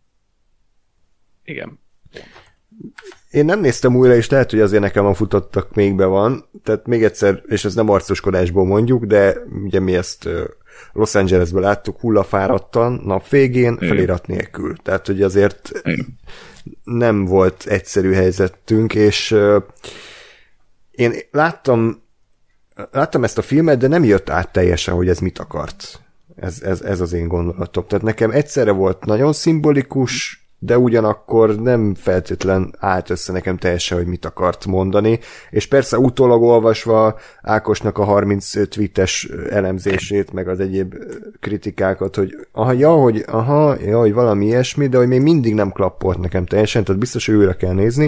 Igen. Én nem néztem újra, és lehet, hogy azért nekem a futottak még be van. Tehát még egyszer, és ez nem arcoskodásból mondjuk, de ugye mi ezt Los Angelesben láttuk hullafáradtan, nap végén, felirat nélkül. Tehát, hogy azért Igen. nem volt egyszerű helyzetünk, és uh, én láttam láttam ezt a filmet, de nem jött át teljesen, hogy ez mit akart. Ez, ez, ez az én gondolatom. Tehát nekem egyszerre volt nagyon szimbolikus, de ugyanakkor nem feltétlen állt össze nekem teljesen, hogy mit akart mondani, és persze utólag olvasva Ákosnak a harminc tweetes elemzését, meg az egyéb kritikákat, hogy aha, ja, hogy, aha, ja, hogy valami ilyesmi, de hogy még mindig nem klappolt nekem teljesen, tehát biztos, hogy újra kell nézni.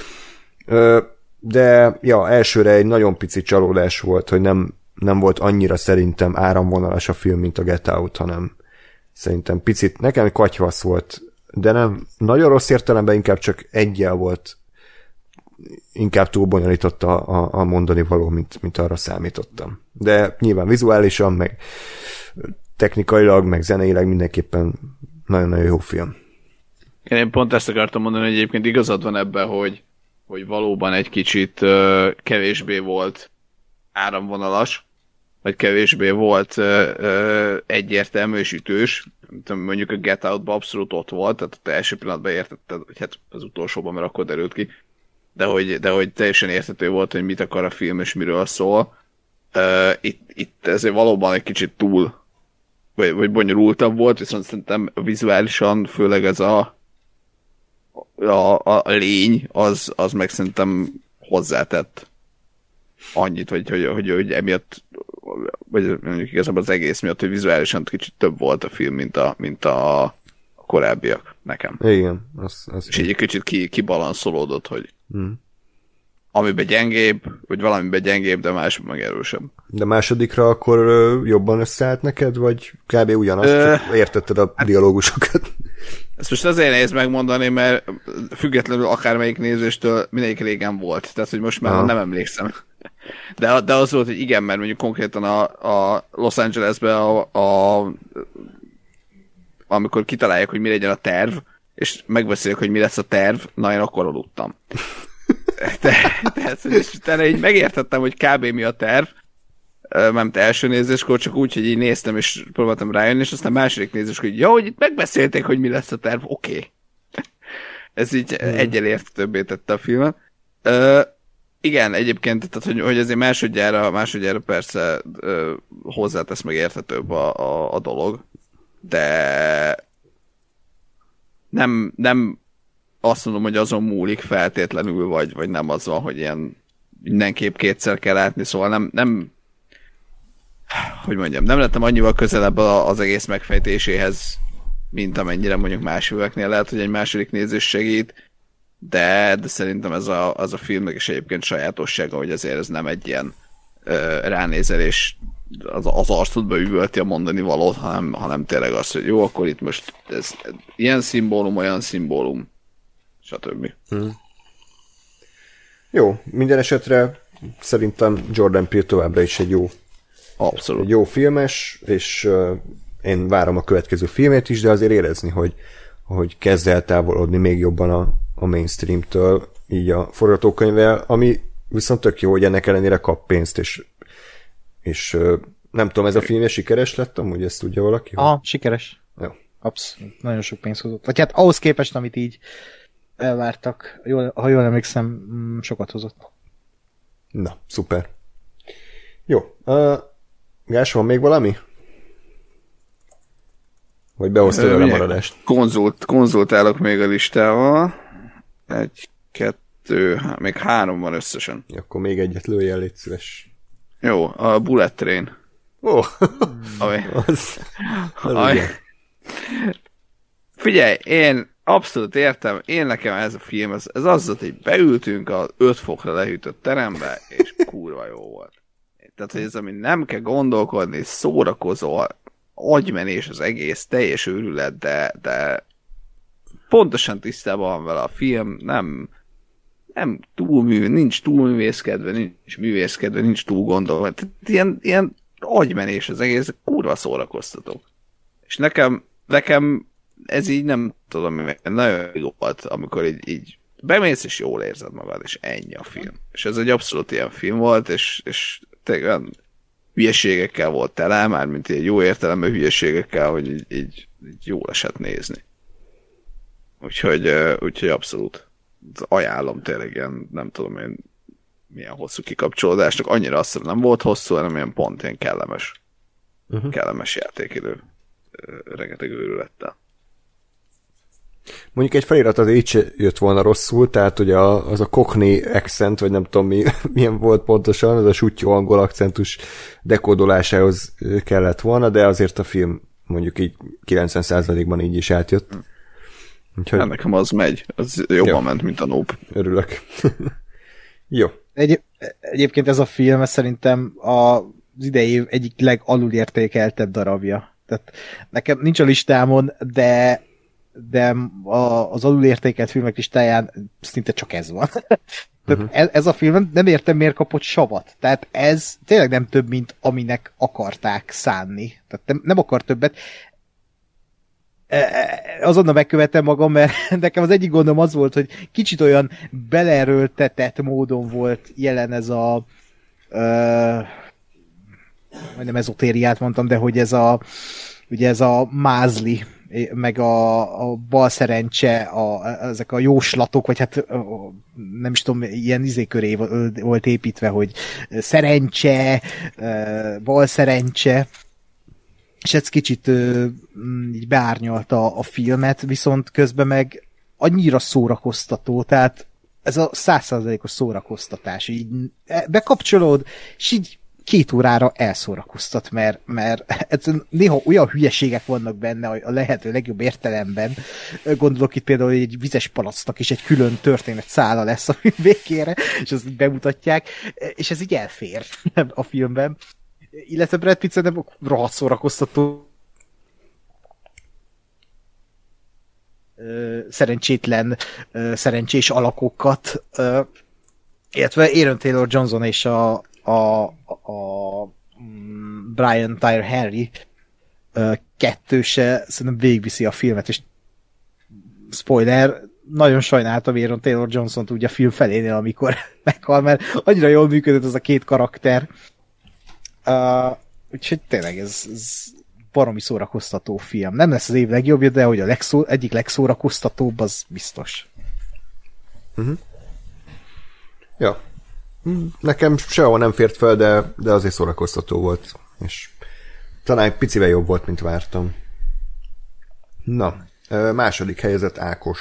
De ja, elsőre egy nagyon pici csalódás volt, hogy nem, nem volt annyira szerintem áramvonalas a film, mint a Get Out, hanem szerintem picit, nekem katyvasz volt, de nem, nagyon rossz értelemben inkább csak eggyel volt, inkább túl bonyolított a, a, a mondani való, mint, mint arra számítottam. De nyilván vizuálisan, meg technikailag, meg zeneileg mindenképpen nagyon-nagyon jó film. Én pont ezt akartam mondani, hogy egyébként igazad van ebben, hogy, hogy valóban egy kicsit uh, kevésbé volt áramvonalas, vagy kevésbé volt uh, uh, egyértelmű és ütős. Mondjuk a Get Out-ban abszolút ott volt, tehát az első pillanatban értetted, hogy hát az utolsóban, mert akkor derült ki, de hogy, de hogy teljesen érthető volt, hogy mit akar a film és miről szól. Uh, itt, itt ezért valóban egy kicsit túl, vagy, vagy bonyolultabb volt, viszont szerintem vizuálisan, főleg ez a a, a lény, az, az meg szerintem hozzátett annyit, hogy, hogy, hogy, hogy emiatt, vagy mondjuk igazából az egész miatt, hogy vizuálisan kicsit több volt a film, mint a, mint a korábbiak nekem. Igen. Az, az és így egy kicsit ki, kibalanszolódott, hogy hmm. amiben gyengébb, vagy valamiben gyengébb, de másban meg erősebb. De másodikra akkor jobban összeállt neked, vagy kb. Ugyanazt, Ö... csak értetted a dialógusokat? Ezt most azért nehéz megmondani, mert függetlenül akármelyik nézéstől mindegyik régen volt. Tehát, hogy most már Aha. nem emlékszem. De, de az volt, hogy igen, mert mondjuk konkrétan a, a Los Angelesben a, a, amikor kitalálják, hogy mi legyen a terv, és megbeszéljük, hogy mi lesz a terv, na én akkor aludtam. Tehát, és utána így megértettem, hogy kb. Mi a terv, mert első nézéskor csak úgy, hogy így néztem, és próbáltam rájönni, és aztán második nézéskor, hogy jó, hogy itt megbeszélték, hogy mi lesz a terv, oké. Okay. Ez így hmm. egyel értetőbbé tette a filmet. Uh, igen, egyébként, tehát, hogy, hogy azért másodjára, másodjára persze uh, hozzátesz meg értetőbb a, a, a dolog, de nem, nem azt mondom, hogy azon múlik feltétlenül, vagy, vagy nem az van, hogy ilyen mindenképp kétszer kell látni, szóval nem, nem hogy mondjam, nem lettem annyival közelebb az egész megfejtéséhez, mint amennyire mondjuk más filmeknél lehet, hogy egy második nézés segít, de, de szerintem ez a, az a filmnek is egyébként sajátossága, hogy azért ez nem egy ilyen ö, ránézelés, az, az arcodba üvölti a mondani valót, hanem, hanem tényleg az, hogy jó, akkor itt most ez ilyen szimbólum, olyan szimbólum, stb. Hmm. Jó, minden esetre szerintem Jordan Peele továbbra is egy jó Abszolút. Egy jó filmes, és uh, én várom a következő filmét is, de azért érezni, hogy, hogy kezd el távolodni még jobban a, a mainstreamtől, így a forgatókönyvvel, ami viszont tök jó, hogy ennek ellenére kap pénzt, és, és uh, nem tudom, ez a film sikeres lett, amúgy ezt tudja valaki? Ah, sikeres. Jó. Abszolút. Nagyon sok pénzt hozott. Vagy hát ahhoz képest, amit így elvártak, jól, ha jól emlékszem, sokat hozott. Na, szuper. Jó. Uh, Gás, van még valami? Vagy behoztad a lemaradást? Konzult, konzultálok még a listával. Egy, kettő, há, még három van összesen. Ja, akkor még egyet lőjel, légy szíves. Jó, a Bullet Train. Ó, oh. ami, az, az ami, figyelj, én abszolút értem, én nekem ez a film, ez, ez az volt, hogy beültünk az öt fokra lehűtött terembe, és kurva jó volt. Tehát, hogy ez, ami nem kell gondolkodni, szórakozó, agymenés az egész, teljes őrület, de, de pontosan tisztában van vele a film, nem, nem túl mű, nincs túl művészkedve, nincs művészkedve, nincs túl gondolva. Tehát ilyen, ilyen agymenés az egész, kurva szórakoztató. És nekem, nekem ez így nem tudom, nagyon jó volt, amikor így, így bemész, és jól érzed magad, és ennyi a film. És ez egy abszolút ilyen film volt, és, és tényleg olyan hülyeségekkel volt tele, mármint egy jó értelemben hülyeségekkel, hogy így, így, így jól esett nézni. Úgyhogy, úgyhogy abszolút ajánlom tényleg ilyen, nem tudom én milyen hosszú kikapcsolódásnak, annyira azt nem volt hosszú, hanem ilyen pont ilyen kellemes, uh-huh. kellemes játékidő rengeteg őrülettel. Mondjuk egy felirat az így se jött volna rosszul, tehát ugye az a Cockney accent, vagy nem tudom mi, milyen volt pontosan, az a suttyó angol akcentus dekódolásához kellett volna, de azért a film mondjuk így kilencven százalékban így is átjött. Úgyhogy... Hát nekem az megy, az jobban jó. Ment, mint a Nope. Örülök. Jó. Egy, egyébként ez a film ez szerintem az idei egyik legalulértékeltebb darabja. Tehát nekem nincs a listámon, de de a, az alulértékelt filmek listáján szinte csak ez van. Tehát uh-huh. ez, ez a film, nem értem, miért kapott savat. Tehát ez tényleg nem több, mint aminek akarták szánni. Tehát nem, nem akar többet. Azonnal megkövetem magam, mert nekem az egyik gondom az volt, hogy kicsit olyan beleerőltetett módon volt jelen ez a uh, majdnem ezotériát mondtam, de hogy ez a ugye ez a mázli meg a, a bal szerencse, a, ezek a jóslatok, vagy hát nem is tudom, ilyen izé köré volt építve, hogy szerencse, bal szerencse, és ez kicsit így beárnyalta a filmet, viszont közben meg annyira szórakoztató, tehát ez a száz százalékos szórakoztatás, így bekapcsolód, és így két órára elszórakoztat, mert, mert néha olyan hülyeségek vannak benne a lehető legjobb értelemben. Gondolok itt például, hogy egy vizes palacnak is egy külön történet szála lesz a film végére, és azt így bemutatják, és ez így elfér a filmben. Illetve Brad Pitt nem rohadt szórakoztató szerencsétlen, szerencsés alakokat, illetve Aaron Taylor Johnson és a a, a Brian Tyree Henry kettőse szerintem végigviszi a filmet, és spoiler, nagyon sajnáltam Aaron Taylor Johnson-t úgy a film felénél, amikor meghal, mert annyira jól működött az a két karakter. Uh, úgyhogy tényleg ez, ez baromi szórakoztató film. Nem lesz az év legjobbja, de hogy a legszó, egyik legszórakoztatóbb, az biztos. Uh-huh. Ja. Nekem sehol nem fért fel, de, de azért szórakoztató volt. És talán egy picivel jobb volt, mint vártam. Na, második helyezett Ákos.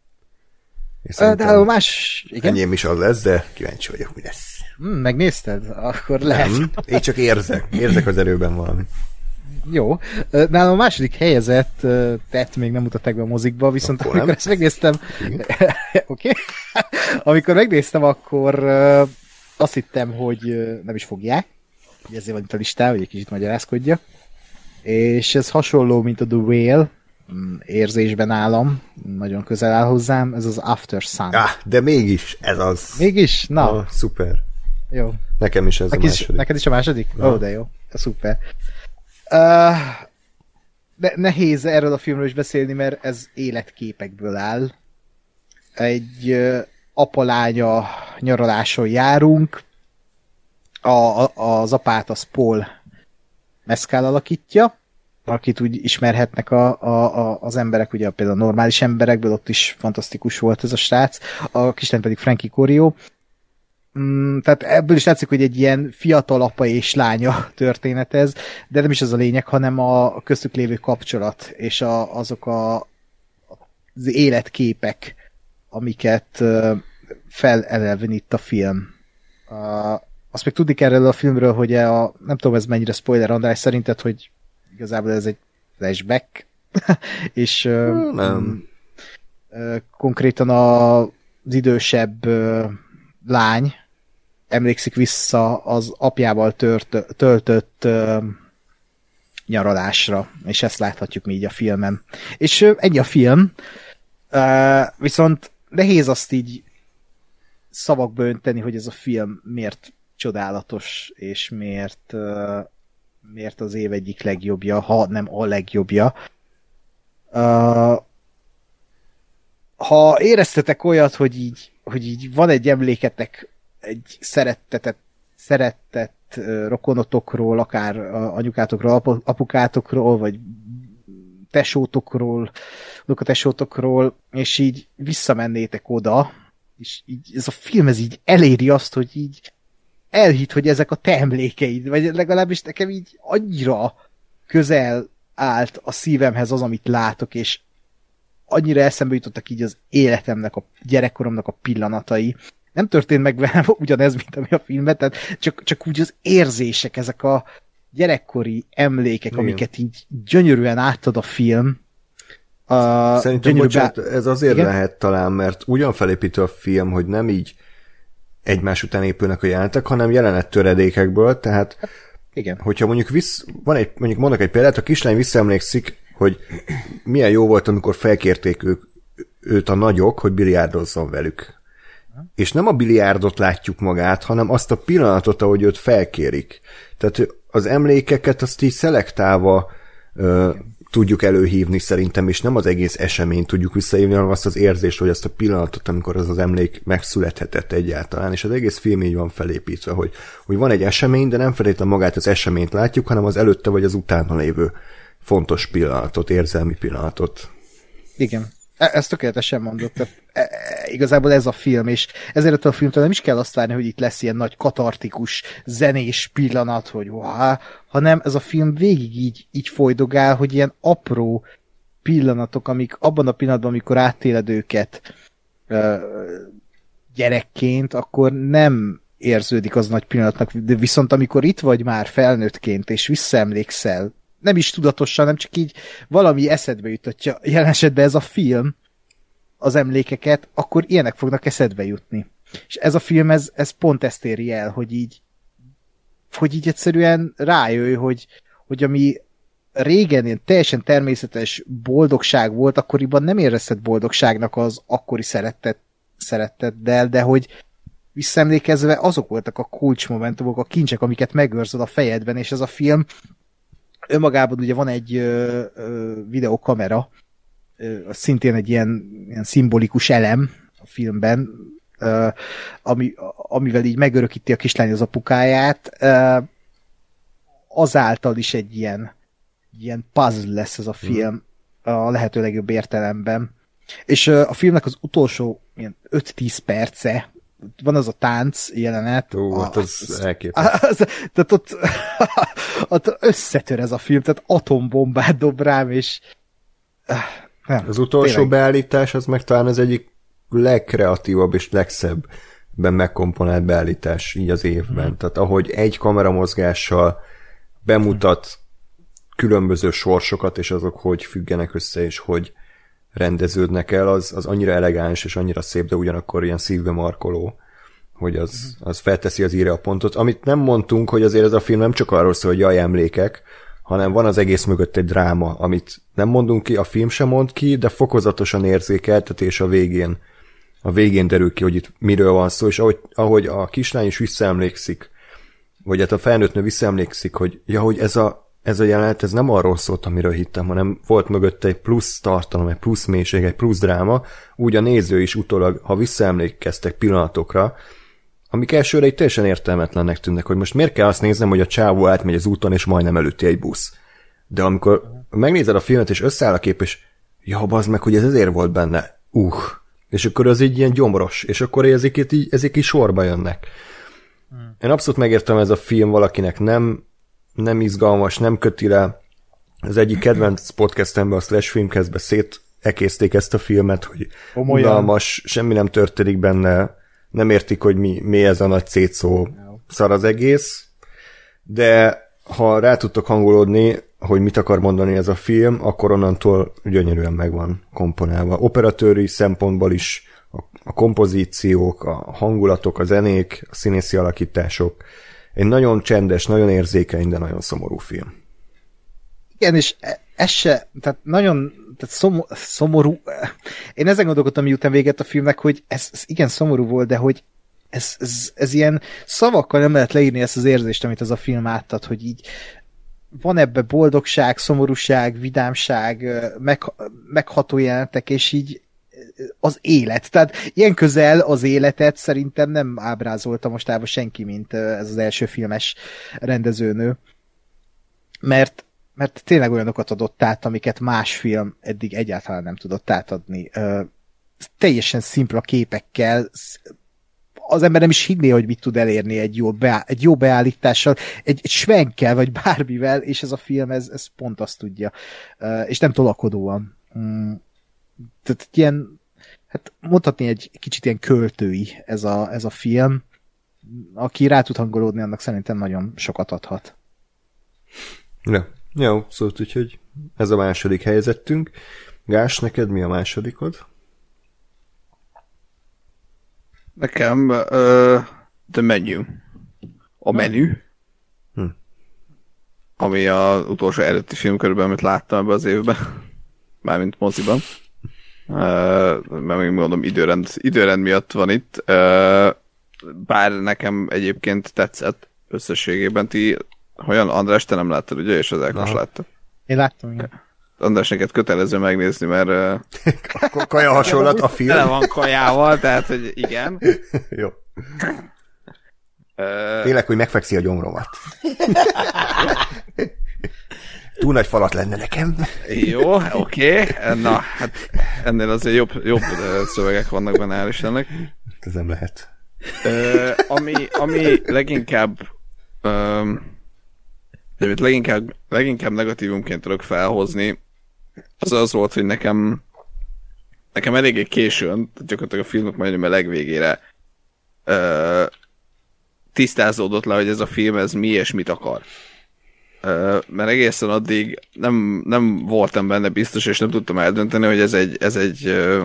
De a más... Igen? Enyém is az lesz, de kíváncsi vagyok, mi lesz. Hmm, megnézted? Akkor lehet. Nem, én csak érzek. Érzek az erőben valamit. Jó. Nálam a második helyezett tett még nem mutatták be a mozikba, viszont akkor amikor nem. Ezt megnéztem... Oké. Okay. Amikor megnéztem, akkor azt hittem, hogy nem is fogják. Ezért van itt a listán, hogy egy kicsit magyarázkodjak. És ez hasonló, mint a The Whale, érzésben állam, nagyon közel áll hozzám, ez az After Sun. Ah, de mégis ez az. Mégis? Na. Ah, szuper. Jó. Nekem is ez neked a második. Is, neked is a második? Ó, oh, de jó. Szuper. Uh, de nehéz erről a filmről is beszélni, mert ez életképekből áll. Egy uh, apa-lánya nyaraláson járunk. A, a, az apát az Paul Mescal alakítja, akit úgy ismerhetnek a, a, a, az emberek, ugye például a normális emberekből, ott is fantasztikus volt ez a srác, a kislány pedig Frankie Corio. Mm, tehát ebből is látszik, hogy egy ilyen fiatal apa és lánya történet ez, de nem is az a lényeg, hanem a köztük lévő kapcsolat, és a, azok a, az életképek, amiket uh, felelevenít a film. Uh, azt még tudni kell erről a filmről, hogy a, nem tudom, ez mennyire spoiler, András, szerinted, hogy igazából ez egy flashback, és uh, nem. Uh, konkrétan a, az idősebb uh, lány emlékszik vissza az apjával tört, töltött uh, nyaralásra, és ezt láthatjuk mi így a filmen. És uh, ennyi a film, uh, viszont nehéz azt így szavakba önteni, hogy ez a film miért csodálatos, és miért, uh, miért az év egyik legjobbja, ha nem a legjobbja. Uh, ha éreztetek olyat, hogy így, hogy így van egy emléketek egy szerettetett, szerettett uh, rokonotokról, akár uh, anyukátokról, ap- apukátokról, vagy tesótokról, unokatesótokról, és így visszamennétek oda, és így ez a film ez így eléri azt, hogy így elhitt, hogy ezek a te emlékeid, vagy legalábbis nekem így annyira közel állt a szívemhez az, amit látok, és annyira eszembe jutottak így az életemnek, a gyerekkoromnak a pillanatai. Nem történt meg velem ugyanez, mint ami a filmben, tehát csak, csak úgy az érzések, ezek a gyerekkori emlékek, igen, amiket így gyönyörűen átad a film. Uh, Szerintem, bocsánat, ez azért igen? lehet talán, mert ugyan felépítő a film, hogy nem így egymás után épülnek a jelenetek, hanem jelenet töredékekből, tehát igen. hogyha mondjuk visz, van egy, mondjuk mondok egy példát, a kislány visszaemlékszik, hogy milyen jó volt, amikor felkérték ők, őt a nagyok, hogy biliárdozzon velük. És nem a biliárdot látjuk magát, hanem azt a pillanatot, ahogy őt felkérik. Tehát az emlékeket azt így szelektálva ö, tudjuk előhívni szerintem, és nem az egész eseményt tudjuk visszahívni, hanem azt az érzést, hogy azt a pillanatot, amikor az az emlék megszülethetett egyáltalán, és az egész film így van felépítve, hogy, hogy van egy esemény, de nem feltétlenül magát az eseményt látjuk, hanem az előtte vagy az utána lévő fontos pillanatot, érzelmi pillanatot. Igen. Ezt tökéletesen mondott. Tehát, e, e, igazából ez a film, és ezért a filmtől nem is kell azt várni, hogy itt lesz ilyen nagy katartikus, zenés pillanat, hogy wow, hanem ez a film végig így, így folydogál, hogy ilyen apró pillanatok, amik abban a pillanatban, amikor átéled őket uh, gyerekként, akkor nem érződik az nagy pillanatnak, de viszont amikor itt vagy már felnőttként, és visszaemlékszel, nem is tudatosan, nem csak így valami eszedbe jutatja, jelen esetben ez a film, az emlékeket, akkor ilyenek fognak eszedbe jutni. És ez a film, ez, ez pont ezt éri el, hogy így hogy így egyszerűen rájöjj, hogy, hogy ami régen ilyen teljesen természetes boldogság volt, akkoriban nem érezted boldogságnak az akkori szerettet, szeretteddel, de hogy visszaemlékezve azok voltak a kulcsmomentumok, a kincsek, amiket megőrzöd a fejedben, és ez a film önmagában ugye van egy ö, ö, videokamera, ö, szintén egy ilyen, ilyen szimbolikus elem a filmben, ö, ami, amivel így megörökíti a kislány az apukáját, ö, azáltal is egy ilyen, ilyen puzzle lesz ez a film a lehető legjobb értelemben. És ö, a filmnek az utolsó ilyen öt-tíz perce, van az a tánc jelenet. Ó, a, hát az, az elképesztő. Az, tehát ott, ott összetör ez a film, tehát atombombát dob rám, és nem, az utolsó tényleg. beállítás az meg talán az egyik legkreatívabb és legszebben megkomponált beállítás így az évben. Hmm. Tehát ahogy egy kameramozgással bemutat hmm. különböző sorsokat, és azok hogy függenek össze, és hogy rendeződnek el, az, az annyira elegáns és annyira szép, de ugyanakkor ilyen szívbe markoló, hogy az, az felteszi az íre a pontot. Amit nem mondtunk, hogy azért ez a film nem csak arról szól, hogy jaj, emlékek, hanem van az egész mögött egy dráma, amit nem mondunk ki, a film sem mond ki, de fokozatosan érzékeltetés a végén. A végén derül ki, hogy itt miről van szó, és ahogy, ahogy a kislány is visszaemlékszik, vagy hát a felnőtt nő visszaemlékszik, hogy ja, hogy ez a ez a jelenet, ez nem arról szólt, amiről hittem, hanem volt mögötte egy plusz tartalom, egy plusz mélység, egy plusz dráma, úgy a néző is utólag, ha visszaemlékeztek pillanatokra, amik elsőre így teljesen értelmetlennek tűnnek, hogy most miért kell azt néznem, hogy a csávó átmegy az úton, és majdnem előtti egy busz. De amikor megnézed a filmet, és összeáll a kép, és ja, bazd meg, hogy ez ezért volt benne. Uh. És akkor az így ilyen gyomros, és akkor ezek így, ezek így sorba jönnek. Hmm. Én abszolút megértem, ez a film valakinek nem nem izgalmas, nem köti le. Az egyik kedvenc podcastemben, a Slash Filmcastben szétekészték ezt a filmet, hogy unalmas, semmi nem történik benne, nem értik, hogy mi, mi ez a nagy szétszó, szar az egész, de ha rá tudtok hangolódni, hogy mit akar mondani ez a film, akkor onnantól gyönyörűen meg van komponálva. Operatőri szempontból is a, a kompozíciók, a hangulatok, a zenék, a színészi alakítások. Egy nagyon csendes, nagyon érzékeny, de nagyon szomorú film. Igen, és ez se, tehát nagyon tehát szomor, szomorú. Én ezen gondolkodtam, miután véget a filmnek, hogy ez, ez igen szomorú volt, de hogy ez, ez, ez ilyen szavakkal nem lehet leírni ezt az érzést, amit az a film átad, hogy így van ebbe boldogság, szomorúság, vidámság, meg, megható jelentek, és így az élet. Tehát ilyen közel az életet szerintem nem ábrázolta mostában senki, mint ez az első filmes rendezőnő. Mert, mert tényleg olyanokat adott át, amiket más film eddig egyáltalán nem tudott átadni. Teljesen szimpla képekkel, az ember nem is hinné, hogy mit tud elérni egy jó, beá- egy jó beállítással, egy, egy svenkel, vagy bármivel, és ez a film, ez, ez pont azt tudja. És nem tolakodóan. Tehát ilyen, hát mondhatni egy kicsit ilyen költői ez a, ez a film. Aki rá tud hangolódni, annak szerintem nagyon sokat adhat. Ja, jó, szóval úgyhogy ez a második helyzetünk. Gás, neked mi a másodikod? Nekem uh, The Menu. A menü. Hm. Ami az utolsó előtti film körülbelül, amit láttam ebben az évben. Mármint moziban. Uh, mert még mondom, időrend, időrend miatt van itt. Uh, bár nekem egyébként tetszett összességében. Ti, olyan András, te nem láttad, ugye? És az Ákos látta. Én láttam, igen. András, neked kötelező megnézni, mert... Uh... kaja hasonlat a film. Tele van kajával, tehát, hogy igen. Jó. Félek, hogy megfekszi a gyomromat. Túl nagy falat lenne nekem. Jó, oké. Okay. Na, hát ennél azért jobb, jobb szövegek vannak benne, hál' Istennek. Ez nem lehet. Uh, ami, ami leginkább um, de amit leginkább, leginkább negatívumként tudok felhozni, az az volt, hogy nekem nekem eléggé későn, gyakorlatilag a filmnek majdnem a legvégére uh, tisztázódott le, hogy ez a film ez mi és mit akar. Uh, mert egészen addig nem, nem voltam benne biztos, és nem tudtam eldönteni, hogy ez egy, ez egy uh,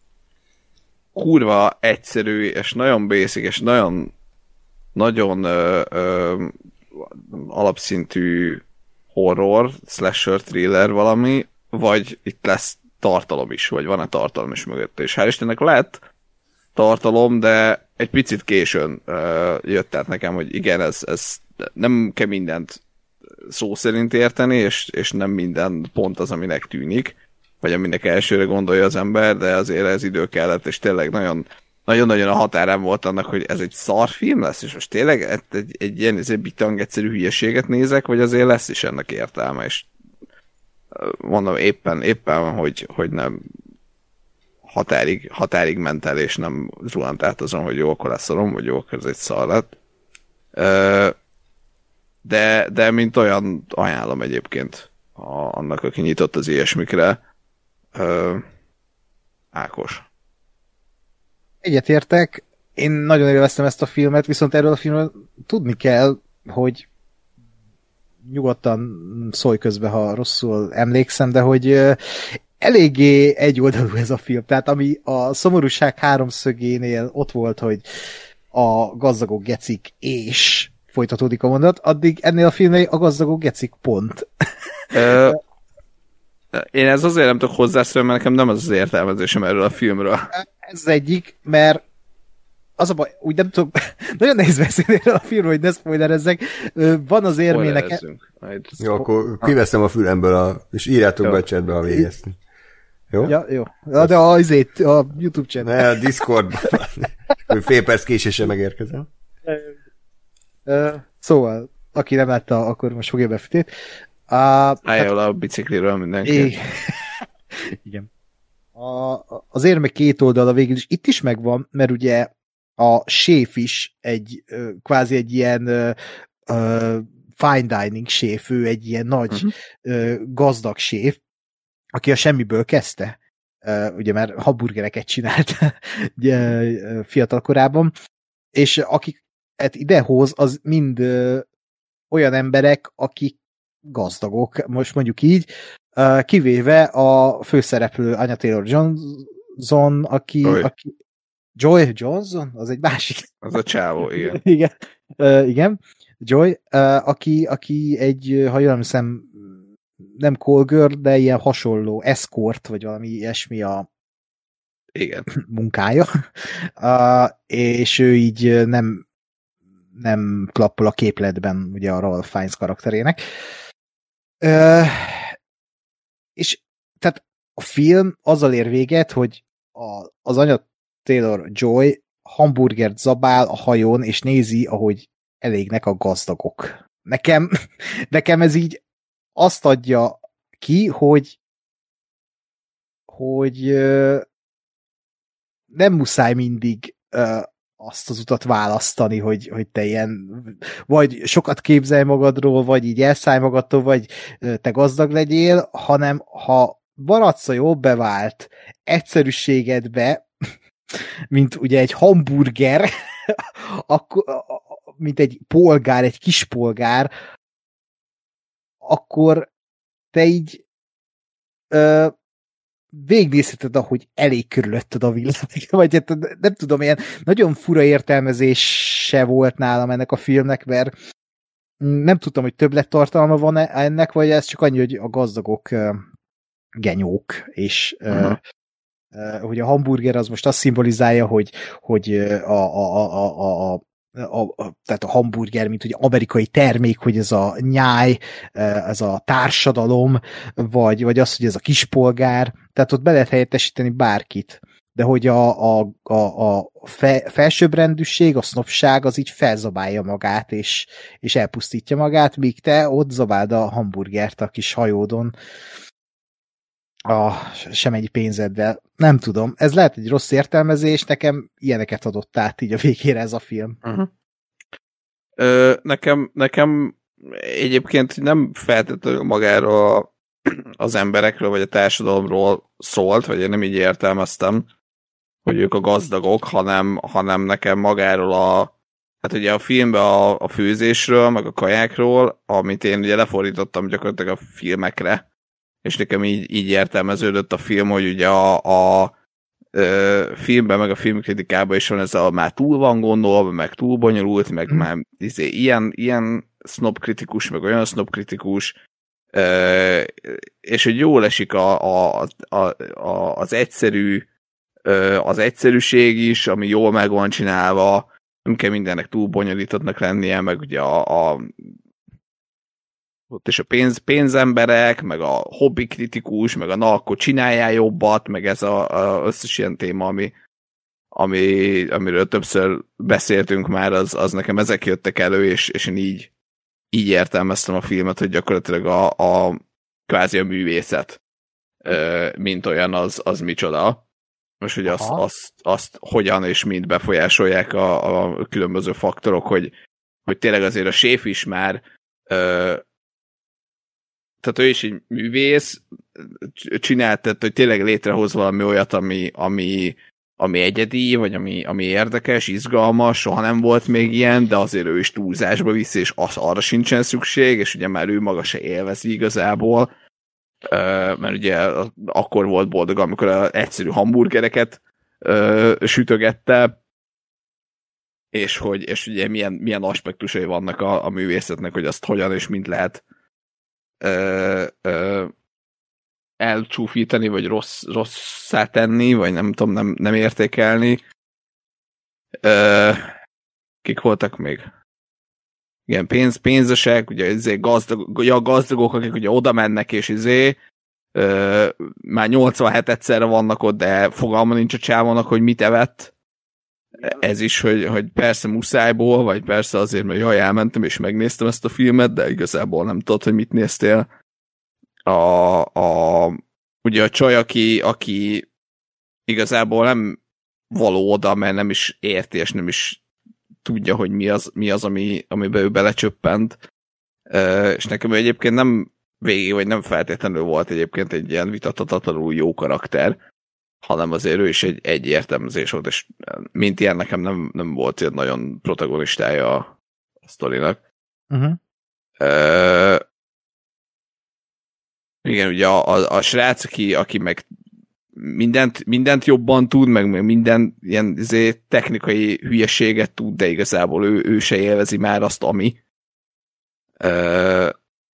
kurva egyszerű, és nagyon basic, és nagyon nagyon uh, uh, alapszintű horror, slasher, thriller valami, vagy itt lesz tartalom is, vagy van-e tartalom is mögötte. És hál' Istennek lett tartalom, de egy picit későn uh, jött át nekem, hogy igen, ez, ez nem kell mindent szó szerint érteni, és, és nem minden pont az, aminek tűnik, vagy aminek elsőre gondolja az ember, de azért ez idő kellett, és tényleg nagyon nagyon-nagyon a határán volt annak, hogy ez egy szarfilm lesz, és most tényleg egy, egy, egy ilyen egy bitang egyszerű hülyeséget nézek, vagy azért lesz is ennek értelme, és mondom éppen, éppen hogy, hogy nem határig, határig ment el, és nem zuhant át azon, hogy jó, akkor leszorom, vagy jó, akkor ez egy szar lett. De, de mint olyan ajánlom egyébként a, annak, aki nyitott az ilyesmikre. Ákos. Egyetértek, én nagyon élveztem ezt a filmet, viszont erről a filmről tudni kell, hogy nyugodtan szólj közbe, ha rosszul emlékszem, de hogy eléggé egyoldalú ez a film. Tehát ami a szomorúság háromszögénél ott volt, hogy a gazdagok gecik és folytatódik a mondat, addig ennél a filmnél a gazdagok gecik pont. Ö, én ez azért nem tudok hozzászólni, mert nekem nem az az értelmezésem erről a filmről. Ez az egyik, mert az a baj, úgy nem tudom, nagyon nehéz beszélni erről a filmről, hogy ne spoilerezzek. Van az érmének... Jó, akkor kiveszem a fülemből, a, és írjátok jó be a chatbe, ha végeztünk. Jó? Ja, jó. Ja, de azért a YouTube chat. Ne, a Discordban. Fél perc késéssel megérkezem. Szóval, aki nem látta, akkor most fogja be fütét. Álljál a bicikliről mindenki. Igen. A, az érme két oldala végül is itt is megvan, mert ugye a séf is egy kvázi egy ilyen uh, fine dining séf, ő egy ilyen nagy uh-huh. uh, gazdag séf, aki a semmiből kezdte, uh, ugye már hamburgereket csinált uh, fiatal korában, és akiket idehoz, az mind uh, olyan emberek, akik gazdagok, most mondjuk így, uh, kivéve a főszereplő Anya Taylor-Johnson, aki, aki Joy Johnson? Az egy másik. Az a csávó, igen. igen. Uh, igen. Joy, uh, aki, aki egy, ha jól hiszem, nem call girl, de ilyen hasonló escort, vagy valami ilyesmi a igen. munkája. Uh, és ő így nem nem klappol a képletben ugye a Ralph Fiennes karakterének. Uh, és tehát a film azzal ér véget, hogy a, az Anya Taylor-Joy hamburgert zabál a hajón, és nézi, ahogy elégnek a gazdagok. Nekem, nekem ez így azt adja ki, hogy hogy uh, nem muszáj mindig uh, azt az utat választani, hogy, hogy te ilyen, vagy sokat képzelj magadról, vagy így elszállj magadtól, vagy te gazdag legyél, hanem ha maradsz a jó bevált egyszerűségedbe, mint ugye egy hamburger, akkor, mint egy polgár, egy kis polgár, akkor te így ö, végignézheted, ahogy elég körülötted a világ. Vagy hát nem tudom, ilyen nagyon fura értelmezése volt nálam ennek a filmnek, mert nem tudtam, hogy többlettartalma van ennek, vagy ez csak annyi, hogy a gazdagok uh, genyók, és uh-huh. uh, hogy a hamburger az most azt szimbolizálja, hogy, hogy a, a, a, a, a A, a, tehát a hamburger, mint hogy amerikai termék, hogy ez a nyáj, ez a társadalom, vagy, vagy az, hogy ez a kispolgár, tehát ott be lehet helyettesíteni bárkit. De hogy a, a, a, a fe, felsőbbrendűség, a sznobság, az így felzabálja magát, és, és elpusztítja magát, míg te ott zabáld a hamburgert a kis hajódon a semennyi pénzeddel. Nem tudom, ez lehet egy rossz értelmezés, nekem ilyeneket adott át így a végére ez a film. Uh-huh. Ö, nekem, nekem egyébként nem feltétlenül magáról az emberekről, vagy a társadalomról szólt, vagy én nem így értelmeztem, hogy ők a gazdagok, hanem, hanem nekem magáról a hát ugye a filmben a, a főzésről, meg a kajákról, amit én ugye lefordítottam gyakorlatilag a filmekre, és nekem így, így értelmeződött a film, hogy ugye a, a, a filmben, meg a filmkritikában is van ez a már túl van gondolva, meg túl bonyolult, meg mm. már izé, ilyen, ilyen sznobkritikus, meg olyan sznobkritikus, és hogy jól esik a, a, a, a, az egyszerű az egyszerűség is, ami jól meg van csinálva, nem kell mindennek túl bonyolítottnak lennie, meg ugye a, a ott is a pénz, pénzemberek, meg a hobbi kritikus, meg a na, akkor csináljál jobbat, meg ez a, a összes ilyen téma, ami, ami, amiről többször beszéltünk már, az, az nekem ezek jöttek elő, és, és én így, így értelmeztem a filmet, hogy gyakorlatilag a, a kvázi a művészet, mint olyan, az, az micsoda. Most, hogy azt, azt, azt hogyan és mind befolyásolják a, a különböző faktorok, hogy, hogy tényleg azért a séf is már tehát ő is egy művész, csinált, tehát, hogy tényleg létrehoz valami olyat, ami, ami, ami egyedi, vagy ami, ami érdekes, izgalmas, soha nem volt még ilyen, de azért ő is túlzásba viszi, és az, arra sincsen szükség, és ugye már ő maga se élvezi igazából, mert ugye akkor volt boldog, amikor az egyszerű hamburgereket sütögette, és hogy és ugye milyen, milyen aspektusai vannak a, a művészetnek, hogy azt hogyan és mint lehet Ö, ö, elcsúfítani, vagy rossz, rosszá tenni, vagy nem tudom, nem, nem értékelni. Ö, kik voltak még? Igen, pénz, pénzesek, ugye izé gazdag, ja, gazdagok, akik ugye oda mennek, és izé ö, már nyolcvanhét egyszerre vannak ott, de fogalma nincs a csávónak, hogy mit evett. Ez is, hogy, hogy persze muszájból, vagy persze azért, mert jaj, elmentem és megnéztem ezt a filmet, de igazából nem tudod, hogy mit néztél. A, a, ugye a csaj, aki, aki igazából nem való oda, mert nem is érti, és nem is tudja, hogy mi az, mi az ami, amiben ő belecsöppent. E, és nekem egyébként nem végig, vagy nem feltétlenül volt egyébként egy ilyen vitathatatlanul jó karakter, hanem azért ő is egy, egy értelmezés volt, és mint ilyen nekem nem, nem volt ilyen nagyon protagonistája a, a sztorinak. Uh-huh. Uh, igen, ugye a, a, a srác, aki, aki meg mindent, mindent jobban tud, meg, meg minden ilyen azért, technikai hülyeséget tud, de igazából ő, ő se élvezi már azt, ami. Uh,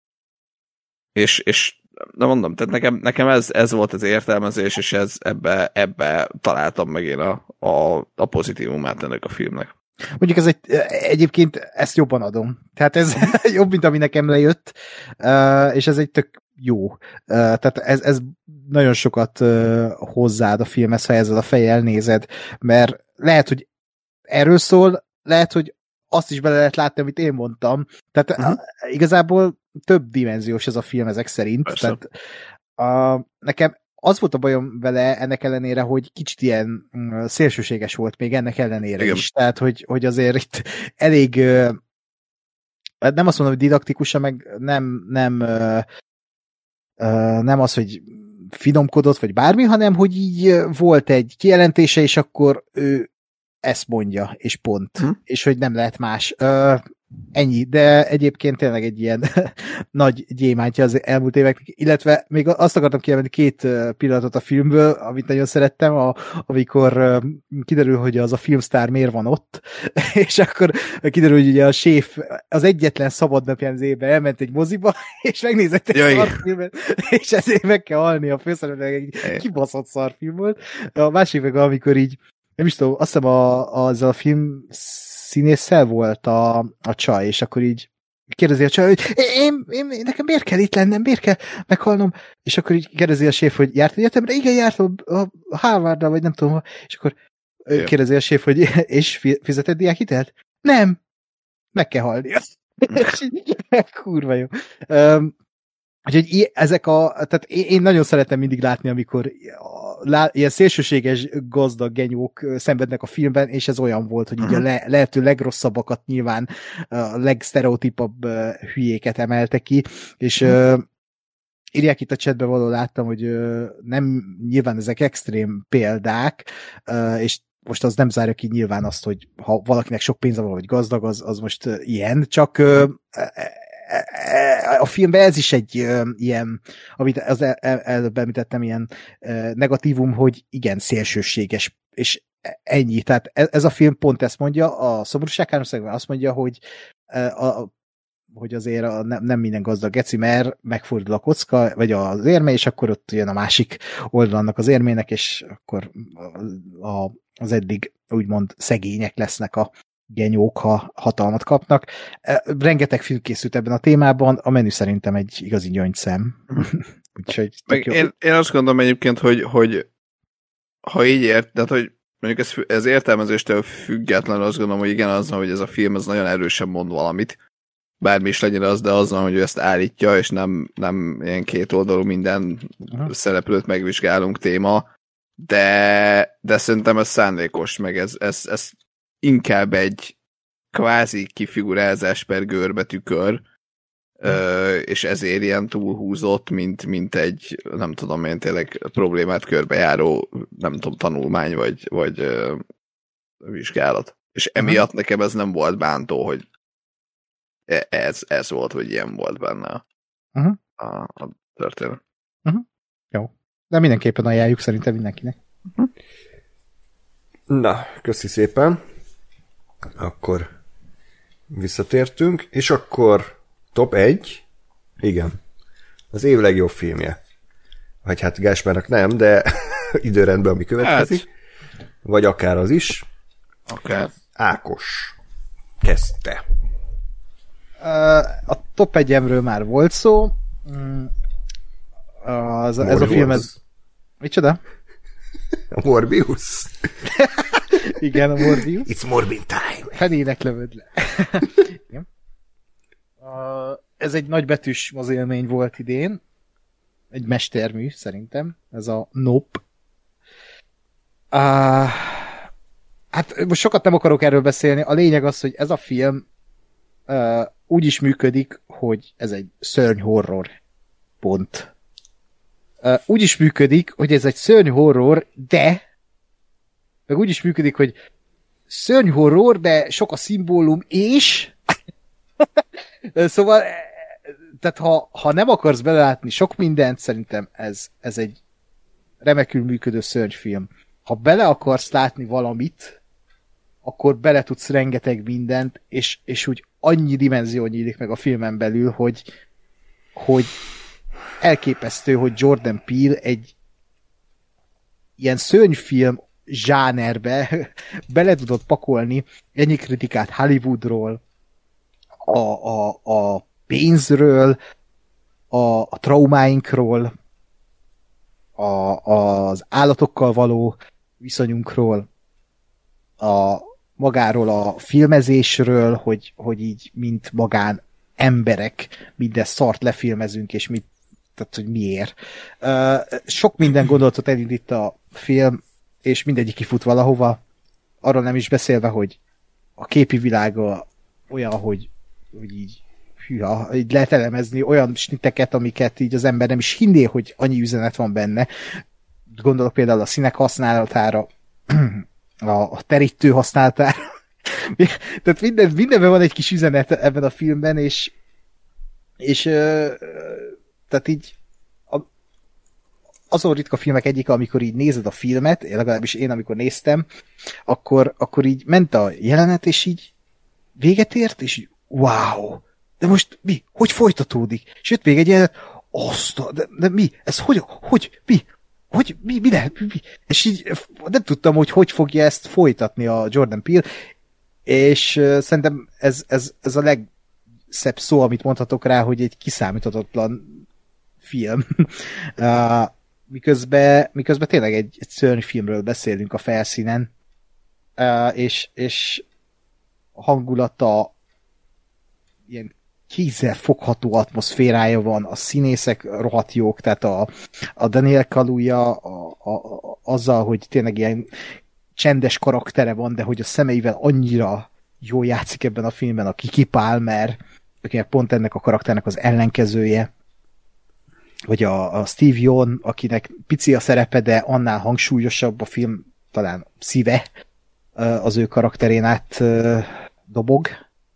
és, és de mondom, tehát nekem, nekem ez, ez volt az értelmezés, és ez, ebbe, ebbe találtam meg én a, a, a pozitívumát ennek a filmnek. Mondjuk ez egy, egyébként ezt jobban adom. Tehát ez jobb, mint ami nekem lejött, és ez egy tök jó. Tehát ez, ez nagyon sokat hozzáad a filmhez, ha ezzel a fejjel nézed, mert lehet, hogy erről szól, lehet, hogy azt is bele lehet látni, amit én mondtam. Tehát uh-huh. igazából több dimenziós ez a film ezek szerint. Tehát, a, nekem az volt a bajom vele ennek ellenére, hogy kicsit ilyen uh, szélsőséges volt még ennek ellenére Igen. is. Tehát, hogy, hogy azért itt elég uh, nem azt mondom, hogy didaktikusan, meg nem nem, uh, uh, nem az, hogy finomkodott, vagy bármi, hanem, hogy így volt egy kijelentése, és akkor ő ezt mondja, és pont. Hm? És hogy nem lehet más. Uh, ennyi, de egyébként tényleg egy ilyen nagy gyémántja az elmúlt éveknek, illetve még azt akartam kiemelni két pillanatot a filmből, amit nagyon szerettem, a, amikor kiderül, hogy az a filmsztár miért van ott, és akkor kiderül, hogy ugye a séf az egyetlen szabad napján az évben elment egy moziba, és megnézett egy Jaj. szarfilmet, és ezért meg kell halni a főszereplőnek, egy kibaszott szarfilm volt. A másik meg, amikor így nem is tudom, azt hiszem a, azzal a film színésszel volt a, a csaj, és akkor így kérdezi a csaj, hogy én, én, én, nekem miért kell itt lennem, miért kell meghalnom, és akkor így kérdezi a séf, hogy járt egyetemre? Igen, jártam a Harvardra, vagy nem tudom, és akkor yeah. kérdezi a séf, hogy és fizetett diákhitelt? Nem, meg kell halni. És így, kurva jó. Um, Úgyhogy ezek a, tehát én nagyon szeretem mindig látni, amikor lá, ilyen szélsőséges gazdag genyók szenvednek a filmben, és ez olyan volt, hogy így a le, lehető legrosszabbakat nyilván a legsztereotípabb hülyéket emelte ki, és uh, írják itt a chatben, való láttam, hogy uh, nem nyilván ezek extrém példák, uh, és most az nem zárja ki nyilván azt, hogy ha valakinek sok pénze van, vagy gazdag, az, az most uh, ilyen, csak uh, a filmben ez is egy uh, ilyen, amit az el, el, előbb említettem, ilyen uh, negatívum, hogy igen, szélsőséges, és ennyi. Tehát ez, ez a film pont ezt mondja, a Szomorúság háromszögben azt mondja, hogy uh, a, hogy azért a, nem, nem minden gazdag geci, mert megfordul a kocka, vagy az érme, és akkor ott jön a másik oldalnak az érmének, és akkor a, a, az eddig úgymond szegények lesznek a genyók, ha hatalmat kapnak. Rengeteg film készült ebben a témában, a menü szerintem egy igazi gyöngyszem. Úgyhogy én, én azt gondolom egyébként, hogy, hogy ha így ért, tehát hogy mondjuk ez, ez értelmezéstől függetlenül azt gondolom, hogy igen, az, hogy ez a film ez nagyon erősen mond valamit. Bármi is legyen az, de az van, hogy ő ezt állítja, és nem, nem ilyen két oldalú minden uh-huh. szereplőt megvizsgálunk téma, de, de szerintem ez szándékos, meg ez, ez, ez inkább egy kvázi kifigurázás per görbetükör, uh-huh. és ezért ilyen túlhúzott, mint, mint egy, nem tudom én, tényleg problémát körbejáró, nem tudom, tanulmány, vagy, vagy uh, vizsgálat. És emiatt uh-huh. nekem ez nem volt bántó, hogy Ez, ez volt, hogy ilyen volt benne uh-huh. a, a történet. Uh-huh. Jó. De mindenképpen ajánljuk szerintem mindenkinek. Uh-huh. Na, köszi szépen. Akkor visszatértünk, és akkor top egy. Igen. Az év legjobb filmje. Vagy hát Gáspárnak nem, de időrendben, ami következik. Hát. Vagy akár az is. Akár. Ákos. Kezdte. A top egyemről már volt szó. Az, ez a film, ez... Micsoda? A Morbius. Igen, a Morbius. It's Morbin time. Fenének lövöd le. Igen. Uh, ez egy nagybetűs mozélmény volt idén. Egy mestermű, szerintem. Ez a Nope. Uh, hát most sokat nem akarok erről beszélni. A lényeg az, hogy ez a film uh, úgy is működik, hogy ez egy szörny horror. Pont. Uh, úgy is működik, hogy ez egy szörny horror, de meg úgy is működik, hogy szörny horror, de sok a szimbólum, és szóval tehát ha, ha nem akarsz belelátni sok mindent, szerintem ez, ez egy remekül működő szörnyfilm. Ha bele akarsz látni valamit, akkor bele tudsz rengeteg mindent, és, és úgy annyi dimenzió nyílik meg a filmen belül, hogy, hogy elképesztő, hogy Jordan Peele egy ilyen szörnyfilm zsánerbe bele tudott pakolni ennyi kritikát Hollywoodról, a, a, a pénzről, a, a traumáinkról, a, az állatokkal való viszonyunkról, a magáról a filmezésről, hogy, hogy így mint magán emberek minden szart lefilmezünk, és mit, tehát, hogy miért. Uh, sok minden gondolatot elindít a film, és mindegyik kifut valahova. Arról nem is beszélve, hogy a képi világa olyan, hogy, hogy így hűha, így lehet elemezni olyan snitteket, amiket így az ember nem is hinné, hogy annyi üzenet van benne. Gondolok például a színek használatára, a terítő használatára. Tehát minden, mindenben van egy kis üzenet ebben a filmben, és és tehát így a, azon ritka filmek egyik, amikor így nézed a filmet, legalábbis én, amikor néztem, akkor, akkor így ment a jelenet, és így véget ért, és így wow, de most mi? Hogy folytatódik? És jött még egy jelenet, azt a, de, de mi? Ez hogy? Hogy? Mi? Hogy? Mi? Mi lehet? Mi? És így nem tudtam, hogy hogy fogja ezt folytatni a Jordan Peele, és uh, szerintem ez, ez, ez a legszebb szó, amit mondhatok rá, hogy egy kiszámíthatatlan film. uh, miközben, miközben tényleg egy, egy szörnyfilmről beszélünk a felszínen, uh, és, és a hangulata ilyen kézzel fogható atmoszférája van, a színészek rohadt jók, tehát a, a Daniel Kaluuya a, a, a, azzal, hogy tényleg ilyen csendes karaktere van, de hogy a szemeivel annyira jól játszik ebben a filmben a Kiki Palmer, akinek pont ennek a karakternek az ellenkezője, vagy a, a Steve Yeun, akinek pici a szerepe, de annál hangsúlyosabb a film, talán szíve az ő karakterén át dobog.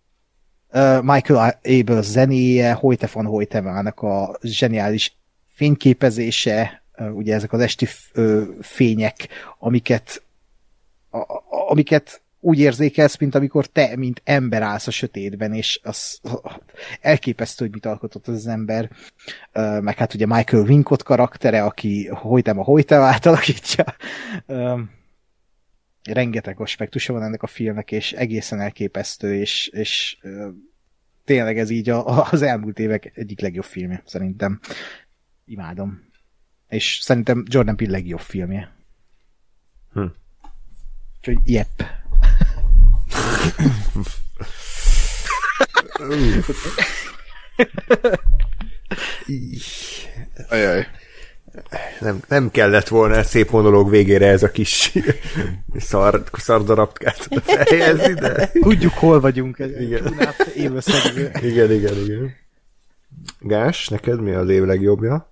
Michael Abel zenéje, Hoyte van Hoytemának a zseniális fényképezése, ugye ezek az esti fények, amiket A, a, amiket úgy érzékelsz, mint amikor te, mint ember állsz a sötétben, és az, elképesztő, hogy mit alkotott az, az ember, meg hát ugye Michael Wincott karaktere, aki Hoytema Hoytema átalakítja. Rengeteg aspektusa van ennek a filmnek, és egészen elképesztő, és, és tényleg ez így a, az elmúlt évek egyik legjobb filmje, szerintem. Imádom. És szerintem Jordan Peele legjobb filmje. Hm. Úgyhogy jepp. Ajaj. Nem, nem kellett volna szép monológ végére ez a kis szar, szardarabkát helyezni, de... Tudjuk, hol vagyunk. Igen. igen, igen, igen. Gás, neked mi az év legjobbja?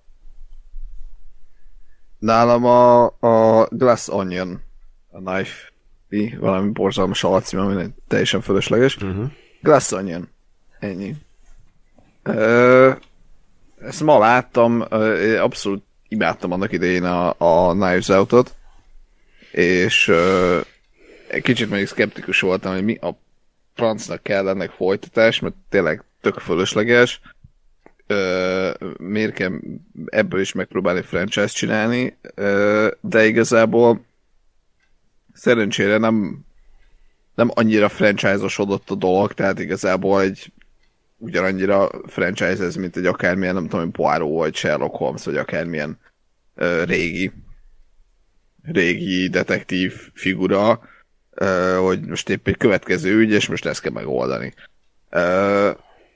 Nálam a, a Glass Onion, a Knife, valami borzalmas alcím, ami teljesen fölösleges. Uh-huh. Glass Onion. Ennyi. Ö, ezt ma láttam, abszolút imádtam annak idején a, a Knives Out-ot, és ö, egy kicsit még szkeptikus voltam, hogy mi a francnak kell ennek folytatás, mert tényleg tök fölösleges. Ö, miért kell ebből is megpróbálni franchise csinálni, ö, de igazából szerencsére nem, nem annyira franchise-osodott a dolog, tehát igazából egy ugyanannyira franchise ez, mint egy akármilyen, nem tudom, Poirot, vagy Sherlock Holmes, vagy akármilyen ö, régi régi detektív figura, ö, hogy most épp egy következő ügy, és most ezt kell megoldani. Ö,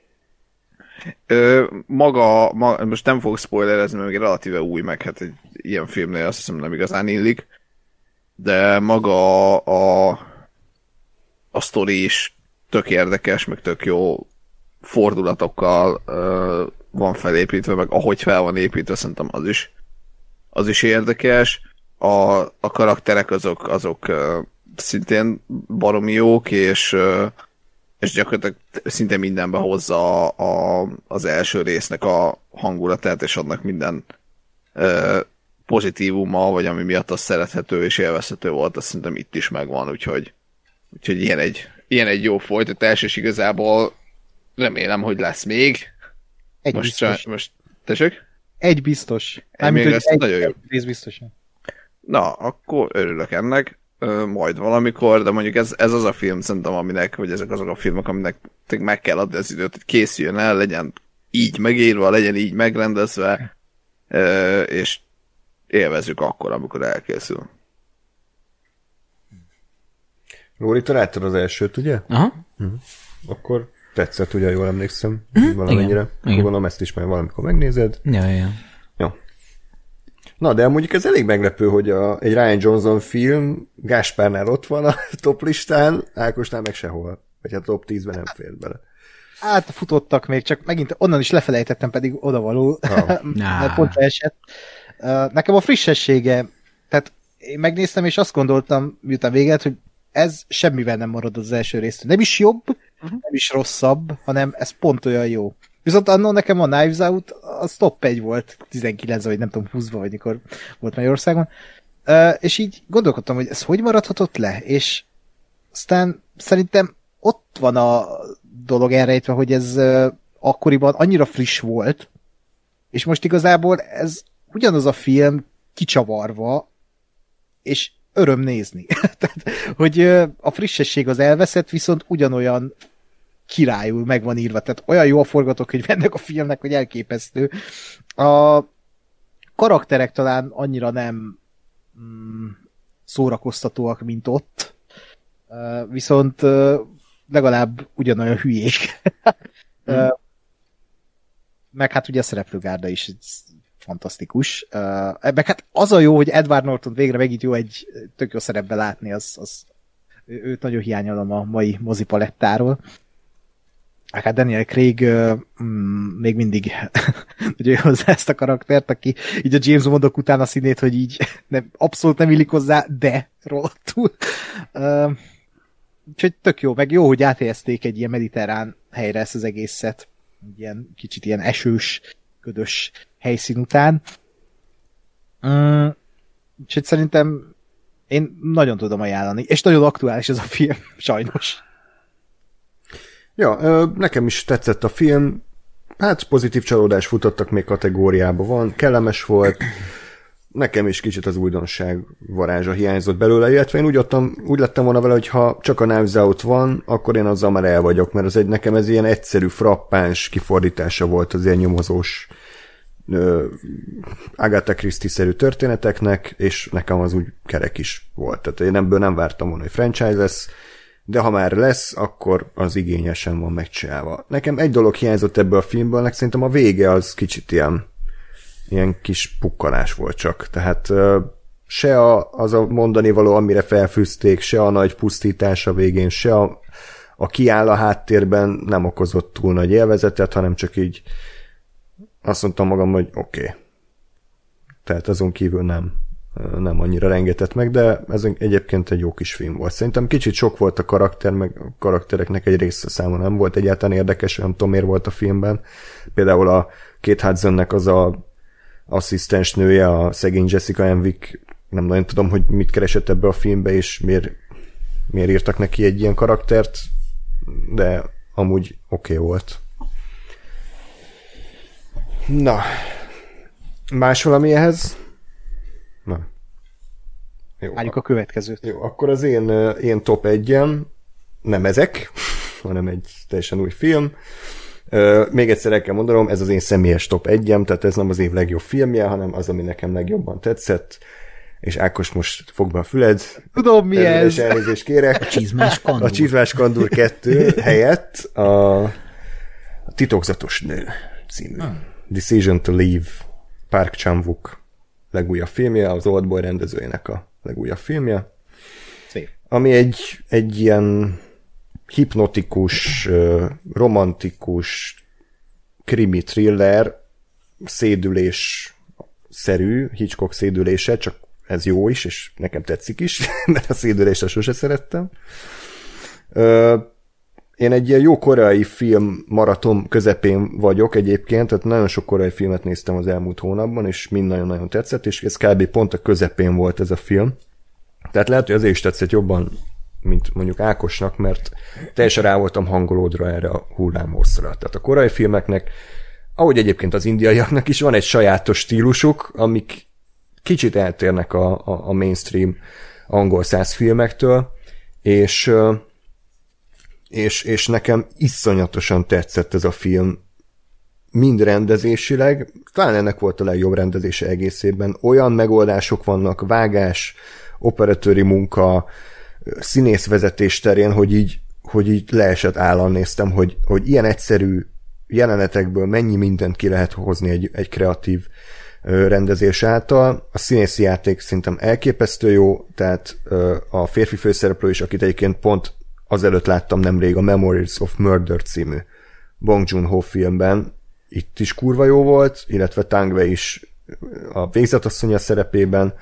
ö, maga, ma, most nem fogok spoilerezni, mert még relatíve új, meg hát egy ilyen filmnél azt hiszem nem igazán illik, de maga a a sztori is tök érdekes, meg tök jó fordulatokkal ö, van felépítve, meg ahogy fel van építve, szerintem az is az is érdekes. A, a karakterek azok, azok ö, szintén baromi jók, és, ö, és gyakorlatilag szinte mindenbe hozza a, a, az első résznek a hangulatát, és adnak minden ö, pozitívuma, vagy ami miatt az szerethető és élvezhető volt, azt szerintem itt is megvan, úgyhogy, úgyhogy ilyen, egy, ilyen egy jó folytatás, és igazából remélem, hogy lesz még. Egy most, biztos. Most, tessék? Egy biztos. Egy még lesz, egy, nagyon jó. Egy rész biztosan. Na, akkor örülök ennek, majd valamikor, de mondjuk ez, ez az a film szerintem, aminek, vagy ezek azok a filmek, aminek meg kell adni az időt, hogy készüljön el, legyen így megírva, legyen így megrendezve, és élvezzük akkor, amikor elkészül. Lóri, te láttad az elsőt, ugye? Aha. Hm. Akkor tetszett, ugye, jól emlékszem, Mm, valamennyire. Igen. Gondolom, ezt is majd valamikor megnézed. Ja, ja. Jó. Na, de mondjuk ez elég meglepő, hogy a, egy Ryan Johnson film Gáspárnál ott van a top listán, Ákosnál meg sehol. Vagy hát a top tízben nem fér bele. Hát futottak még, csak megint onnan is lefelejtettem, pedig odavaló. Oh. Mert pont esett. Nekem a frissessége, tehát én megnéztem, és azt gondoltam, miután véget, hogy ez semmivel nem marad az első részt. Nem is jobb, uh-huh. nem is rosszabb, hanem ez pont olyan jó. Viszont annak nekem a Knives Out az top egy volt, tizenkilenc vagy nem tudom, húszban, vagy mikor volt Magyarországon. Uh, és így gondolkodtam, hogy ez hogy maradhatott le, és aztán szerintem ott van a dolog elrejtve, hogy ez uh, akkoriban annyira friss volt, és most igazából ez ugyanaz a film kicsavarva, és öröm nézni. Tehát, hogy uh, a frissesség az elveszett, viszont ugyanolyan királyul meg van írva. Tehát olyan jó a forgatókönyv ennek a filmnek, hogy elképesztő. A karakterek talán annyira nem mm, szórakoztatóak, mint ott. Uh, viszont uh, legalább ugyanolyan hülyék. mm. uh, meg hát ugye a szereplőgárda is fantasztikus. Uh, meg hát az a jó, hogy Edward Norton végre megint jó egy tök jó szerepbe látni, az, az őt nagyon hiányolom a mai mozipalettáról. Hát Daniel Craig uh, mm, még mindig nagyon hozzá ezt a karaktert, aki így a James Bondok után a színét, hogy így nem, abszolút nem illik hozzá, de rohadtul. Uh, úgyhogy tök jó, meg jó, hogy áthelyezték egy ilyen mediterrán helyre ezt az egészet. Ilyen kicsit ilyen esős, ködös helyszín után. Uh, úgyhogy szerintem én nagyon tudom ajánlani, és nagyon aktuális ez a film, sajnos. Ja, nekem is tetszett a film, hát pozitív csalódás futottak még kategóriába van, kellemes volt, nekem is kicsit az újdonság varázsa hiányzott belőle, illetve én úgy, ottam, úgy lettem volna vele, hogy ha csak a Knives Out van, akkor én azzal már el vagyok, mert az egy, nekem ez ilyen egyszerű, frappáns kifordítása volt az ilyen nyomozós uh, Agatha Christie-szerű történeteknek, és nekem az úgy kerek is volt. Tehát én ebből nem vártam volna, hogy franchise lesz, de ha már lesz, akkor az igényesen van megcsinálva. Nekem egy dolog hiányzott ebből a filmből, nek szerintem a vége az kicsit ilyen ilyen kis pukkanás volt csak. Tehát uh, se a, az a mondani való, amire felfűzték, se a nagy pusztítás a végén, se a, a kiáll a háttérben nem okozott túl nagy élvezetet, hanem csak így azt mondtam magam, hogy oké. Okay. Tehát azon kívül nem, nem annyira rengetett meg, de ez egyébként egy jó kis film volt. Szerintem kicsit sok volt a karakter, meg a karaktereknek egy része számomra nem volt egyáltalán érdekes, nem tudom miért volt a filmben. Például a Kate Hudsonnek az a asszisztens nője, a szegény Jessica Henwick, nem nagyon tudom, hogy mit keresett ebbe a filmbe, és miért, miért írtak neki egy ilyen karaktert, de amúgy oké okay volt. Na, más valami ehhez? Na. Jó. Várjuk a következőt. Jó, akkor az én, én top egyem, nem ezek, hanem egy teljesen új film. Uh, még egyszer el kell mondanom, ez az én személyes top egyem, tehát ez nem az év legjobb filmje, hanem az, ami nekem legjobban tetszett, és Ákos most fog be a füled. Tudom, mi ez. Elnézést kérek. A Csizmás Kandúr. A Csizmás Kandúr kettő helyett a, a Titokzatos nő című. Hmm. Decision to Leave, Park Chan-wook legújabb filmje, az Oldboy rendezőjének a legújabb filmje. Szép. Ami egy, egy ilyen hipnotikus, romantikus krimi thriller, szédülés-szerű, Hitchcock szédülése, csak ez jó is, és nekem tetszik is, mert a szédülésre sose szerettem. Én egy ilyen jó koreai film maraton közepén vagyok egyébként, tehát nagyon sok koreai filmet néztem az elmúlt hónapban, és mind nagyon-nagyon tetszett, és ez kb. Pont a közepén volt ez a film. Tehát lehet, hogy azért is tetszett jobban, mint mondjuk Ákosnak, mert teljesen rá voltam hangolódva erre a hullámhosszra. Tehát a korai filmeknek, ahogy egyébként az indiaiaknak is van egy sajátos stílusuk, amik kicsit eltérnek a, a, a mainstream angol száz filmektől, és, és, és nekem iszonyatosan tetszett ez a film, mind rendezésileg, talán ennek volt a legjobb rendezése egészében. Olyan megoldások vannak, vágás, operatőri munka, színészvezetés terén, hogy így, hogy így leesett állan néztem, hogy, hogy ilyen egyszerű jelenetekből mennyi mindent ki lehet hozni egy, egy kreatív rendezés által. A színészi játék szerintem elképesztő jó, tehát a férfi főszereplő is, akit egyébként pont azelőtt láttam nemrég a Memories of Murder című Bong Joon-ho filmben, itt is kurva jó volt, illetve Tang Wei is a végzetasszonya szerepében.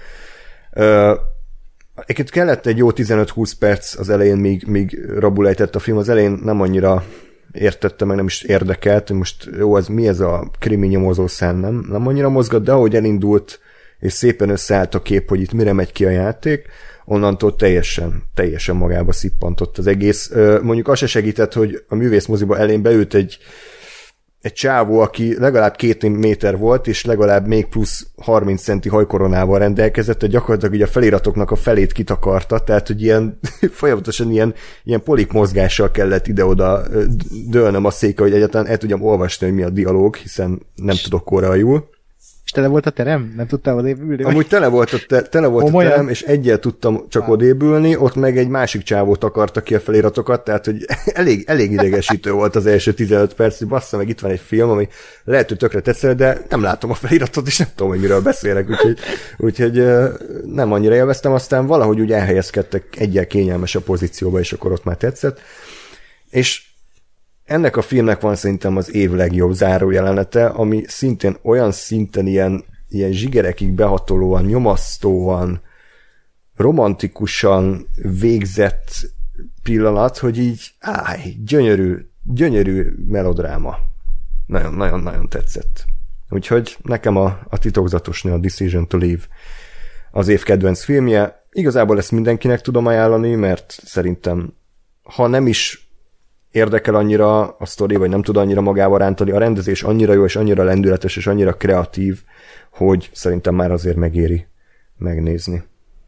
Egyébként kellett egy jó tizenöt-húsz perc az elején, míg, míg rabul ejtett a film. Az elején nem annyira értette, meg nem is érdekelt, hogy most jó, ez mi ez a krimi nyomozó szám, nem, nem annyira mozgat, de ahogy elindult, és szépen összeállt a kép, hogy itt mire megy ki a játék, onnantól teljesen, teljesen magába szippantott az egész. Mondjuk az se segített, hogy a művészmoziba elén beült egy egy csávó, aki legalább két méter volt, és legalább még plusz harminc centi hajkoronával rendelkezett, hogy gyakorlatilag ugye a feliratoknak a felét kitakarta, tehát hogy ilyen folyamatosan ilyen, ilyen polik mozgással kellett ide-oda dőlnöm a székre, hogy egyáltalán el tudjam olvasni, hogy mi a dialóg, hiszen nem tudok koreaiul. És tele volt a terem? Nem tudtál odébb ülni? Amúgy tele volt a, te, tele volt a terem, és egyel tudtam csak ah. odébb ülni, ott meg egy másik csávót akarta ki a feliratokat, tehát hogy elég, elég idegesítő volt az első tizenöt perc, hogy bassza meg, itt van egy film, ami lehet, hogy tökre tetszene, de nem látom a feliratot, és nem tudom, hogy miről beszélek, úgyhogy, úgyhogy nem annyira élveztem, aztán valahogy úgy elhelyezkedtek egyel kényelmesebb pozícióba, és akkor ott már tetszett. És ennek a filmnek van szerintem az év legjobb zárójelenete, ami szintén olyan szinten ilyen, ilyen zsigerekig behatolóan, nyomasztóan, romantikusan végzett pillanat, hogy így áj, gyönyörű, gyönyörű melodráma. Nagyon-nagyon-nagyon tetszett. Úgyhogy nekem a, a Titokzatos nő, a Decision to Leave az év kedvenc filmje. Igazából ezt mindenkinek tudom ajánlani, mert szerintem ha nem is érdekel annyira a sztori, vagy nem tud annyira magával rántani. A rendezés annyira jó, és annyira lendületes, és annyira kreatív, hogy szerintem már azért megéri megnézni.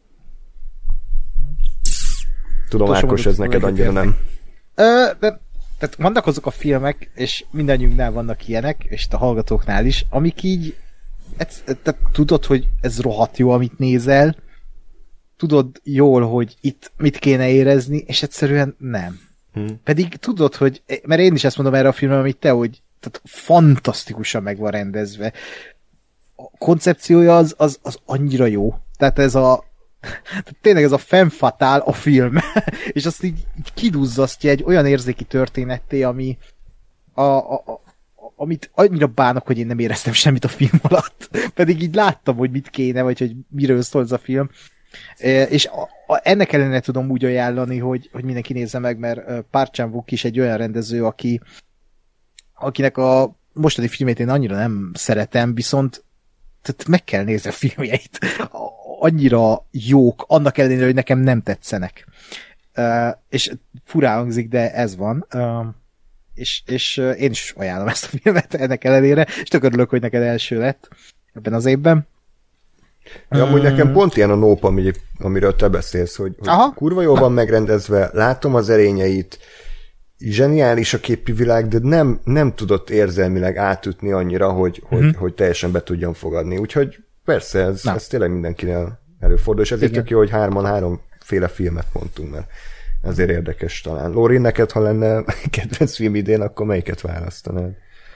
Tudom, Ákos, ez neked annyira nem. Ö, de, tehát vannak azok a filmek, és mindannyiunknál vannak ilyenek, és a hallgatóknál is, amik így ez, tehát tudod, hogy ez rohadt jó, amit nézel, tudod jól, hogy itt mit kéne érezni, és egyszerűen nem. Hmm. Pedig tudod, hogy, mert én is ezt mondom erre a filmre, amit te, hogy tehát fantasztikusan meg van rendezve. A koncepciója az, az, az annyira jó. Tehát ez a tehát tényleg ez a femme fatale a film. És azt így, így kiduzzasztja egy olyan érzéki történetté, ami a, a, a, amit annyira bánok, hogy én nem éreztem semmit a film alatt. Pedig így láttam, hogy mit kéne, vagy hogy miről szól ez a film. És a, a, ennek ellenére tudom úgy ajánlani, hogy, hogy mindenki nézze meg, mert Park Chan-wook is egy olyan rendező, aki, akinek a mostani filmét én annyira nem szeretem, viszont tehát meg kell nézni a filmjeit. Annyira jók, annak ellenére, hogy nekem nem tetszenek. Uh, és furán hangzik, de ez van. Uh, és, és uh, én is ajánlom ezt a filmet ennek ellenére, és tök örülök, hogy neked első lett ebben az évben. Ja, amúgy nekem pont ilyen a Nope, ami, amiről te beszélsz, hogy, hogy kurva jól van megrendezve, látom az erényeit, zseniális a képi világ, de nem, nem tudott érzelmileg átütni annyira, hogy, mm-hmm. hogy, hogy teljesen be tudjon fogadni. Úgyhogy persze, ez, ez tényleg mindenkinél előfordul, és ezért tök jó, hogy hárman háromféle filmet mondtunk, mert ezért érdekes talán. Lóri, neked, ha lenne kedvenc film idén, akkor melyiket választanád?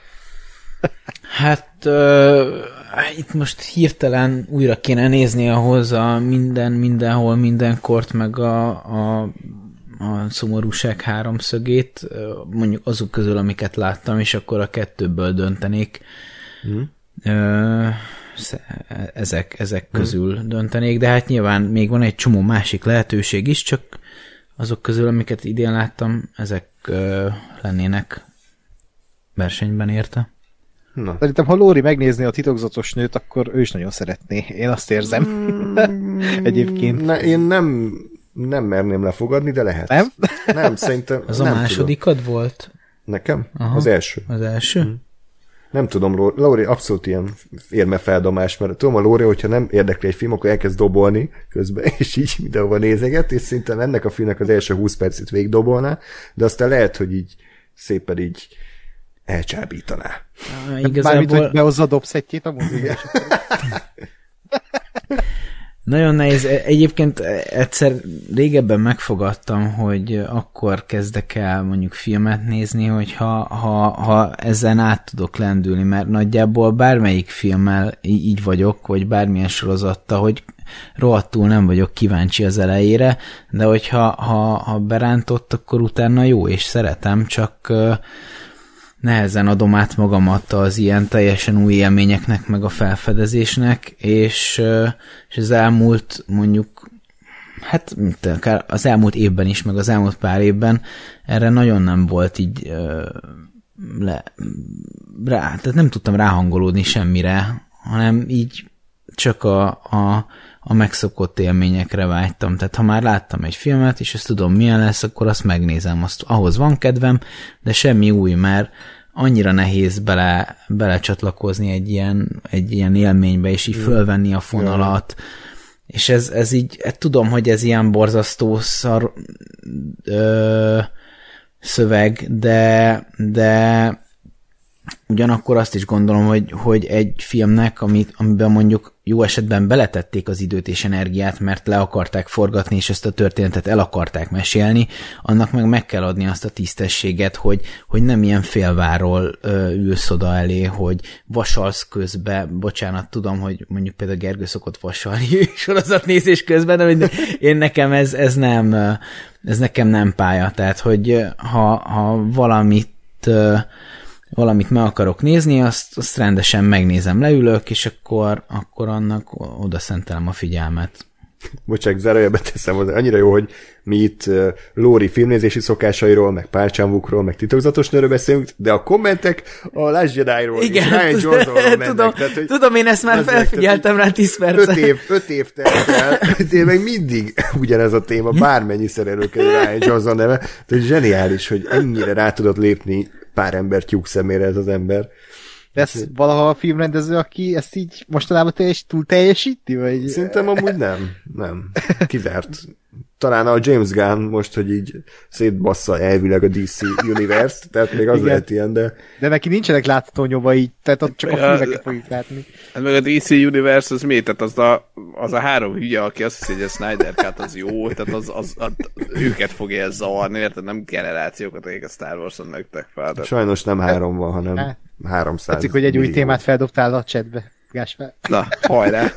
Hát uh, itt most hirtelen újra kéne nézni ahhoz a minden, mindenhol, mindenkort, meg a, a, a szomorúság háromszögét, mondjuk azok közül, amiket láttam, és akkor a kettőből döntenék. Mm. Uh, ezek, ezek közül mm. döntenék, de hát nyilván még van egy csomó másik lehetőség is, csak azok közül, amiket idén láttam, ezek uh, lennének versenyben érte. Na. Szerintem, ha Lóri megnézni a titokzatos nőt, akkor ő is nagyon szeretné. Én azt érzem. Mm, Egyébként. Ne, én nem, nem merném lefogadni, de lehet. Nem? Nem, szerintem. Az nem a másodikad tudom. Volt? Nekem? Aha. Az első. Az első? Mm. Nem tudom, Lóri, Lóri abszolút ilyen érmefeldomás, mert tudom a Lóri, hogyha nem érdekli egy film, akkor elkezd dobolni közben, és így mindenhova nézeget, és szinte ennek a filmnek az első húsz percét végigdobolná, de aztán lehet, hogy így szépen így elcsábítaná. Ah, igazából... Bármit, hogy behozza a dobszettjét a moziba. Nagyon nehéz. Egyébként egyszer régebben megfogadtam, hogy akkor kezdek el mondjuk filmet nézni, hogyha ha, ha ezen át tudok lendülni, mert nagyjából bármelyik filmmel így vagyok, vagy bármilyen sorozattal, hogy rohadtul nem vagyok kíváncsi az elejére, de hogyha ha, ha berántott, akkor utána jó, és szeretem, csak nehezen adom át magamat az ilyen teljesen új élményeknek, meg a felfedezésnek, és, és az elmúlt mondjuk, hát akár az elmúlt évben is, meg az elmúlt pár évben erre nagyon nem volt így le, rá, tehát nem tudtam ráhangolódni semmire, hanem így csak a, a, a megszokott élményekre vágytam. Tehát ha már láttam egy filmet, és ezt tudom milyen lesz, akkor azt megnézem. Azt, ahhoz van kedvem, de semmi új, mert annyira nehéz bele, belecsatlakozni egy ilyen, egy ilyen élménybe, és így fölvenni a fonalat. Ja. És ez, ez így, tudom, hogy ez ilyen borzasztó szar ö, szöveg, de, de ugyanakkor azt is gondolom, hogy, hogy egy filmnek, amit, amiben mondjuk jó esetben beletették az időt és energiát, mert le akarták forgatni, és ezt a történetet el akarták mesélni, annak meg meg kell adni azt a tisztességet, hogy, hogy nem ilyen félváról ö, ülsz oda elé, hogy vasalsz közbe, bocsánat, tudom, hogy mondjuk például Gergő szokott vasalni sorozatnézés közben, de én nekem ez, ez nem ez nekem nem pálya, tehát hogy ha, ha valamit ö, valamit meg akarok nézni, azt, azt rendesen megnézem, leülök, és akkor, akkor annak oda szentelem a figyelmet. bocsánat, zárójelbe teszem hozzá, annyira jó, hogy mi itt uh, Lóri filmnézési szokásairól, meg párcsámvukról, meg titokzatos nőről beszélünk, de a kommentek a Last Jedi-ról és Ryan Johnsonról mennek. Tudom, tehát, hogy tudom, én ezt már felfigyeltem rá tíz percet. Öt év, öt év telt el, de még mindig ugyanez a téma, bármennyiszer előkerül Ryan Johnson neve, tehát zseniális, hogy ennyire rá tudott lépni pár ember tyúk szemére ez az ember. De ez valaha a filmrendező, aki ezt így mostanában teljes, túl teljesíti? Vagy... Szerintem amúgy nem. Nem. Kizárt. Talán a James Gunn most, hogy így szétbassza elvileg a dé cé Universe-t, tehát még az igen. Lehet ilyen, de... De neki nincsenek látható nyomai, tehát ott csak a filmeket fogjuk látni. Hát meg a dé cé Universe az mi? Tehát az a, az a három hülye, aki azt hiszi, hogy a Snyder Cut az jó, tehát az, az, az, őket fogja ez zavarni, érted? Nem generációkat, akik a Star Wars-on nőttek fel. Tehát... Sajnos nem három van, hanem hát, háromszáz. Tetszik, hogy egy millió. Új témát feldobtál a chatbe, Gáspár. Na, hajrá!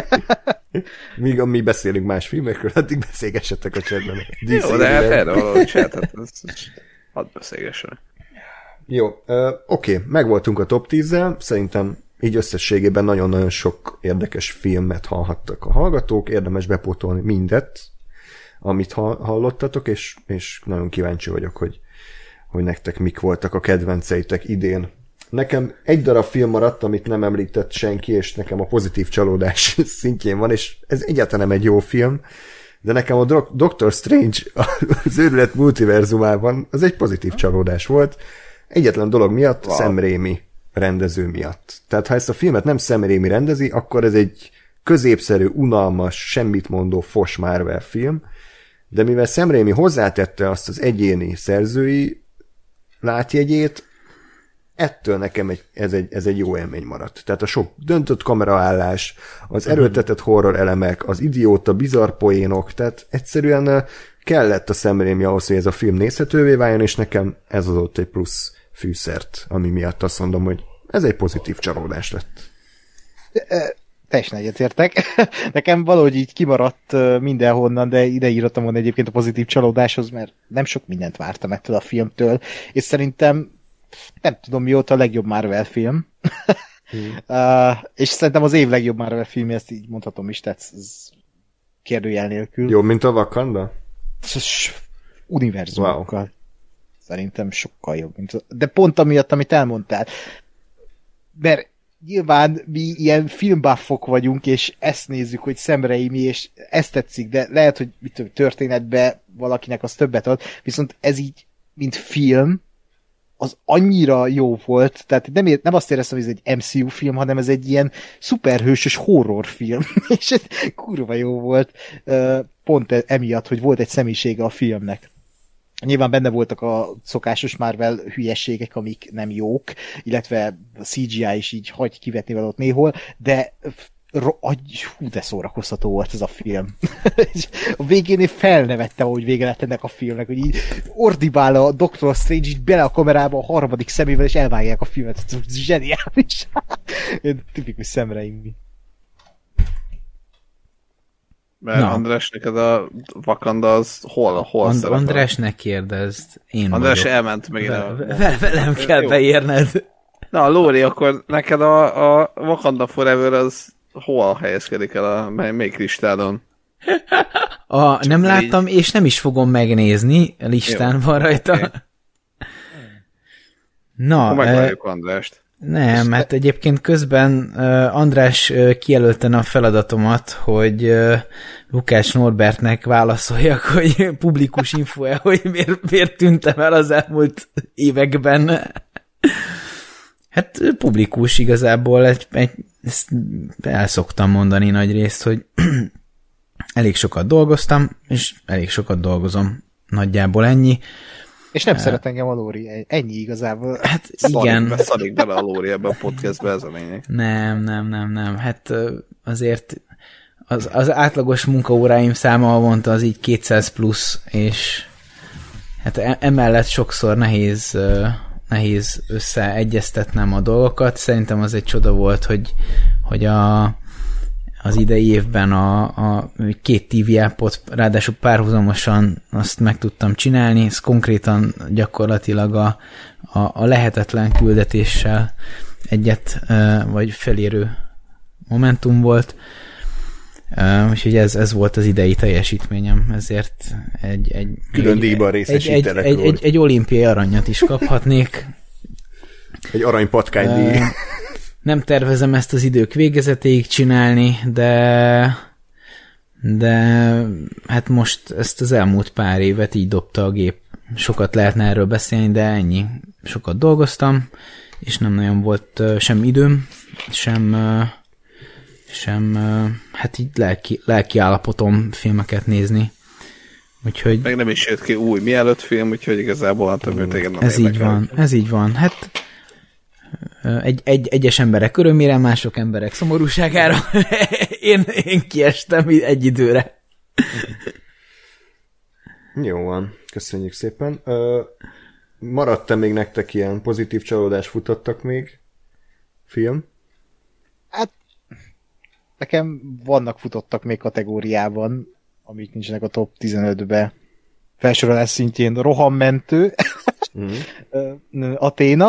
Míg mi beszélünk más filmekről, addig beszélgessetek a chatben. Jó, de hát erre való a chatet, hadd beszélgessenek. Jó, uh, oké, okay, megvoltunk a top tízzel, szerintem így összességében nagyon-nagyon sok érdekes filmet hallhattak a hallgatók, érdemes bepótolni mindet, amit hallottatok, és, és nagyon kíváncsi vagyok, hogy, hogy nektek mik voltak a kedvenceitek idén. Nekem egy darab film maradt, amit nem említett senki, és nekem a pozitív csalódás szintjén van, és ez egyáltalán nem egy jó film, de nekem a Doctor Strange az őrület multiverzumában az egy pozitív csalódás volt. Egyetlen dolog miatt, wow. Sam Raimi rendező miatt. Tehát ha ezt a filmet nem Sam Raimi rendezi, akkor ez egy középszerű, unalmas, semmit mondó fos Marvel film, de mivel Sam Raimi hozzátette azt az egyéni szerzői látjegyét, ettől nekem egy, ez, egy, ez egy jó élmény maradt. Tehát a sok döntött kameraállás, az erőltetett horror elemek, az idióta, bizarr poénok, tehát egyszerűen kellett a Sam Raimi ahhoz, hogy ez a film nézhetővé váljon, és nekem ez adott egy plusz fűszert, ami miatt azt mondom, hogy ez egy pozitív csalódás lett. Teljesen egyetértek. Nekem valahogy így kimaradt mindenhonnan, de ide írtam volna egyébként a pozitív csalódáshoz, mert nem sok mindent vártam ettől a filmtől, és szerintem nem tudom mióta a legjobb Marvel film. Hmm. uh, és szerintem az év legjobb Marvel filmje, ezt így mondhatom is, tehát ez kérdőjel nélkül. Jó, mint a Wakanda? Univerzumokkal. Wow. Szerintem sokkal jobb. Mint a... De pont amiatt, amit elmondtál. Mert nyilván mi ilyen filmbuffok vagyunk, és ezt nézzük, hogy Sam Raimi, és ezt tetszik, de lehet, hogy mit tudom, történetben valakinek az többet ad, viszont ez így, mint film, az annyira jó volt, tehát nem, ér, nem azt éreztem, hogy ez egy em cé u film, hanem ez egy ilyen szuperhősös horrorfilm, és ez kurva jó volt, pont emiatt, hogy volt egy személyisége a filmnek. Nyilván benne voltak a szokásos Marvel hülyességek, amik nem jók, illetve a cé gé í is így hagy kivetni valót néhol, de hú, de szórakoztató volt ez a film. A végén én felnevettem, hogy vége lett ennek a filmnek, hogy így ordibál a Doctor Strange így bele a kamerába a harmadik szemével, és elvágják a filmet. Ez zseniális. Tipikus Sam Raimi. Mert na. András, neked a Wakanda az hol, hol And- András, ne kérdezd. Én András vagyok. elment meg ide. Ve- velem kell jó. Beérned. Na, Lóri, akkor neked a, a Wakanda Forever az hol helyezkedik el a melyik listádon? A, nem láttam, és nem is fogom megnézni, a listán jó. Van rajta. Okay. Na, akkor megvárjuk uh, Andrást. Nem, hát egyébként közben uh, András uh, kijelölten a feladatomat, hogy uh, Lukács Norbertnek válaszoljak, hogy publikus info-e, hogy miért, miért tűntem el az elmúlt években. Hát publikus igazából, egy, egy, ezt el szoktam mondani nagy részt, hogy elég sokat dolgoztam, és elég sokat dolgozom. Nagyjából ennyi. És nem uh, szeret engem a Lóri, ennyi igazából. Hát igen. Szarik, szarik bele a Lóri ebbe a podcastbe, ez a lényeg. Nem, nem, nem, nem. Hát azért az, az átlagos munkaóráim száma havonta az így kétszáz plusz, és hát emellett sokszor nehéz, nehéz összeegyeztetnem a dolgokat. Szerintem az egy csoda volt, hogy, hogy a, az idei évben a, a két té vé appot ráadásul párhuzamosan azt meg tudtam csinálni, ez konkrétan gyakorlatilag a, a, a lehetetlen küldetéssel egyet vagy felérő momentum volt. Uh, úgyhogy ez, ez volt az idei teljesítményem, ezért egy, egy, külön díjban részesítenek egy, egy, egy, egy olimpiai aranyat is kaphatnék. Egy aranypatkány díj. Uh, nem tervezem ezt az idők végezetéig csinálni, de de hát most ezt az elmúlt pár évet így dobta a gép. Sokat lehetne erről beszélni, de ennyi. Sokat dolgoztam, és nem nagyon volt uh, sem időm, sem uh, sem, uh, hát így lelki, lelki állapotom filmeket nézni. Úgyhogy... Meg nem is jött ki új mielőtt film, úgyhogy igazából hát több téged nem Ez így van, ez így van. Hát egy, egy, egyes emberek örömére, mások emberek szomorúságára. én, én kiestem egy időre. Jó van, köszönjük szépen. Uh, maradt-e még nektek ilyen pozitív csalódás futottak még? Film? Hát nekem vannak futottak még kategóriában, amik nincsenek a top tizenötbe. Felsorolás szintjén rohammentő, mm. Athéna,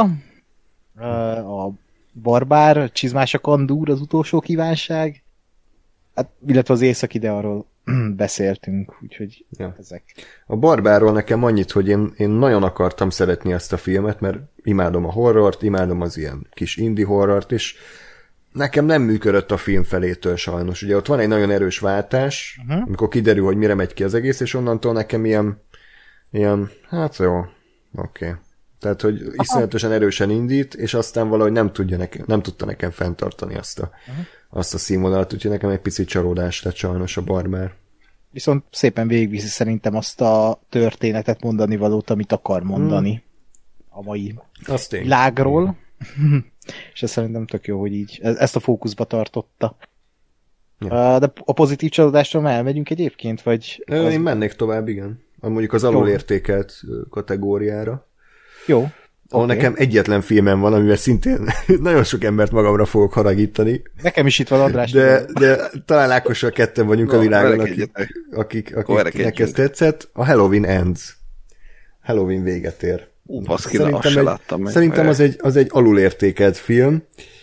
a Barbár, Csizmás a kandúr, az utolsó kívánság, hát, illetve az északi, de arról beszéltünk, úgyhogy ja. ezek. A Barbárról nekem annyit, hogy én, én nagyon akartam szeretni ezt a filmet, mert imádom a horrort, imádom az ilyen kis indie horrort, és nekem nem működött a film felétől sajnos. Ugye ott van egy nagyon erős váltás, uh-huh. amikor kiderül, hogy mire megy ki az egész, és onnantól nekem ilyen, ilyen hát jó, oké. Okay. Tehát, hogy iszonyatosan erősen indít, és aztán valahogy nem, tudja nekem, nem tudta nekem fenntartani azt a, uh-huh. azt a színvonalat, úgyhogy nekem egy picit csalódás lett sajnos a Barbár. Viszont szépen végigviszi szerintem azt a történetet mondani valót, amit akar mondani hmm. a mai világról. És ez szerintem tök jó, hogy így ezt a fókuszba tartotta. Ja. De a pozitív csalódástól elmegyünk egyébként, vagy... Ö, az... Én mennék tovább, igen. Mondjuk az alulértékelt kategóriára. Jó. Ahol okay. nekem egyetlen filmem van, amivel szintén nagyon sok embert magamra fogok haragítani. Nekem is itt van, András. De, de talán Ákossal ketten vagyunk no, a világon, akik, akik, akiknek ez tetszett. A Halloween Ends. Halloween véget ér. Ú, baszki, azt se láttam meg. Szerintem az egy, az egy alulértékelt film,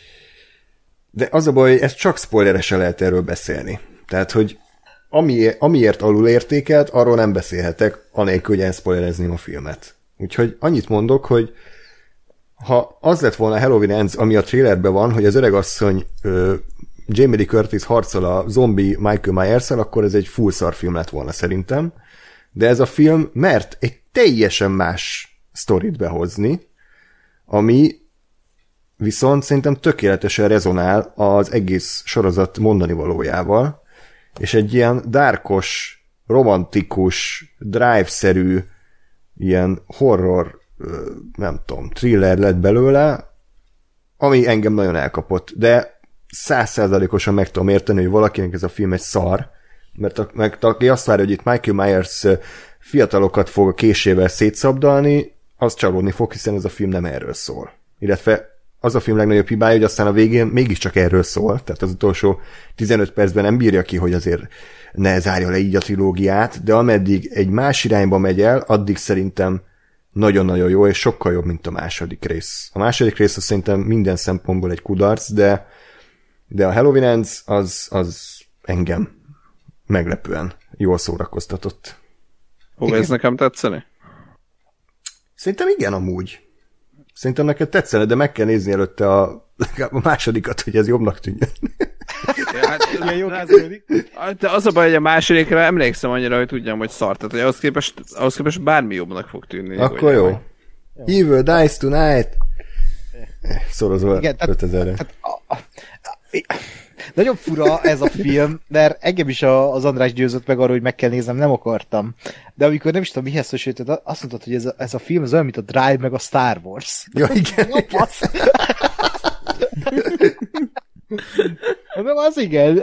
de az a baj, hogy ezt csak spoileresen lehet erről beszélni. Tehát, hogy ami, amiért alulértékelt, arról nem beszélhetek, anélkül, hogy elszpoilerezném a filmet. Úgyhogy annyit mondok, hogy ha az lett volna Halloween Ends, ami a trailerben van, hogy az öregasszony uh, Jamie Lee Curtis harcol a zombi Michael Myers-el, akkor ez egy full szar film lett volna szerintem. De ez a film mert egy teljesen más sztorit behozni, ami viszont szerintem tökéletesen rezonál az egész sorozat mondani valójával, és egy ilyen dárkos, romantikus, drive-szerű ilyen horror, nem tudom, thriller lett belőle, ami engem nagyon elkapott, de száz százalékosan meg tudom érteni, hogy valakinek ez a film egy szar, mert, a, mert aki azt várja, hogy itt Michael Myers fiatalokat fog a késével szétszabdalni, az csalódni fog, hiszen ez a film nem erről szól. Illetve az a film legnagyobb hibája, hogy aztán a végén mégiscsak erről szól, tehát az utolsó tizenöt percben nem bírja ki, hogy azért ne zárja le így a trilógiát, de ameddig egy más irányba megy el, addig szerintem nagyon-nagyon jó, és sokkal jobb, mint a második rész. A második rész az szerintem minden szempontból egy kudarc, de, de a Halloween Ends az, az engem meglepően jól szórakoztatott. Fog ez nekem tetszeni? Szerintem igen, amúgy. Szerintem neked tetszene, de meg kell nézni előtte a, a másodikat, hogy ez jobbnak tűnjön. Ja, hát, ilyen jó kezdődik. De az a baj, hogy a másodikra emlékszem annyira, hogy tudjam, hogy szart. Tehát, hogy ahhoz képest, ahhoz képest bármi jobbnak fog tűnni. Akkor jó. jó. Evil Dies Tonight. Szorozva ötezerre. Nagyon fura ez a film, mert engem is az András győzött meg arra, hogy meg kell néznem, nem akartam. De amikor nem is tudom, mihez szösített, azt mondtad, hogy ez a, ez a film az olyan, mint a Drive meg a Star Wars. Ja, igen. Jó, passz. Nem, az igen.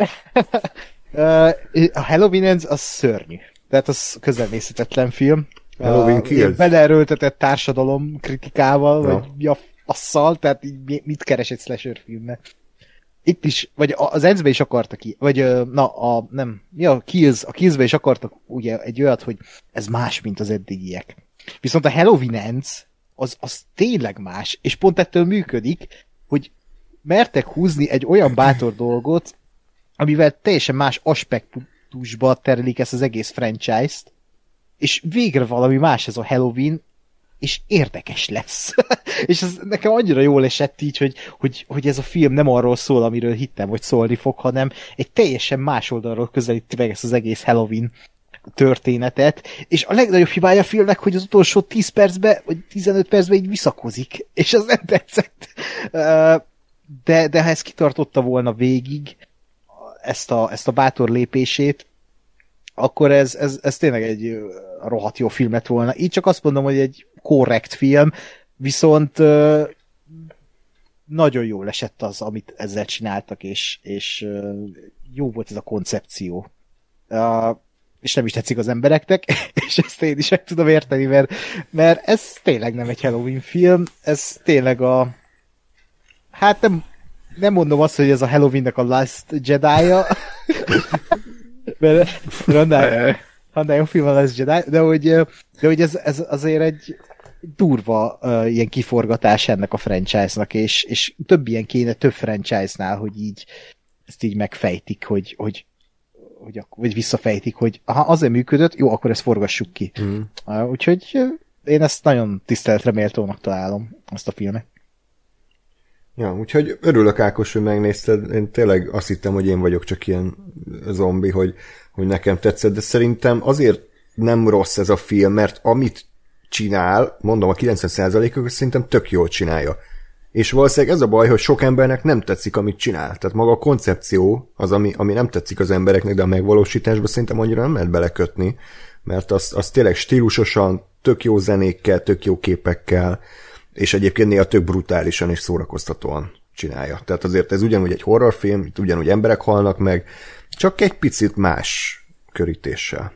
A Halloween Ends az szörnyű. Tehát az közelnézhetetlen film. Halloween Kills. Beleerőltetett társadalom kritikával, ja. vagy mi a fasszal, tehát így mit keres egy slasher filmnek. Itt is, vagy az Ends-be is akartak, vagy na, a, nem, mi a Kills, a Kills-be is akartak ugye egy olyat, hogy ez más, mint az eddigiek. Viszont a Halloween Ends, az, az tényleg más, és pont ettől működik, hogy mertek húzni egy olyan bátor dolgot, amivel teljesen más aspektusba terelik ezt az egész franchise-t, és végre valami más ez a Halloween, és érdekes lesz. És ez nekem annyira jól esett így, hogy, hogy, hogy ez a film nem arról szól, amiről hittem, hogy szólni fog, hanem egy teljesen más oldalról közelíti meg ezt az egész Halloween történetet, és a legnagyobb hibája a filmnek, hogy az utolsó tíz percben, vagy tizenöt percben így visszakozik, és az nem tetszett. De, de ha ezt kitartotta volna végig, ezt a, ezt a bátor lépését, akkor ez, ez, ez tényleg egy rohadt jó film lett volna. Így csak azt mondom, hogy egy korrekt film, viszont uh, nagyon jól esett az, amit ezzel csináltak, és, és uh, jó volt ez a koncepció. Uh, és nem is tetszik az embereknek, és ezt én is meg tudom érteni, mert, mert ez tényleg nem egy Halloween film, ez tényleg a... Hát nem, nem mondom azt, hogy ez a Halloween-nek a Last Jedi-ja, mert annál jó film a Last Jedi, de hogy, de hogy ez, ez azért egy durva uh, ilyen kiforgatás ennek a franchise-nak, és, és több ilyen kéne több franchise-nál, hogy így ezt így megfejtik, hogy, hogy, hogy vagy visszafejtik, hogy ha azért működött, jó, akkor ezt forgassuk ki. Mm. Uh, úgyhogy uh, én ezt nagyon tiszteletre méltónak találom, azt a filmet. Ja, úgyhogy örülök, Ákos, hogy megnézted. Én tényleg azt hittem, hogy én vagyok csak ilyen zombi, hogy, hogy nekem tetszett, de szerintem azért nem rossz ez a film, mert amit csinál, mondom, a kilencven százalékok szerintem tök jól csinálja. És valószínűleg ez a baj, hogy sok embernek nem tetszik, amit csinál. Tehát maga a koncepció az, ami, ami nem tetszik az embereknek, de a megvalósításba szerintem annyira nem lehet belekötni, mert az, az tényleg stílusosan, tök jó zenékkel, tök jó képekkel, és egyébként néha tök brutálisan és szórakoztatóan csinálja. Tehát azért ez ugyanúgy egy horrorfilm, itt ugyanúgy emberek halnak meg, csak egy picit más körítéssel.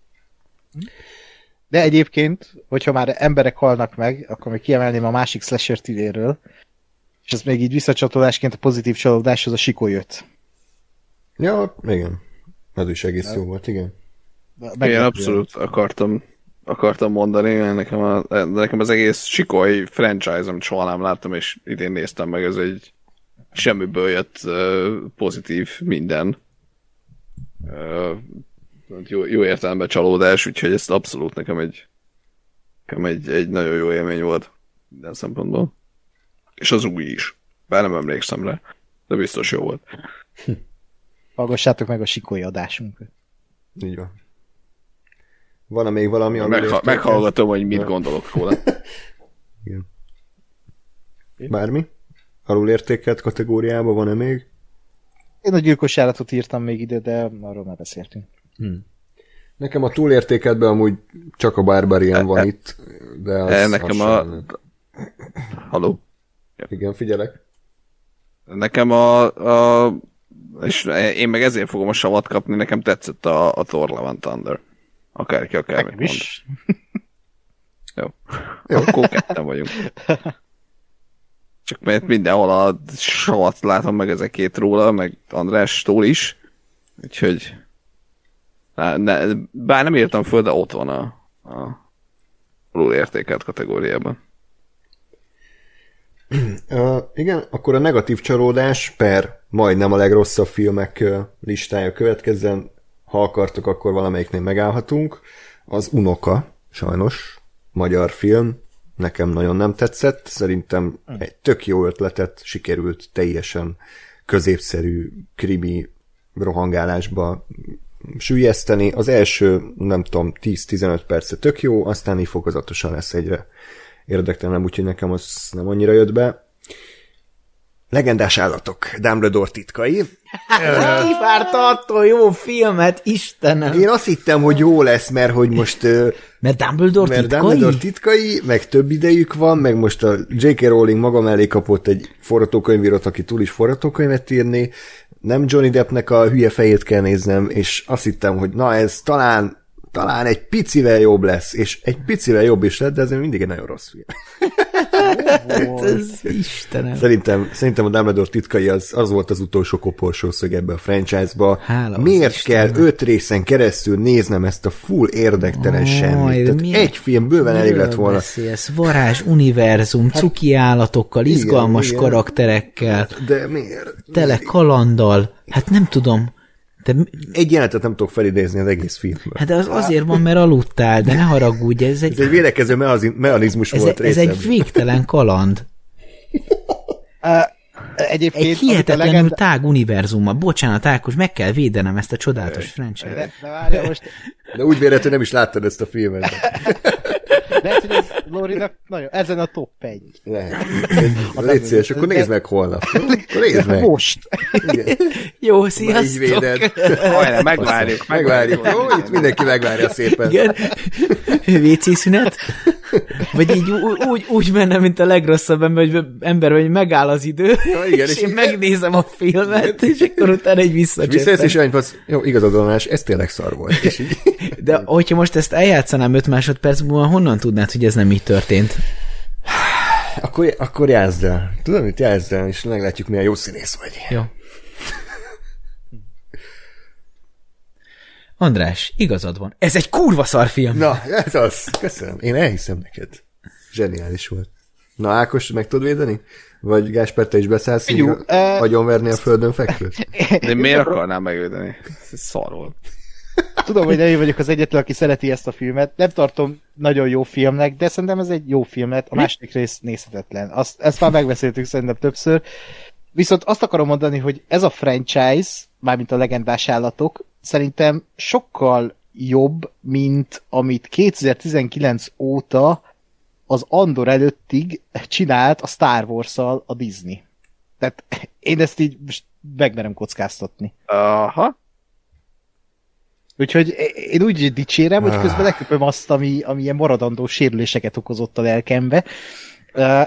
De egyébként, hogyha már emberek halnak meg, akkor még kiemelném a másik slasher idénről, és ez még így visszacsatolásként a pozitív csalódáshoz a Sikó jött. Ja, igen. Ez is egész jó volt, igen. Én abszolút akartam akartam mondani, mert nekem, a, nekem az egész Sikoly franchise, amit soha nem láttam, és idén néztem meg, ez egy semmiből jött uh, pozitív minden. Uh, jó, jó értelemben csalódás, úgyhogy ezt abszolút nekem egy nekem egy, egy nagyon jó élmény volt minden szempontból. És az új is. Bár nem emlékszem rá, de biztos jó volt. Hallgassátok meg a Sikoly adásunkat. Így van. Van-e még valami? Megha- meghallgatom, hogy mit gondolok róla. Igen. Bármi? Alulértékelt kategóriában van-e még? Én a gyilkos állatot írtam még ide, de arról már beszéltünk. Hmm. Nekem a túlértékeltben amúgy csak a Barbarian van e, itt, de az... E, nekem az a... sem... Halló? Igen, figyelek. Nekem a, a... és én meg ezért fogom a savat kapni, nekem tetszett a, a Thor Love and Thunder. Akárki, akármit mond. Jó. Jó. Akkor ketten vagyunk. Csak mert mindenhol a savat látom meg ezekét róla, meg Andrástól is. Úgyhogy ne, bár nem írtam föl, de ott van a, a alul értékelt kategóriában. Uh, igen, akkor a negatív csalódás per majdnem a legrosszabb filmek uh, listája következzen. Ha akartok, akkor valamelyiknél megállhatunk. Az Unoka, sajnos, magyar film, nekem nagyon nem tetszett. Szerintem egy tök jó ötletet sikerült teljesen középszerű krimi rohangálásba süllyeszteni. Az első, nem tudom, tíz-tizenöt perce tök jó, aztán így fokozatosan lesz egyre érdektelenebb, úgyhogy nekem az nem annyira jött be. Legendás állatok, Dumbledore titkai. Kivárta attól jó filmet, Istenem! Én azt hittem, hogy jó lesz, mert hogy most... Mert Dumbledore mert titkai? Dumbledore titkai, meg több idejük van, meg most a dzsé ká. Rowling maga mellé kapott egy forgatókönyvírót, aki túl is forgatókönyvet írni, nem Johnny Deppnek a hülye fejét kell néznem, és azt hittem, hogy na ez talán talán egy picivel jobb lesz, és egy picivel jobb is lett, de ez mindig egy nagyon rossz film. Hát ez Istenem. Szerintem, szerintem a Dumbledore titkai az, az volt az utolsó koporsószög ebbe a franchise-ba. Hála miért Istennek. kell öt részen keresztül néznem ezt a full érdektelen Aj, semmit? Tehát mi- egy film bőven elég lett volna. Beszélsz? Varázs, univerzum, cuki állatokkal, igen, izgalmas igen. karakterekkel, De miért? tele kalanddal. Hát nem tudom. De, Egy jelenetet nem tudok felidézni az egész filmből. hát de az azért van, mert aludtál, de ne haragudj, ez Ez egy, egy védekező mehazi- mechanizmus ez, volt ez egy részemről. végtelen kaland. Uh, egyébként, Egy amit a hihetetlenül legenda... tág univerzummal. Bocsánat, Ákos, meg kell védenem ezt a csodálatos franchise. De, de várja most, De úgy véletlenül nem is láttad ezt a filmet. lehet, hogy ez Lórinak nagyon, ezen a top egy. Lehet. Légy szíves, akkor nézd meg holnap. Akkor nézd meg. Most. Igen. Jó, Így sziasztok! véded. Hajrá, megvárjuk, Megvárjuk. Jó, itt mindenki megvárja szépen. Igen. vé cé szünet? Vagy így ú- úgy, úgy menne, mint a legrosszabb ember, hogy, ember, hogy megáll az idő, Ja, igen, és és én így- megnézem a filmet, és akkor utána egy Visszajössz visszacsöppen. és olyan, hogy jó, igazad van, András, ez tényleg szar volt. És így, De hogyha most ezt eljátszanám öt másodperc múlva, honnan tudnád, hogy ez nem így történt? akkor, akkor játszd el. Tudom, mit játszd el, és meglátjuk, milyen jó színész vagy. Jó. András, igazad van. Ez egy kurva szar film. Na, ez az. Köszönöm. Én elhiszem neked. Zseniális volt. Na, Ákos, meg tudod védeni? Vagy Gáspár, te is beszállsz, Jó, míg eh, agyonverni a földön fekvőt? De miért akarnám megvédeni? Ez szar volt. Tudom, hogy nem én vagyok az egyetlen, aki szereti ezt a filmet. Nem tartom nagyon jó filmnek, de szerintem ez egy jó film lett. A második rész nézhetetlen. Azt, ezt már megbeszéltük szerintem többször. Viszont azt akarom mondani, hogy ez a franchise, mármint a legendás állatok, szerintem sokkal jobb, mint amit kétezer-tizenkilenc óta az Andor előttig csinált a Star Wars-szal a Disney. Tehát én ezt így most megmerem kockáztatni. Aha. Úgyhogy én úgy dicsérem, hogy közben leköpöm azt, ami, ami ilyen maradandó sérüléseket okozott a lelkembe. Uh,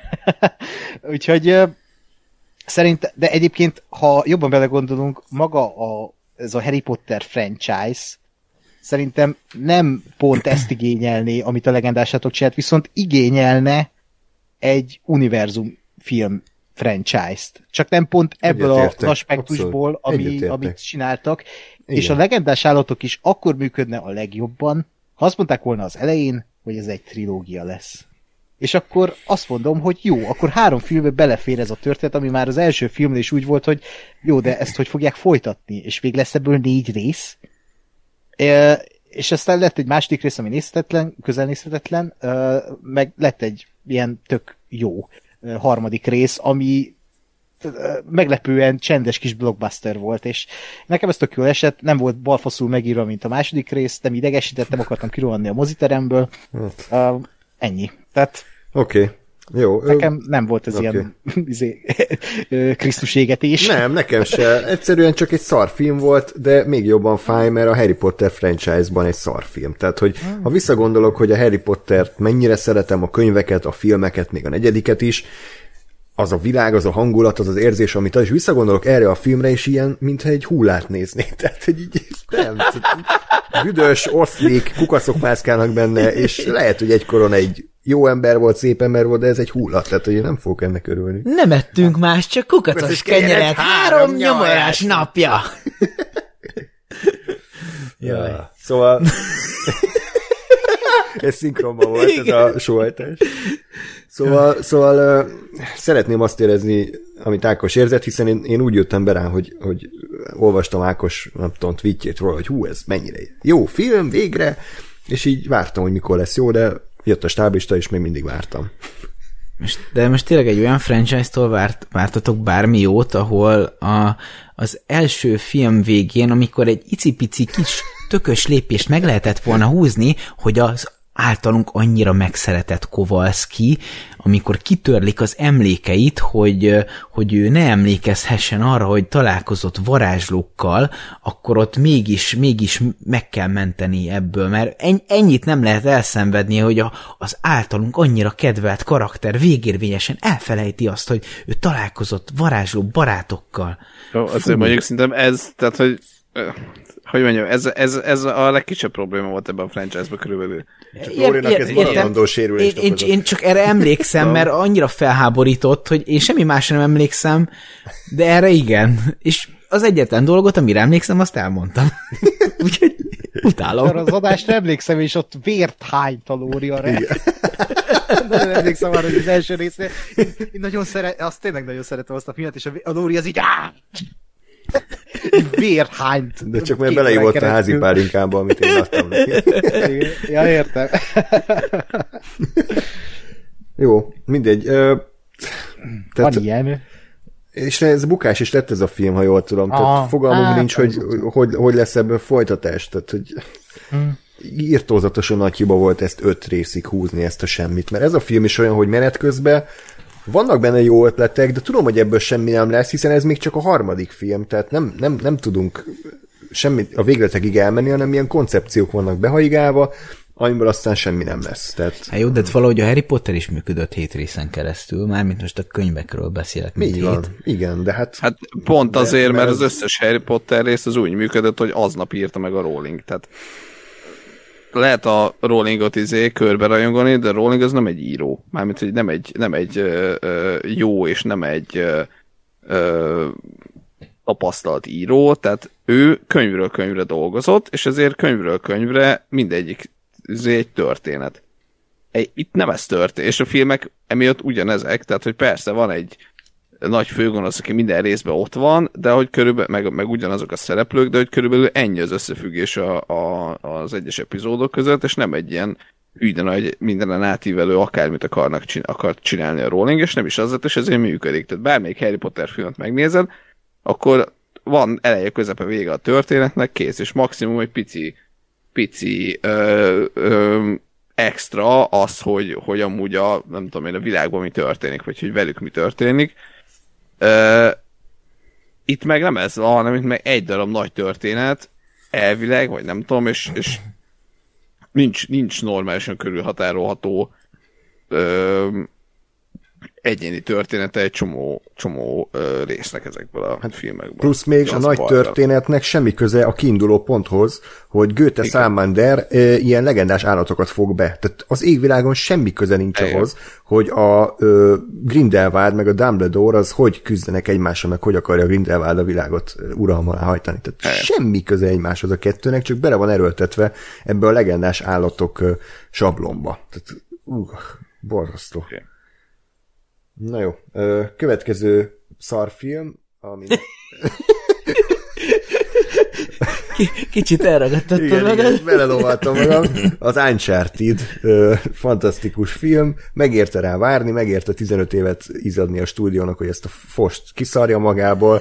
Úgyhogy uh, szerint, de egyébként, ha jobban belegondolunk, maga a, ez a Harry Potter franchise szerintem nem pont ezt igényelné, amit a legendásatok csinált, viszont igényelne egy univerzum film franchise-t. Csak nem pont ebből Egyetértek. az aspektusból, Abszolút. ami, Egyetértek. amit csináltak. Igen. És a legendás állatok is akkor működne a legjobban, ha azt mondták volna az elején, hogy ez egy trilógia lesz. És akkor azt mondom, hogy jó, akkor három filmbe belefér ez a történet, ami már az első filmnél is úgy volt, hogy jó, de ezt hogy fogják folytatni? És még lesz ebből négy rész? E, és aztán lett egy második rész, ami nézhetetlen, közelnézhetetlen, e, meg lett egy ilyen tök jó e, harmadik rész, ami meglepően csendes kis blockbuster volt, és nekem ez tök jól esett, nem volt balfaszul megírva, mint a második rész, nem idegesítettem, akartam kirohanni a moziteremből. Uh, ennyi. Tehát Oké. Okay. Jó. nekem nem volt ez Oké. ilyen izé, Krisztus égetés. Nem, nekem se. Egyszerűen csak egy szarfilm volt, de még jobban fáj, mert a Harry Potter franchise-ban egy szarfilm. Tehát, hogy ha visszagondolok, hogy a Harry Pottert mennyire szeretem, a könyveket, a filmeket, még a negyediket is, az a világ, az a hangulat, az az érzés, amit az, és visszagondolok erre a filmre, és ilyen, mintha egy hullát néznék. Tehát, hogy így nem. Büdös, oszlik, kukacok mászkálnak benne, és lehet, hogy egykoron egy jó ember volt, szép ember volt, de ez egy hullat, tehát, hogy én nem fogok ennek örülni. Nem ettünk más, csak kukacos Kukacos kenyeret. kenyeret, Három három nyomorás nyomorás napja. Jaj. Ja. Szóval ez szinkronban volt, ez a sóhajtás. Szóval, szóval uh, szeretném azt érezni, amit Ákos érzett, hiszen én, én úgy jöttem be rá, hogy, hogy olvastam Ákos, nem tudom, tweetjét róla, hogy hú, ez mennyire jó film, végre, és így vártam, hogy mikor lesz jó, de jött a stáblista, és még mindig vártam. Most, de most tényleg egy olyan franchise-tól várt, vártatok bármi jót, ahol a, az első film végén, amikor egy icipici kis tökös lépést meg lehetett volna húzni, hogy az általunk annyira megszeretett Kowalski, amikor kitörlik az emlékeit, hogy, hogy ő ne emlékezhessen arra, hogy találkozott varázslókkal, akkor ott mégis, mégis meg kell menteni ebből, mert ennyit nem lehet elszenvedni, hogy a, az általunk annyira kedvelt karakter végérvényesen elfelejti azt, hogy ő találkozott varázsló barátokkal. Jó, azért mondjuk szerintem ez, tehát, hogy hogy mondjam, ez, ez, ez a legkisebb probléma volt ebben a franchise-ban körülbelül. Csak Lórinak ez maradandó sérülést én, én, én csak erre emlékszem, mert annyira felháborított, hogy én semmi másra nem emlékszem, de erre igen. És az egyetlen dolgot, amire emlékszem, azt elmondtam. Úgyhogy utálom. Arra az adásra emlékszem, és ott vért hányt a Lóri arra. Nagyon emlékszem arra, hogy az első részre én, én nagyon szeret, azt tényleg nagyon szeretem azt a filmet, és a, a Lóri az így áh! Vérhányt. De csak mert beleívott a házi pálinkába, amit én adtam neki. Ja, értem. Jó, mindegy. Ö, tehát, van ilyen. És ez bukás is lett ez a film, ha jól tudom. Ah, tehát fogalmunk hát, nincs, hogy, hogy hogy lesz ebből folytatás. Tehát, hogy hmm. írtózatosan nagy hiba volt ezt öt részig húzni, ezt a semmit. Mert ez a film is olyan, hogy menet közben vannak benne jó ötletek, de tudom, hogy ebből semmi nem lesz, hiszen ez még csak a harmadik film, tehát nem, nem, nem tudunk semmit a végletekig elmenni, hanem ilyen koncepciók vannak behaigálva, amiből aztán semmi nem lesz. Tehát... Hát jó, de valahogy a Harry Potter is működött hét részen keresztül, mármint most a könyvekről beszélek, mint hét. Van. Igen, de hát... Hát pont azért, mert az összes Harry Potter rész az úgy működött, hogy aznap írta meg a Rowling, tehát lehet a Rowlingot izé körbe rajongani, de Rowling az nem egy író. Mármint, hogy nem egy, nem egy ö, ö, jó és nem egy ö, ö, tapasztalt író, tehát ő könyvről könyvre dolgozott, és ezért könyvről könyvre mindegyik izé egy történet. Egy, itt nem ez történt, és a filmek emiatt ugyanezek, tehát hogy persze van egy nagy főgonosz, aki minden részben ott van, de hogy körülbelül, meg, meg ugyanazok a szereplők, de hogy körülbelül ennyi az összefüggés a, a, az egyes epizódok között, és nem egy ilyen ügyne nagy mindenen átívelő akármit akarnak csinál, akart csinálni a Rowling, és nem is az lett, és ezért működik. Tehát bármelyik Harry Potter filmet megnézed, akkor van eleje, közepe, vége a történetnek, kész, és maximum egy pici, pici ö, ö, extra az, hogy, hogy amúgy a, nem tudom én, a világban mi történik, vagy hogy velük mi történik. Uh, itt meg nem ez van, hanem itt meg egy darab nagy történet, elvileg, vagy nem tudom, és, és nincs, nincs normálisan körülhatárolható uh, egyéni története egy csomó, csomó uh, résznek ezekből a hát, filmekből. Plusz még a nagy történetnek semmi köze a kiinduló ponthoz, hogy Goethe Salamander uh, ilyen legendás állatokat fog be. Tehát az égvilágon semmi köze nincs Eljön. ahhoz, hogy a uh, Grindelwald meg a Dumbledore az hogy küzdenek egymásra, meg hogy akarja Grindelwald a világot uralma alá hajtani. Tehát Eljön. semmi köze egymáshoz a kettőnek, csak bele van erőltetve ebbe a legendás állatok uh, sablonba. Tehát uh, borzasztó. Okay. Na jó, következő szarfilm, ami... Kicsit elragadtattad igen, magad. Igen, belelovaltam magam. Az Uncharted, fantasztikus film, megérte rá várni, megérte tizenöt évet izzadni a stúdiónak, hogy ezt a fost kiszarja magából.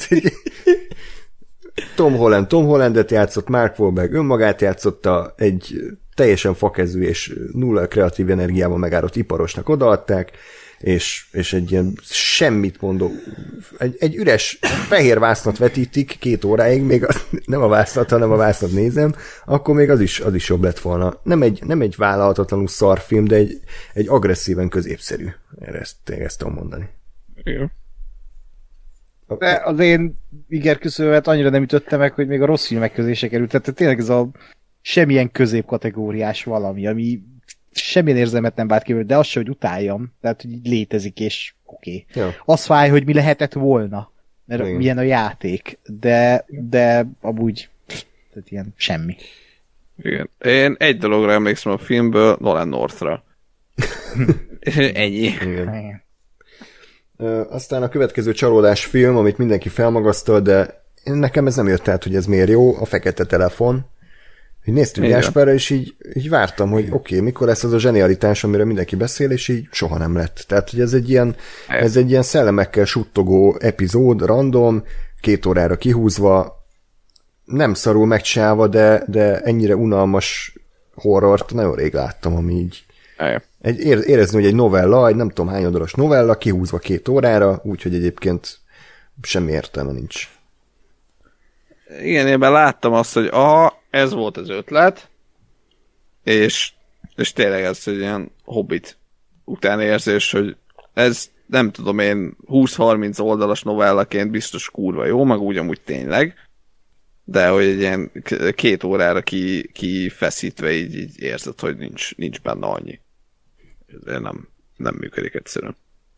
Tom Holland Tom Hollandet játszott, Mark Wahlberg önmagát játszotta, egy teljesen fakezű és nulla kreatív energiával megárott iparosnak odaadták, és, és egy ilyen semmit mondó, egy, egy üres fehér vásznat vetítik két óráig, még az, nem a vásznat, hanem a vásznat nézem, akkor még az is, az is jobb lett volna. Nem egy, nem egy vállalhatatlanul szar film, de egy, egy agresszíven középszerű. Erre ezt, ezt tudom mondani. Igen. De az én igerküszövet annyira nem ütötte meg, hogy még a rossz filmek közé se került. Tehát tényleg ez a semmilyen középkategóriás valami, ami semmilyen érzelmet nem vált ki, de az se, hogy utáljam. Tehát, hogy így létezik, és oké. Okay. Ja. Az fáj, hogy mi lehetett volna. Mert igen. Milyen a játék. De, de amúgy tehát ilyen semmi. Igen. Én egy dologra emlékszem a filmből, Nolan Northra. Ennyi. Igen. Ö, aztán a következő csalódás film, amit mindenki felmagasztal, de nekem ez nem jött át, hogy ez miért jó, a Fekete Telefon. Így néztünk Gáspárra, és így, így vártam, hogy oké, okay, mikor lesz az a zsenialitás, amire mindenki beszél, és így soha nem lett. Tehát, hogy ez egy ilyen, ez egy ilyen szellemekkel suttogó epizód, random, két órára kihúzva, nem szarul megcsinálva, de, de ennyire unalmas horrort nagyon rég láttam, ami így egy, érezni, hogy egy novella, egy nem tudom hány oldalas novella, kihúzva két órára, úgyhogy egyébként semmi értelme nincs. Igen, én láttam azt, hogy aha, ez volt az ötlet, és, és tényleg ez egy ilyen Hobbit utánérzés, hogy ez nem tudom én húsz-harminc oldalas novellaként biztos kurva jó, meg úgy amúgy tényleg, de hogy egy ilyen két órára ki, kifeszítve így, így érzed, hogy nincs, nincs benne annyi. De nem, nem működik egyszerűen.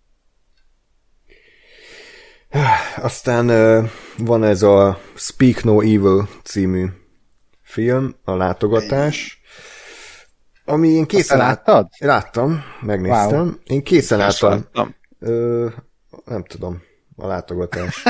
Aztán van ez a Speak No Evil című film, a látogatás, ami én készen láttad? Láttam, megnéztem. Wow. Én készen álltam. Ö, nem tudom, a látogatás.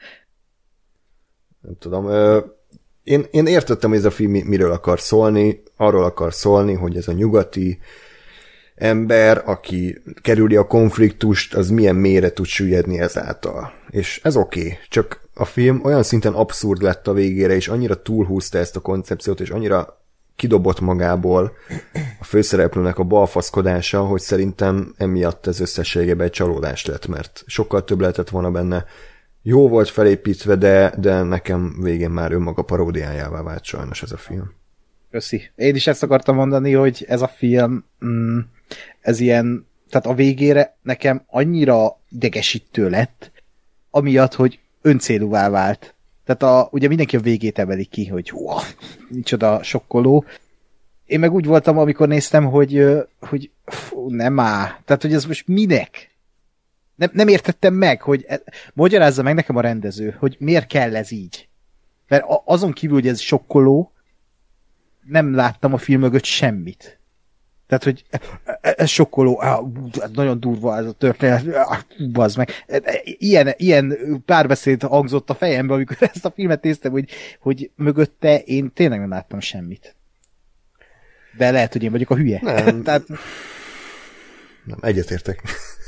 nem tudom. Ö, én, én értettem, hogy ez a film miről akar szólni. Arról akar szólni, hogy ez a nyugati ember, aki kerüli a konfliktust, az milyen mélyre tud süllyedni ezáltal. És ez oké, okay. Csak a film olyan szinten abszurd lett a végére, és annyira túlhúzta ezt a koncepciót, és annyira kidobott magából a főszereplőnek a balfaszkodása, hogy szerintem emiatt ez összességében egy csalódás lett, mert sokkal több lehetett volna benne. Jó volt felépítve, de, de nekem végén már önmaga paródiájává vált sajnos ez a film. Köszi. Én is ezt akartam mondani, hogy ez a film, mm, ez ilyen, tehát a végére nekem annyira idegesítő lett, amiatt, hogy öncélúvá vált. Tehát a, ugye mindenki a végét emeli ki, hogy hú, micsoda sokkoló. Én meg úgy voltam, amikor néztem, hogy, hogy fú, nem áll. Tehát, hogy ez most minek? Nem, nem értettem meg, hogy e, magyarázza meg nekem a rendező, hogy miért kell ez így. Mert azon kívül, hogy ez sokkoló, nem láttam a film mögött semmit. Tehát, hogy ez sokkoló, ez nagyon durva ez a történet, bazd meg. Ilyen, ilyen párbeszéd hangzott a fejembe, amikor ezt a filmet néztem, hogy, hogy mögötte én tényleg nem láttam semmit. De lehet, hogy én vagyok a hülye. Nem, Tehát... nem egyetértek.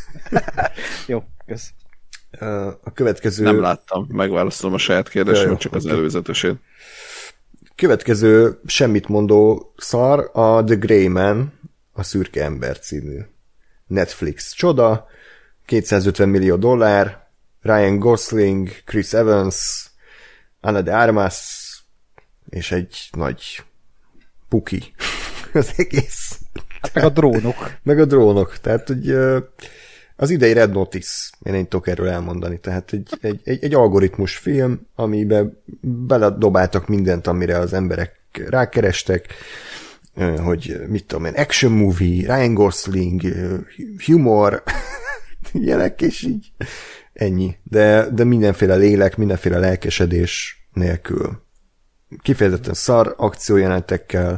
Jó, kösz. A következő... Nem láttam, megválaszolom a saját kérdésemet, csak az előzetesét. Következő semmit mondó szar a The Grey Man, a Szürke Ember című Netflix csoda, kétszázötven millió dollár, Ryan Gosling, Chris Evans, Ana de Armas, és egy nagy puki. Az egész. Hát meg a drónok. Meg a drónok. Tehát, hogy az idei Red Notice, én én tudok erről elmondani. Tehát egy, egy, egy, egy algoritmus film, amiben beledobáltak mindent, amire az emberek rákerestek, hogy mit tudom én, action movie, Ryan Gosling, humor, ilyenek, és így ennyi. De, de mindenféle lélek, mindenféle lelkesedés nélkül. Kifejezetten szar akciójelenetekkel,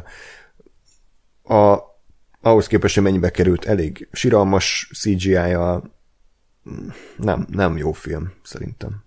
a, ahhoz képest, hogy mennyibe került, elég siralmas cé gé í-jal, nem, nem jó film, szerintem.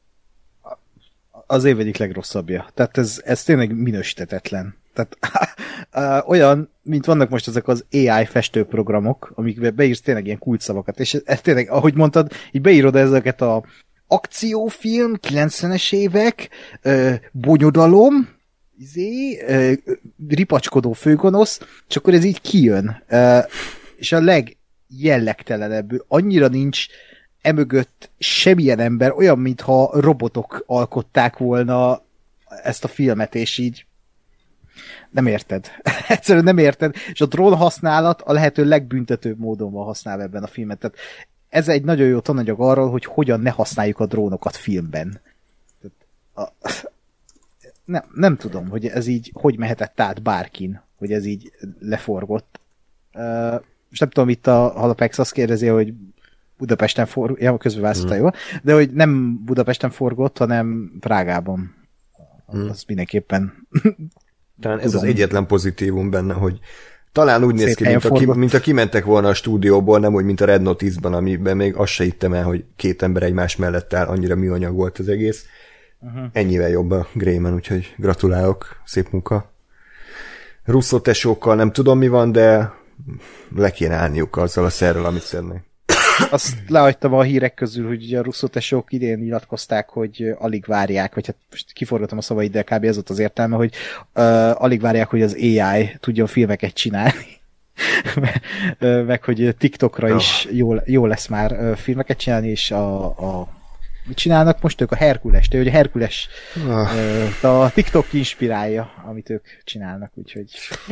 Az év egyik legrosszabbja. Tehát ez, ez tényleg minősítetetlen. Tehát uh, olyan, mint vannak most ezek az á i festőprogramok, amikben beírsz tényleg ilyen kulcsszavakat, és ez tényleg, ahogy mondtad, így beírod ezeket a akciófilm, kilencvenes évek, uh, bonyodalom, izé, uh, ripacskodó főgonosz, és akkor ez így kijön. Uh, és a legjellegtelenebbül annyira nincs emögött semmilyen ember, olyan, mintha robotok alkották volna ezt a filmet, és így nem érted. Egyszerűen nem érted. És a drón használat a lehető legbüntetőbb módon van használva ebben a filmet. Tehát ez egy nagyon jó tananyag arról, hogy hogyan ne használjuk a drónokat filmben. Tehát a, nem, nem tudom, hogy ez így hogy mehetett át bárkin, hogy ez így leforgott. Uh, most nem tudom, itt a Halapex azt kérdezi, hogy Budapesten forgott, ja, közben válaszolta, mm. jó, de hogy nem Budapesten forgott, hanem Prágában. Mm. Az mindenképpen talán ez az egyetlen pozitívum benne, hogy talán úgy néz ki, mint a, ki, mint a kimentek volna a stúdióból, nem úgy, mint a Red Notice-ban, amiben még azt se hittem el, hogy két ember egymás mellett áll, annyira műanyag volt az egész. Uh-huh. Ennyivel jobb a Grey Man, úgyhogy gratulálok, szép munka. Russo tesókkal nem tudom, mi van, de le kéne állniuk azzal a szerrel, amit szednek. Azt lehagytam a hírek közül, hogy a Russo tesók idén nyilatkozták, hogy alig várják, vagy hát most kiforgatom a szavaid, de kb. Ez ott az értelme, hogy uh, alig várják, hogy az á i tudjon filmeket csinálni. Meg hogy TikTokra oh. is jó, jó lesz már filmeket csinálni, és a, a mit csinálnak most ők? A Herkules, de hogy a Herkules oh. a TikTok inspirálja, amit ők csinálnak, úgyhogy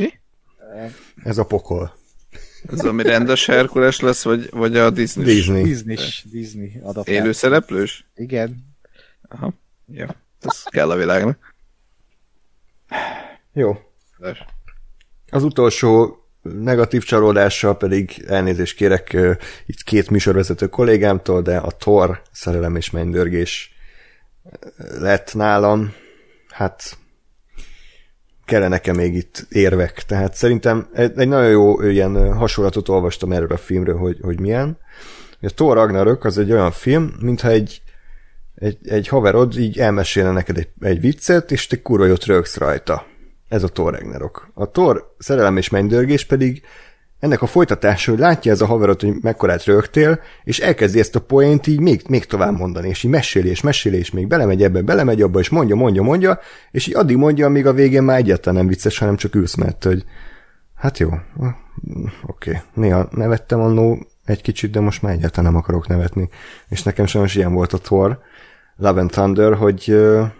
ez a pokol. Ez ami rendes Herkules lesz, vagy, vagy a Disney? Disney. Disney, Disney adaptáció. Élő szereplős? Igen. Aha, jó. Ez kell a világnak. Jó. Az utolsó negatív csalódással pedig elnézést kérek uh, itt két műsorvezető kollégámtól, de a Thor szerelem és mennydörgés lett nálam. Hát kellene nekem még itt érvek. Tehát szerintem egy, egy nagyon jó ilyen hasonlatot olvastam erről a filmről, hogy, hogy milyen. A Thor Ragnarök az egy olyan film, mintha egy, egy, egy haverod így elmesélne neked egy, egy viccet, és te kurva jót rögsz rajta. Ez a Thor Ragnarok. A Thor szerelem és mennydörgés pedig ennek a folytatása, hogy látja ez a haverod, hogy mekkorát rögtél, és elkezdi ezt a poént így még, még tovább mondani, és így meséli, és meséli, és még belemegy ebbe, belemegy abba, és mondja, mondja, mondja, és így addig mondja, amíg a végén már egyáltalán nem vicces, hanem csak ülsz, mert hogy hát jó, oké, okay. Néha nevettem annó egy kicsit, de most már egyáltalán nem akarok nevetni. És nekem sajnos ilyen volt a Thor, Love and Thunder, hogy,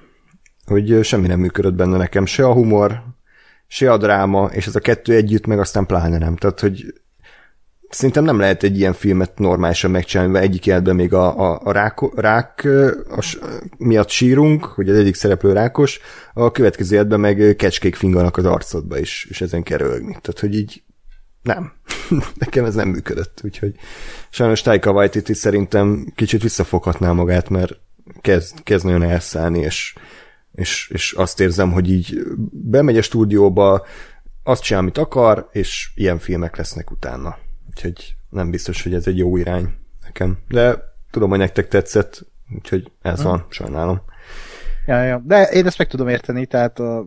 hogy semmi nem működött benne nekem, se a humor, se a dráma, és ez a kettő együtt, meg aztán pláne nem. Tehát, hogy szerintem nem lehet egy ilyen filmet normálisan megcsinálni, mert egyik életben még a, a, a rák, rák a, miatt sírunk, hogy az egyik szereplő rákos, a következő életben meg kecskék finganak az arcodba is, és ezen kell röhögni. Tehát, hogy így nem. Nekem ez nem működött, úgyhogy sajnos Taika Waititi szerintem kicsit visszafoghatná magát, mert kezd, kezd nagyon elszállni, és, és, és azt érzem, hogy így bemegy a stúdióba, azt csinál, amit akar, és ilyen filmek lesznek utána. Úgyhogy nem biztos, hogy ez egy jó irány nekem. De tudom, hogy nektek tetszett, úgyhogy ez hmm. van, sajnálom. Ja, ja. De én ezt meg tudom érteni, tehát a,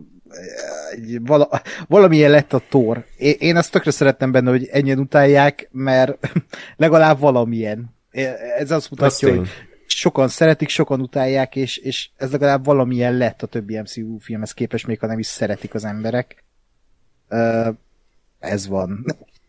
vala, valamilyen lett a Thor. Én, én azt tökre szerettem benne, hogy ennyien utálják, mert legalább valamilyen. Ez azt mutatja, azt hogy sokan szeretik, sokan utálják, és, és ez legalább valamilyen lett a többi em cé u filmhez képest, még ha nem is szeretik az emberek. Uh, ez van.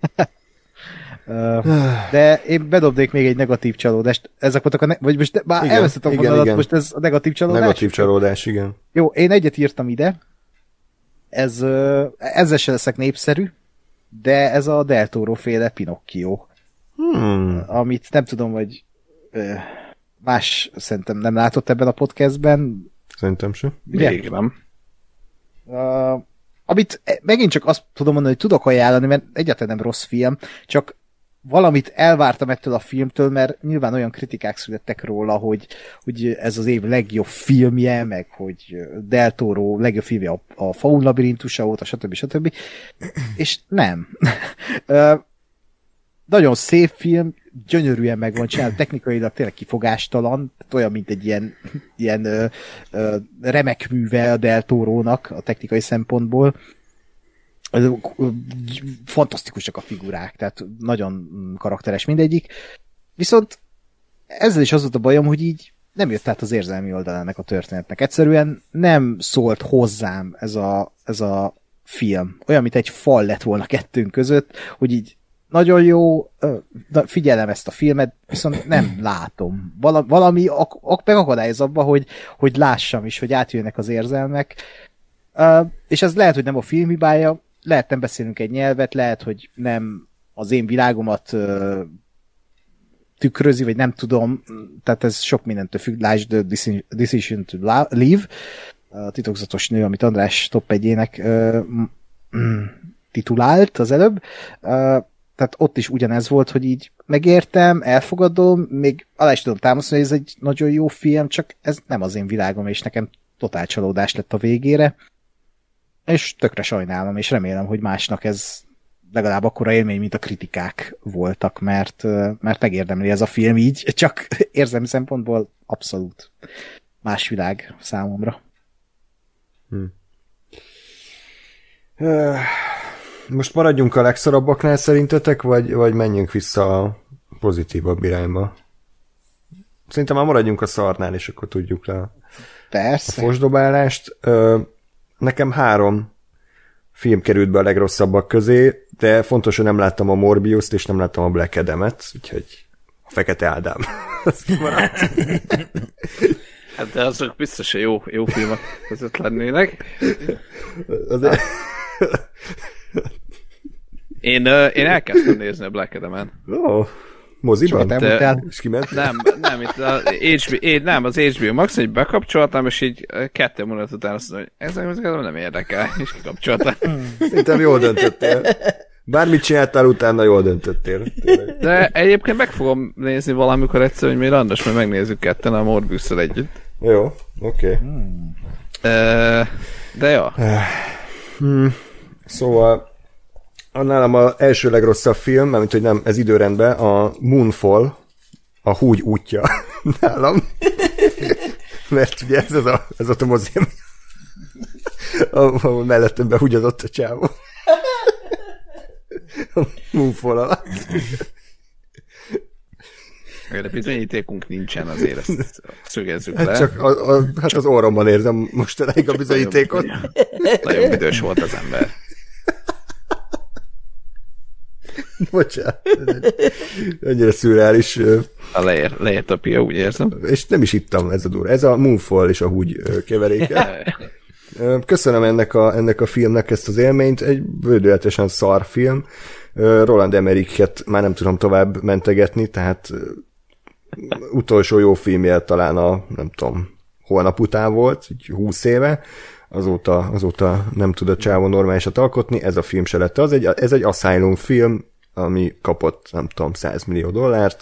uh, de én bedobnék még egy negatív csalódást. Ezek voltak a... Ne- vagy most már elvesztettem a vonalat, most ez a negatív csalódás? Negatív csalódás, igen. Jó, én egyet írtam ide. Ez, uh, ezzel se leszek népszerű, de ez a Del Toro féle Pinocchio. Hmm. Amit nem tudom, hogy uh, más szerintem nem látott ebben a podcastben. Szerintem sem. Még nem. Uh, amit megint csak azt tudom mondani, hogy tudok ajánlani, mert egyáltalán nem rossz film, csak valamit elvártam ettől a filmtől, mert nyilván olyan kritikák születtek róla, hogy, hogy ez az év legjobb filmje, meg hogy Del Toro legjobb filmje a, a Faun labirintusa óta, stb. stb. És nem. uh, nagyon szép film, gyönyörűen meg van csinálva, technikailag tényleg kifogástalan, olyan, mint egy ilyen, ilyen ö, ö, remek műve a Del Torónak a technikai szempontból. Fantasztikusak a figurák, tehát nagyon karakteres mindegyik. Viszont ezzel is az volt a bajom, hogy így nem jött át az érzelmi oldalának a történetnek. Egyszerűen nem szólt hozzám ez a, ez a film. Olyan, mint egy fal lett volna kettőnk között, hogy így nagyon jó, figyelem ezt a filmet, viszont nem látom. Val- valami ak- ak- megakadályoz abba, hogy, hogy lássam is, hogy átjönnek az érzelmek. Uh, és ez lehet, hogy nem a film hibája, lehet nem beszélünk egy nyelvet, lehet, hogy nem az én világomat uh, tükrözi, vagy nem tudom, tehát ez sok mindentől függ, lásd The Decision to Leave, a titokzatos nő, amit András top egyének uh, titulált az előbb. Uh, Tehát ott is ugyanez volt, hogy így megértem, elfogadom, még alá is tudom támasztani, hogy ez egy nagyon jó film, csak ez nem az én világom, és nekem totál csalódás lett a végére. És tökre sajnálom, és remélem, hogy másnak ez legalább akkora élmény, mint a kritikák voltak, mert, mert megérdemli ez a film így, csak érzelmi szempontból abszolút más világ számomra. Hmm. Most maradjunk a legszorabbaknál szerintetek, vagy, vagy menjünk vissza a pozitívabb irányba? Szerintem már maradjunk a szarnál, és akkor tudjuk le Persze. a fosdobálást. Nekem három film került be a legrosszabbak közé, de fontos, hogy nem láttam a Morbiust, és nem láttam a Black Adam-et, úgyhogy a Fekete Ádám. Hát de azok biztos, hogy jó, jó filmek között lennének. Azért... Én, uh, én elkezdtem nézni a Black Adam-en. Oh. Moziban? De, és kiment? Nem, nem, itt a há bé ó, nem, az há bé ó Max, hogy bekapcsoltam, és így kettő mondat után azt mondom, hogy ez nem érdekel, és kikapcsoltam. Szerintem jól döntöttél. Bármit csináltál utána, jól döntöttél. De egyébként meg fogom nézni valamikor egyszer, hogy mi randos, mert megnézzük ketten a Morbiusszal együtt. Jó, oké. Okay. Hmm. De jó. Hmm. Szóval nálam az első legrosszabb film, mert hogy nem, ez időrendben, a Moonfall, a húgy útja nálam. Mert ugye ez, az a, ez ott a mozim, ahol mellettem behugyazott a csávó. A Moonfall alatt. De bizonyítékunk nincsen, azért ezt szögezzük hát le. Csak a, a, hát az orromban érzem mostanáig a bizonyítékot. Nagyon, nagyon büdös volt az ember. Bocsánat. Ennyire szürreális. A leér, leért a pia, úgy érzem. És nem is ittam, ez a durva. Ez a Moonfall és a húgy keveréke. Köszönöm ennek a, ennek a filmnek ezt az élményt. Egy bődületesen szar film. Roland Emmerichet már nem tudom tovább mentegetni, tehát utolsó jó filmje talán a, nem tudom, holnap után volt, így húsz éve. Azóta, azóta nem tud a csávó normálisat alkotni, ez a film se lett az. Egy, ez egy Asylum film, ami kapott, nem tudom, száz millió dollárt.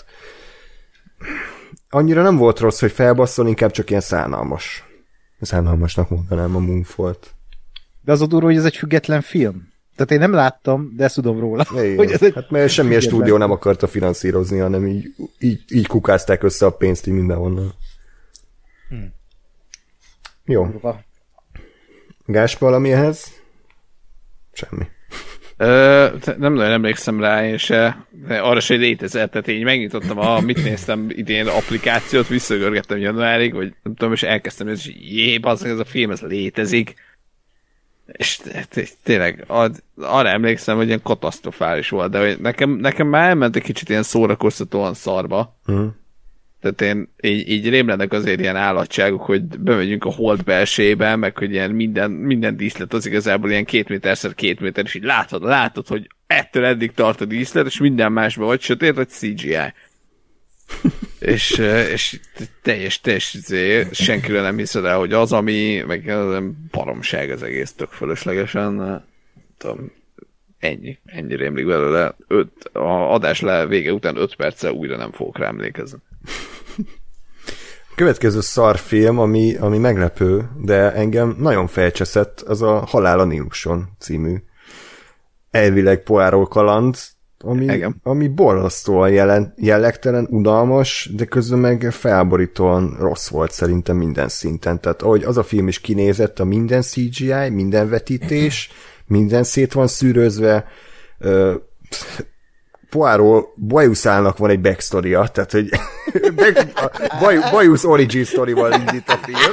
Annyira nem volt rossz, hogy felbasszol, inkább csak ilyen szánalmas. Szánalmasnak mondanám a Moonfall-t. De az a durva, hogy ez egy független film. Tehát én nem láttam, de ezt tudom róla. Hogy ez hát mert semmilyen stúdió nem akarta finanszírozni, hanem így, így, így kukázták össze a pénzt így mindenhonnan. Hmm. Jó. Durva. Gásp valami ehhez? Semmi. Ö, nem nagyon emlékszem rá, és arra se létezett, tehát én megnyitottam a, mit néztem idén applikációt, visszagörgettem januárig, hogy nem tudom, és elkezdtem, és jé, bazdmeg, ez a film, ez létezik. És tényleg, arra emlékszem, hogy ilyen katasztrofális volt, de hogy nekem, nekem már elment egy kicsit ilyen szórakoztatóan szarba. Uh-huh. Tehát én így, így rémlenek azért ilyen állatságok, hogy bemegyünk a hold belsébe, meg hogy ilyen minden, minden díszlet az igazából ilyen két méterszer két méter, és így látod, látod, hogy ettől eddig tart a díszlet, és minden másban vagy sötét, vagy cé gé í. és, és teljes, teljes senkiről nem hiszed el, hogy az, ami, meg az baromság az egész, tök fölöslegesen. Tudom, ennyi, ennyi rémlik belőle. Öt, a adás le vége után öt perccel újra nem fogok rá emlékezni. Következő szarfilm, ami, ami meglepő, de engem nagyon felcseszett, az a Halál a Níluson című elvileg Poirot kaland, ami, ami borzasztóan jelen, jellegtelen, unalmas, de közben meg felborítóan rossz volt szerintem minden szinten. Tehát ahogy az a film is kinézett, a minden cé gé í, minden vetítés, minden szét van szűrözve, uh, Poirot bajuszának van egy backstory-a, tehát hogy bajusz origin story-val indít a film.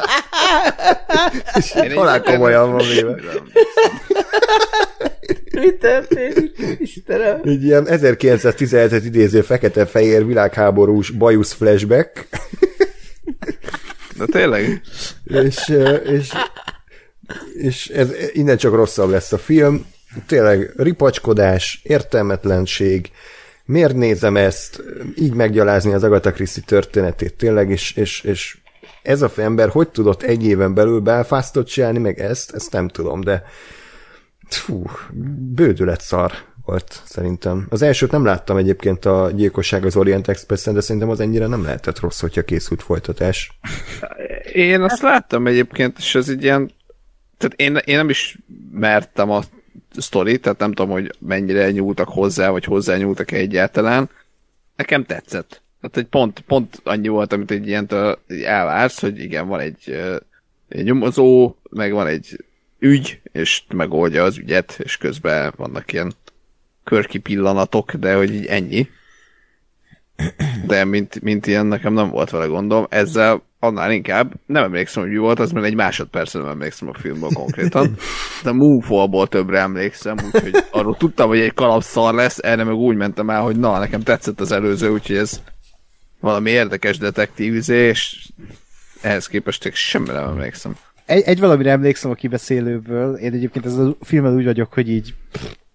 És halál komolyan van véve. Mi történik? Istenem. Egy ilyen ezerkilencszáztizenhetet idéző fekete-fehér világháborús bajusz flashback. De tényleg? és, és, és ez, innen csak rosszabb lesz a film. Tényleg ripacskodás, értelmetlenség, miért nézem ezt, így meggyalázni az Agatha Christie történetét tényleg, és, és, és ez a ember hogy tudott egy éven belül Belfastot csinálni, meg ezt, ezt nem tudom, de fú, bődület szar volt szerintem. Az elsőt nem láttam egyébként, a Gyilkosság az Orient Expressen, de szerintem az ennyire nem lehetett rossz, hogyha készült folytatás. Én azt láttam egyébként, és ez egy ilyen, tehát én, én nem is mertem a sztori, tehát nem tudom, hogy mennyire nyúltak hozzá, vagy hozzá nyúltak egyáltalán. Nekem tetszett. Tehát egy pont, pont annyi volt, amit egy ilyentől elvársz, hogy igen, van egy, egy nyomozó, meg van egy ügy, és megoldja az ügyet, és közben vannak ilyen körki pillanatok, de hogy így ennyi. De mint, mint ilyen nekem nem volt vele gondom. Ezzel annál inkább nem emlékszem, hogy mi volt, az mert egy másodpercre nem emlékszem a filmből konkrétan. De Moonfallból többre emlékszem, úgyhogy arról tudtam, hogy egy kalapszar lesz, erre meg úgy mentem el, hogy na, nekem tetszett az előző, úgyhogy ez valami érdekes detektívizé, és ehhez képest semmi nem emlékszem. Egy, egy valamire emlékszem a kibeszélőből, én egyébként ez a filmmel úgy vagyok, hogy így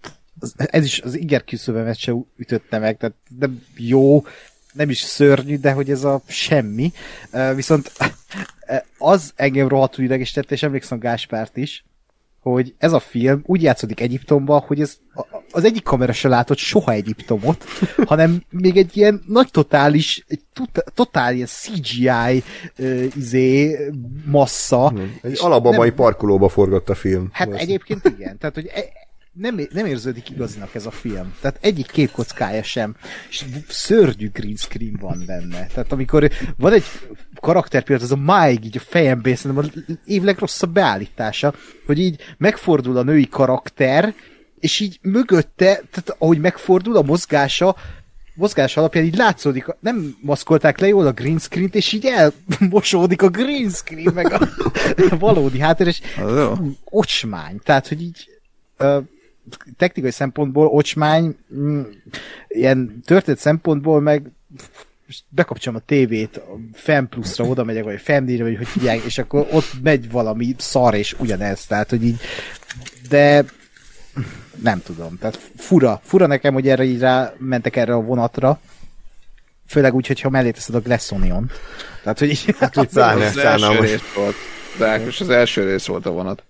ez is az inger küszöbemet se ütötte meg, tehát nem jó, nem is szörnyű, de hogy ez a semmi. Viszont az engem rohadtul idegesítette, és emlékszem Gáspárt is, hogy ez a film úgy játszódik Egyiptomban, hogy ez az egyik kamera se látott soha Egyiptomot, hanem még egy ilyen nagy totális, egy totál ilyen cé gé i uh, izé, massza. Egy alababai nem, parkolóba forgott a film. Hát most. Egyébként igen, tehát hogy nem, nem érződik igazinak ez a film. Tehát egyik két kockája sem. És szörnyű green screen van benne. Tehát amikor van egy karakterpillanat, az a máig így a fejemben, szerintem az év legrosszabb beállítása, hogy így megfordul a női karakter, és így mögötte, tehát ahogy megfordul a mozgása, mozgás alapján így látszódik, nem maszkolták le jól a green screen-t, és így elmosódik a green screen, meg a, a valódi háttér, és ocsmány. Tehát, hogy így uh, technikai szempontból ocsmány, mm, ilyen történet szempontból meg bekapcsolom a tévét, a Fem Plus-ra oda megyek, vagy a Femdíjra, vagy hogy hívják, és akkor ott megy valami szar, és ugyanez, tehát, hogy így, de nem tudom, tehát fura, fura nekem, hogy erre így rá mentek erre a vonatra, főleg úgy, hogyha mellé teszed a Glass Onion. Tehát, hogy így... Hát, az, az, az első rész volt. De Ákos, az első rész volt a vonat.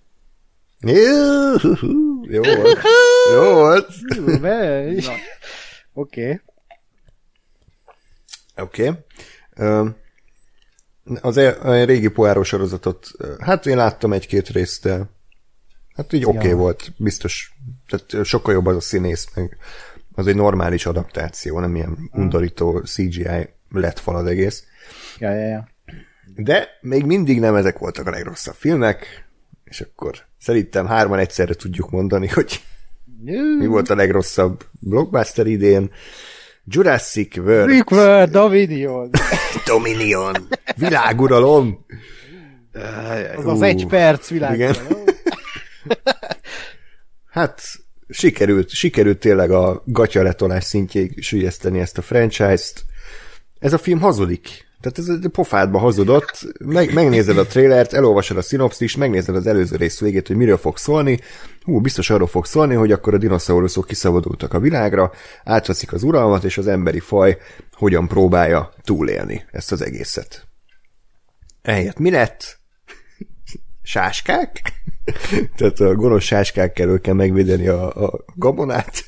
Jó volt. Jó volt. Oké. Oké. Az a régi Poirot sorozatot, hát én láttam egy-két részt, de hát így oké okay ja. volt, biztos, tehát sokkal jobb az a színész, meg az egy normális adaptáció, nem ilyen undorító cé gé i lett fal az egész. Ja, ja, ja. De még mindig nem ezek voltak a legrosszabb filmek, és akkor szerintem hárman egyszerre tudjuk mondani, hogy mi volt a legrosszabb blockbuster idén. Jurassic World. Jurassic World, Dominion. Dominion. Világuralom. Az az egy perc világuralom. Hát sikerült, sikerült tényleg a gatyaletolás szintjéig sülyezteni ezt a franchise-t. Ez a film hazudik. Tehát ez a pofádba hazudott. Meg, megnézed a trailert, elolvasod a szinopszist, megnézed az előző rész végét, hogy miről fog szólni. Hú, biztos arról fog szólni, hogy akkor a dinoszauruszok kiszabadultak a világra, átveszik az uralmat, és az emberi faj hogyan próbálja túlélni ezt az egészet. Ehelyett mi lett? Sáskák? Tehát a gonosz sáskákkel ők kell megvédeni a, a gabonát.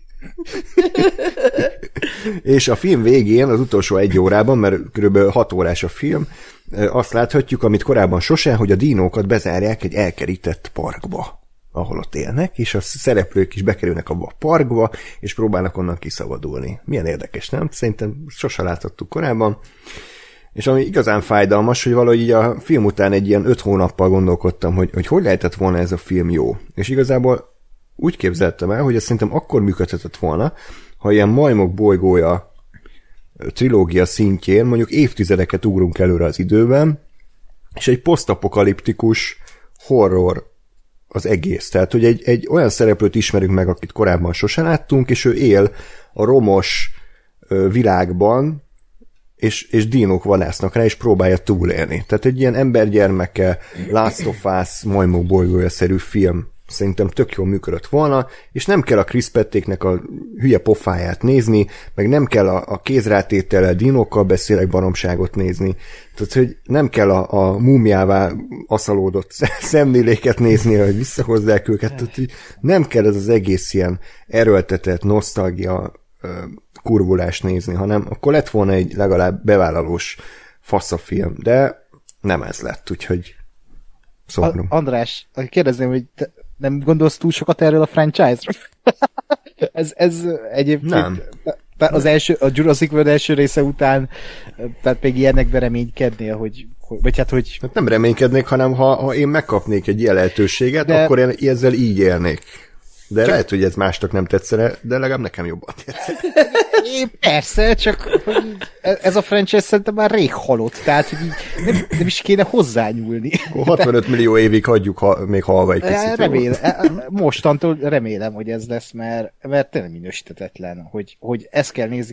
És a film végén, az utolsó egy órában, mert kb. hat órás a film, azt láthatjuk, amit korábban sosem, hogy a dinókat bezárják egy elkerített parkba, ahol ott élnek, és a szereplők is bekerülnek abba a parkba, és próbálnak onnan kiszabadulni. Milyen érdekes, nem? Szerintem sosem láthattuk korábban. És ami igazán fájdalmas, hogy valahogy így a film után egy ilyen öt hónappal gondolkodtam, hogy, hogy hogy lehetett volna ez a film jó. És igazából úgy képzeltem el, hogy ez szerintem akkor működhetett volna, ha ilyen Majmok bolygója trilógia szintjén mondjuk évtizedeket ugrunk előre az időben, és egy posztapokaliptikus horror az egész. Tehát, hogy egy, egy olyan szereplőt ismerünk meg, akit korábban sosem láttunk, és ő él a romos világban, és, és dinók vadásznak rá, és próbálja túlélni. Tehát egy ilyen embergyermeke, Last of Us, Majmok bolygója-szerű film szerintem tök jól működött volna, és nem kell a Chris Pettéknek a hülye pofáját nézni, meg nem kell a, a kézrátétellel dinókkal beszélek baromságot nézni. Tehát, hogy nem kell a, a múmiává aszalódott szemléléket nézni, hogy visszahozzák őket. Tehát, hogy nem kell ez az egész ilyen erőltetett nosztalgia kurvulást nézni, hanem akkor lett volna egy legalább bevállalós faszafilm, de nem ez lett, úgyhogy szomorú. András, kérdezném, hogy te nem gondolsz túl sokat erről a franchise-ról? ez, ez egyébként nem. Az első, a Jurassic World első része után, tehát még ilyenekben reménykednél, hogy, vagy hát, hogy... Hát nem reménykednék, hanem ha, ha én megkapnék egy ilyen lehetőséget, de... akkor én ezzel így élnék. De csak... lehet, hogy ez másnak nem tetszene, de legalább nekem jobban tetszene. Persze, csak ez a franchise szerintem már rég halott, tehát hogy így nem, nem is kéne hozzányúlni. hatvanöt millió évig hagyjuk ha, még halva egy picit. Remélem, mostantól remélem, hogy ez lesz, mert, mert tényleg minősítetetlen, hogy, hogy ezt kell nézni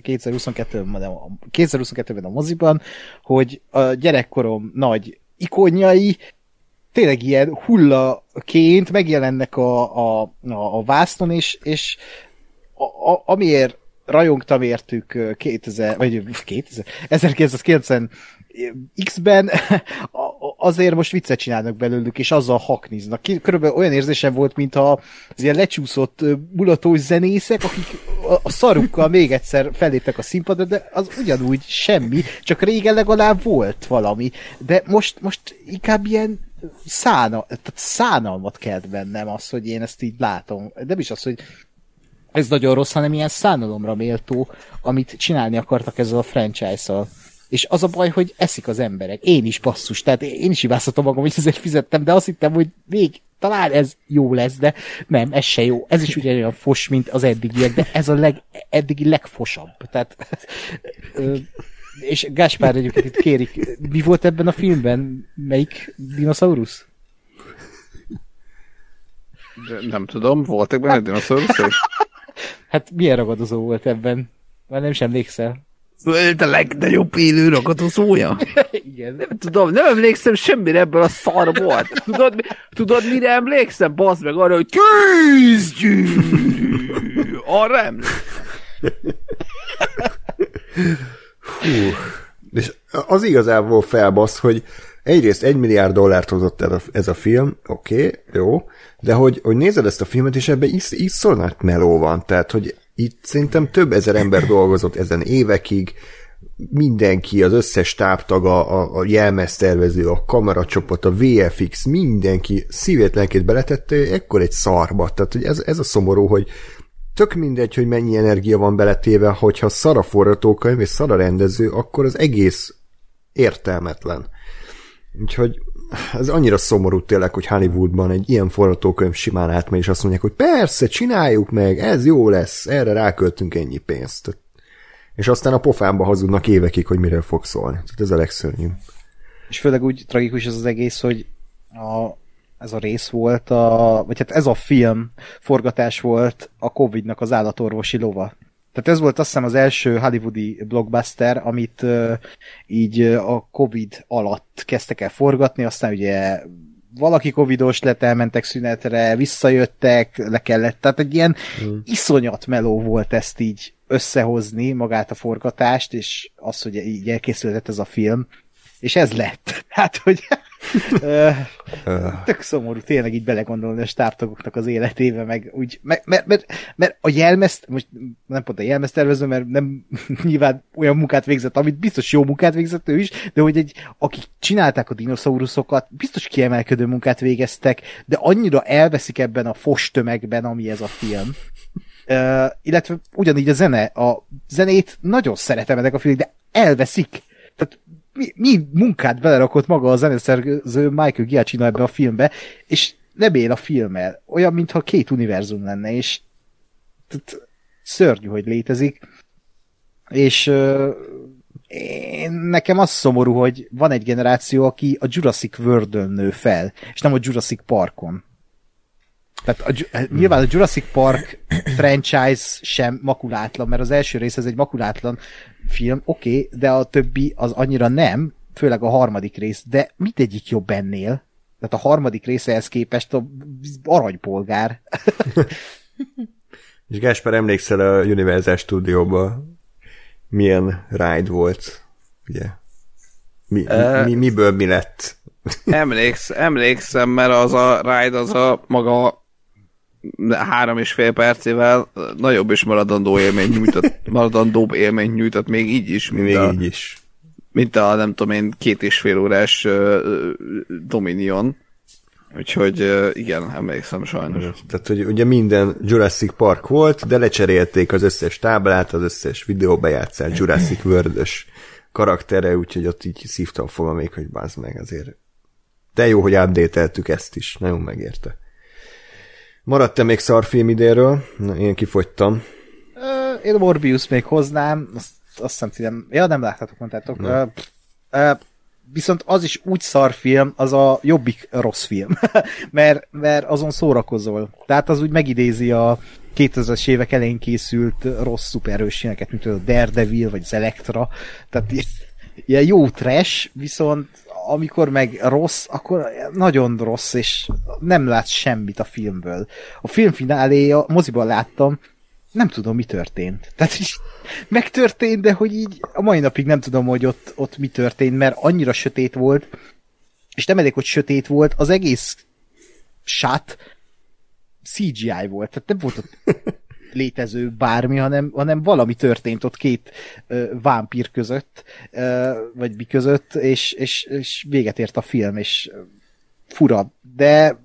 kétezer-huszonkettőben a moziban, hogy a gyerekkorom nagy ikonjai tényleg ilyen hullaként megjelennek a, a, a, a vásznon, és, és a, a, amiért rajongtam értük kétezer, vagy kétezer, ezerkilencszázkilencven X-ben, azért most viccet csinálnak belőlük, és azzal hakniznak. Körülbelül olyan érzésem volt, mintha az ilyen lecsúszott mulatós zenészek, akik a szarukkal még egyszer felléptek a színpadra, de az ugyanúgy semmi, csak régen legalább volt valami. De most, most inkább ilyen szána, tehát szánalmat kelt bennem az, hogy én ezt így látom. Nem is az, hogy ez nagyon rossz, hanem ilyen szánalomra méltó, amit csinálni akartak ezzel a franchise-szal. És az a baj, hogy eszik az emberek. Én is basszus, tehát én is hibáztatom magam, hogy ezért fizettem, de azt hittem, hogy még talán ez jó lesz, de nem, ez se jó. Ez is ugyanolyan fos, mint az eddigiek, de ez a leg, eddigi legfosabb. Tehát, és Gáspár egyébként itt kérik, mi volt ebben a filmben? Melyik dinoszaurusz? De nem tudom, voltak benne dinoszauruszok? Hát milyen ragadozó volt ebben? Már nem is emlékszel. Volt a legnagyobb élő ragadozója? Igen. Nem tudom, nem emlékszem semmire ebből a szarból. Tudod, tudod mire emlékszem? Bazd meg arra, hogy tűzgyűrű! Arra emlékszem. Hú. És az igazából felbasz, hogy egyrészt egy milliárd dollárt hozott el ez a film, oké, okay, jó, de hogy, hogy nézed ezt a filmet, és ebben is, iszonyat meló van, tehát, hogy itt szerintem több ezer ember dolgozott ezen évekig, mindenki, az összes stábtaga, a, a jelmeztervező, a kameracsoport, a vé ef iksz, mindenki szívét, lelkét beletette, ekkor egy szarba. Tehát hogy ez, ez a szomorú, hogy tök mindegy, hogy mennyi energia van beletéve, hogyha szar a forgatókönyv és szar a rendező, akkor az egész értelmetlen. Úgyhogy ez annyira szomorú tényleg, hogy Hollywoodban egy ilyen forgatókönyv simán átmegy, és azt mondják, hogy persze, csináljuk meg, ez jó lesz, erre ráköltünk ennyi pénzt. És aztán a pofámba hazudnak évekig, hogy miről fog szólni. Tehát ez a legszörnyűbb. És főleg úgy tragikus ez az egész, hogy a, ez a rész volt, a, vagy hát ez a film forgatás volt a Covidnak az állatorvosi lova. Tehát ez volt azt hiszem az első hollywoodi blockbuster, amit uh, így uh, a Covid alatt kezdtek el forgatni, aztán ugye valaki covidos lett, elmentek szünetre, visszajöttek, le kellett, tehát egy ilyen hmm. iszonyat meló volt ezt így összehozni, magát a forgatást, és az, hogy így elkészülhetett ez a film, és ez lett. Hát, hogy tök szomorú tényleg így belegondolni a stábtagoknak az életébe, meg úgy, mert, mert, mert, mert a jelmezt, most nem pont a jelmeztervező, mert nem nyilván olyan munkát végzett, amit biztos jó munkát végzett ő is, de hogy egy, akik csinálták a dinoszauruszokat, biztos kiemelkedő munkát végeztek, de annyira elveszik ebben a fos tömegben, ami ez a film. Uh, illetve ugyanígy a zene, a zenét nagyon szeretem ennek a filmnek, de elveszik. Tehát mi, mi munkát belerakott maga a zeneszerző Michael Giacchino ebbe a filmbe, és nem él a filmmel. Olyan, mintha két univerzum lenne, és tehát, szörnyű, hogy létezik. És uh, én, nekem az szomorú, hogy van egy generáció, aki a Jurassic World-ön nő fel, és nem a Jurassic Parkon. Tehát a, nyilván a Jurassic Park franchise sem makulátlan, mert az első rész ez egy makulátlan film, oké, okay, de a többi az annyira nem, főleg a harmadik rész, de mindegyik jobb ennél. Tehát a harmadik részehez képest a aranypolgár. És Gáspár, emlékszel a Universal Studióban milyen ride volt? Ugye? Mi, uh, mi, miből mi lett? Emléksz, emlékszem, mert az a ride, az a maga három és fél percével nagyobb és maradandó élmény nyújtott, maradandóbb élmény nyújtott még így is, mint még a, így is. mint a nem tudom én két és fél órás uh, Dominion. Úgyhogy uh, igen, emlékszem sajnos. Tehát, hogy ugye minden Jurassic Park volt, de lecserélték az összes táblát, az összes videóbejátszás Jurassic World-ös karaktere, úgyhogy ott így szívtam fogam még, hogy bázd meg azért. De jó, hogy update-eltük ezt is, nagyon megérte. Maradt-e még szarfilm idénről? Na, én kifogytam. Uh, én a Morbius még hoznám, azt, azt hiszem, nem, ja, nem láthatok, mondtátok. Uh, uh, viszont az is úgy szarfilm, az a jobbik rossz film, mert, mert azon szórakozol. Tehát az úgy megidézi a kétezres évek elején készült rossz szuperhős filmeket, mint a Daredevil, vagy az Elektra. Tehát ilyen jó trash, viszont amikor meg rossz, akkor nagyon rossz, és nem látsz semmit a filmből. A film finálé, a moziban láttam, nem tudom, mi történt. Tehát így megtörtént, de hogy így a mai napig nem tudom, hogy ott, ott mi történt, mert annyira sötét volt, és nem elég, hogy sötét volt, az egész shot cé gé í volt, tehát nem volt ott létező bármi, hanem, hanem valami történt ott két uh, vámpír között, uh, vagy mi között, és, és, és véget ért a film, és fura, de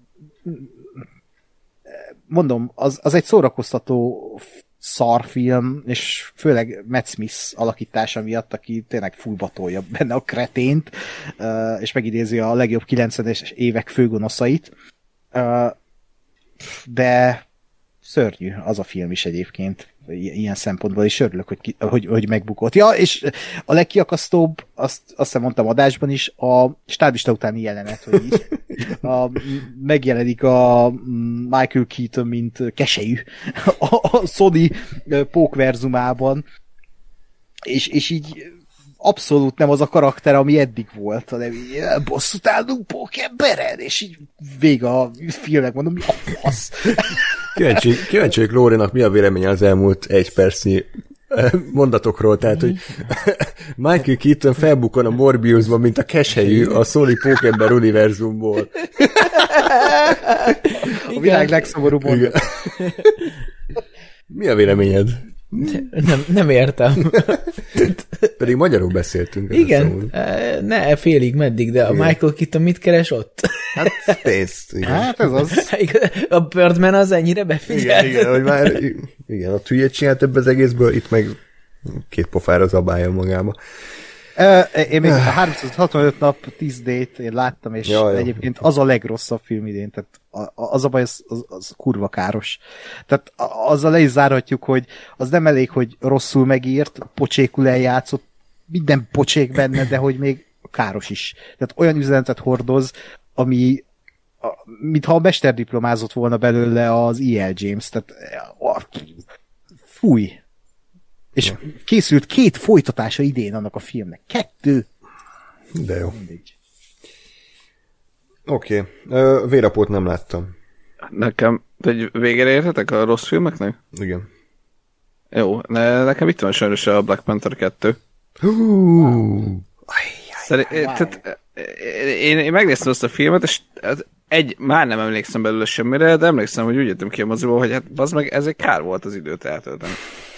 mondom, az, az egy szórakoztató szarfilm, és főleg Matt Smith alakítása miatt, aki tényleg fullbatolja benne a kretént, uh, és megidézi a legjobb kilencvenes évek főgonoszait. Uh, de szörnyű az a film is egyébként, ilyen szempontból is örülök, hogy, ki, hogy, hogy megbukott. Ja, és a legkiakasztóbb, azt, azt hiszem mondtam adásban is, a stábista utáni jelenet, hogy így a, megjelenik a Michael Keaton, mint keselyű a, a Sony pókverzumában, és, és így abszolút nem az a karakter, ami eddig volt, hanem így bosszút állunk pókemberen, és így vége a filmnek, mondom, mi a fasz? Kíváncsi, kíváncsi vagyok Lórinak, mi a véleménye az elmúlt egy percnyi mondatokról, tehát, hogy Michael Keaton felbukkan a Morbiusban, mint a keselyű a Sony Pókember univerzumból. A világ legszomorúbb mondat. Mi a véleményed? Nem, nem értem. Pedig magyarul beszéltünk. Igen, ne félig meddig, de a igen. Michael Keaton mit keres ott? Hát pénzt. Igen. Hát ez az. A Birdman az ennyire befigyelt. Igen, igen, hogy már, igen, ott hülyét csinált ebbe az egészből, itt meg két pofára zabálja magába. Én még a háromszázhatvanöt nap tíz dét én láttam, és ja, egyébként az a legrosszabb film idén, tehát az a baj, az, az, az kurva káros. Tehát azzal le is zárhatjuk, hogy az nem elég, hogy rosszul megírt, pocsékul eljátszott, minden pocsék benne, de hogy még káros is. Tehát olyan üzenetet hordoz, ami mintha a mesterdiplomázott volna belőle az í el. James, tehát fúj. És ja. Készült két folytatása idén annak a filmnek. Kettő. De jó. Oké. Okay. Vérapót nem láttam. Nekem, hogy végére értetek a rossz filmeknek? Igen. Jó, ne, nekem itt van sajnos a Black Panther kettő. Hú. Szerint, tehát, én, én megnéztem azt a filmet, és egy, már nem emlékszem belőle semmire, de emlékszem, hogy úgy jöttem ki a moziból, hogy hát az meg ez egy kár volt az időt eltölteni.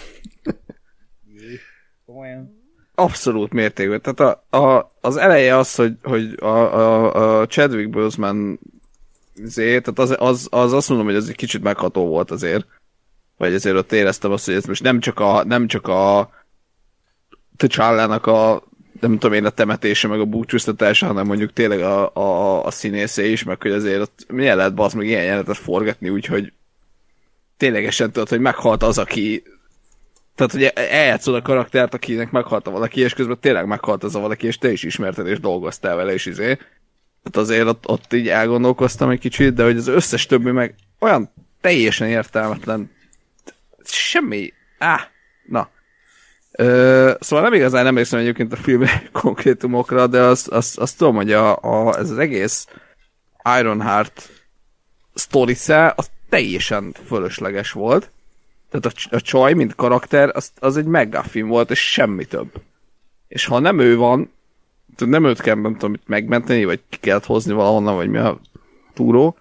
Abszolút mértékben. Tehát a, a, az eleje az, hogy, hogy a, a, a Chadwick Boseman azért, tehát az, az, az azt mondom, hogy ez egy kicsit megható volt azért. Vagy ezért ott éreztem azt, hogy ez most nem csak a nem csak a T'Challának a nem tudom én a temetése, meg a búcsúztatása, hanem mondjuk tényleg a, a, a színészé is, meg hogy azért ott milyen lehet bazd meg ilyen jelenetet forgatni, úgyhogy ténylegesen tudod, hogy meghalt az, aki tehát, hogy eljátszod a karaktert, akinek meghalt a valaki, és közben tényleg meghalt az a valaki, és te is ismerted, és dolgoztál vele, és izé. Tehát azért ott, ott így elgondolkoztam egy kicsit, de hogy az összes többi meg olyan teljesen értelmetlen, semmi, áh, na. Ö, szóval nem igazán emlékszem egyébként a film konkrétumokra, de azt, azt, azt tudom, hogy a, a, ez az egész Ironheart sztorisze, az teljesen fölösleges volt. Tehát a, a csaj, mint karakter, az, az egy McGuffin volt, és semmi több. És ha nem ő van, nem őt kell, nem tudom, megmenteni, vagy ki kellett hozni valahonnan, vagy mi a túró,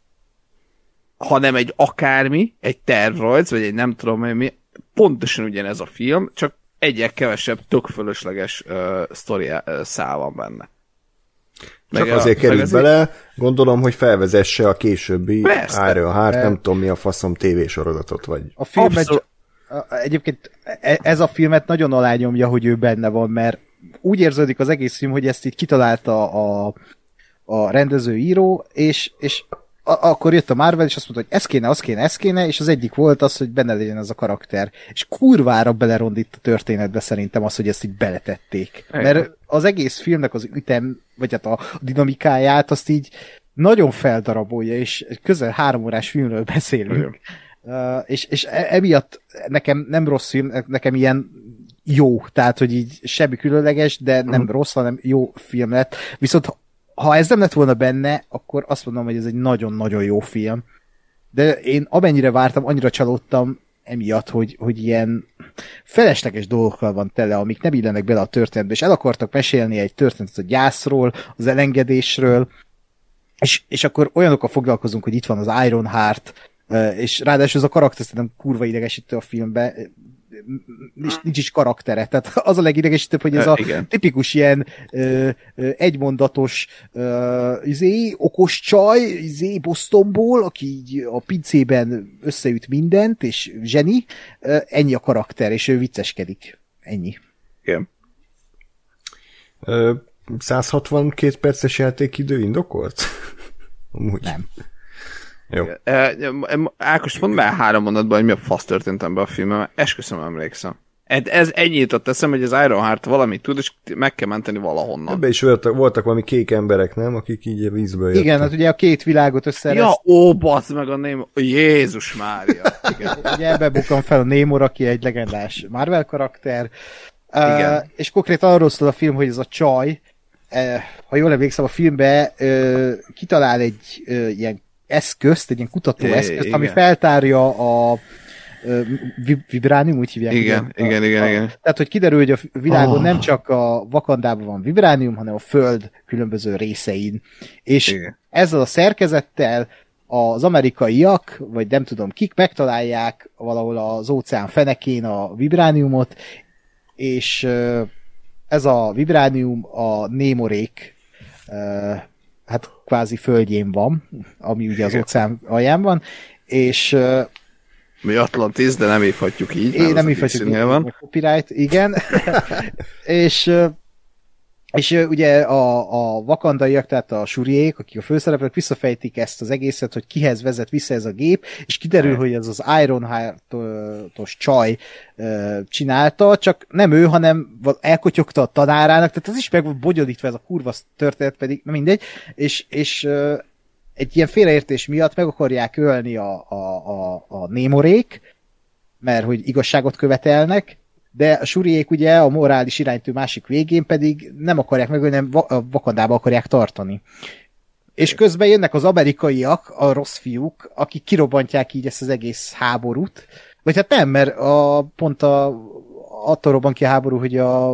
hanem egy akármi, egy tervrajz, vagy egy nem tudom mi, pontosan ugyanez a film, csak egyek kevesebb, tök fölösleges uh, sztori uh, szál van benne. Csak meg azért került azért... bele, gondolom, hogy felvezesse a későbbi Ironheart, nem tudom mi a faszom tévésorozatot, vagy. A film egy, egyébként ez a filmet nagyon alányomja, hogy ő benne van, mert úgy érződik az egész film, hogy ezt így kitalálta a, a rendező író, és, és a, akkor jött a Marvel, és azt mondta, hogy ez kéne, az kéne, ez kéne, és az egyik volt az, hogy benne legyen ez a karakter. És kurvára belerondít a történetbe szerintem az, hogy ezt így beletették. Igen. Mert az egész filmnek az ütem, vagy hát a dinamikáját, azt így nagyon feldarabolja, és közel három órás filmről beszélünk. Uh, és, és emiatt nekem nem rossz film, nekem ilyen jó, tehát, hogy így semmi különleges, de nem mm. rossz, hanem jó film lett. Viszont ha ez nem lett volna benne, akkor azt mondom, hogy ez egy nagyon-nagyon jó film. De én amennyire vártam, annyira csalódtam emiatt, hogy, hogy ilyen felesleges dolgokkal van tele, amik nem illenek bele a történetbe, és el akartak mesélni egy történetet a gyászról, az elengedésről, és, és akkor olyanokkal foglalkozunk, hogy itt van az Ironheart, és ráadásul ez a karakter szerintem kurva idegesítő a filmbe, nincs, nincs is karaktere, tehát az a legidegesítőbb, hogy ez a Igen. tipikus ilyen ö, ö, egymondatos ö, izé, okos csaj, izé, Bostonból, aki így a pincében összeüt mindent, és zseni, ö, ennyi a karakter, és ő vicceskedik. Ennyi. Igen. Ö, száz hatvankét perces játékidő indokolt? Amúgy. Nem. Jó. Ákos, mondd már három mondatban, hogy mi a fasz történt ebben a filmben, mert esküszöm, emlékszem. Ez ennyit jutott eszem, hogy az Ironheart valamit tud, és meg kell menteni valahonnan. Ebben is voltak, voltak valami kék emberek, nem? Akik így a vízből jöttek. Igen, hát ugye a két világot összereszt. Ja, ó, basz meg a Nemo. Jézus Mária. Igen. Ugye ebben bukkan fel a Namor, aki egy legendás Marvel karakter. Igen. Uh, és konkrétan arról szól a film, hogy ez a csaj, uh, ha jól emlékszem, a filmben uh, kitalál egy uh, ilyen eszközt, egy ilyen kutató eszközt, ami feltárja a vibránium, úgy hívják. Igen, igen, igen, igen, igen. Tehát, hogy kiderül, hogy a világon oh. nem csak a Wakandában van vibránium, hanem a Föld különböző részein. És igen. ezzel a szerkezettel az amerikaiak, vagy nem tudom kik, megtalálják valahol az óceán fenekén a vibrániumot, és ez a vibránium a Nemorék hát kvázi földjén van, ami ugye az óceán alján van, és mi Atlantis, de nem hívhatjuk így. Én nem hívhatjuk így, van. Copyright, igen. és, és ugye a, a vakandaiak, tehát a suriék, akik a főszereplők visszafejtik ezt az egészet, hogy kihez vezet vissza ez a gép, és kiderül, hogy ez az Ironheart-os csaj csinálta, csak nem ő, hanem elkotyogta a tanárának, tehát az is meg volt bonyolítva ez a kurva történet, pedig na mindegy, és, és egy ilyen félreértés miatt meg akarják ölni a, a, a, a Nemorék, mert hogy igazságot követelnek, de a suriék ugye a morális iránytű másik végén pedig nem akarják megölni, hanem a Wakandába akarják tartani. És közben jönnek az amerikaiak, a rossz fiúk, akik kirobbantják így ezt az egész háborút. Vagy hát nem, mert a, pont a, attól robban ki a háború, hogy a,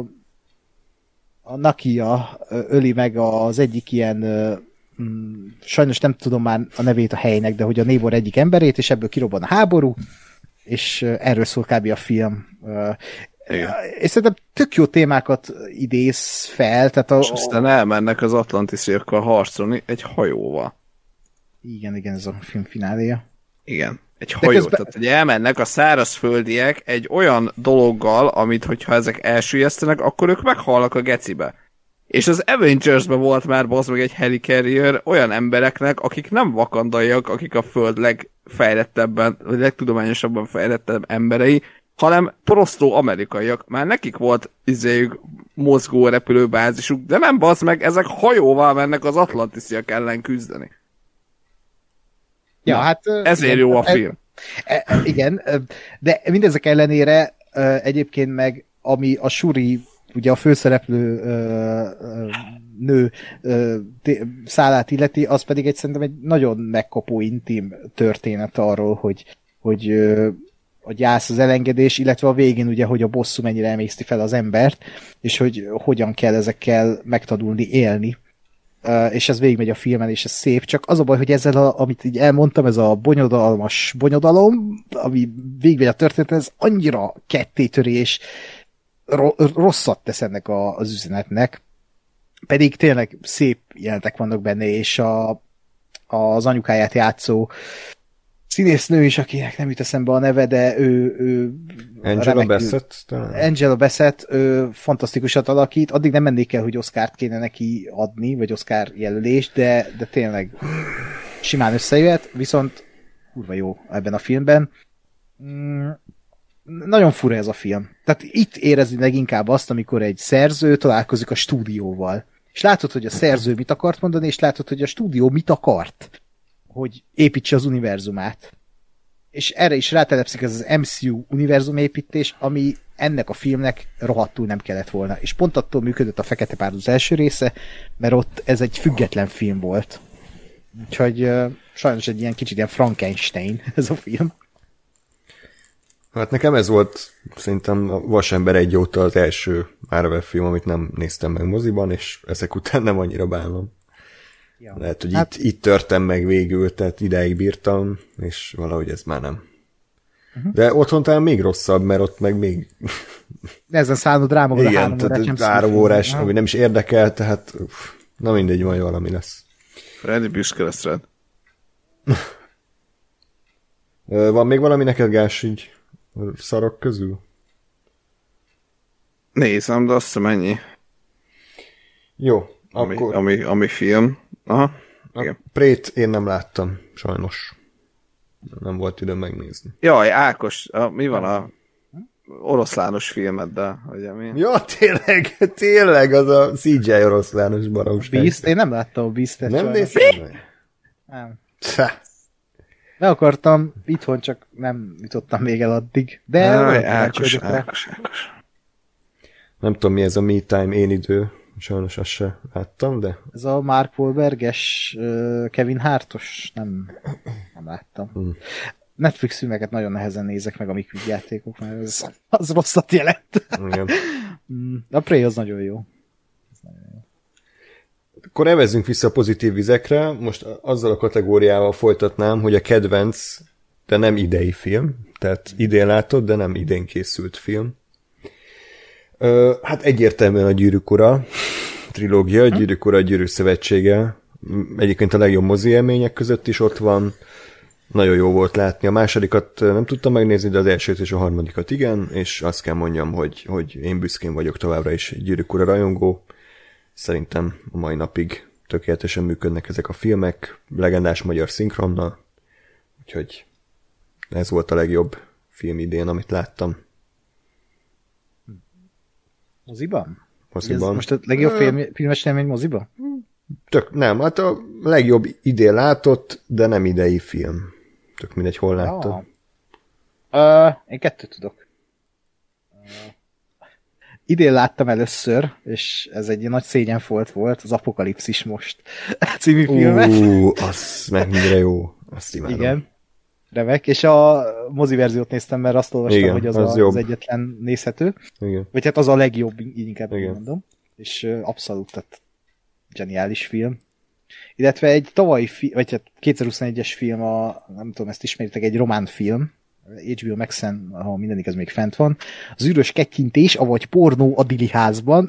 a Nakia öli meg az egyik ilyen sajnos nem tudom már a nevét a helynek, de hogy a Namor egyik emberét, és ebből kirobban a háború, és erről szól kb. A film. Igen. És szerintem tök jó témákat idéz fel. Tehát a, és aztán elmennek az Atlantis-ékkal harcolni egy hajóval. Igen, igen, ez a film fináléja. Igen, egy hajó. Közben... Tehát, hogy elmennek a szárazföldiek egy olyan dologgal, amit hogyha ezek elsüllyesztenek, akkor ők meghalnak a gecibe. És az Avengers-ben volt már bazd meg egy helicarrier olyan embereknek, akik nem vakandaiak, akik a föld legfejlettebben, vagy legtudományosabban fejlettebb emberei, hanem prosztó amerikaiak. Már nekik volt izéjük mozgó repülőbázisuk, de nem bazd meg, ezek hajóval mennek az atlantisiak ellen küzdeni. Ja, Na, hát... Ezért igen, jó a film. E, e, igen, de mindezek ellenére egyébként meg, ami a Shuri ugye a főszereplő ö, ö, nő ö, té, szálát illeti, az pedig egy szerintem egy nagyon megkapó, intim történet arról, hogy, hogy ö, a gyász, az elengedés, illetve a végén ugye, hogy a bosszú mennyire emészti fel az embert, és hogy hogyan kell ezekkel megtanulni élni. Uh, és ez végigmegy a filmen, és ez szép, csak az a baj, hogy ezzel, a, amit így elmondtam, ez a bonyodalmas bonyodalom, ami végigmegy a történet, ez annyira kettétörés, rosszat tesz ennek a, az üzenetnek, pedig tényleg szép jelentek vannak benne, és a, az anyukáját játszó színésznő is, akinek nem jut eszembe a neve, de ő... ő Angela Bassett? Angela Bassett, ő fantasztikusat alakít, addig nem mennék el, hogy Oscart kéne neki adni, vagy Oscar jelölést, de, de tényleg simán összejöhet, viszont kurva jó ebben a filmben. Mm. Nagyon fura ez a film. Tehát itt érezni leginkább azt, amikor egy szerző találkozik a stúdióval. És látod, hogy a szerző mit akart mondani, és látod, hogy a stúdió mit akart, hogy építse az univerzumát. és erre is rátelepszik ez az em cé u univerzum építés, ami ennek a filmnek rohadtul nem kellett volna. És pont attól működött a Fekete Párduc az első része, mert ott ez egy független film volt. Úgyhogy uh, sajnos egy ilyen kicsit ilyen Frankenstein ez a film. Hát nekem ez volt szerintem a Vasember egy óta az első Marvel film, amit nem néztem meg moziban, és ezek után nem annyira bánom. Ja. Lehet, hogy hát... itt, itt törtem meg végül, tehát ideig bírtam, és valahogy ez már nem. Uh-huh. De otthon talán még rosszabb, mert ott meg még... Ezen szállnod rá magad a három órás, nem három órás, ami nem is érdekel, tehát uff, na mindegy, majd valami lesz. Freddy büszke lesz rád. Van még valami neked, Gás, így szarok közül? Nézem, de azt hiszem ennyi. Jó, ami, akkor... Ami, ami film. Aha. A Prét én nem láttam, sajnos. Nem volt időm megnézni. Jaj, Ákos, a, mi van a oroszlános filmeddel? Ugye mi? Ja, tényleg, tényleg, az a cé gé i oroszlános baromság. Beast? Én nem láttam a Beast-et. Nem néztem meg? Nem. Le akartam, itthon csak nem jutottam még el addig. De... Jaj, Ákos, Ákos, Ákos. Nem tudom, mi ez a Me Time, én idő. Sajnos azt se láttam, de... Ez a Mark Wahlberges, Kevin Hartos, nem, nem láttam. Hmm. Netflix filmeket nagyon nehezen nézek meg, amik játékok, mert az, az rosszat jelent. Igen. A Prey az nagyon jó. Az nagyon jó. Akkor evezzünk vissza a pozitív vizekre. Most azzal a kategóriával folytatnám, hogy a kedvenc, de nem idei film. Tehát idén látott, de nem idén készült film. Ö, hát egyértelműen a Gyűrűk ura trilógia, a Gyűrűk ura, a Gyűrűk szövetsége. Egyébként a legjobb mozi élmények között is ott van. Nagyon jó volt látni. A másodikat nem tudtam megnézni, de az elsőt és a harmadikat igen, és azt kell mondjam, hogy, hogy én büszkén vagyok továbbra is Gyűrűk ura rajongó. Szerintem a mai napig tökéletesen működnek ezek a filmek, legendás magyar szinkronnal, úgyhogy ez volt a legjobb film idén, amit láttam. Moziban? Moziban. Most a legjobb film, filmes élmény moziban? Tök, nem, hát a legjobb idén látott, de nem idei film. Tök mindegy, hol láttad. Ja. Uh, én kettőt tudok. Uh, idén láttam először, és ez egy nagy szégyenfolt volt, az Apokalipszis most című filmet. Ú, az mennyire jó. Azt imádom. Igen. Remek, és a mozi verziót néztem, mert azt olvastam, igen, hogy az, az, a, az egyetlen nézhető. Igen. Vagy hát az a legjobb, így inkább igen. mondom. És uh, abszolút, tehát zseniális film. Illetve egy tavalyi film, vagy hát kétezer-huszonegyes film, a, nem tudom, ezt ismeritek, egy román film, há bé o Maxen, ha minden igaz, még fent van. Az űrös kekkintés, avagy pornó a Dili házban.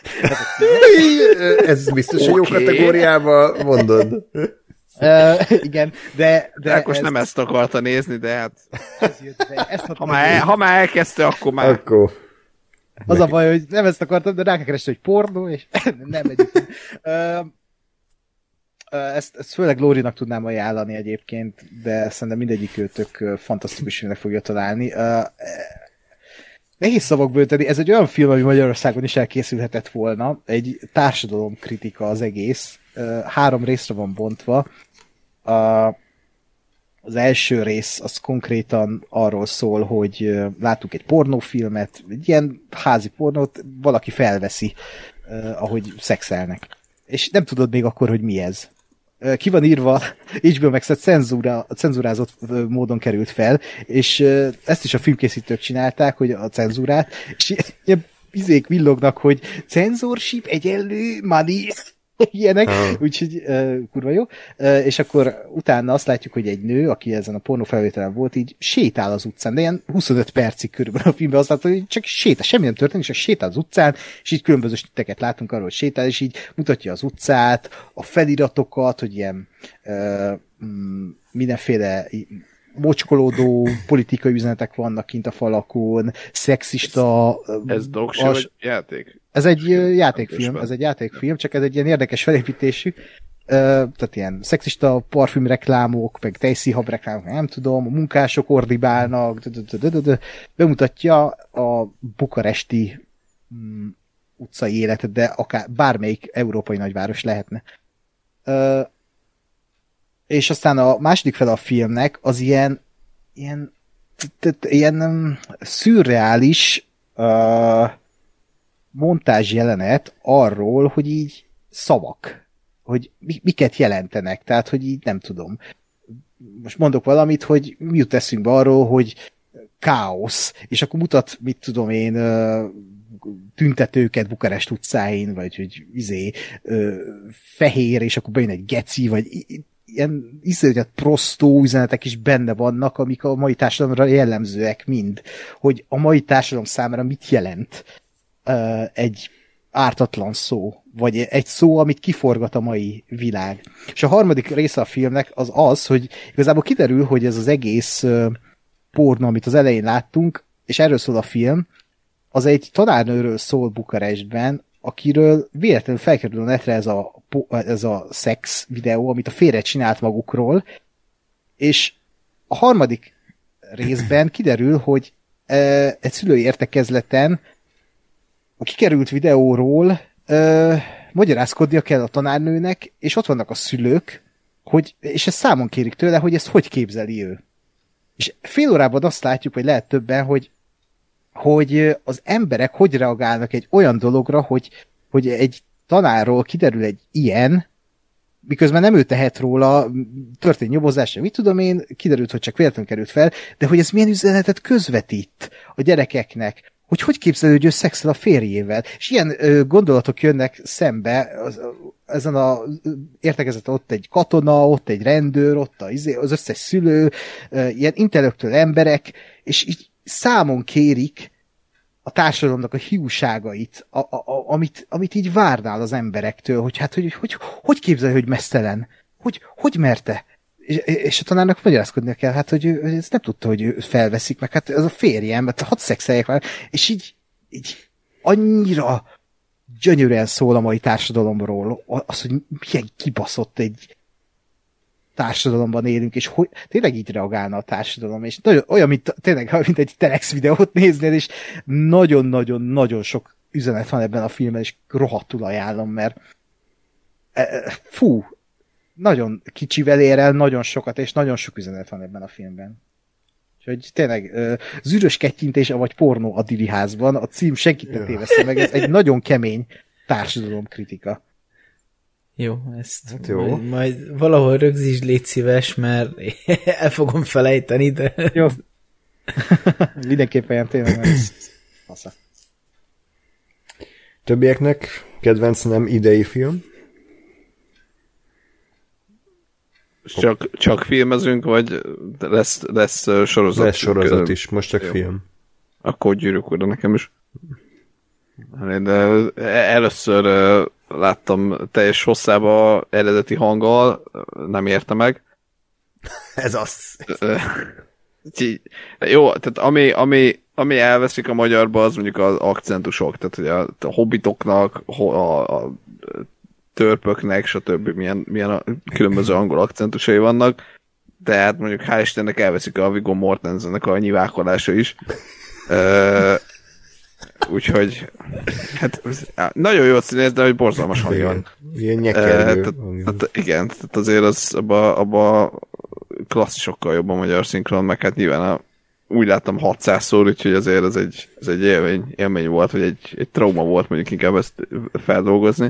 Ez biztos, hogy okay. Jó kategóriába mondod. Uh, igen, de... de Ákos ez... nem ezt akarta nézni, de hát... Ez jött, de ezt ha, már, ha már elkezdte, akkor már... Akkor... Az a baj, hogy nem ezt akartam, de rá kell keresni, hogy pornó, és nem egyébként. Uh, ezt, ezt főleg Lórinak tudnám ajánlani egyébként, de szerintem mindegyik őtök fantasztikus filmnek fogja találni. Uh, nehéz szavakba önteni, ez egy olyan film, ami Magyarországon is elkészülhetett volna, egy társadalomkritika az egész, uh, három részre van bontva. Uh, az első rész az konkrétan arról szól, hogy uh, látunk egy pornófilmet, egy ilyen házi pornót, valaki felveszi, uh, ahogy szexelnek. És nem tudod még akkor, hogy mi ez. Uh, ki van írva, há bé o Max-et cenzúra, cenzurázott uh, módon került fel, és uh, ezt is a filmkészítők csinálták, hogy a cenzúrát, és ilyen izék villognak, hogy censorship egyenlő money, ilyenek, ah. úgyhogy uh, kurva jó. Uh, és akkor utána azt látjuk, hogy egy nő, aki ezen a pornófelvételen volt, így sétál az utcán, de ilyen huszonöt percig körülbelül a filmben azt látod, hogy csak sétál, semmi nem történik, csak sétál az utcán, és így különböző snitteket látunk arról, hogy sétál, és így mutatja az utcát, a feliratokat, hogy ilyen uh, mindenféle mocskolódó politikai üzenetek vannak kint a falakon, szexista... Ez dogshow vagy játék? Ez egy játékfilm, ez egy játékfilm, csak ez egy ilyen érdekes felépítésű, tehát ilyen szexista parfümreklámok, meg tejszínhab reklámok, nem tudom, a munkások ordibálnak, bemutatja a bukaresti utcai életet, de akár bármelyik európai nagyváros lehetne. És aztán a második fele a filmnek az ilyen ilyen, ilyen szürreális uh, montázs jelenet arról, hogy így szavak, hogy miket jelentenek, tehát, hogy így nem tudom. Most mondok valamit, hogy mi jut eszünkbe arról, hogy káosz, és akkor mutat, mit tudom én, tüntetőket Bukarest utcáin, vagy hogy izé, fehér, és akkor bejön egy geci, vagy ilyen iszonyat prostó üzenetek is benne vannak, amik a mai társadalomra jellemzőek mind, hogy a mai társadalom számára mit jelent egy ártatlan szó, vagy egy szó, amit kiforgat a mai világ. És a harmadik része a filmnek az az, hogy igazából kiderül, hogy ez az egész pornó, amit az elején láttunk, és erről szól a film, az egy tanárnőről szól Bukarestben, akiről véletlenül felkerül a netre ez a, ez a szex videó, amit a férje csinált magukról, és a harmadik részben kiderül, hogy egy szülői értekezleten a kikerült videóról ö, magyarázkodnia kell a tanárnőnek, és ott vannak a szülők, hogy, és ezt számon kérik tőle, hogy ezt hogy képzeli ő. És fél órában azt látjuk, vagy lehet többen, hogy, hogy az emberek hogy reagálnak egy olyan dologra, hogy, hogy egy tanárról kiderül egy ilyen, miközben nem ő tehet róla, történt nyomozásra, mit tudom én, kiderült, hogy csak véletlenül került fel, de hogy ez milyen üzenetet közvetít a gyerekeknek, hogy hogy képzelődjön szexel a férjével. És ilyen ö, gondolatok jönnek szembe, az, ezen az értekezeten ott egy katona, ott egy rendőr, ott az, az összes szülő, ö, ilyen intellektuál emberek, és így számon kérik a társadalomnak a hiúságait, a, a, a, amit, amit így várnál az emberektől, hogy hát, hogy hogy, hogy képzelj, hogy meztelen? Hogy, hogy merte? És, és a tanárnak magyarázkodnia kell, hát, hogy ő ezt nem tudta, hogy ő felveszik, meg hát ez a férjem, mert hadd szexeljek már, és így, így annyira gyönyörűen szól a mai társadalomról, az, hogy milyen kibaszott egy társadalomban élünk, és hogy tényleg így reagálna a társadalom, és nagyon, olyan, mint tényleg, mint egy Telex videót néznél, és nagyon-nagyon-nagyon sok üzenet van ebben a filmben, és rohadtul ajánlom, mert fú, nagyon kicsivel ér el nagyon sokat, és nagyon sok üzenet van ebben a filmben. Úgyhogy tényleg zűrös kettyintés, vagy pornó a Dili házban, a cím senkit ne tévessze meg, ez egy nagyon kemény társadalomkritika. Jó, ezt hát jó. Majd, majd valahol rögzítsd, légy szíves, mert el fogom felejteni, de... Jó. Mindenképpen ilyen tényleg ez fasza. Többieknek kedvenc nem idei film? Csak, csak filmezünk, vagy lesz, lesz sorozat? Lesz sorozat is, most csak jó. Film. Akkor Gyűrűk Ura nekem is. De először láttam teljes hosszába eredeti hanggal, nem érte meg. Ez az. Jó, tehát ami, ami, ami elveszik a magyarba, az mondjuk az akcentusok, tehát ugye a, a hobbitoknak, a, a törpöknek, stb. Milyen, milyen a különböző angol akcentusai vannak, de hát mondjuk hál' Istennek elveszik a Viggo Mortensennek a nyivákolása is. Ö, úgyhogy hát nagyon jó színész, de hogy borzalmas hangja van. Ilyen nyekergő. Tehát, igen, tehát azért az abba, abba klasszisokkal jobb a magyar szinkron, meg hát nyilván a, úgy láttam hatszázszor, úgyhogy azért ez egy, ez egy élmény, élmény volt, vagy egy, egy trauma volt mondjuk inkább ezt feldolgozni.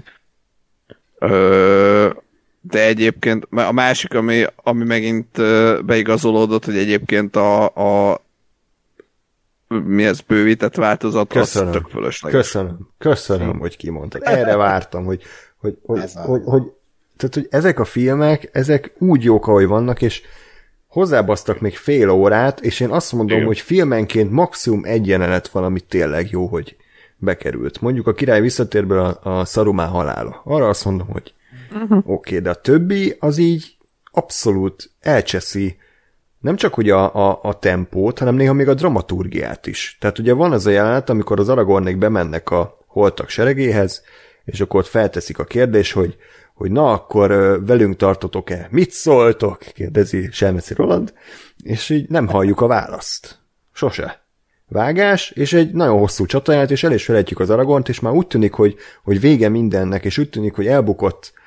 Ö, de egyébként a másik, ami, ami megint beigazolódott, hogy egyébként a, a mi ez, bővített változat, köszönöm. Az tök fölösleges. Köszönöm, köszönöm, hogy kimondtad. Erre vártam, hogy, hogy, hogy, hogy, hogy, tehát, hogy ezek a filmek, ezek úgy jók, ahogy vannak, és hozzábasztak még fél órát, és én azt mondom, igen, hogy filmenként maximum egy jelenet valami tényleg jó, hogy bekerült. Mondjuk a Király visszatérből a, a Szarumán halála. Arra azt mondom, hogy uh-huh. oké, okay, de a többi az így abszolút elcseszi nem csak hogy a, a, a tempót, hanem néha még a dramaturgiát is. Tehát ugye van az a jelenet, amikor az Aragornék bemennek a holtak seregéhez, és akkor ott felteszik a kérdés, hogy, hogy na, akkor velünk tartotok-e? Mit szóltok? Kérdezi Selmeci Roland, és így nem halljuk a választ. Sose. Vágás, és egy nagyon hosszú csataját, és el is felejtjük az Aragornt, és már úgy tűnik, hogy, hogy vége mindennek, és úgy tűnik, hogy elbukott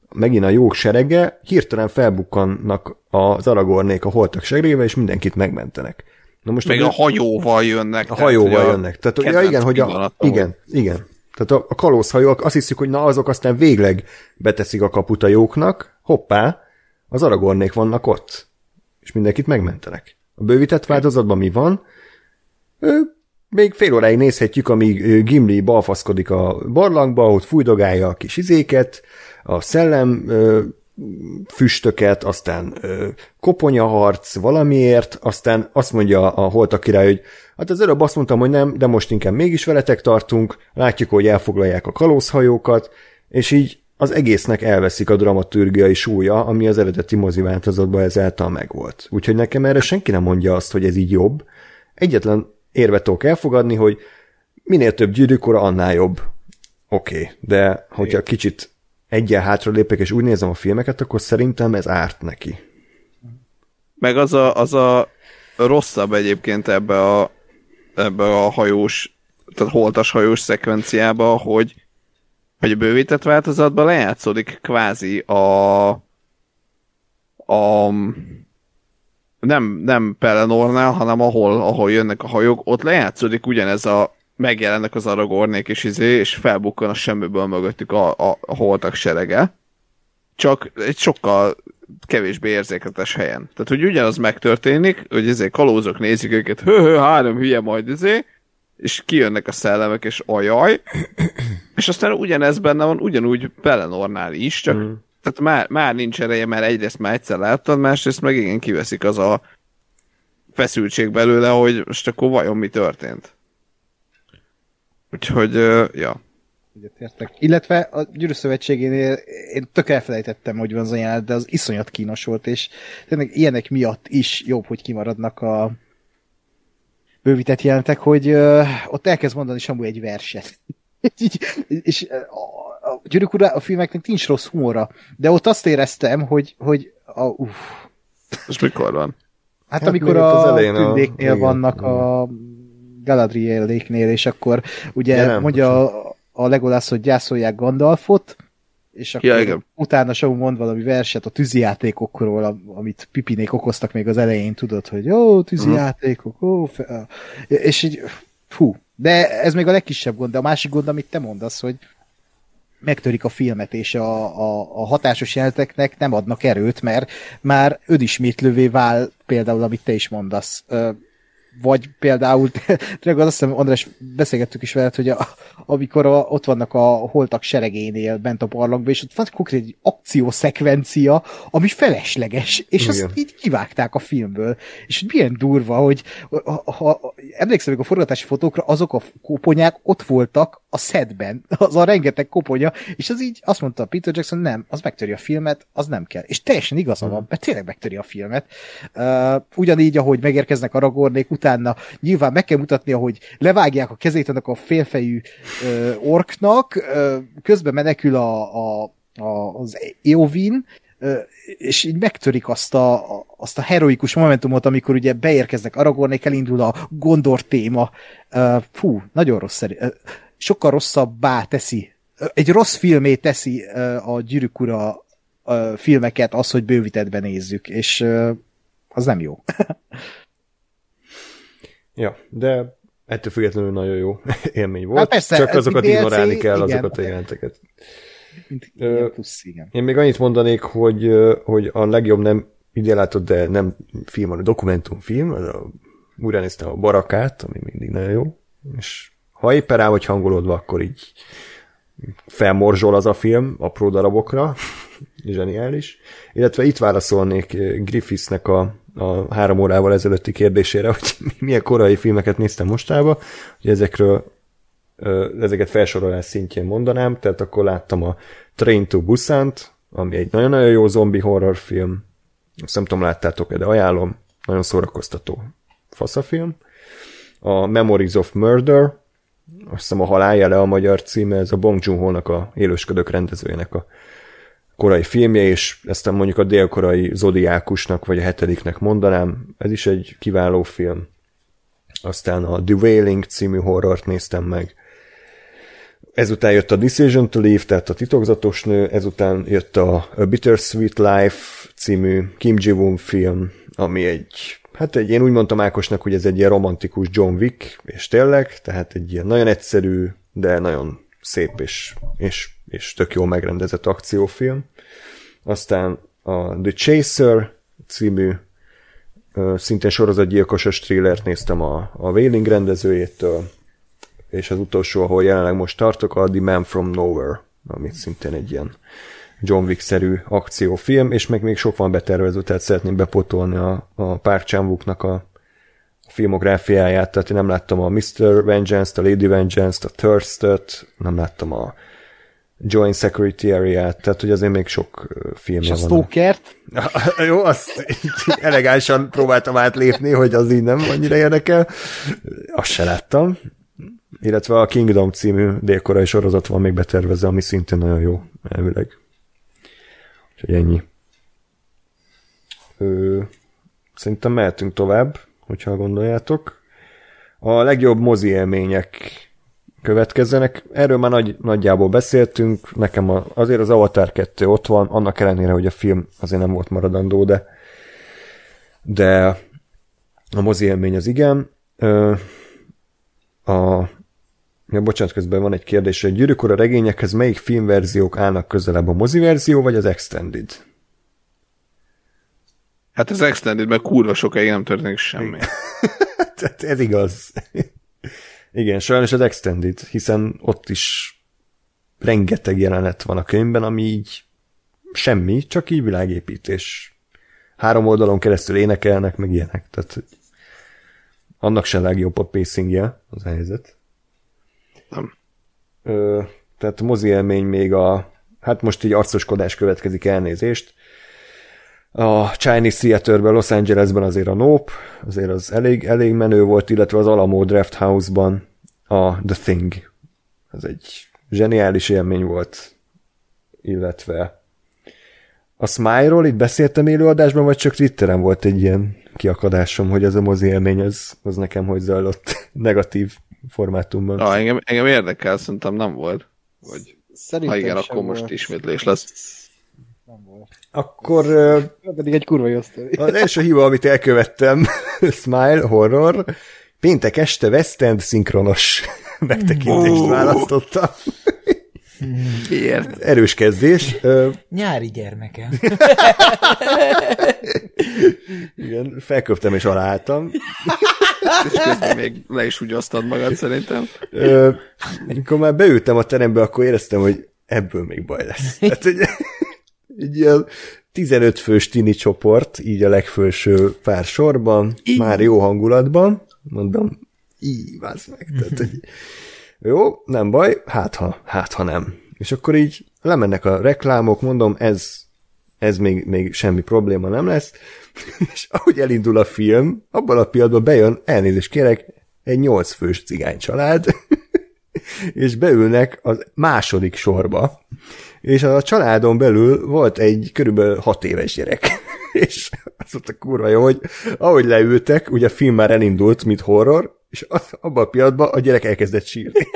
megint a jók serege, hirtelen felbukkannak az Aragornék a holtak seregével, és mindenkit megmentenek. Na most még a, a hajóval jönnek. A hajóval tehát, jönnek. Tehát, ja, igen, hogy a, igen, igen. Tehát a, a kalózhajók, azt hiszük, hogy na azok aztán végleg beteszik a kaput a jóknak, hoppá, az Aragornék vannak ott, és mindenkit megmentenek. A bővített változatban mi van? Ő, még fél óráig nézhetjük, amíg Gimli balfaszkodik a barlangba, ott fújdogálja a kis izéket, a szellem ö, füstöket, aztán ö, koponyaharc valamiért, aztán azt mondja a holtak király, hogy hát az előbb azt mondtam, hogy nem, de most inkább mégis veletek tartunk, látjuk, hogy elfoglalják a kalózhajókat, és így az egésznek elveszik a dramaturgiai súlya, ami az eredeti mozi változatban ezáltal megvolt. Úgyhogy nekem erre senki nem mondja azt, hogy ez így jobb. Egyetlen érvet tudok elfogadni, hogy minél több gyűrűkora, annál jobb. Oké, okay, de hogyha kicsit egyen hátra lépek, és úgy nézem a filmeket, akkor szerintem ez árt neki. Meg az a, az a rosszabb egyébként ebbe a, ebbe a hajós, tehát holtas hajós szekvenciába, hogy, hogy a bővített változatban lejátszódik kvázi a a nem, nem Pelenornál, hanem ahol, ahol jönnek a hajók, ott lejátszódik ugyanez a megjelennek az Aragornék és izé, és felbukkan a semmiből mögöttük a, a, a holtak serege. Csak egy sokkal kevésbé érzékletes helyen. Tehát, hogy ugyanaz megtörténik, hogy izé kalózok nézik őket, hő-hő, három hülye majd izé, és kijönnek a szellemek, és ajaj, és aztán ugyanez benne van, ugyanúgy Pelenornál is, csak mm. tehát már, már nincs ereje, mert egyrészt már egyszer láttad, másrészt meg igen kiveszik az a feszültség belőle, hogy most akkor vajon mi történt. Úgyhogy, uh, ja. Egyetértek. Illetve a Gyűrűk Szövetségénél én tök elfelejtettem, hogy van az a jelenet, de az iszonyat kínos volt, és tényleg ilyenek miatt is jobb, hogy kimaradnak a bővített jelenetek, hogy uh, ott elkezd mondani Samu egy verset. És a, a Gyűrűk Ura a filmeknek nincs rossz humora, de ott azt éreztem, hogy, hogy a, uff. És mikor van? Hát, hát amikor a tündéknél a... vannak a Galadriel-léknél, és akkor ugye ja, mondja a, a Legolas, hogy gyászolják Gandalfot, és akkor ja, utána Samu mond valami verset a tűzijátékokról, amit Pipinék okoztak még az elején, tudod, hogy ó, tűzijátékok, ó, fe... és így, fú, de ez még a legkisebb gond, de a másik gond, amit te mondasz, hogy megtörik a filmet, és a, a, a hatásos jeleneteknek nem adnak erőt, mert már önismétlővé vál például, amit te is mondasz. Vagy például, tényleg azt hiszem, András, beszélgettük is veled, hogy a, amikor a, ott vannak a holtak seregénél bent a barlangban, és ott van konkrét egy akciószekvencia, ami felesleges, és igen. Azt így kivágták a filmből. És milyen durva, hogy ha, ha, emlékszem még a forgatási fotókra, azok a koponyák ott voltak a setben, az a rengeteg koponya, és az így azt mondta Peter Jackson, nem, az megtöri a filmet, az nem kell. És teljesen igaza van, mert tényleg megtöri a filmet. Uh, ugyanígy, ahogy megérkeznek Aragornék, utána nyilván meg kell mutatni, hogy levágják a kezét annak a félfejű uh, orknak, uh, közben menekül a, a, a, az Eowyn, uh, és így megtörik azt a, azt a heroikus momentumot, amikor ugye beérkeznek Aragornék, elindul a Gondor téma. Uh, fú, nagyon rossz szerű. Uh, sokkal rosszabbá teszi, egy rossz filmé teszi uh, a Gyűrűk Ura uh, filmeket az, hogy bővítettben nézzük, és uh, az nem jó. Ja, de ettől függetlenül nagyon jó élmény volt. Hát persze, csak azokat ignorálni kell, igen. Azokat a jelenteket. Plusz, igen. Én még annyit mondanék, hogy, hogy a legjobb nem, ide látod, de nem film, hanem dokumentumfilm, az a, újra néztem a Barakát, ami mindig nagyon jó, és ha éppen rá vagy hangolódva, akkor így felmorzsol az a film apró darabokra, zseniális. Illetve itt válaszolnék Griffithsnek a, a három órával ezelőtti kérdésére, hogy milyen korai filmeket néztem mostában, hogy ezekről ezeket felsorolás szintjén mondanám, tehát akkor láttam a Train to Busan-t, ami egy nagyon-nagyon jó zombi horror film, azt nem tudom, láttátok-e, de ajánlom, nagyon szórakoztató faszafilm. A Memories of Murder, azt hiszem a Haláljele a magyar címe, ez a Bong Joon-ho-nak a Élősködök rendezőjének a korai filmje, és ezt mondjuk a délkorai Zodiákusnak, vagy a hetediknek mondanám, ez is egy kiváló film. Aztán a The Wailing című horrort néztem meg. ezután jött a Decision to Leave, tehát a titokzatos nő, ezután jött a, a Bittersweet Life című Kim Ji-woon film, ami egy, hát egy, én úgy mondtam Ákosnak, hogy ez egy ilyen romantikus John Wick, és tényleg, tehát egy ilyen nagyon egyszerű, de nagyon szép és, és, és tök jól megrendezett akciófilm. Aztán a The Chaser című szintén sorozatgyilkosos thrillert néztem a, a Wailing rendezőjétől, és az utolsó, ahol jelenleg most tartok, a The Man from Nowhere, ami szintén egy ilyen John Wick-szerű akciófilm, és meg még sok van betervező, tehát szeretném bepotolni a, a Park Chan-wooknak a filmográfiáját, tehát én nem láttam a miszter Vengeance-t, a Lady Vengeance-t, a Thirst-öt, nem láttam a Joint Security Area-t, tehát hogy azért még sok filmje van. És a Stalkert? Jó, azt elegánsan próbáltam átlépni, hogy az így nem annyira érdekel. Azt se láttam. Illetve a Kingdom című dél-koreai sorozat van még betervezve, ami szintén nagyon jó, elvileg. Úgyhogy ennyi. Ö, szerintem mehetünk tovább, hogyha gondoljátok. A legjobb mozi élmények következzenek. Erről már nagy, nagyjából beszéltünk. Nekem a, azért az Avatar kettő ott van, annak ellenére, hogy a film azért nem volt maradandó, de de a mozi élmény az igen. Ö, a Ja, bocsánat, közben van egy kérdés, hogy Gyűrűk Ura regényekhez melyik filmverziók állnak közelebb, a moziverzió, vagy az Extended? Hát az Extended, mert kurva sokáig nem történik semmi. Tehát ez igaz. Igen, sajnos az Extended, hiszen ott is rengeteg jelenet van a könyvben, ami így semmi, csak így világépítés. Három oldalon keresztül énekelnek, meg ilyenek. Tehát annak se legjobb a pacingje, az a helyzet. Nem. Ö, tehát a mozi élmény még a, hát most így arcoskodás következik, elnézést. A Chinese Theatre-ben, Los Angelesben azért a Nope, azért az elég, elég menő volt, illetve az Alamo Draft House-ban a The Thing. Ez egy zseniális élmény volt, illetve a Smile-ról itt beszéltem élőadásban, vagy csak Twitteren volt egy ilyen kiakadásom, hogy ez a mozi élmény, az, az nekem hogy zajlott negatív formátumban. Ah, engem, engem érdekel, szerintem nem volt. Vagy, szerintem ha igen, akkor volt. most ismétlés lesz. Nem volt. Akkor uh, pedig egy kurva jó sztori. az első hiba, amit elkövettem, Smile, horror, péntek este West End szinkronos megtekintést választottam. Miért? Erős kezdés. Uh, Nyári gyermekem. igen, felköptem és aláálltam. És közben még le is ugyasztad magad szerintem. Uh, amikor már beültem a terembe, akkor éreztem, hogy ebből még baj lesz. Tehát, hogy egy ilyen tizenöt fős tini csoport, így a legfelső pár sorban, így. Már jó hangulatban, mondom, így, válsz meg. Tehát, hogy jó, nem baj, hát ha, hát ha nem. És akkor így lemennek a reklámok, mondom, ez, ez még, még semmi probléma nem lesz. És ahogy elindul a film, abban a pillanatban bejön, elnézést kérek, egy nyolc fős cigány család, és beülnek az második sorba. És a családon belül volt egy körülbelül hat éves gyerek. És az volt a kurva jó, hogy ahogy leültek, ugye a film már elindult, mint horror, és az, abban a pillanatban a gyerek elkezdett sírni.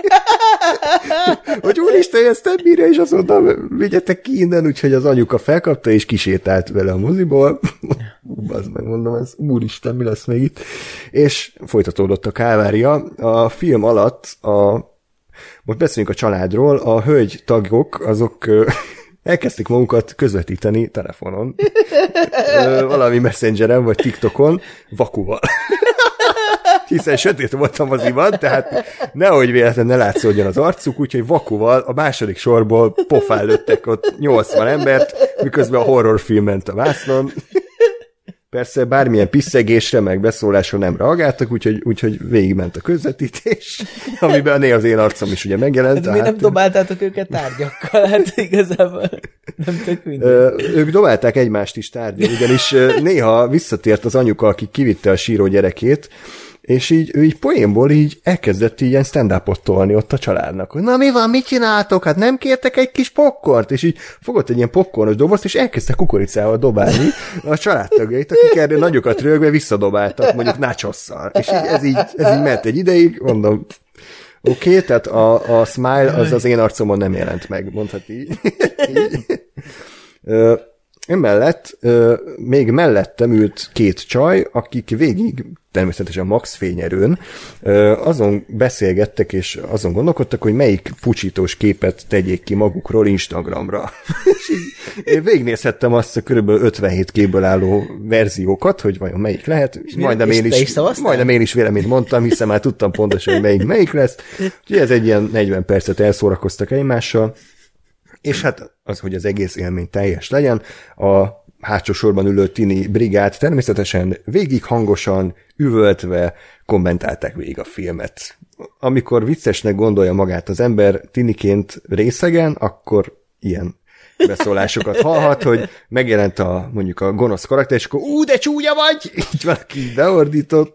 Hogy úristen, ezt nem bírja, és azt mondtam, vigyetek ki innen, úgyhogy az anyuka felkapta, és kisétált vele a moziból. Bazd meg, mondom, ez úristen, mi lesz még itt? És folytatódott a kávária. A film alatt, a, most beszéljünk a családról, a hölgy tagok, azok elkezdték magukat közvetíteni telefonon, valami messengeren, vagy TikTokon, vakuval. Hiszen sötét voltam az ivad, tehát nehogy véletlenül ne látszódjon az arcuk, úgyhogy vakuval a második sorból pofán lőttek ott nyolcvan embert, miközben a horrorfilm ment a vásznon. Persze bármilyen piszegésre, meg beszólásra nem reagáltak, úgyhogy, úgyhogy végigment a közvetítés, amiben a néha az én arcom is ugye megjelent. Hát, mi nem dobáltátok őket tárgyakkal? Hát igazából nem tök mindegy. Ők dobálták egymást is tárgyal, ugyanis néha visszatért az anyuka, aki kivitte a síró gyerekét, és így, ő így poénból így elkezdett ilyen stand-upot tolni ott a családnak, hogy na mi van, mit csináltok, hát nem kértek egy kis popcornt, és így fogott egy ilyen popcornos dobozt, és elkezdte kukoricával dobálni a családtagjait, akik erre nagyokat rögve visszadobáltak, mondjuk nachosszal. És így, ez, így, ez így ment egy ideig, mondom, Oké, okay, tehát a, a smile az az én arcomon nem jelent meg, mondhatni így. így. Ö, emellett ö, még mellettem ült két csaj, akik végig, természetesen max fényerőn, ö, azon beszélgettek és azon gondolkodtak, hogy melyik pucsítós képet tegyék ki magukról Instagramra. És így én végignézhettem azt a körülbelül ötvenhét képből álló verziókat, hogy vajon melyik lehet, és majdnem én, is, majdnem én is véleményt mondtam, hiszen már tudtam pontosan, hogy melyik melyik lesz. Úgyhogy ez egy ilyen negyven percet elszórakoztak egymással, és hát az, hogy az egész élmény teljes legyen, a hátsó sorban ülő tini brigád természetesen végig hangosan, üvöltve kommentálták végig a filmet. Amikor viccesnek gondolja magát az ember tiniként részegen, akkor ilyen beszólásokat hallhat, hogy megjelent a, mondjuk a gonosz karakter, és akkor ú, de csúnya vagy! Így valaki beordított.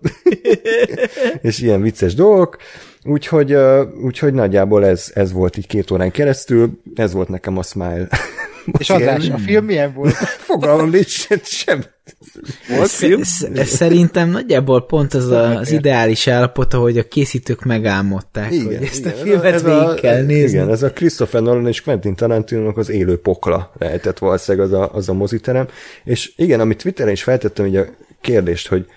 És ilyen vicces dolgok. Úgyhogy, úgyhogy nagyjából ez, ez volt így két órán keresztül, ez volt nekem a Smile. És András, a film milyen volt? Fogalmam nincs sem. Volt film? Szerintem nagyjából pont az a, az ideális állapot, ahogy a készítők megálmodták, igen, hogy ezt igen, a filmet ez végig a, kell nézni. Igen, ez a Christopher Nolan és Quentin Tarantinónak az élő pokla lehetett valószínűleg az a, az a moziterem. És igen, amit Twitteren is feltettem így a kérdést, hogy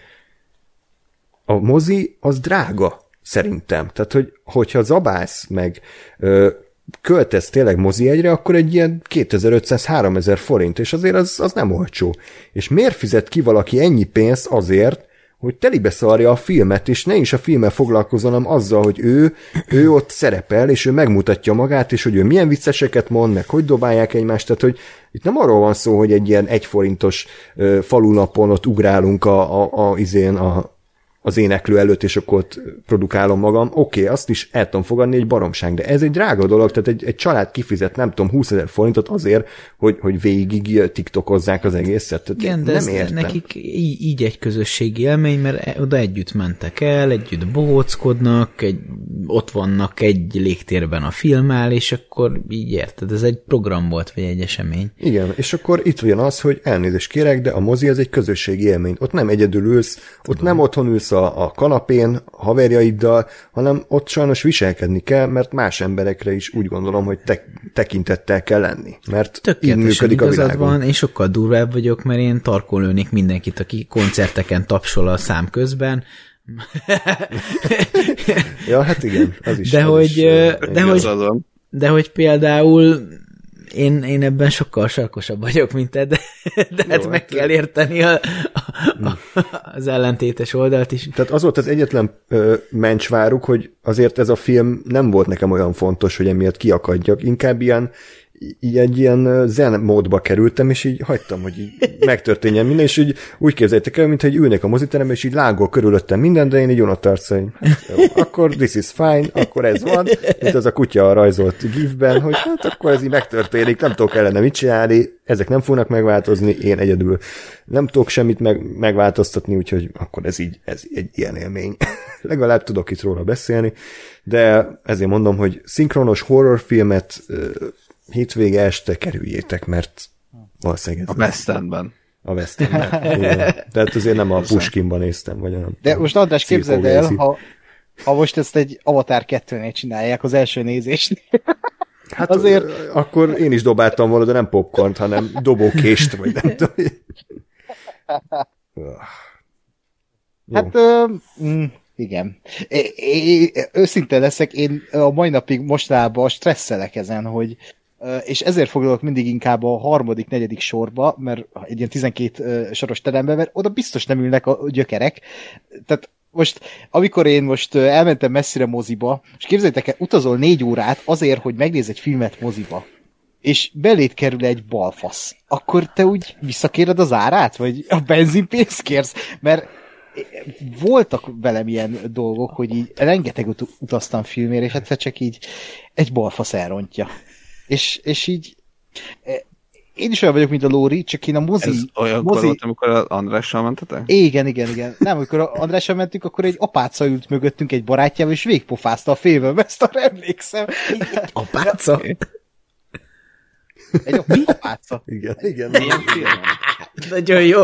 a mozi az drága. Szerintem. Tehát, hogy, hogyha zabálsz meg ö, költesz tényleg mozi egyre, akkor egy ilyen kétezer-ötszáz-háromezer forint, és azért az, az nem olcsó. És miért fizet ki valaki ennyi pénzt azért, hogy telibe szarja a filmet, és ne is a filmmel foglalkozzon, hanem azzal, hogy ő, ő ott szerepel, és ő megmutatja magát, és hogy ő milyen vicceseket mond, meg hogy dobálják egymást, tehát, hogy itt nem arról van szó, hogy egy ilyen egyforintos ö, falunapon ott ugrálunk a, a, a, izén, a az éneklő előtt, és akkor ott produkálom magam. Oké, okay, azt is el tudom fogadni, egy baromság, de ez egy drága dolog, tehát egy, egy család kifizet, nem tudom, húszezer forintot azért, hogy, hogy végig tiktokozzák az egészet. Tehát igen, de nem értem. Nekik így, így egy közösségi élmény, mert oda együtt mentek el, együtt bohóckodnak, egy, ott vannak egy légtérben a filmmel, és akkor így érted, ez egy program volt, vagy egy esemény. Igen, és akkor itt van az, hogy elnézést kérek, de a mozi az egy közösségi élmény. Ott nem egyedül ülsz, ott tudom. Nem otthon ülsz a, a kanapén haverjaiddal, hanem ott sajnos viselkedni kell, mert más emberekre is úgy gondolom, hogy te, tekintettel kell lenni. Mert így működik a világon. Van, én sokkal durvább vagyok, mert én tarkon lőnék mindenkit, aki koncerteken tapsol a szám közben. Ja, hát igen, az is. De, az hogy, is, de, hogy, de hogy például Én, én ebben sokkal sarkosabb vagyok, mint te, de, de hát jó, meg hát kell érteni a, a, a, az ellentétes oldalt is. Tehát az volt az egyetlen ö, mencsváruk, hogy azért ez a film nem volt nekem olyan fontos, hogy emiatt kiakadjak, inkább ilyen így egy ilyen zen módba kerültem, és így hagytam, hogy így megtörténjen minden, és így úgy képzeljétek el, mintha így ülnék a moziterembe, és így lángol körülöttem minden, de én így unott arcai. Akkor this is fine, akkor ez van, mint az a kutya rajzolt gifben, hogy hát akkor ez így megtörténik, nem tudok ellene mit csinálni, ezek nem fognak megváltozni, én egyedül nem tudok semmit meg, megváltoztatni, úgyhogy akkor ez így, ez egy ilyen élmény. Legalább tudok itt róla beszélni, de ezért mondom, hogy szinkronos horrorfilmet hétvége este kerüljétek, mert valószínűleg ez a West Endben. A West Endben. Tehát azért nem a Puskinban néztem, vagy nem. De most András, képzeld el, ha, ha most ezt egy Avatar kettőnél csinálják az első nézésnél. Hát azért... akkor én is dobáltam volna, de nem popcornt, hanem dobókést, vagy nem tudom. Hát, ö, mm, igen. É, é, őszinte leszek, én a mai napig mostanában stresszelek ezen, hogy és ezért foglalok mindig inkább a harmadik, negyedik sorba, mert egy ilyen tizenkét soros teremben, mert oda biztos nem ülnek a gyökerek. Tehát most, amikor én most elmentem messzire moziba, és képzeljétek el, utazol négy órát azért, hogy megnéz egy filmet moziba, és beléd kerül egy balfasz, akkor te úgy visszakéred az árát? Vagy a benzinpénzt kérsz? Mert voltak velem ilyen dolgok, hogy így rengeteg ut- utaztam filmért, és egyszer csak így egy balfasz elrontja. És, és így én is olyan vagyok, mint a Lóri, csak én a mozi... Ez olyankor mozi... volt, amikor az Andrással mentetek? Igen, igen, igen. Nem, amikor az Andrással mentünk, akkor egy apáca ült mögöttünk egy barátjával, és végigpofázta a félből, ezt arra emlékszem. Apáca? Egy apáca. Igen, igen. Milyen film? Nagyon jó.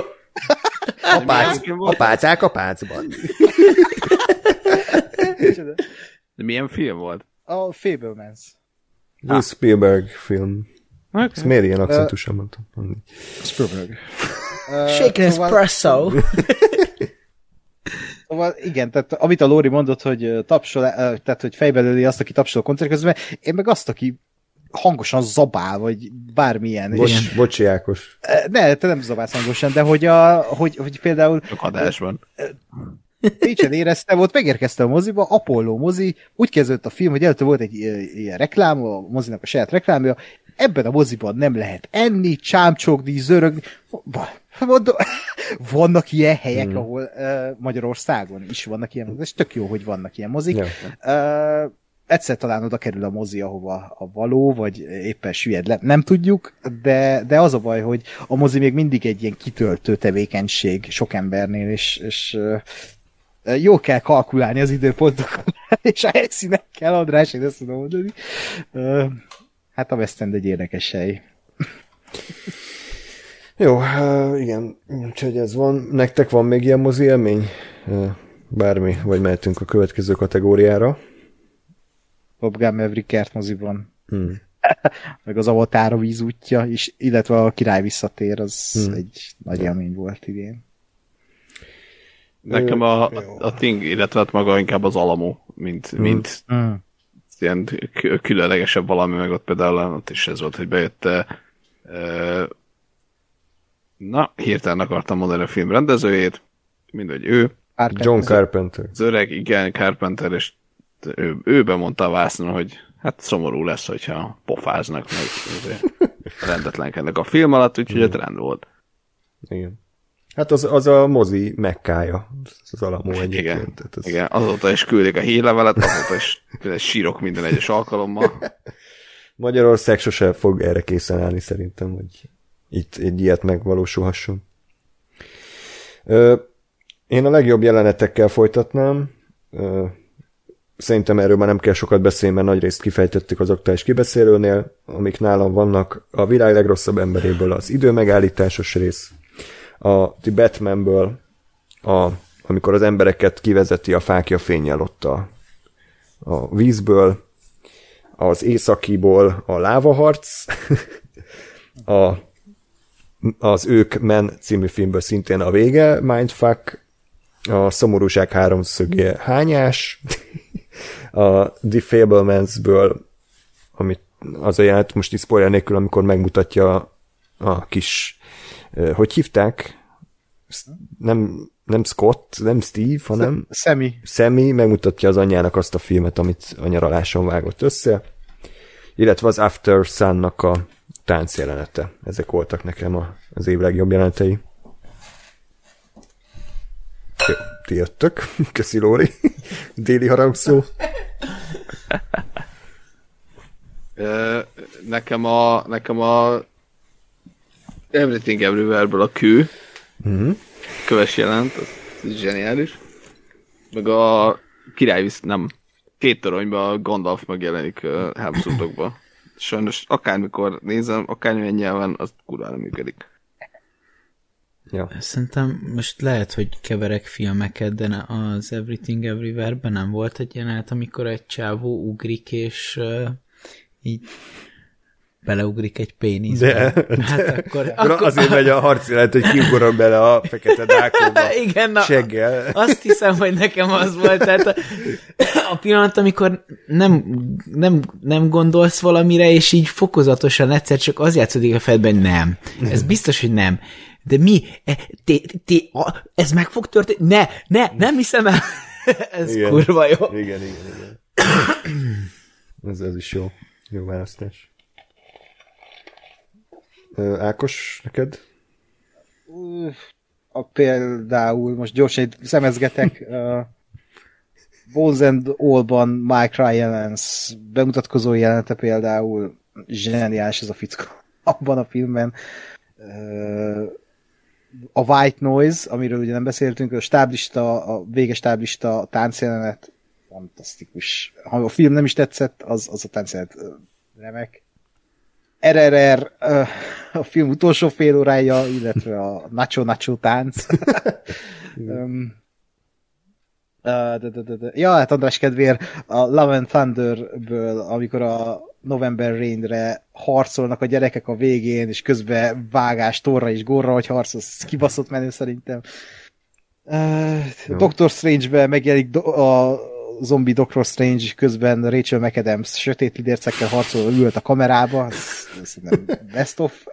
Apác, apácák apácban. De milyen film volt? A Fablemans. Ah. Spielberg film. Okay. Ezt miért ilyen akcentusan mondtam? Spielberg. Shaken espresso. Szóval igen, tehát amit a Lóri mondott, hogy tapsol, tehát hogy fejben lőli azt, aki tapsol a koncert közben, én meg azt, aki hangosan zabál, vagy bármilyen. Bocs, és, bocsi Ákos. Ne, te nem zabálsz hangosan, de hogy, a, hogy, hogy például... Csak adásban. Pécsen éreztem, ott megérkeztem a moziba, Apollo mozi, úgy kezdődött a film, hogy előtte volt egy ilyen reklám, a mozinak a saját reklámja, ebben a moziban nem lehet enni, csámcsogni, zörögni. Vannak ilyen helyek, hmm. ahol uh, Magyarországon is vannak ilyen, és tök jó, hogy vannak ilyen mozik. Ja. Uh, egyszer talán oda kerül a mozi, ahova a való, vagy éppen süllyed le, nem tudjuk, de, de az a baj, hogy a mozi még mindig egy ilyen kitöltő tevékenység sok embernél, és, és uh, jól kell kalkulálni az időpontokat, és a helyszínekkel, András, én ezt tudom mondani. Uh, hát a West End egy érdekes hely. Jó, uh, igen, úgyhogy ez van. Nektek van még ilyen mozi élmény? Uh, bármi, vagy mehetünk a következő kategóriára. Top Gun Maverick kert moziban. Hmm. Meg az Avatar a vízútja, és illetve a Király visszatér, az hmm. egy nagy élmény volt idén. Nekem a, a Thing, illetve hát maga inkább az Alamo, mint, hmm. mint hmm. ilyen különlegesebb valami, meg ott például ott is ez volt, hogy bejött uh, na, hirtelen akartam mondani a film rendezőjét, mindegy, ő. Carpenter. John Carpenter. Az öreg, igen, Carpenter, és ő, ő bemondta a vásznon, hogy hát szomorú lesz, hogyha pofáznak, meg rendetlenkednek a film alatt, úgyhogy mm. rend volt. Igen. Hát az, az a mozi mekkája, az Alamo egyébként. Igen, az... igen, azóta is küldik a hírlevelet, azóta is sírok minden egyes alkalommal. Magyarország sose fog erre készen állni szerintem, hogy itt egy ilyet megvalósulhasson. Ö, én a legjobb jelenetekkel folytatnám. Ö, szerintem erről már nem kell sokat beszélni, mert nagyrészt kifejtettük az aktuális kibeszélőnél, amik nálam vannak a világ legrosszabb emberéből az időmegállításos rész, a The Batmanből, a, amikor az embereket kivezeti a fákja fénnyel ott a, a vízből, az északiból a lávaharc, a az Ők Men című filmből szintén a vége, Mindfuck, a Szomorúság háromszögje hányás, a The Fabelmansből, amit az a jelent, most is spoiler nélkül, amikor megmutatja a kis, hogy hívták? Nem, nem Scott, nem Steve, hanem Sammy. Sammy megmutatja az anyjának azt a filmet, amit a nyaraláson vágott össze, illetve az After Sun-nak a tánc jelenete. Ezek voltak nekem a, az év legjobb jelenetei. Jó, ti jöttök. Köszi, Lóri. Déli harangszó. nekem a nekem a Everything Everywhere-ből a kő. Mm-hmm. Köves jelent, az zseniális. Meg a király visz, nem, két toronyban a Gandalf megjelenik uh, Helmsutokba. Sajnos akármikor nézem, akármilyen nyelven, az kurvára működik. Ja. Szerintem most lehet, hogy keverek filmeket, de az Everything Everywhere-ben nem volt egy jelenet, amikor egy csávó ugrik, és uh, így beleugrik egy péniszbe. De, hát de, akkor, de akkor azért megy a harc jelent, hogy kiugorok bele a fekete dákóba. Igen, na, seggel. Azt hiszem, hogy nekem az volt. Tehát a, a pillanat, amikor nem, nem, nem gondolsz valamire, és így fokozatosan egyszer csak az játszódik a fejedben, hogy nem. Ez biztos, hogy nem. De mi? Te, te, a, ez meg fog történni? Ne, ne, nem hiszem el. Ez igen, kurva jó. Igen, igen, igen. ez, ez is jó. Jó választás. Ákos, neked? A például, most gyorsan itt szemezgetek, uh, Bones and All-ban Mike Rylance bemutatkozó jelenete például zseniális ez a fickó abban a filmben. Uh, a White Noise, amiről ugye nem beszéltünk, a stáblista, a véges stáblista, a táncjelenet fantasztikus. Ha a film nem is tetszett, az, az a táncjelenet remek. er er er a film utolsó fél órája, illetve a Nacho Nacho tánc. um, Uh, de, de, de, de. Ja, hát András kedvéért a Love and Thunderből, amikor a November Rain-re harcolnak a gyerekek a végén, és közben vágás Thorra és Gorra, hogy harcol, ez kibaszott menő szerintem. Uh, Doctor Strange-be megjelenik do- a zombi Doctor Strange, és közben Rachel McAdams sötét lidércekkel harcolva ült a kamerába, ez, ez nem best of.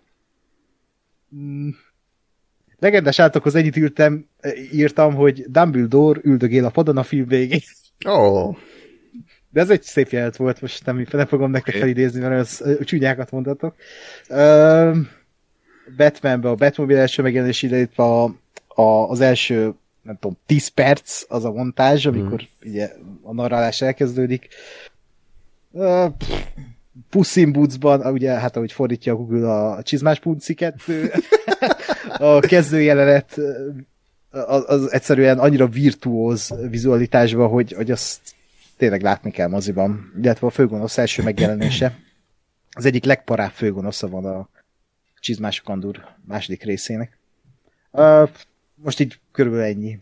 Legendás átokhoz ennyit írtam, írtam, hogy Dumbledore üldögél a padon a film végén. Oh. De ez egy szép jelenet volt, most nem, nem fogom nektek felidézni, mert az csúnyákat mondatok. Uh, Batmanben a Batmobile első megjelenés idejét a, a, az első, nem tudom, tíz perc az a montázs, amikor mm. ugye a narrálás elkezdődik. Uh, Puss in Boots-ban, ugye, hát ahogy fordítja a Google a csizmás punciket, a kezdőjelenet az, az egyszerűen annyira virtuóz vizualitásban, hogy, hogy azt tényleg látni kell moziban. Illetve a főgonosz első megjelenése. Az egyik legparább főgonosza van a Csizmás Kandur második részének. Uh, most így körülbelül ennyi.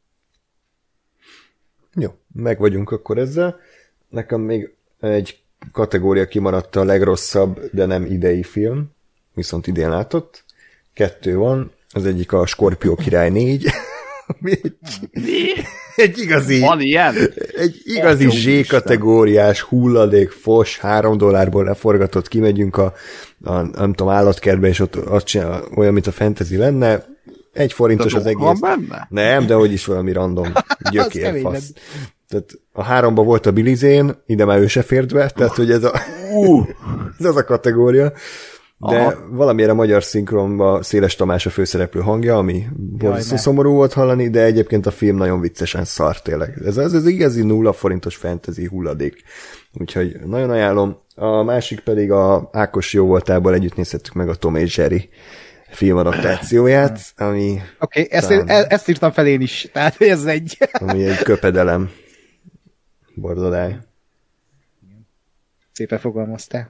Jó, meg vagyunk akkor ezzel. Nekem még egy kategória kimaradt, a legrosszabb, de nem idei film, viszont idén látott. Kettő van, az egyik a Skorpió király négy, egy, egy igazi, van ilyen? Egy igazi Z-kategóriás hulladék, fos, három dollárból leforgatott, kimegyünk a, a nem tudom, állatkertbe, és ott azt csinál, olyan, mint a fantasy lenne, egy forintos az egész. Van benne? Nem, de hogy is valami random gyökér fasz. Tehát a háromba volt a Billy Zane, ide már ő se fért be, tehát hogy ez, a, ez az a kategória. De aha, valamiért a magyar szinkronban Széles Tamás a főszereplő hangja, ami borzasztó szomorú volt hallani, de egyébként a film nagyon viccesen szar tényleg. Ez az, ez igazi nulla forintos fantasy hulladék. Úgyhogy nagyon ajánlom. A másik pedig a Ákos jó voltából együtt nézhettük meg a Tom és Jerry filmadaptációját, ami... Oké, okay, ezt, talán... ezt írtam fel én is, tehát ez egy... ami egy köpedelem. Bordodály. Szépen fogalmaztál.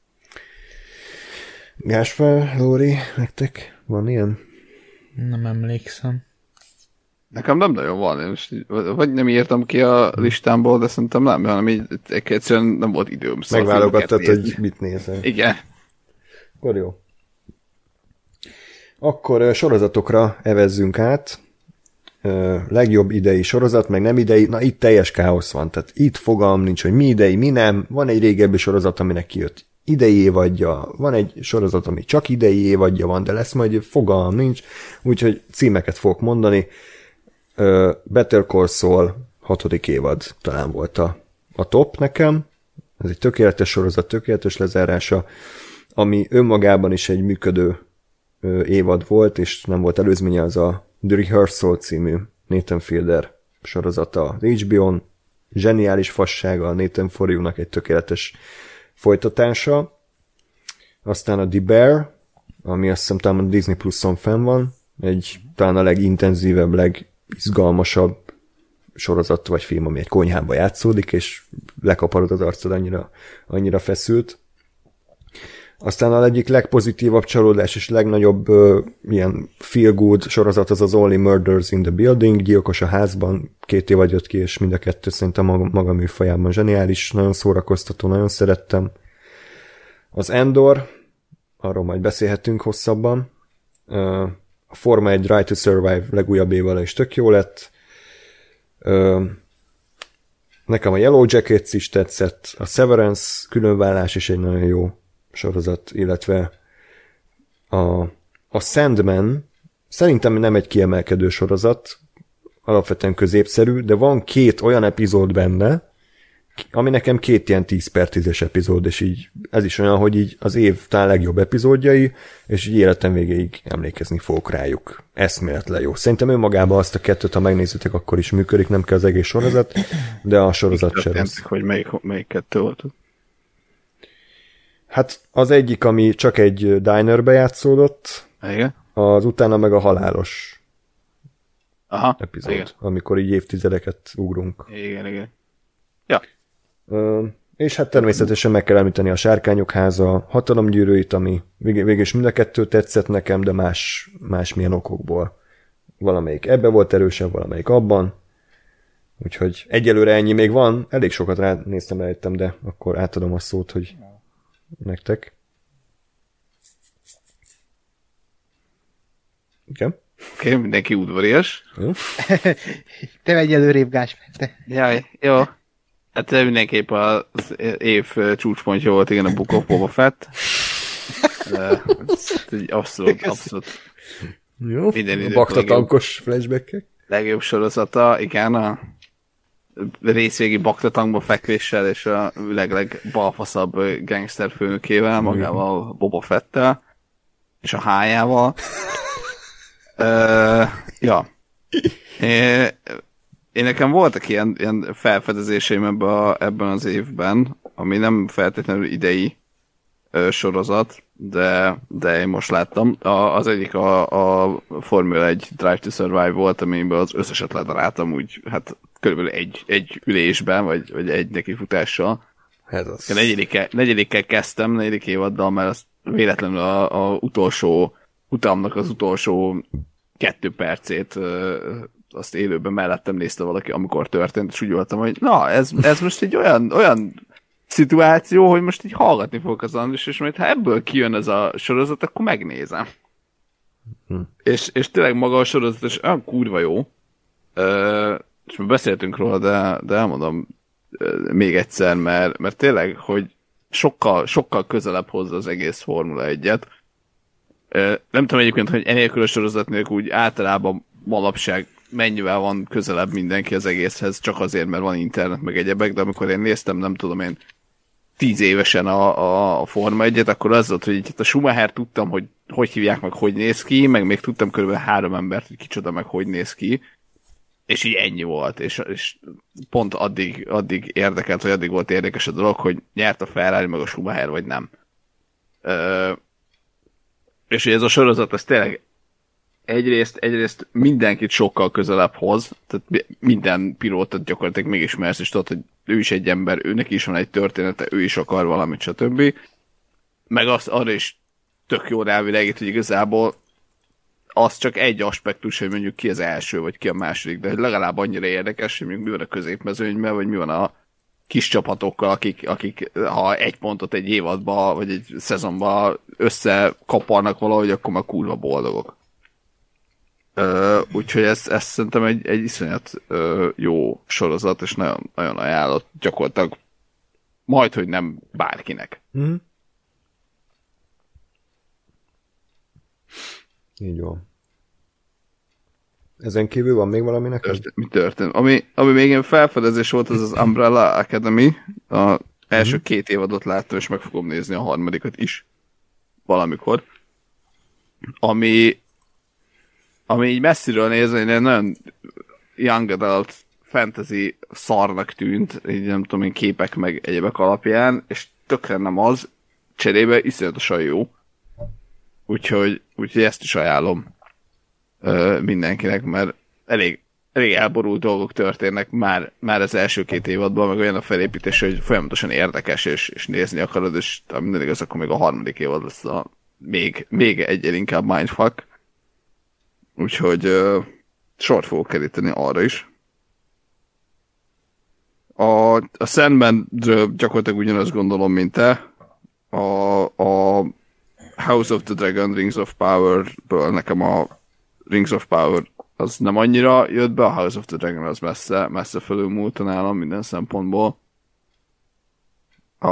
Gáspár, Lóri, nektek van ilyen? Nem emlékszem. Nekem nem nagyon van, most, vagy nem írtam ki a listámból, de szerintem nem, hanem így egyszerűen nem volt időm. Szóval megválogattad, hogy mit nézel. Igen. Akkor jó. Akkor sorozatokra evezzünk át. Legjobb idei sorozat, meg nem idei, na itt teljes káosz van, tehát itt fogalm nincs, hogy mi idei, mi nem. Van egy régebbi sorozat, aminek kijött idei évadja, van egy sorozat, ami csak idei évadja van, de lesz majd fogalm nincs, úgyhogy címeket fogok mondani. Better Call Saul hatodik évad talán volt a, a top nekem. Ez egy tökéletes sorozat, tökéletes lezárása, ami önmagában is egy működő évad volt, és nem volt előzménye, az a The Rehearsal című Nathan Fielder sorozata az há bé ó-n. Zseniális fassága, a Nathan For You-nak egy tökéletes folytatása. Aztán a The Bear, ami azt hiszem talán a Disney Plus-on fenn van, egy talán a legintenzívebb, legizgalmasabb sorozat vagy film, ami egy konyhába játszódik, és lekaparod az arcod, annyira, annyira feszült. Aztán a egyik legpozitívabb csalódás és legnagyobb uh, ilyen feel-good sorozat az az Only Murders in the Building, Gyilkos a házban, két évad jött ki, és mind a kettő szerintem maga, maga műfajában zseniális, nagyon szórakoztató, nagyon szerettem. Az Andor, arról majd beszélhetünk hosszabban. Uh, a Forma egy Drive to Survive legújabb évala is tök jó lett. Uh, nekem a Yellow Jackets is tetszett, a Severance különvállás is egy nagyon jó sorozat, illetve a, a Sandman szerintem nem egy kiemelkedő sorozat, alapvetően középszerű, de van két olyan epizód benne, ami nekem két ilyen tíz per tízes epizód, és így ez is olyan, hogy így az év talán legjobb epizódjai, és így életem végéig emlékezni fogok rájuk. Eszméletlen jó. Szerintem önmagában azt a kettőt, ha megnézitek, akkor is működik, nem kell az egész sorozat, de a sorozat sem rossz. Hogy melyik, melyik kettő volt? Hát az egyik, ami csak egy dinerbe játszódott, igen. Az utána meg a halálos aha, epizód, igen. Amikor így évtizedeket ugrunk. Igen, igen. Ja. Uh, és hát természetesen meg kell említeni a Sárkányok háza, Hatalomgyűrűit, ami vég- végül is mind a kettő tetszett nekem, de más, más milyen okokból. Valamelyik ebbe volt erősebb, valamelyik abban. Úgyhogy egyelőre ennyi még van, elég sokat ránéztem, rájöttem, de akkor átadom a szót, hogy nektek. Igen. Oké, okay, mindenki udvarias. Jó. Te megy előrébb, Gáspár, te. Jaj, jó. Hát mindenképp az év csúcspontja volt, igen, a Book of Boba Fett. De abszolút, abszolút. Jó, minden a baktatangos flashback-ek. Legjobb sorozata, igen, a részvégi baktatangba fekvéssel és a legleg balfaszabb gangster főnökével, magával Boba Fettel és a hájával. uh, ja. É, én nekem voltak ilyen, ilyen felfedezéseim ebben, a, ebben az évben, ami nem feltétlenül idei ö, sorozat, de, de én most láttam. A, az egyik a, a Formula egy Drive to Survive volt, amiben az összeset ledaráltam úgy, hát körülbelül egy, egy ülésben, vagy, vagy egy nekifutással. Ez az. Negyedikkel, negyedikkel kezdtem, negyedik évaddal, mert az véletlenül a, a utolsó utamnak az utolsó kettő percét ö, azt élőben mellettem nézte valaki, amikor történt, és úgy voltam, hogy na, ez, ez most egy olyan, olyan szituáció, hogy most így hallgatni fogok az Andris, és majd ha ebből kijön ez a sorozat, akkor megnézem. Hm. És, és tényleg maga a sorozat, és olyan kurva jó. Ö, és mi beszéltünk róla, de, de elmondom ö, még egyszer, mert, mert tényleg, hogy sokkal, sokkal közelebb hozza az egész Formula egyet. Ö, nem tudom egyébként, hogy enélkül a sorozat nélkül úgy általában manapság mennyivel van közelebb mindenki az egészhez, csak azért, mert van internet, meg egyebek, de amikor én néztem, nem tudom én, tíz évesen a, a, a Forma egyet, akkor az volt, hogy a Schumacher tudtam, hogy hogy hívják, meg hogy néz ki, meg még tudtam körülbelül három embert, hogy kicsoda, meg hogy néz ki, és így ennyi volt, és, és pont addig, addig érdekelt, vagy addig volt érdekes a dolog, hogy nyert a Ferrari, meg a Schumacher, vagy nem. Ö, és hogy ez a sorozat, ez tényleg Egyrészt, egyrészt mindenkit sokkal közelebb hoz, tehát minden pilótot gyakorlatilag megismersz, és tudod, hogy ő is egy ember, őnek is van egy története, ő is akar valamit, stb. Meg azt arra is tök jó rávilágít, hogy igazából az csak egy aspektus, hogy mondjuk ki az első, vagy ki a második, de legalább annyira érdekes, hogy mondjuk mi van a középmezőnyben, vagy mi van a kis csapatokkal, akik, akik ha egy pontot egy évadba, vagy egy szezonban összekaparnak valahogy, akkor már kurva boldogok. Uh, úgyhogy ez, ez szerintem egy, egy iszonyat uh, jó sorozat, és nagyon, nagyon ajánlott gyakorlatilag majd, hogy nem bárkinek. Mm. Így van. Ezen kívül van még valami neked? Történt, mi történt? Ami, ami még ilyen felfedezés volt, az az Umbrella Academy. Az első mm. két évadot láttam, és meg fogom nézni a harmadikat is. Valamikor. Ami ami így messziről nézni, egy nagyon young adult fantasy szarnak tűnt, így nem tudom én, képek meg egyebek alapján, és tökre nem az, cserébe iszonyatosan jó. Úgyhogy, úgyhogy ezt is ajánlom ö, mindenkinek, mert elég, elég elborult dolgok történnek már, már az első két évadban, meg olyan a felépítés, hogy folyamatosan érdekes, és, és nézni akarod, és minden igaz, akkor még a harmadik évad lesz a még, még egyel inkább mindfuck. Úgyhogy uh, sort fogok keríteni arra is. A, a Sandman gyakorlatilag ugyanazt gondolom, mint te. A, a House of the Dragon, Rings of Power-ből nekem a Rings of Power az nem annyira jött be, a House of the Dragon az messze, messze fölülmúlt nálam minden szempontból. A,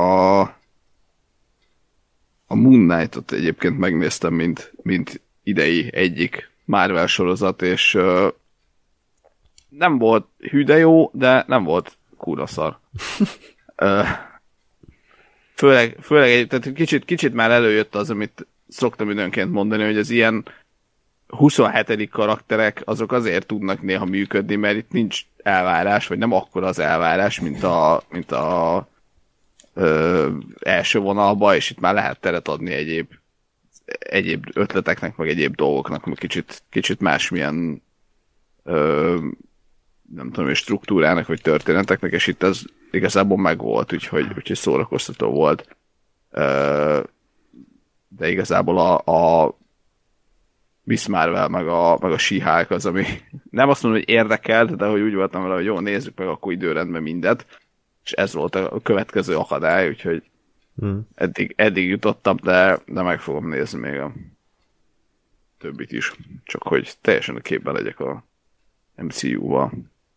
a Moon Knight-ot egyébként megnéztem, mint, mint idei egyik Marvel sorozat, és uh, nem volt hű de jó, de nem volt kurva szar. uh, főleg, főleg egy, tehát kicsit, kicsit már előjött az, amit szoktam időnként mondani, hogy az ilyen huszonhetedik karakterek, azok azért tudnak néha működni, mert itt nincs elvárás, vagy nem akkora az elvárás, mint a, mint a ö, első vonalba, és itt már lehet teret adni egyéb egyéb ötleteknek, meg egyéb dolgoknak, meg kicsit, kicsit másmilyen ö, nem tudom, és struktúrának, vagy történeteknek, és itt ez igazából megvolt, úgyhogy, úgyhogy szórakoztató volt. Ö, de igazából a, a Miss Marvel, meg a, meg a She-Hulk az, ami nem azt mondom, hogy érdekelt, de hogy úgy voltam vele, hogy jó, nézzük meg akkor időrendben mindet, és ez volt a következő akadály, úgyhogy hmm. eddig, eddig jutottam, de, de meg fogom nézni még a többit is, csak hogy teljesen a képben legyek a em cé u-val.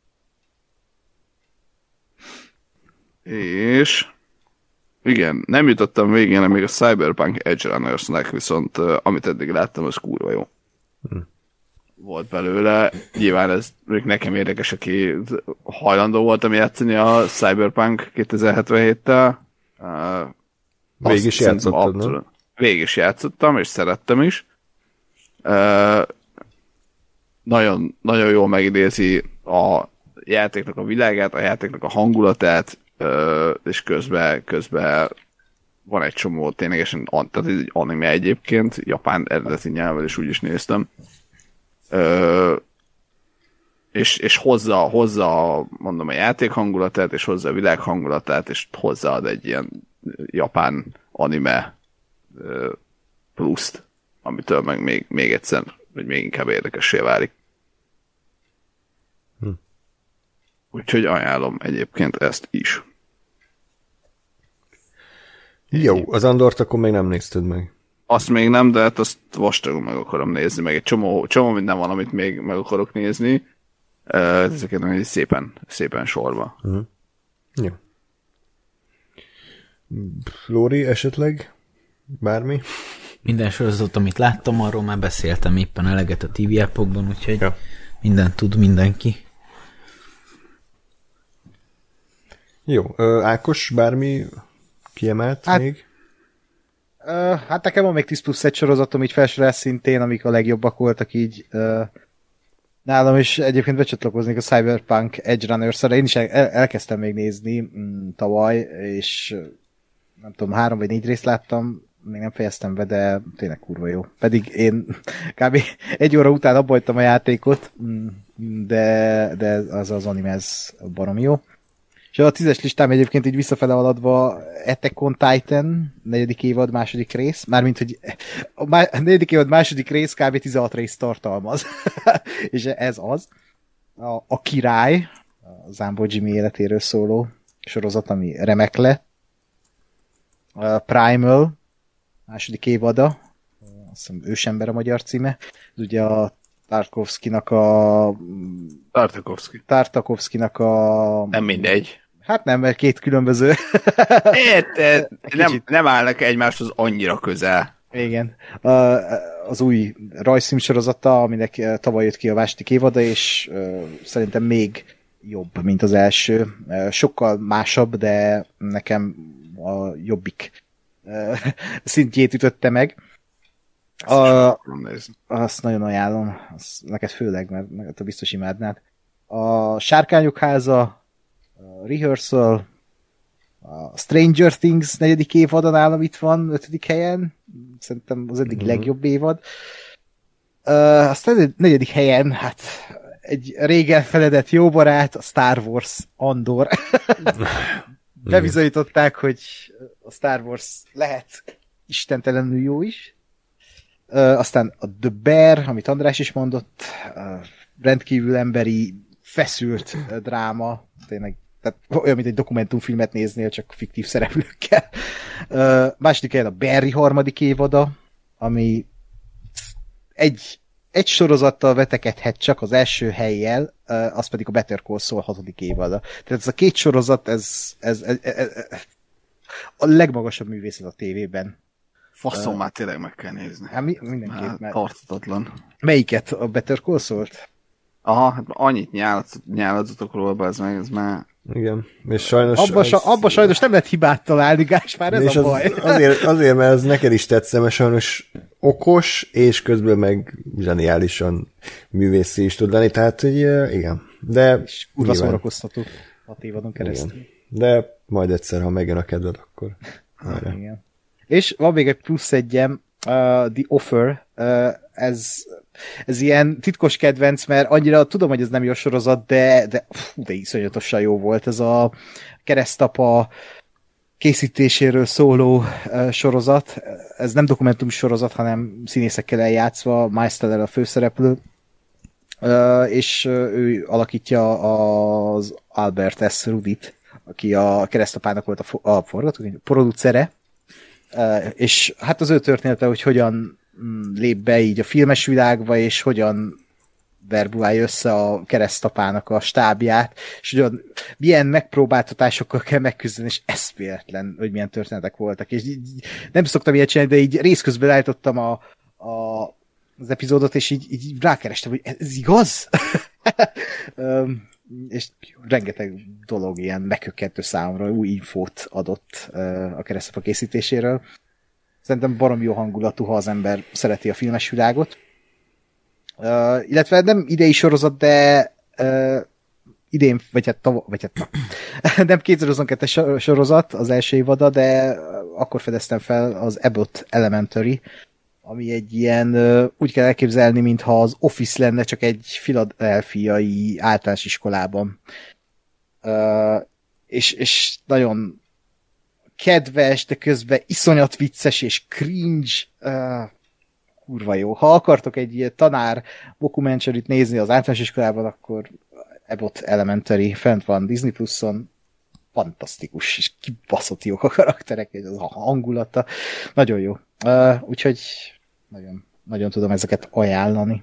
És igen, nem jutottam végén még a Cyberpunk Edge Runnersnek, viszont uh, amit eddig láttam, az kurva jó. Hm. Volt belőle. Nyilván ez még nekem érdekes, aki hajlandó voltam játszani a Cyberpunk kétezer-hetvenhéttel. Uh, Végig is játszottad, nem? Végig is játszottam, és szerettem is. Uh, nagyon, nagyon jól megidézi a játéknak a világát, a játéknak a hangulatát, Uh, és közben, közben van egy csomó ténylegesen, tehát ez egy anime egyébként, japán eredeti nyelvvel is úgy is néztem. Uh, és, és hozza, hozza, mondom, a játék hangulatát, és hozza a világ hangulatát, és hozzáad egy ilyen japán anime uh, pluszt, amitől meg még, még egyszer, vagy még inkább érdekessé válik. Hm. Úgyhogy ajánlom egyébként ezt is. Jó, az Andort akkor még nem nézted meg. Azt még nem, de hát azt vastagon meg akarom nézni, meg egy csomó, csomó minden van, amit még meg akarok nézni. Ezeket meg szépen, szépen sorba. Uh-huh. Jó. Lóri, esetleg? Bármi? Minden sorozat, amit láttam, arról már beszéltem éppen eleget a té vé appokban, úgyhogy ja. Mindent tud mindenki. Jó, ö, Ákos, bármi kiemelt hát, még? Ö, hát nekem van még tíz plusz egy sorozatom, így felsorol szintén, amik a legjobbak voltak így ö, nálam, és egyébként becsatlakoznék a Cyberpunk Edge Runners-re. Én is el, elkezdtem még nézni m, tavaly, és nem tudom, három vagy négy részt láttam, még nem fejeztem be, de tényleg kurva jó. Pedig én kb. Egy óra után abbahagytam a játékot, de, de az az anime, ez baromi jó. És a tízes listám egyébként így visszafele haladva Attack on Titan, negyedik évad, második rész, mármint, hogy a, má, a negyedik évad, második rész kb. tizenhat részt tartalmaz. És ez az. A, a Király, a Zambo Jimmy életéről szóló sorozat, ami remek lett. A Primal, második évada, azt hiszem Ősember a magyar címe. Ez ugye a Tarkovszkinak a... Tartakovszki. Tartakovszkinak a... Nem mindegy. Hát nem, mert két különböző... Érted, nem, nem állnak egymáshoz annyira közel. Igen. Az új rajzfilmsorozata, aminek tavaly jött ki a második évada, és szerintem még jobb, mint az első. Sokkal másabb, de nekem a jobbik szintjét ütötte meg. A, azt nagyon ajánlom, azt neked főleg, mert, mert biztos imádnád. A Sárkányok háza, a Rehearsal, a Stranger Things negyedik évadon állam itt van, ötödik helyen, szerintem az eddig mm-hmm. legjobb évad. Uh, aztán negyedik helyen, hát egy rég elfeledett jó barát, a Star Wars Andor. Bebizonyították, hogy a Star Wars lehet istentelenül jó is. Uh, aztán a The Bear, amit András is mondott, uh, rendkívül emberi, feszült uh, dráma, tényleg, tehát olyan, mint egy dokumentumfilmet néznél, csak fiktív szereplőkkel. Uh, második helyen a Barry harmadik évada, ami egy, egy sorozattal vetekedhet csak az első helyjel, uh, az pedig a Better Call Saul hatodik évada. Tehát ez a két sorozat, ez, ez, ez, ez, ez a legmagasabb művészet a tévében. Faszom, uh, már tényleg meg kell nézni. Hát mi, mindenképp. Már tartatatlan. Melyiket? A Better Call Saul-t? Aha, hát annyit nyálazzatok róla, ez meg, ez már... Igen, és sajnos... Abba, az... abba sajnos nem lehet hibát találni, Gáspár, ez és a baj. Az, azért, azért, mert ez neked is tetszem, mert sajnos okos, és közben meg zseniálisan művészi is tud lenni, tehát hogy igen. De... És kurva szórakoztató hat évadon keresztül. Igen. De majd egyszer, ha megjön a kedved, akkor... Igen. És van még egy plusz egyem, uh, The Offer, uh, ez, ez ilyen titkos kedvenc, mert annyira tudom, hogy ez nem jó sorozat, de, de, fú, de iszonyatosan jó volt. Ez a keresztapa készítéséről szóló uh, sorozat. Ez nem dokumentum sorozat, hanem színészekkel eljátszva, Miles Teller a főszereplő, uh, és uh, ő alakítja az Albert S. Rudit, aki a Keresztapának volt a, fo- a forgatókönyv producere, uh, és hát az ő története, hogy hogyan lép be így a filmes világba, és hogyan verbulálja össze a Keresztapának a stábját, és hogyan, milyen megpróbáltatásokkal kell megküzdeni, és eszméletlen, hogy milyen történetek voltak. És így, nem szoktam ilyet csinálni, de így részközben állítottam a, a, az epizódot, és így, így rákerestem, hogy ez igaz? um, és rengeteg dolog ilyen meghökkentő számomra, új infót adott uh, a Keresztapa készítéséről. Szerintem barom jó hangulatú, ha az ember szereti a filmes világot. Uh, illetve nem idei sorozat, de uh, idén, vagy hát, tav- vagy hát nem kétezer-huszonkettes sorozat, az első évada, de akkor fedeztem fel az Abbott Elementary, ami egy ilyen, uh, úgy kell elképzelni, mintha az Office lenne, csak egy philadelphiai általános iskolában. Uh, és, és nagyon kedves, de közben iszonyat vicces és cringe, uh, kurva jó. Ha akartok egy ilyen tanár dokumentárit nézni az általános iskolában, akkor Abbott Elementary fent van Disney Pluson, fantasztikus, és kibaszott jók a karakterek, és az a hangulata, nagyon jó. Uh, úgyhogy nagyon, nagyon tudom ezeket ajánlani.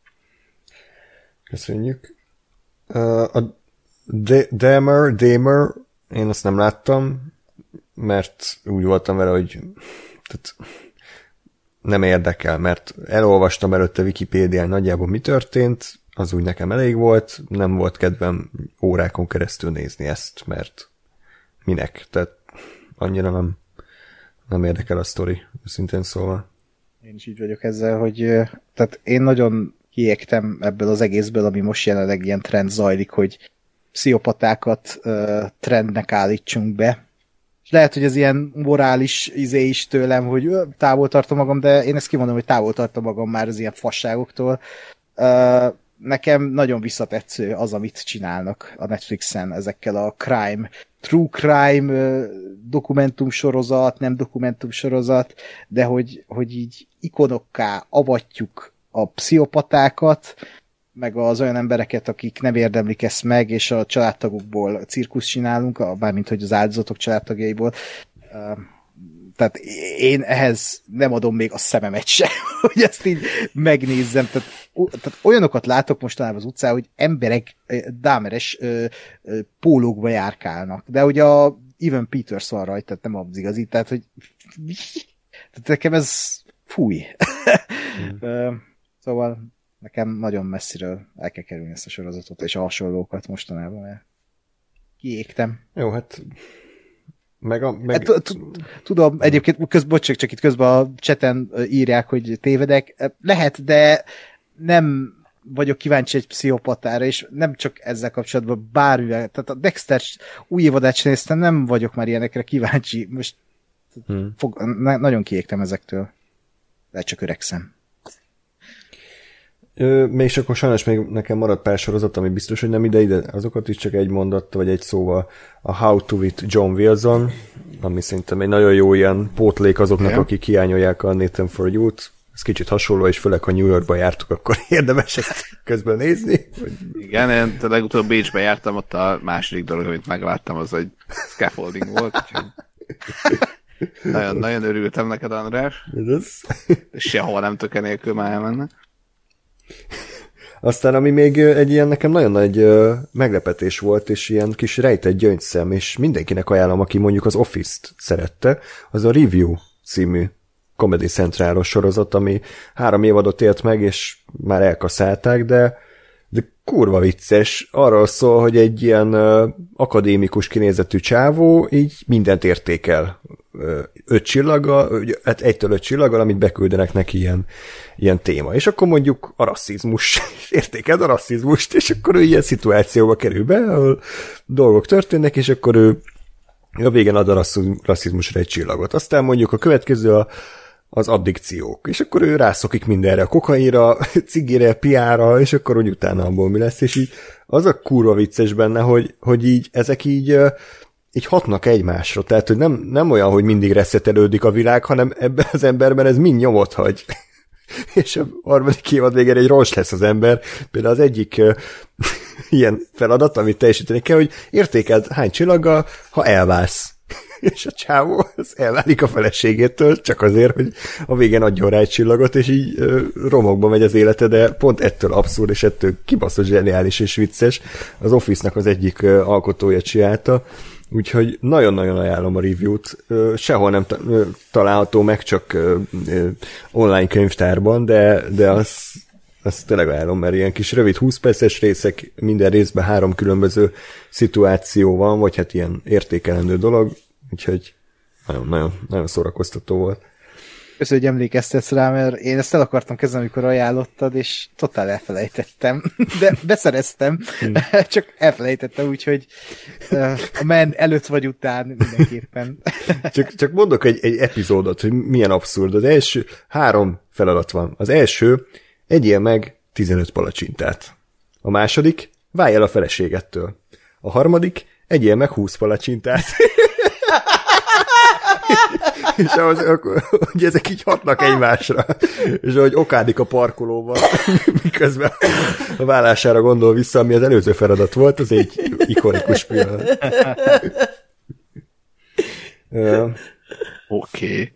Köszönjük. Uh, a Dahmer, Dahmer, én azt nem láttam, mert úgy voltam vele, hogy tehát nem érdekel, mert elolvastam előtte Wikipédián nagyjából mi történt, az úgy nekem elég volt, nem volt kedvem órákon keresztül nézni ezt, mert minek, tehát annyira nem, nem érdekel a sztori, szintén szóval. Én is így vagyok ezzel, hogy tehát én nagyon kiégtem ebből az egészből, ami most jelenleg ilyen trend zajlik, hogy pszichopatákat uh, trendnek állítsunk be. És lehet, hogy ez ilyen morális izé is tőlem, hogy uh, távol tartom magam, de én ezt kimondom, hogy távol tartom magam már az ilyen fasságoktól. Uh, nekem nagyon visszatetsző az, amit csinálnak a Netflixen ezekkel a crime, true crime uh, dokumentumsorozat, nem dokumentumsorozat, de hogy, hogy így ikonokká avatjuk a pszichopatákat, meg az olyan embereket, akik nem érdemlik ezt meg, és a családtagukból cirkuszt csinálunk, bármint hogy az áldozatok családtagjaiból. Tehát én ehhez nem adom még a szememet se, hogy ezt így megnézzem. Tehát, tehát olyanokat látok mostanában az utcán, hogy emberek dámeres pólókba járkálnak. De ugye a Evan Peters van rajta, tehát nem az igazi, tehát hogy tehát nekem ez fúj. Mm. Szóval nekem nagyon messziről el kell kerülni ezt a sorozatot, és a hasonlókat mostanában, mert kiégtem. Jó, hát meg a... Meg... Tudom, egyébként közben, bocs, csak itt közben a chaten írják, hogy tévedek. Lehet, de nem vagyok kíváncsi egy pszichopatára, és nem csak ezzel kapcsolatban bármivel. Tehát a Dexter új évadát néztem, nem vagyok már ilyenekre kíváncsi. Most hmm. fog, na, nagyon kiégtem ezektől. De csak öregszem. Ö, még akkor sajnos még nekem maradt pár sorozat, ami biztos, hogy nem idei, de azokat is csak egy mondat, vagy egy szóval a How to with John Wilson, ami szerintem egy nagyon jó ilyen pótlék azoknak, yeah. akik hiányolják a Nathan for Youth. Ez kicsit hasonló, és főleg, ha New Yorkba jártuk, akkor érdemes ezt közben nézni. Hogy... Igen, én legutóbb Bécsbe jártam, ott a második dolog, amit megláttam, az egy scaffolding volt, úgyhogy... nagyon, nagyon örültem neked, András. És sehova nem töke nélkül már elmenne. Aztán, ami még egy ilyen nekem nagyon nagy meglepetés volt, és ilyen kis rejtett gyöngyszem, és mindenkinek ajánlom, aki mondjuk az Office-t szerette, az a Review című Comedy Centrálos sorozat, ami három évadot élt meg, és már elkaszálták, de, de kurva vicces. Arról szól, hogy egy ilyen uh, akadémikus kinézetű csávó így mindent értékel. Uh, öt csillaggal, hát egytől öt csillaggal, amit beküldenek neki ilyen, ilyen téma. És akkor mondjuk a rasszizmus, értékeld a rasszizmust, és akkor ő ilyen szituációba kerül be, ahol dolgok történnek, és akkor ő a végén ad a rasszizmusra egy csillagot. Aztán mondjuk a következő a az addikciók. És akkor ő rászokik mindenre, a kokainra, cigire, piára, és akkor úgy utána abból mi lesz, és így az a kurva vicces benne, hogy, hogy így ezek így így hatnak egymásra, tehát hogy nem, nem olyan, hogy mindig reszetelődik a világ, hanem ebben az emberben ez mind nyomot hagy. És a harmadik évad végén egy rossz lesz az ember. Például az egyik uh, ilyen feladat, amit teljesíteni kell, hogy értékeld hány csillaggal, ha elválsz. És a csávó az elválik a feleségétől, csak azért, hogy a végén adjon rá egy csillagot, és így uh, romokba megy az élete, de pont ettől abszurd, és ettől kibaszott zseniális és vicces. Az Office-nak az egyik uh, alkotója csinálta, úgyhogy nagyon-nagyon ajánlom a review-t. Uh, sehol nem ta- uh, található meg, csak uh, uh, online könyvtárban, de, de az, azt tényleg ajánlom, mert ilyen kis rövid húsz perces részek, minden részben három különböző szituáció van, vagy hát ilyen értékelendő dolog, úgyhogy nagyon-nagyon nagyon szórakoztató volt. Köszönöm, hogy emlékeztetsz rá, mert én ezt el akartam kezdeni, amikor ajánlottad, és totál elfelejtettem. De beszereztem, hmm. csak elfelejtettem, úgyhogy a men előtt vagy után mindenképpen. Csak, csak mondok egy, egy epizódot, hogy milyen abszurd. Az első három feladat van. Az első, egyél meg tizenöt palacsintát. A második, válj el a feleségettől. A harmadik, egyél meg húsz palacsintát. És ahhoz, hogy ezek így hatnak egymásra, és ahogy okádik a parkolóban, miközben a vállására gondol vissza, ami az előző feladat volt, az egy ikonikus pillanat. Oké.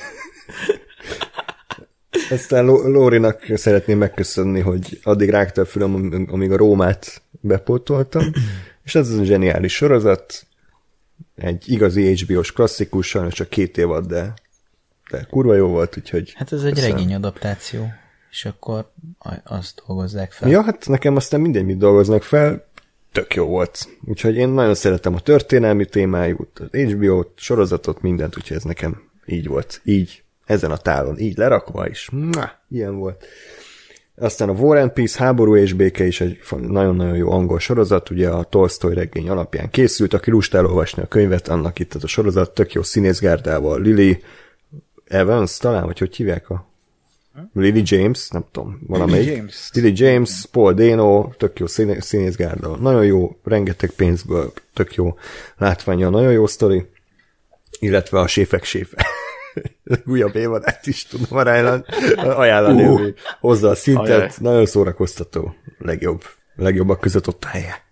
Aztán Lórinak szeretném megköszönni, hogy addig rágta a fülem, amíg a Rómát bepótoltam, és ez az a zseniális sorozat, egy igazi há bé ó-s klasszikus, sajnos csak két évad, de, de kurva jó volt, úgyhogy... Hát ez egy regény adaptáció, és akkor azt dolgozzák fel. Ja, hát nekem aztán mindegy, mit dolgoznak fel, tök jó volt. Úgyhogy én nagyon szeretem a történelmi témájút, az há bé ó-t, sorozatot, mindent, úgyhogy ez nekem így volt. Így, ezen a tálon, így lerakva is. Mwah, ilyen volt. Aztán a War and Peace, háború és béke is egy nagyon-nagyon jó angol sorozat, ugye a Tolstoy regény alapján készült, aki lust elolvasni a könyvet, annak itt az a sorozat, tök jó színészgárdával, Lily Evans, talán, vagy hogy hívják a Lily James, nem tudom, valamelyik. Lily James, Lily James Paul Dano, tök jó színészgárdával, nagyon jó, rengeteg pénzből, tök jó látványa, nagyon jó sztori, illetve a séfek séfe. Újabb évadát is tudom aránylan ajánlani, uh, hogy hozza a szintet, ajaj. Nagyon szórakoztató, legjobb, legjobbak között ott a helye.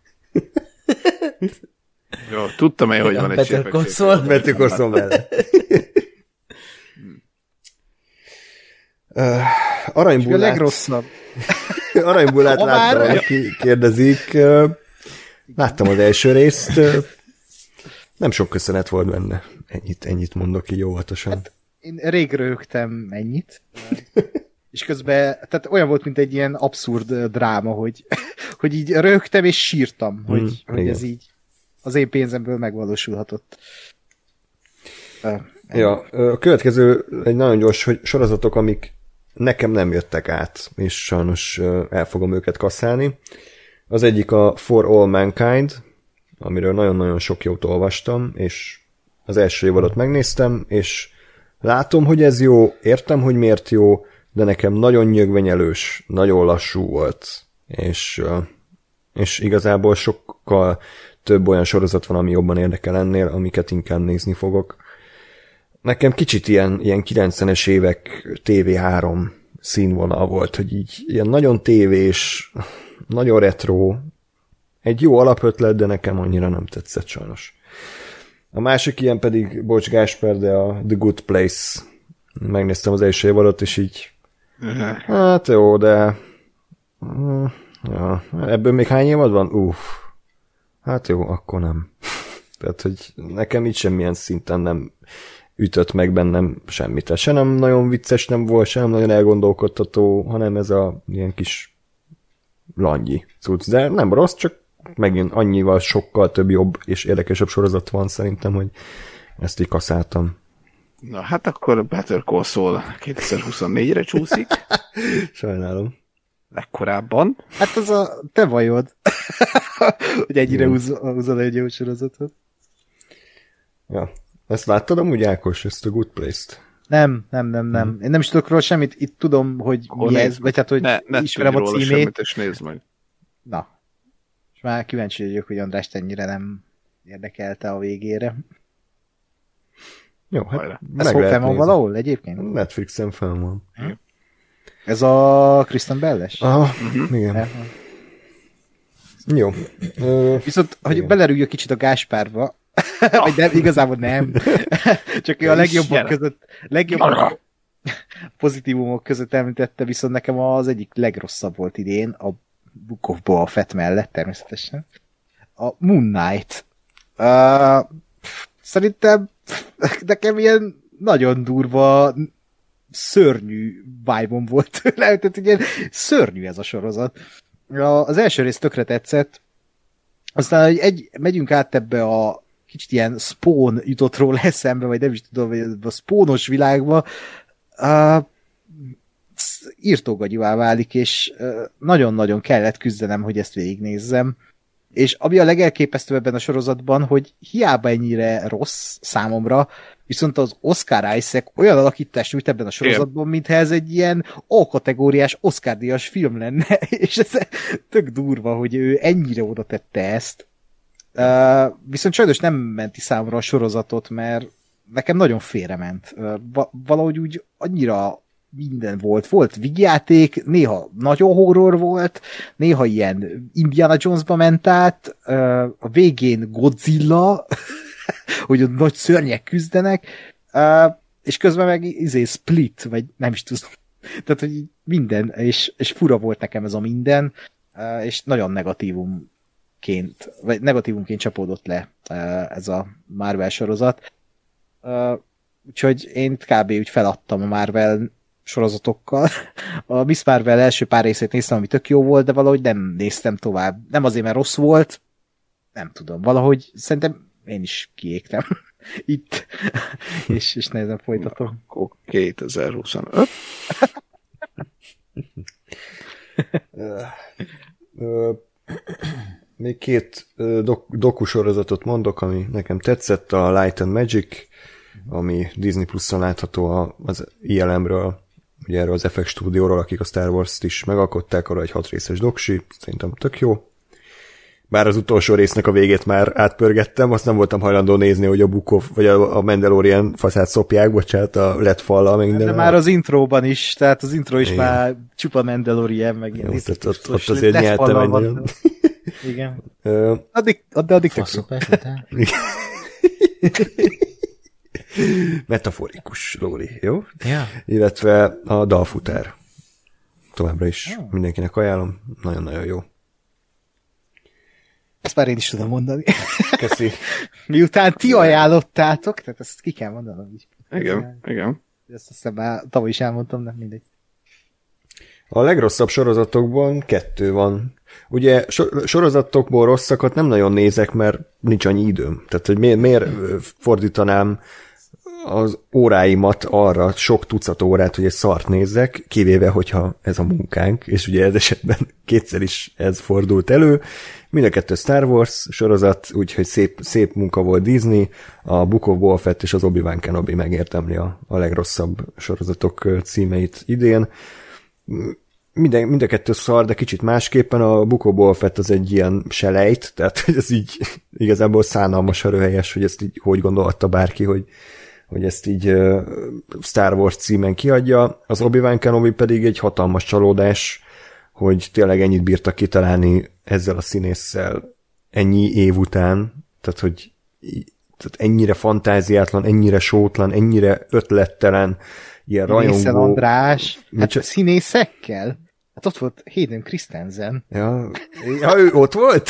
Jó, tudtam én, hogy van egy séfek séfe. Better Call Saul mellett. uh, Aranybullát. A legrosszabb. Aranybullát láttam, aki kérdezik. Uh, láttam az első részt. Uh, nem sok köszönet volt benne. Ennyit, ennyit mondok így óvatosan. Hát, én rég röhögtem ennyit. És közben, tehát olyan volt, mint egy ilyen abszurd dráma, hogy, hogy így röhögtem és sírtam, hogy, mm, hogy ez így az én pénzemből megvalósulhatott. Uh, ja, a következő egy nagyon gyors, hogy sorozatok, amik nekem nem jöttek át, és sajnos el fogom őket kasszálni. Az egyik a For All Mankind, amiről nagyon-nagyon sok jót olvastam, és az első évadot megnéztem, és látom, hogy ez jó, értem, hogy miért jó, de nekem nagyon nyögvenyelős, nagyon lassú volt, és, és igazából sokkal több olyan sorozat van, ami jobban érdekel ennél, amiket inkább nézni fogok. Nekem kicsit ilyen, ilyen kilencvenes évek té vé három színvonal volt, hogy így ilyen nagyon tévés, nagyon retro, egy jó alapötlet, de nekem annyira nem tetszett sajnos. A másik ilyen pedig, bocs Gásper, de a The Good Place. Megnéztem az első évadot, és így hát jó, de ja, ebből még hány évad van? Uff, hát jó, akkor nem. Tehát, hogy nekem így semmilyen szinten nem ütött meg bennem semmit. Tehát se nem nagyon vicces nem volt, se nem nagyon elgondolkodtató, hanem ez a ilyen kis langyi cucc. De nem rossz, csak megint annyival sokkal több jobb és érdekesebb sorozat van szerintem, hogy ezt így kaszáltam. Na hát akkor Better Call Saul kétezer-huszonnégyre csúszik. Sajnálom. Legkorábban. Hát az a te vajod, hogy ennyire húzol egy jó sorozatot. Ja. Ezt láttad amúgy, Ákos, ezt a Good Place-t? Nem, nem, nem, nem. Hmm. Én nem is tudok róla semmit, itt tudom, hogy Hol mi ez, vagy hát, hogy ne, ne ismerem a címét. Semmit, és nézd meg. Na. És már kíváncsi vagyok, hogy András ennyire nem érdekelte a végére. Jó, hát ez hol fenn van valahol egyébként? Netflixen fenn van. Hm? Ez a Kristen Bell-es? Aha, uh-huh. igen. Uh-huh. Jó. Ö, Viszont, hogy igen. belerüljön kicsit a Gáspárba, vagy nem, igazából nem. Csak ő a legjobbak között, legjobbak pozitívumok között említette, viszont nekem az egyik legrosszabb volt idén, a Book of Boba Fett mellett természetesen. A Moon Knight. Uh, szerintem nekem ilyen nagyon durva, szörnyű vibe-om volt tőle, tehát ugye szörnyű ez a sorozat. Az első rész tökre tetszett, aztán, hogy egy, megyünk át ebbe a kicsit ilyen Spawn jutott róla eszembe, vagy nem is tudom, hogy a Spawnos világba, uh, írtógagyúvá válik, és uh, nagyon-nagyon kellett küzdenem, hogy ezt végignézzem. És ami a legelképesztőbb ebben a sorozatban, hogy hiába ennyire rossz számomra, viszont az Oscar Isaac olyan alakítást nyújt ebben a sorozatban, mintha ez egy ilyen A-kategóriás Oscar-díjas film lenne, és ez tök durva, hogy ő ennyire oda tette ezt. Uh, viszont sajnos nem menti számomra a sorozatot, mert nekem nagyon félrement. Uh, valahogy úgy annyira minden volt. Volt vígjáték, néha nagyon horror volt, néha ilyen Indiana Jonesba ment át, uh, a végén Godzilla, hogy ott nagy szörnyek küzdenek, uh, és közben meg izé Split, vagy nem is tudom. Tehát, hogy minden, és, és fura volt nekem ez a minden, uh, és nagyon negatívumként, vagy negatívumként csapódott le uh, ez a Marvel sorozat. Uh, úgyhogy én kb. Úgy feladtam a Marvel sorozatokkal. A Miss Marvel első pár részét néztem, ami tök jó volt, de valahogy nem néztem tovább. Nem azért, mert rossz volt, nem tudom. Valahogy szerintem én is kiégtem itt, és, és nehezen folytatom. Akkor kétezer-huszonöt Még két dok- dokusorozatot mondok, ami nekem tetszett, a Light and Magic, ami Disney Plus-on látható az I L M-ről, ugye erről az ef ekс stúdióról, akik a Star Wars-t is megalkották, arra egy hat részes doksi, szerintem tök jó. Bár az utolsó résznek a végét már átpörgettem, azt nem voltam hajlandó nézni, hogy a Bukov, vagy a Mandalorian faszát szopják, bocsánat, a lett fallal, meg minden. De már az intróban is, tehát az intro is igen. Már csupa Mandalorian, meg jó, tehát ott, ott azért nyeltem egy nagyon. Igen. addig, de addig tök jó. Metaforikus, Lóri, jó? Ja. Illetve a Dalfutár. Továbbra is oh. mindenkinek ajánlom. Nagyon-nagyon jó. Ezt már én is tudom mondani. Köszi. Miután ti ajánlottátok, tehát ezt ki kell mondanom is. Igen, igen. Ezt aztán már tavaly is elmondtam, nem mindegy. A legrosszabb sorozatokban kettő van. Ugye sorozatokból rosszakat nem nagyon nézek, mert nincs annyi időm. Tehát, hogy miért, miért fordítanám az óráimat arra, sok tucat órát, hogy egy szart nézzek, kivéve, hogyha ez a munkánk, és ugye ez esetben kétszer is ez fordult elő. Mind a kettő Star Wars sorozat, úgyhogy szép, szép munka volt Disney, a Book of Boba Fett és az Obi-Wan Kenobi megértemli a, a legrosszabb sorozatok címeit idén. Minden, mind a kettő szar, de kicsit másképpen. A Book of Boba Fett az egy ilyen selejt, tehát ez így igazából szánalmas röhelyes, hogy ezt így hogy gondolhatta bárki, hogy, hogy ezt így uh, Star Wars címen kiadja. Az Obi-Wan Kenobi pedig egy hatalmas csalódás, hogy tényleg ennyit bírtak kitalálni ezzel a színésszel ennyi év után, tehát hogy tehát ennyire fantáziátlan, ennyire sótlan, ennyire ötlettelen, ilyen rajongó... Mészen András, hát csak... színészekkel? Hát ott volt Hayden Christensen. Ja, ja ő ott volt?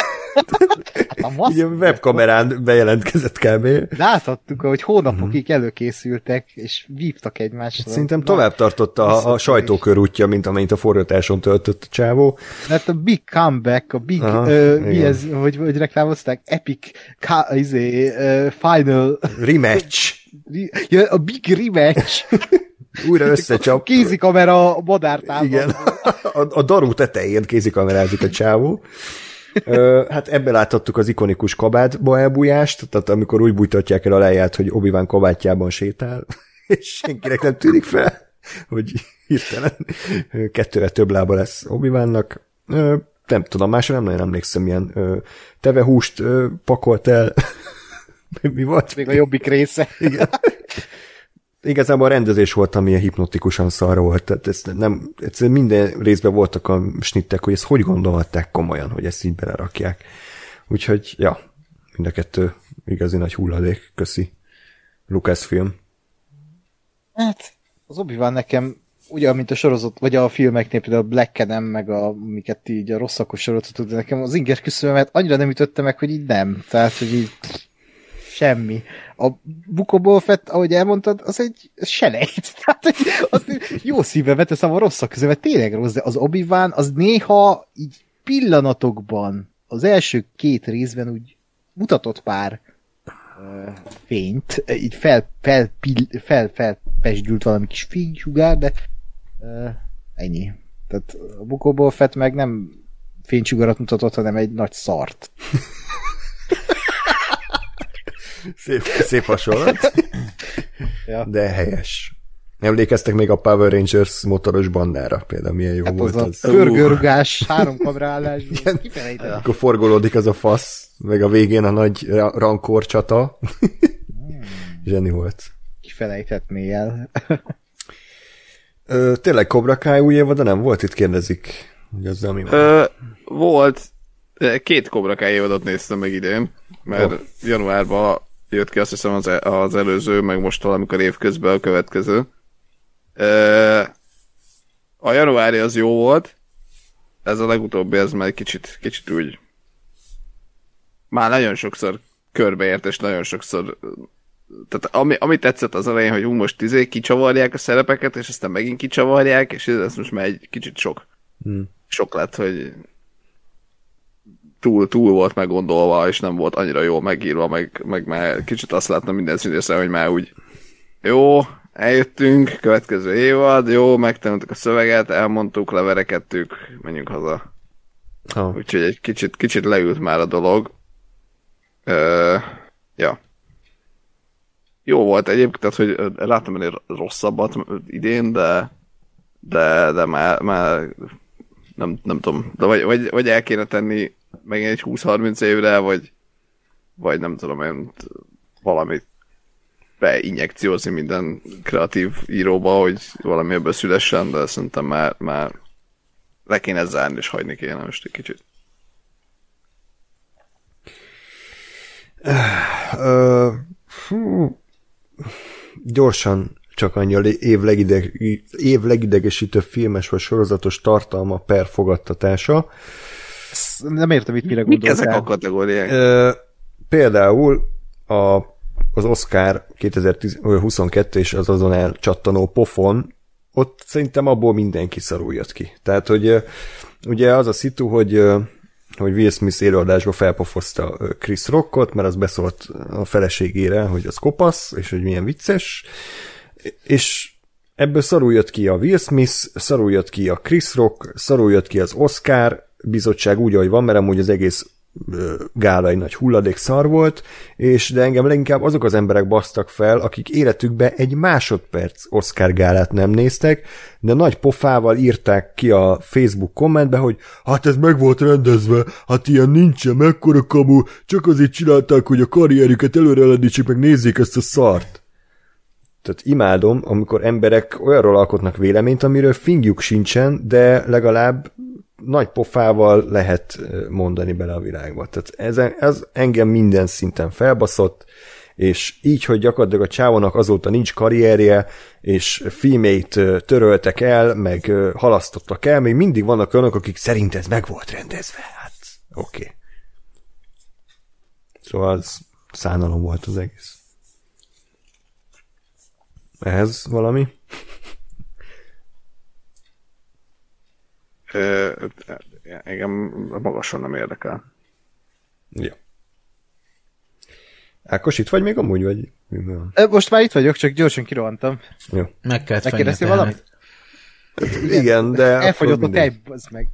Hát ugye webkamerán bejelentkezett kb. Láthattuk, hogy hónapokig előkészültek, és vívtak egymásra. Hát szerintem tovább tartotta a, a sajtókör útja, mint amennyit a forgatáson töltött a csávó. Mert a big comeback, a big, aha, ö, mi ez, hogy, hogy reklámozták? Epic ka, izé, uh, final... Rematch. Ja, a big rematch. Újra összecsap. Kézikamera madártában. Igen. A, a daru tetején kézikamerázik a csávó. Hát ebben láthattuk az ikonikus kabátba elbújást, tehát amikor úgy bújtatják el a leját, hogy Obi-Wan kabátjában sétál, és senkinek nem tűnik fel, hogy hirtelen kettőre több lába lesz Obi-Wannak. nem tudom, másra nem nagyon emlékszem, ilyen ö, tevehúst ö, pakolt el. Mi volt? Még a jobbik része. Igen. Igazából a rendezés volt, ami ilyen hipnotikusan szar volt. Tehát ez nem, egyszerűen minden részben voltak a snittek, hogy ezt hogy gondolhatták komolyan, hogy ezt így belerakják. Úgyhogy, ja, mind a kettő igazi nagy hulladék. Köszi. Lucasfilm. Hát, az Obi-Wan nekem ugyan, mint a sorozat, vagy a filmeknél, például a Black Adam, meg a, amiket így a rosszakos sorozatot, de nekem az inger küszöbömet annyira nem ütötte meg, hogy így nem. Tehát, hogy így semmi. A Book of Boba Fett, ahogy elmondtad, az egy selejt. Tehát, hogy azt jó szívvel beteszem a rosszak közül, mert tényleg rossz, de az Obi-Wan az néha így pillanatokban, az első két részben úgy mutatott pár uh, fényt, így fel, fel, pill, fel, felpesdült valami kis fénysugár, de uh, ennyi. Tehát a Book of Boba Fett meg nem fénysugarat mutatott, hanem egy nagy szart. Szép, szép hasonlat. Ja. De helyes. Emlékeztek még a Power Rangers motoros bandára? Például milyen jó hát volt az. az. A körgörgás, három kamerálásban. Kifelejtem. Akkor forgolódik az a fasz, meg a végén a nagy rankor csata. Hmm. Zseni volt. Kifelejthetné el. Ö, tényleg Cobra Kai új évad, de nem volt? Itt kérdezik. Hogy az, ami Ö, volt. Két Cobra Kai évadot néztem meg idén, mert oh. januárban jött ki, azt hiszem az, az előző, meg most valamikor évközben a következő. Ö, a januári az jó volt, ez a legutóbbi, ez már kicsit, kicsit úgy már nagyon sokszor körbeért, és nagyon sokszor tehát ami, ami tetszett az elején, hogy hú, most izé kicsavarják a szerepeket, és aztán megint kicsavarják, és ez most már egy kicsit sok. Hmm. Sok lett, hogy túl, túl volt meggondolva, és nem volt annyira jól megírva, meg, meg már kicsit azt láttam minden színészre, hogy már úgy jó, eljöttünk, következő évad, jó, megtanultuk a szöveget, elmondtuk, leverekedtük, menjünk haza. Oh. Úgyhogy egy kicsit, kicsit leült már a dolog. Ö, ja. Jó volt egyébként, tehát, hogy láttam ennél rosszabbat idén, de de, de már, már nem, nem tudom, de vagy, vagy, vagy el kéne tenni meg egy húsz-harminc évre, vagy, vagy nem tudom én valamit beinjekciózni minden kreatív íróba, hogy valami ebből szülessen, de szerintem már, már le kéne zárni, és hagyni kéne most egy kicsit. Uh, hú, gyorsan csak annyi, a év, legideg, év legidegesítőbb filmes vagy sorozatos tartalma per fogadtatása. Nem értem, itt mire gondoltál. Mik ezek a kategóriák? Uh, például a, az Oscar kétezer-huszonkettő és az azon elcsattanó pofon, ott szerintem abból mindenki szarul jött ki. Tehát, hogy uh, ugye az a szitu, hogy uh, hogy Will Smith élőadásba felpofozta Chris Rockot, mert az beszólt a feleségére, hogy az kopasz, és hogy milyen vicces, és ebből szarul jött ki a Will Smith, szarul jött ki a Chris Rock, szarul jött ki az Oscar bizottság úgy, ahogy van, mert amúgy az egész gála egy nagy hulladék szar volt, és de engem leginkább azok az emberek basztak fel, akik életükben egy másodperc Oscar gálát nem néztek, de nagy pofával írták ki a Facebook kommentbe, hogy hát ez meg volt rendezve, hát ilyen nincsen, mekkora kamu, csak azért csinálták, hogy a karrierüket előre lendítsék, meg nézzék ezt a szart. Tehát imádom, amikor emberek olyanról alkotnak véleményt, amiről fingjuk sincsen, de legalább nagy pofával lehet mondani bele a világba. Tehát ez, ez engem minden szinten felbaszott, és így, hogy gyakorlatilag a csávónak azóta nincs karrierje, és filmjeit töröltek el, meg halasztottak el, még mindig vannak olyanok, akik szerint ez meg volt rendezve. Hát, oké. Okay. Szóval az szánalom volt az egész. Ehhez valami? Ö, engem magasan nem érdekel. Ja. Ákos, itt vagy még amúgy, vagy mi van? Most már itt vagyok, csak gyorsan kirohantam. Jó. Meg kellett megkérdeztél valamit? Igen, de... Elfogyott a tej, bazd meg.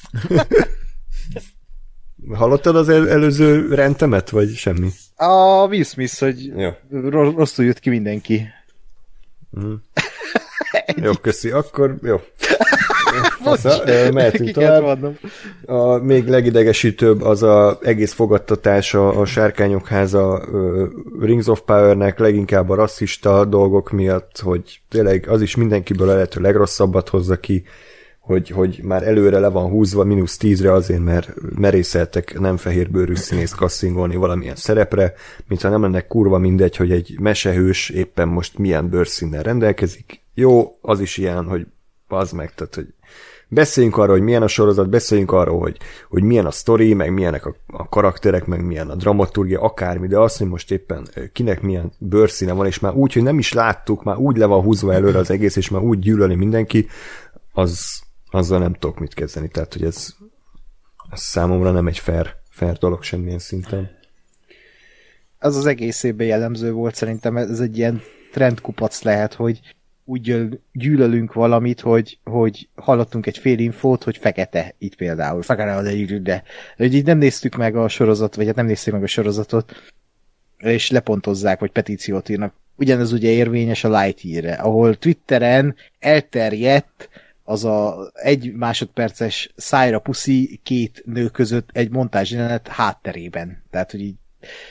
Hallottad az el- előző rendemet, vagy semmi? A Will Smith, hogy ja. rosszul jött ki mindenki. Mm. Jó, köszi. Akkor jó. Fasza, mehetünk tovább. A még legidegesítőbb az a egész fogadtatás a, a Sárkányok háza Rings of Power-nek, leginkább a rasszista dolgok miatt, hogy tényleg az is mindenkiből a lehető legrosszabbat hozza ki, hogy, hogy már előre le van húzva mínusz tízre azért, mert merészeltek nem fehérbőrű színészt kasszingolni valamilyen szerepre, mintha nem lenne kurva mindegy, hogy egy mesehős éppen most milyen bőrszínnel rendelkezik. Jó, az is ilyen, hogy bazd meg, tehát, hogy beszéljünk arról, hogy milyen a sorozat, beszéljünk arról, hogy, hogy milyen a sztori, meg milyenek a, a karakterek, meg milyen a dramaturgia, akármi, de azt, hogy most éppen kinek milyen bőrszíne van, és már úgy, hogy nem is láttuk, már úgy le van húzva előre az egész, és már úgy gyűlöli mindenki, az, azzal nem tudok mit kezdeni. Tehát, hogy ez, ez számomra nem egy fair, fair dolog semmilyen szinten. Az az egész évben jellemző volt, szerintem ez egy ilyen trendkupac lehet, hogy úgy gyűlölünk valamit, hogy, hogy hallottunk egy fél infót, hogy fekete itt például. Fekete az egy, de hogy így nem néztük meg a sorozatot, vagy hát nem nézték meg a sorozatot, és lepontozzák, vagy petíciót írnak. Ugyanez ugye érvényes a Lightyear-re, ahol Twitteren elterjedt az a egy másodperces szájra puszi két nő között egy montázsjelenet hátterében. Tehát, hogy így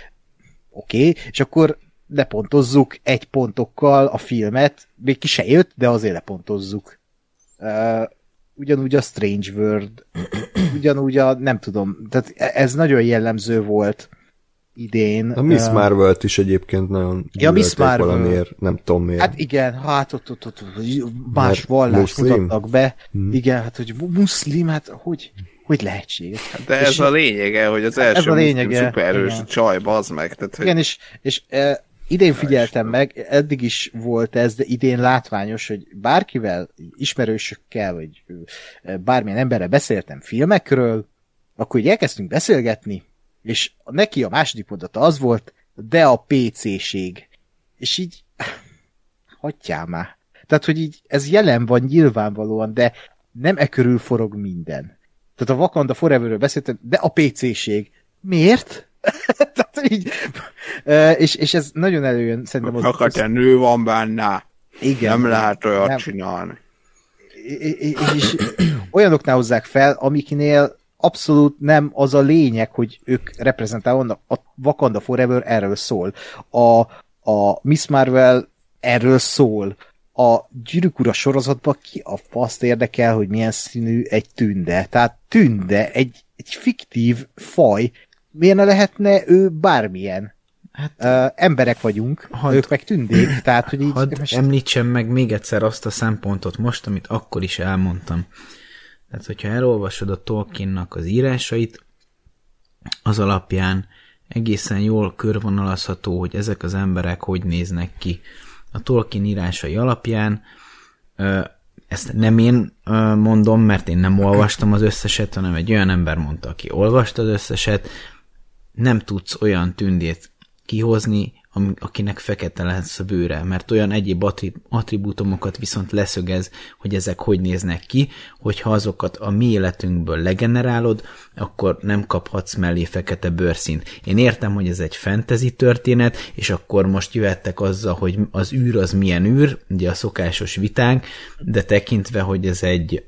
oké, okay. És akkor lepontozzuk egy pontokkal a filmet, még ki se jött, de azért lepontozzuk. Uh, ugyanúgy a Strange World, ugyanúgy a, nem tudom, tehát ez nagyon jellemző volt idén. A Miss uh, Marvel-t is egyébként nagyon ja, Miss Marvel. Valamiért, nem tudom miért. Hát igen, hát ott, ott, ott más vallást mutatnak be. Hmm. Igen, hát hogy muszlim, hát hogy... hogy lehetséges. De ez és a lényege, hogy az első muszlim szupererős csaj, bazd meg. Tehát, hogy... Igen, és, és e, idén figyeltem meg, eddig is volt ez, de idén látványos, hogy bárkivel, ismerősökkel, vagy bármilyen emberrel beszéltem filmekről, akkor így elkezdtünk beszélgetni, és neki a második mondata az volt, de a pé cé-ség. És így, hagyjál már. Tehát, hogy így ez jelen van nyilvánvalóan, de nem e körül forog minden. Tehát a Wakanda Foreverről beszéltem, de a pé cé-ség. Miért? Tehát így, és, és ez nagyon előjön, szerintem az... Fakat a nő van benne. Igen. Nem lehet olyat nem. csinálni. És, és olyanoknál hozzák fel, amiknél abszolút nem az a lényeg, hogy ők reprezentálnak. A Wakanda Forever erről szól. A, a Miss Marvel erről szól. A Gyűrűk Ura sorozatban ki a faszt érdekel, hogy milyen színű egy tünde. Tehát tünde, egy, egy fiktív faj, miért ne lehetne ő bármilyen? Hát, uh, emberek vagyunk, had, ők meg tündék, tehát, hogy így... Hadd most... említsem meg még egyszer azt a szempontot most, amit akkor is elmondtam. Tehát, hogyha elolvasod a Tolkiennak az írásait, az alapján egészen jól körvonalazható, hogy ezek az emberek hogy néznek ki. A Tolkien írásai alapján, ezt nem én mondom, mert én nem olvastam az összeset, hanem egy olyan ember mondta, aki olvasta az összeset, nem tudsz olyan tündét kihozni, akinek fekete lesz a bőre, mert olyan egyéb attribútumokat viszont leszögez, hogy ezek hogy néznek ki, hogyha azokat a mi életünkből legenerálod, akkor nem kaphatsz mellé fekete bőrszínt. Én értem, hogy ez egy fantasy történet, és akkor most jöhettek azzal, hogy az űr az milyen űr, ugye a szokásos vitánk, de tekintve, hogy ez egy...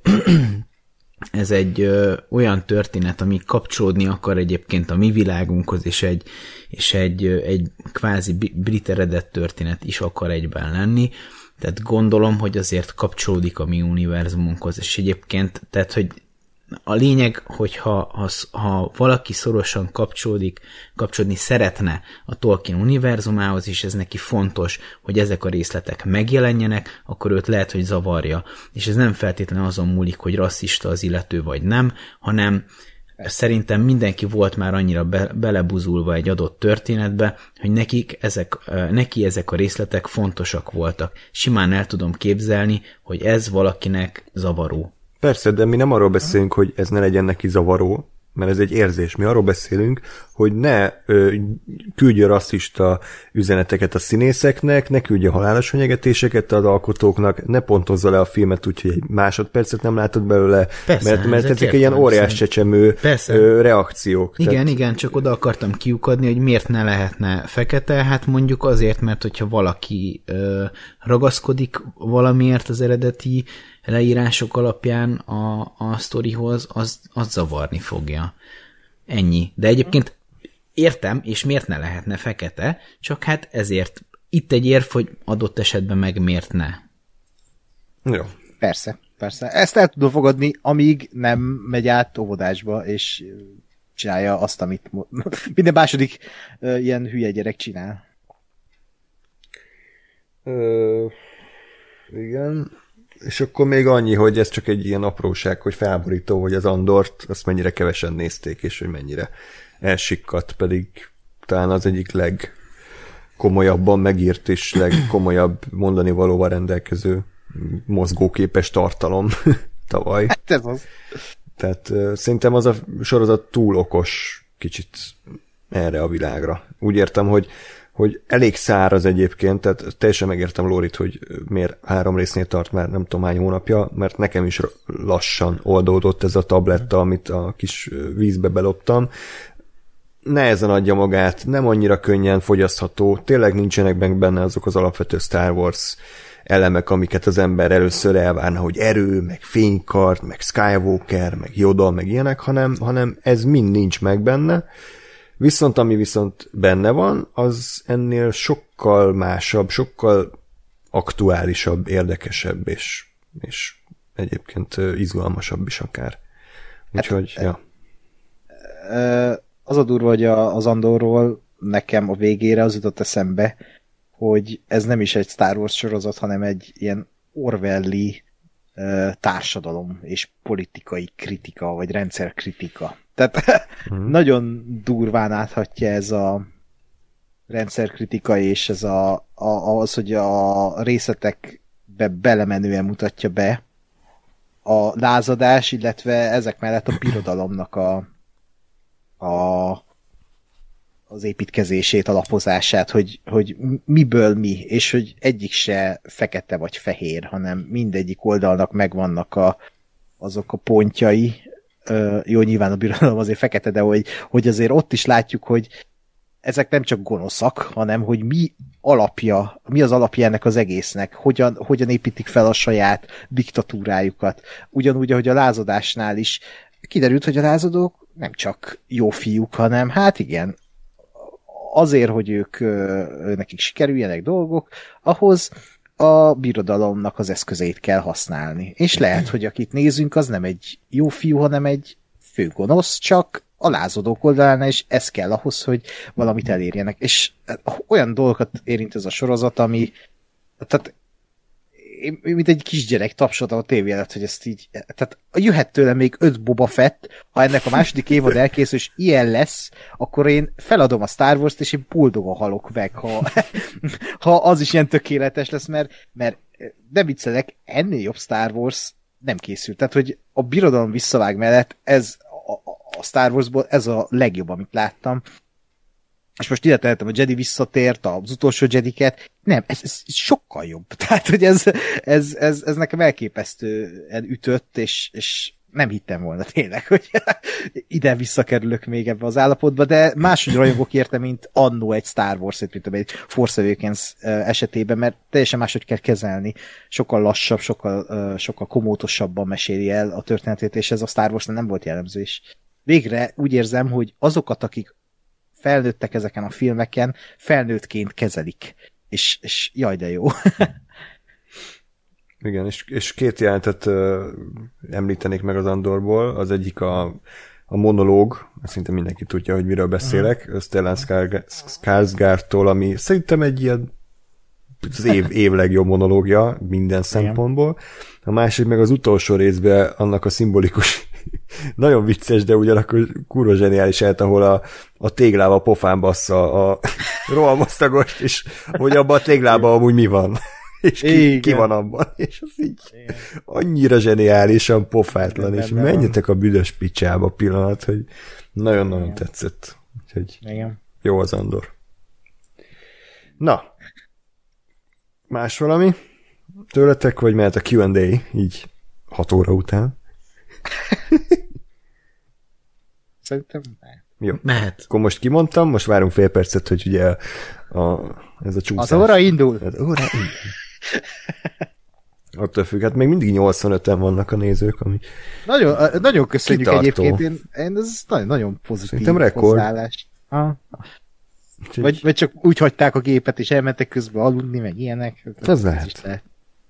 ez egy ö, olyan történet, ami kapcsolódni akar egyébként a mi világunkhoz, és egy, és egy, ö, egy kvázi brit eredet történet is akar egyben lenni. Tehát gondolom, hogy azért kapcsolódik a mi univerzumunkhoz, és egyébként, tehát, hogy a lényeg, hogyha ha, ha valaki szorosan kapcsolódik, kapcsolódni szeretne a Tolkien univerzumához, és ez neki fontos, hogy ezek a részletek megjelenjenek, akkor őt lehet, hogy zavarja. És ez nem feltétlenül azon múlik, hogy rasszista az illető vagy nem, hanem szerintem mindenki volt már annyira be, belebuzulva egy adott történetbe, hogy nekik ezek, neki ezek a részletek fontosak voltak. Simán el tudom képzelni, hogy ez valakinek zavaró. Persze, de mi nem arról beszélünk, hogy ez ne legyen neki zavaró, mert ez egy érzés. Mi arról beszélünk, hogy ne ö, küldje rasszista üzeneteket a színészeknek, ne küldje halálos fenyegetéseket az alkotóknak, ne pontozza le a filmet úgy, hogy egy másodpercet nem látod belőle, persze, mert, mert ezek, ezek ilyen óriás csecsemő ö, reakciók. Igen, tehát... igen, csak oda akartam kiukadni, hogy miért ne lehetne fekete, hát mondjuk azért, mert hogyha valaki ö, ragaszkodik valamiért az eredeti leírások alapján a, a sztorihoz, az, az zavarni fogja. Ennyi. De egyébként értem, és miért ne lehetne fekete, csak hát ezért itt egy érv, hogy adott esetben meg miért ne. Jó. Persze, persze. Ezt el tudom fogadni, amíg nem megy át óvodásba, és csinálja azt, amit minden második uh, ilyen hülye gyerek csinál. Ö, igen. És akkor még annyi, hogy ez csak egy ilyen apróság, hogy felborító, hogy az Andort azt mennyire kevesen nézték, és hogy mennyire elsikkadt, pedig talán az egyik legkomolyabban megírt és legkomolyabb mondani valóval rendelkező mozgóképes tartalom tavaly. Hát ez az. Tehát uh, szerintem az a sorozat túl okos kicsit erre a világra. Úgy értem, hogy, hogy elég száraz egyébként, tehát teljesen megértem Lórit, hogy miért három résznél tart már nem tudom hány hónapja, mert nekem is lassan oldódott ez a tabletta, amit a kis vízbe beloptam. Nehezen adja magát, nem annyira könnyen fogyasztható, tényleg nincsenek benne azok az alapvető Star Wars elemek, amiket az ember először elvárna, hogy erő, meg fénykard, meg Skywalker, meg Yoda, meg ilyenek, hanem, hanem ez mind nincs meg benne. Viszont ami viszont benne van, az ennél sokkal másabb, sokkal aktuálisabb, érdekesebb, és, és egyébként izgalmasabb is akár. Úgyhogy, hát, ja. Az a durva, hogy az Andorról nekem a végére az jutott eszembe, hogy ez nem is egy Star Wars sorozat, hanem egy ilyen Orwelli uh, társadalom és politikai kritika, vagy rendszerkritika. Tehát hmm. nagyon durván áthatja ez a rendszerkritika, és ez a, a, az, hogy a részletekbe belemenően mutatja be a lázadás, illetve ezek mellett a birodalomnak a, a az építkezését, alapozását, hogy, hogy miből mi, és hogy egyik se fekete vagy fehér, hanem mindegyik oldalnak megvannak a, azok a pontjai. Ö, jó, nyilván a birodalom azért fekete, de hogy, hogy azért ott is látjuk, hogy ezek nem csak gonoszak, hanem hogy mi alapja, mi az alapja ennek az egésznek, hogyan, hogyan építik fel a saját diktatúrájukat. Ugyanúgy, ahogy a lázadásnál is kiderült, hogy a lázadók nem csak jó fiúk, hanem hát igen, azért, hogy ők, nekik sikerüljenek dolgok, ahhoz a birodalomnak az eszközeit kell használni. És lehet, hogy akit nézünk, az nem egy jó fiú, hanem egy főgonosz, csak a lázadók oldalán, és ez kell ahhoz, hogy valamit elérjenek. És olyan dolgokat érint ez a sorozat, ami tehát én, mint egy kisgyerek tapsoltam a tévé előtt, hogy ezt így, tehát jöhet tőle még öt Boba Fett, ha ennek a második évad elkészül, és ilyen lesz, akkor én feladom a Star Wars-t, és én boldogan halok meg, ha, ha az is ilyen tökéletes lesz, mert, mert de viccelek, ennél jobb Star Wars nem készült. Tehát, hogy a birodalom visszavág mellett ez a, a Star Warsból ez a legjobb, amit láttam. És most ide tehetem, a Jedi visszatért, az utolsó Jediket. Nem, ez, ez sokkal jobb. Tehát, hogy ez, ez, ez, ez nekem elképesztően ütött, és, és nem hittem volna tényleg, hogy ide visszakerülök még ebbe az állapotba, de máshogy rajongok érte, mint annó egy Star Wars-et, mint egy Force Awakens esetében, mert teljesen máshogy kell kezelni. Sokkal lassabb, sokkal, sokkal komótosabban meséli el a történetét, és ez a Star Wars nem volt jellemző is. Végre úgy érzem, hogy azokat, akik felnőttek ezeken a filmeken, felnőttként kezelik. És, és jaj, de jó. Igen, és, és két jelentet uh, említenék meg az Andorból. Az egyik a, a monológ, szinte mindenki tudja, hogy miről beszélek, uh-huh. Stellan Skarsgårdtól, ami szerintem egy ilyen az év, év legjobb monológja minden szempontból. A másik meg az utolsó részben annak a szimbolikus nagyon vicces, de ugyanakkor kurva zseniális el, ahol a, a téglával pofán bassza a rohamosztagost, és hogy abban a téglában amúgy mi van. És ki, ki van abban. És az így igen. Annyira zseniálisan pofátlan, és menjetek a büdös picsába pillanat, hogy nagyon-nagyon igen. tetszett. Úgyhogy igen. Jó az Andor. Na, más valami? Tőletek, vagy mehet a Q and A így hat óra után? Szerintem jó. Mehet. Akkor most kimondtam, most várunk fél percet, hogy ugye a, a, ez a csúszás. Az óra indul. Az óra indul. Attól függ, hát még mindig nyolcvanöten vannak a nézők, ami Nagyon, nagyon köszönjük kitartó. Egyébként, én, én ez nagyon, nagyon pozitív Szerintem rekord. hozzáállás. Ha. Vagy, vagy csak úgy hagyták a gépet, és elmentek közben aludni, meg ilyenek. Ez lehet. is lehet.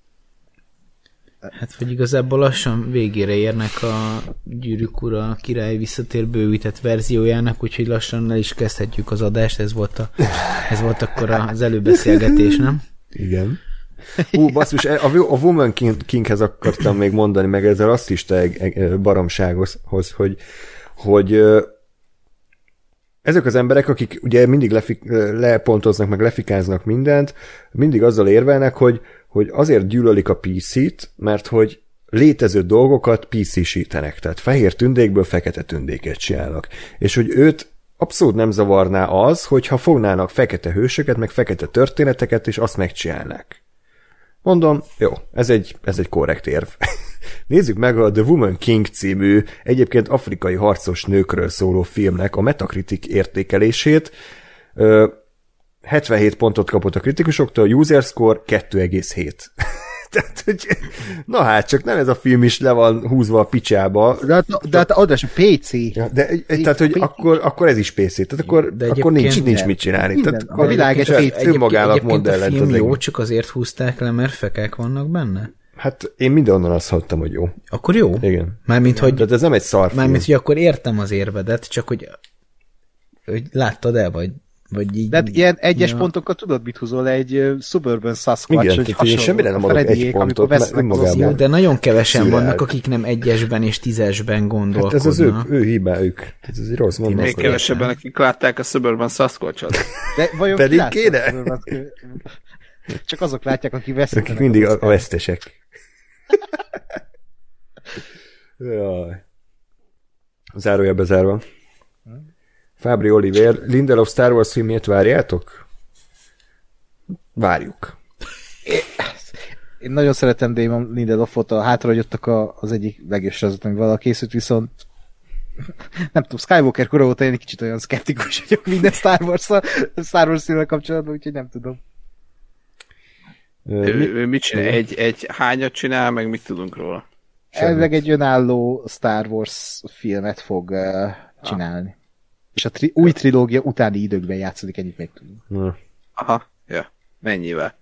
Hát, vagy igazából lassan végére érnek a Gyűrűk Ura Király visszatér bővített verziójának, úgyhogy lassan el is kezdhetjük az adást, ez volt, a, ez volt akkor az előbeszélgetés, nem? Igen. Ú, basszus, a, a Woman Kinghez akartam még mondani, meg ezzel azt is te baromsághoz, hogy, hogy ezek az emberek, akik ugye mindig lefik, lepontoznak, meg lefikáznak mindent, mindig azzal érvelnek, hogy, hogy azért gyűlölik a pé cét, mert hogy létező dolgokat pé cé-sítenek, tehát fehér tündékből fekete tündéket csinálnak. És hogy őt abszolút nem zavarná az, hogyha fognának fekete hősöket, meg fekete történeteket, és azt megcsinálnák. Mondom, jó, ez egy, ez egy korrekt érv. Nézzük meg a The Woman King című, egyébként afrikai harcos nőkről szóló filmnek a Metacritic értékelését. hetvenhét pontot kapott a kritikusoktól, a user score kettő egész hét. Tehát, hogy, na hát, csak nem ez a film is le van húzva a picsába. De hát, de hát adás a pé cé. Ja, de, tehát, hogy akkor, akkor ez is pé cé. Tehát akkor, akkor nincs, nincs mit csinálni. Minden, tehát, a világ egy pé cé. Önmagának mond ellent. Egyébként a film az jó, egész. csak azért húzták le, mert fekek vannak benne? Hát én mindenhonnan azt hallottam, hogy jó. Akkor jó? Igen. Mármint, hogy, tehát ez nem egy szar film. mármint, hogy akkor értem az érvedet, csak hogy, hogy láttad el, vagy vagy így... De hát ilyen egyes ja. pontokkal tudod, mit húzol le egy uh, Suburban Sasquatch, igen, hogy tehát én semmire nem adok egy pontot, mert önmagában. Jó, de nagyon kevesen szürel. Vannak, akik nem egyesben és tízesben gondolkodnak. Hát ez az ő, ő hibájuk. Ez egy rossz mondat. Még kevesebben, akik látták a Suburban Sasquatch-ot. De vajon pedig kéne? Csak azok látják, akik veszítenek. Akik mindig a, a vesztesek. Jaj. Zárója bezárva. Fábri Oliver, Lindelof Star Wars filmjét várjátok? Várjuk. Én, én nagyon szeretem Damon Lindelofot, a hátrahagyottak az egyik legjobb sorozat, ami valaha készült, viszont nem tudom, Skywalker kora óta én egy kicsit olyan szkeptikus vagyok minden Star Wars-szal, Star Wars filmmel kapcsolatban, úgyhogy nem tudom. Ő, mi? ő mit csinál? Egy, egy hányat csinál, meg mit tudunk róla? Elvileg egy önálló Star Wars filmet fog uh, csinálni. Ah. És a tri- új trilógia utáni időkben játszódik, ennyit még tudunk. Na. Aha, ja. Mennyivel?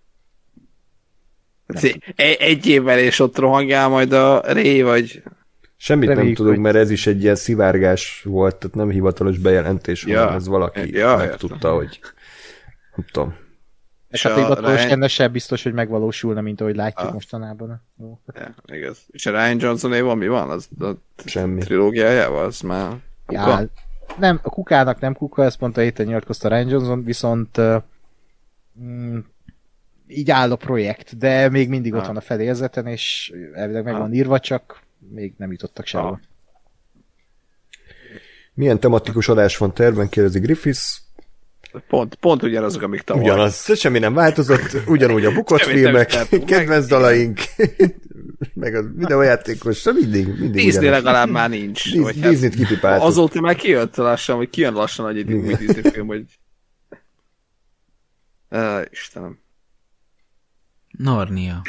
Egy, egy évvel és ott rohangál majd a Rey, vagy... Semmit Reméljük, nem tudunk, hogy... mert ez is egy ilyen szivárgás volt, tehát nem hivatalos bejelentés, ja. hanem ez valaki ja, megtudta, hogy nem tudom. És hát hivatalos Ryan... ennek sem biztos, hogy megvalósulna, mint ahogy látjuk ah. mostanában. Jó. Ja, igaz. És a Ryan Johnson-éval mi van? Az a semmi. Trilógiájával? Az már ja, nem, a kukának nem kuka, ezt pont a héten nyilatkozta Ryan Johnson, viszont uh, mm, így áll a projekt, de még mindig ah. ott van a felérzeten, és elvileg meg ah. van írva, csak még nem jutottak sehol. Ah. Milyen tematikus adás van tervben, kérdezi Griffiths. Pont, pont ugyanazok, amik tavaly. Ugyanaz, semmi nem változott, ugyanúgy a bukott filmek, kedvenc dalaink, meg a videójátékos, mindig, mindig Disney legalább már nincs. Diz, Disney-t kipipáltuk. Azóta már kijött lassan, hogy kijön lassan egy új Disney film, hogy... Uh, Istenem. Narnia.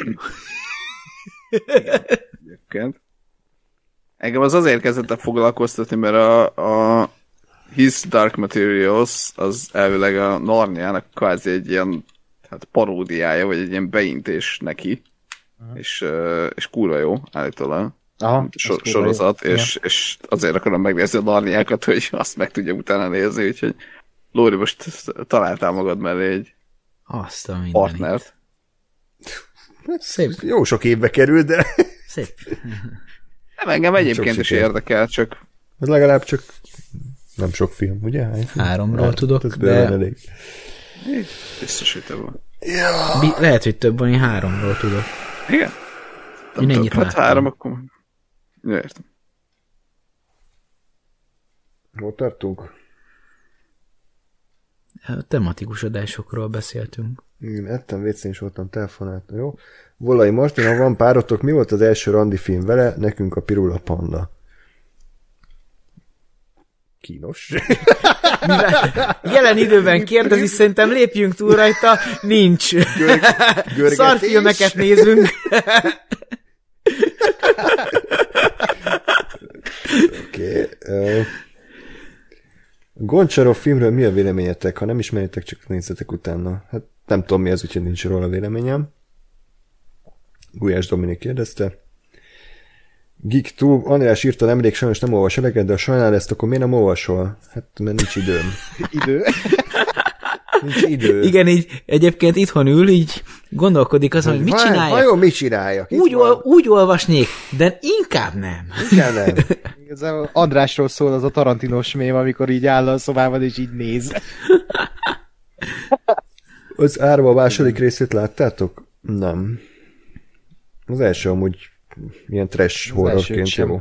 Egyébként. Engem az azért kezdett el foglalkoztatni, mert a, a His Dark Materials az elvileg a Narniának kvázi egy ilyen hát paródiája, vagy egy ilyen beintés neki. Uh-huh. És, és kurva jó, állítólag. Aha, so, sorozat, jó. És, ja. és azért akarom megnézni a Narniákat, hogy azt meg tudja utána nézni, úgyhogy Lóri, most találtál magad mellé egy azt a partnert. Szép. Jó sok évbe kerül, de... Szép. Nem, engem egyébként is érdekel, csak... Ez legalább csak nem sok film, ugye? Háromról hát, tudok, ez de... elég. Biztos, hogy több van. Ja. Bi- lehet, hogy több van, én háromról tudok. Igen? Én ennyit hát három, akkor... Ja, értem. Hol tartunk? A tematikus adásokról beszéltünk. Igen, ettem, vécén is voltam, telefonált. Jó. Volai Martin, ha van párotok, mi volt az első randi film vele? Nekünk a Pirula Panda. Kínos. Mivel jelen időben kérdezi, szerintem lépjünk túl rajta, nincs. Görgetés. Szarfilmeket nézünk. Goncsarov filmről mi a véleményetek? Ha nem ismeritek, csak nézzetek utána. Hát nem tudom mi az, úgyhogy nincs róla véleményem. Gulyás Dominik kérdezte. Geek two, András írta nemrég, sajnos nem olvas eleget, de ha sajnál ezt, akkor miért nem olvasol? Hát, mert nincs időm. Idő. Nincs idő. Igen, így egyébként itthon ül, így gondolkodik azon, hogy mit csináljak. Vajon mit csináljak? Úgy, ol, úgy olvasnék, de inkább nem. Inkább nem. Igazából Andrásról szól az a Tarantinos mém, amikor így áll a szobában és így néz. Az Árva a második részét láttátok? Nem. Az első amúgy ilyen trash horrorként jó.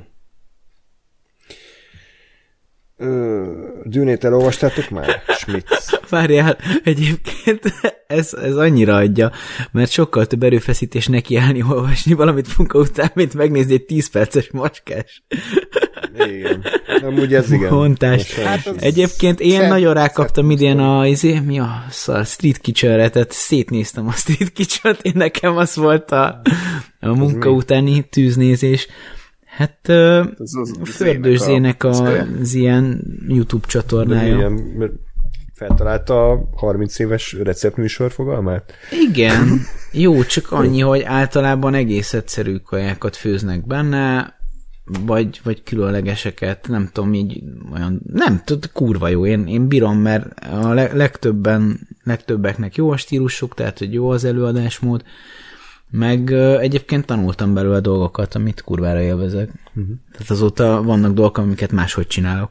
Dűnét elolvastátok már? Schmitz. Várjál, egyébként ez, ez annyira adja, mert sokkal több erőfeszítés nekiállni olvasni valamit munka után, mint megnézni egy tíz perces macskás. Igen. Amúgy ez igen. Montást. Hát egyébként én szent, nagyon rákaptam idén a, izé, mi a szar, Street Kitchen-re, tehát szétnéztem a Street Kitchen-t, én nekem az volt a, a munka utáni tűznézés. Hát Fördős Zének az, az ilyen YouTube csatornája. Igen, feltalálta a harminc éves receptműsor fogalmát? Igen. Jó, csak annyi, hogy általában egész egyszerű kajákat főznek benne, vagy, vagy különlegeseket, nem tudom, így olyan, nem tudom, kurva jó, én, én bírom, mert a legtöbben, legtöbbeknek jó a stílusuk, tehát, hogy jó az előadásmód, meg uh, egyébként tanultam belőle dolgokat, amit kurvára élvezek. Uh-huh. Tehát azóta vannak dolgok, amiket máshogy csinálok.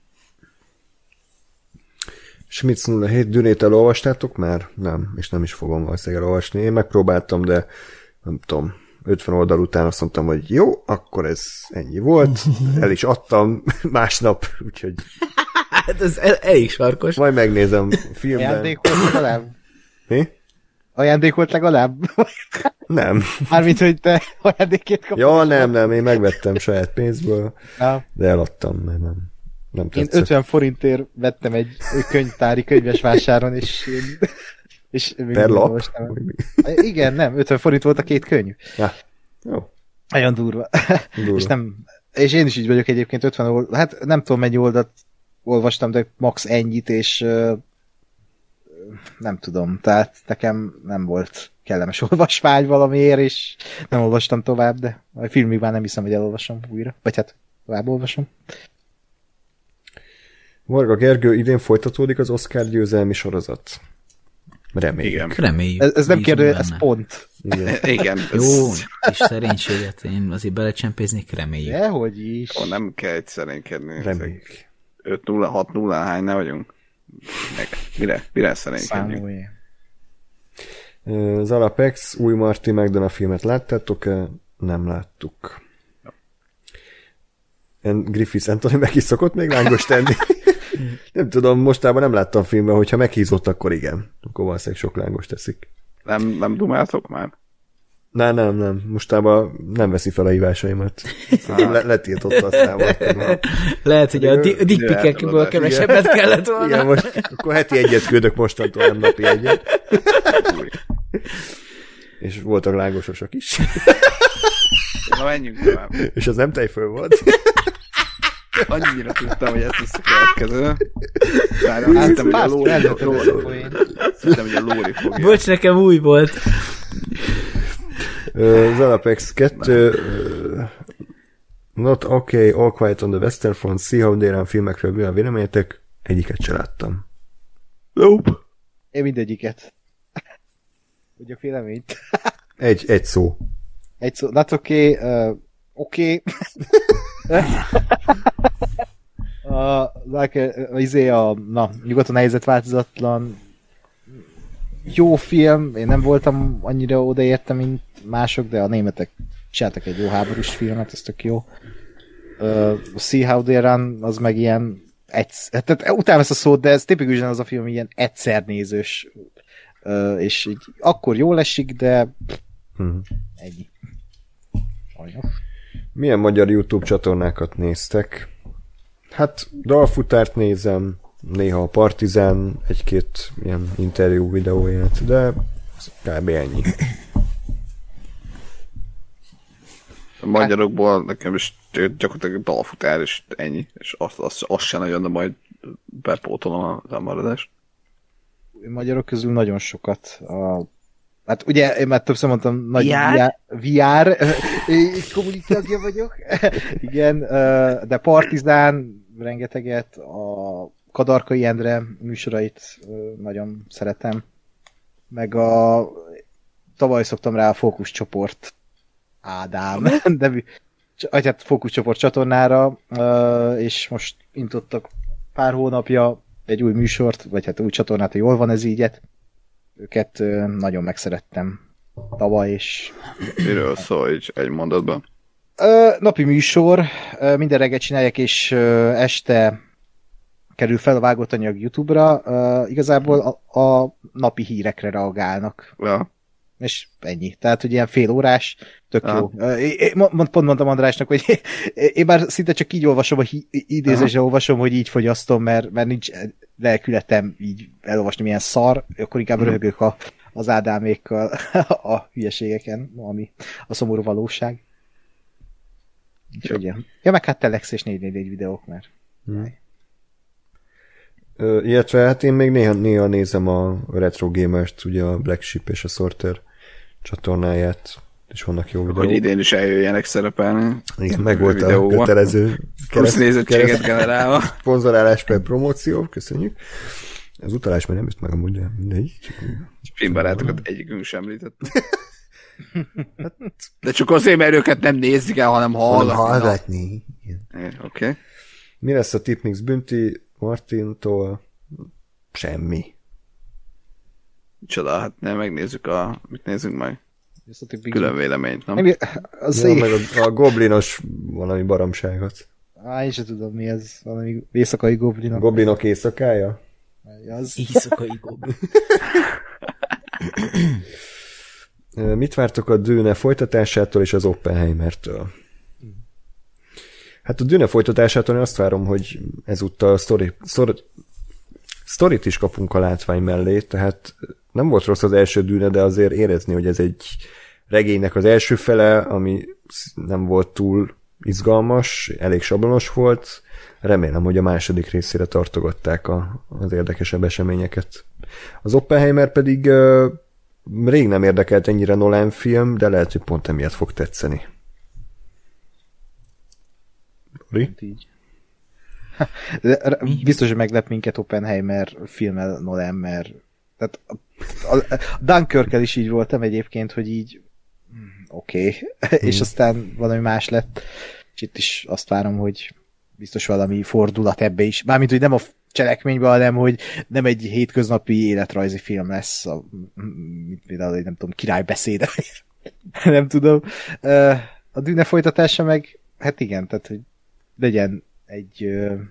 Schmitz nulla hét, Dűnét elolvastátok már? Nem, és nem is fogom valószínűleg elolvasni. Én megpróbáltam, de nem tudom, ötven oldal után azt mondtam, hogy jó, akkor ez ennyi volt. El is adtam másnap, úgyhogy... Hát ez el, elég sarkos. Majd megnézem filmben. Ajándék volt legalább? Mi? Ajándék volt legalább? Nem. Mármint, hogy te ajándékét kaptad. Ja, nem, nem, én megvettem saját pénzből, ja. De eladtam, mert nem, nem tetszett. Én ötven forintért vettem egy könyvtári könyves vásáron, és én... És per lap? Igen, nem, ötven forint volt a két könyv. Ja. Jó. Nagyon durva. durva. És, nem, és én is így vagyok egyébként ötven oldalt, hát nem tudom mennyi oldalt olvastam, de max ennyit, és uh, nem tudom, tehát nekem nem volt kellemes olvasmány valamiért, és nem olvastam tovább, de a filmig már nem hiszem, hogy elolvasom újra, vagy hát tovább olvasom. Varga Gergő, idén folytatódik az Oscar győzelmi sorozat. Reméljük. Igen. Reméljük. Ez, ez nem kérdő, ez pont. Igen. Igen. Jó, és szerénységet én azért belecsempéznék, reméljük. Dehogy is. Ó, nem kell egy szerénykedni. Reméljük. öt nulla, hat nulla, hány ne vagyunk? Meg, mire, mire szerénykedjünk? Az Alapex, új Marty McDonagh filmet láttátok-e? Nem láttuk. En Griffiths Anthony meg is szokott még lángos tenni. Nem tudom, mostában nem láttam filmben, hogyha meghízott, akkor igen. Akkor valószínűleg sok lángos teszik. Nem, nem dumáltok már? Nem, nem, nem. Mostában nem veszi fel a hívásaimat. Le- letiltotta aztán. Lehet, hogy a dickpikekből kevesebbet kellett volna. Igen, most akkor heti egyet küldök mostantól, nem napi egyet. És voltak lángososok is. Na, menjünk tovább. És az nem tejföl volt. Annyira tudtam, hogy ez lesz a következő. Szerintem, hogy a Lóri fogja. Bocs, nekem új volt. Az Alapex kettő, Not Okay, All Quiet on the Western Front, Sea How They Run filmekről mi a véleményetek? Egyiket se láttam. Nope. Én mindegyiket. Ugyak véleményt. Egy, egy szó. Egy szó. Not Okay, uh, Oké. Okay. a, like, izé a, na, nyugaton a helyzet változatlan. Jó film, én nem voltam annyira odaértem, mint mások, de a németek csináltak egy jó háborús filmet, ez tök jó. Uh, See How They Run, az meg ilyen egyszer, tehát utálom ezt a szót, de ez tipikusan az a film ilyen egyszer nézős, uh, és így akkor jól esik, de hmm. ennyi. Sajnos. Milyen magyar YouTube csatornákat néztek? Hát Dalfutárt nézem, néha a Partizán egy-két ilyen interjú videóját, de kb. Ennyi. A magyarokból nekem is gyakorlatilag dalfutár, és ennyi. És azt, azt, azt sem nagyon, de majd bepótolom a lemaradást. Magyarok közül nagyon sokat. A... Hát ugye, én már többször mondtam, nagy vé er, kommunikáció vagyok. Igen, de Partizán rengeteget, a Kadarkai Endre műsorait nagyon szeretem. Meg a tavaly szoktam rá a fókuszcsoport Ádám, de hát fókuszcsoport csatornára, és most intottak pár hónapja egy új műsort, vagy hát új csatornát, hogy jól van ez ígyet. Őket nagyon megszerettem tavaly, és... Miről szól egy, egy mondatban? Napi műsor, minden reggel csinálják, és este kerül fel a vágott anyag YouTube-ra. Igazából a, a napi hírekre reagálnak. Ja. És ennyi. Tehát, hogy ilyen fél órás, tök ja. jó. Én pont mondtam Andrásnak, hogy én már szinte csak így olvasom, a idézésre olvasom, hogy így fogyasztom, mert, mert nincs lelkületem így elolvasni milyen szar, akkor inkább röhögök a, az Ádámékkal a hülyeségeken, ami a szomorú valóság. Úgyhogy, ja. ja, meg hát Telex és négy négy négy videók, mert... Hmm. Ö, illetve hát én még néha, néha nézem a Retro Gamers-t, ugye a Black Sheep és a Sorter csatornáját, és vannak jó videók. Hogy idén is eljöjjenek szerepelni. Igen, meg volt a kötelező plusz nézettséget generálva. Szponzorálás per promóció, köszönjük. Az utalás már nem jött meg amúgy, de mindegy. Filmbarátokat egyikünk sem említett. De csak azért, mert őket nem nézik el, hanem hallgatni. Hallgatni. Oké. Okay. Mi lesz a Tipmix Bünti Martintól? Semmi. Csoda, hát nem, megnézzük a... Mit nézzünk meg? Külön véleményt, nem? Meg, az ja, meg a, a goblinos valami baromságot. Á, én sem tudom mi ez. Valami éjszakai goblinok. Goblinok éjszakája? Az. Éjszakai goblin. Mit vártok a Dune folytatásától és az Oppenheimertől? Hát a Dune folytatásától én azt várom, hogy ezúttal a sztori, sztori, sztorit is kapunk a látvány mellé, tehát nem volt rossz az első Dune, de azért érezni, hogy ez egy regénynek az első fele, ami nem volt túl izgalmas, elég sablonos volt. Remélem, hogy a második részére tartogatták a, az érdekesebb eseményeket. Az Oppenheimer pedig uh, rég nem érdekelt ennyire Nolan film, de lehet, hogy pont emiatt fog tetszeni. Így. Biztos, hogy meglep minket Oppenheimer filmmel Nolan, mert tehát a, a, a Dunkirkkel is így voltam egyébként, hogy így oké, okay. És aztán valami más lett, és itt is azt várom, hogy biztos valami fordulat ebbe is. Mármint, hogy nem a cselekményben, hanem, hogy nem egy hétköznapi életrajzi film lesz, a, például, nem tudom, királybeszéde, nem tudom. A Dune folytatása meg, hát igen, tehát, hogy legyen egy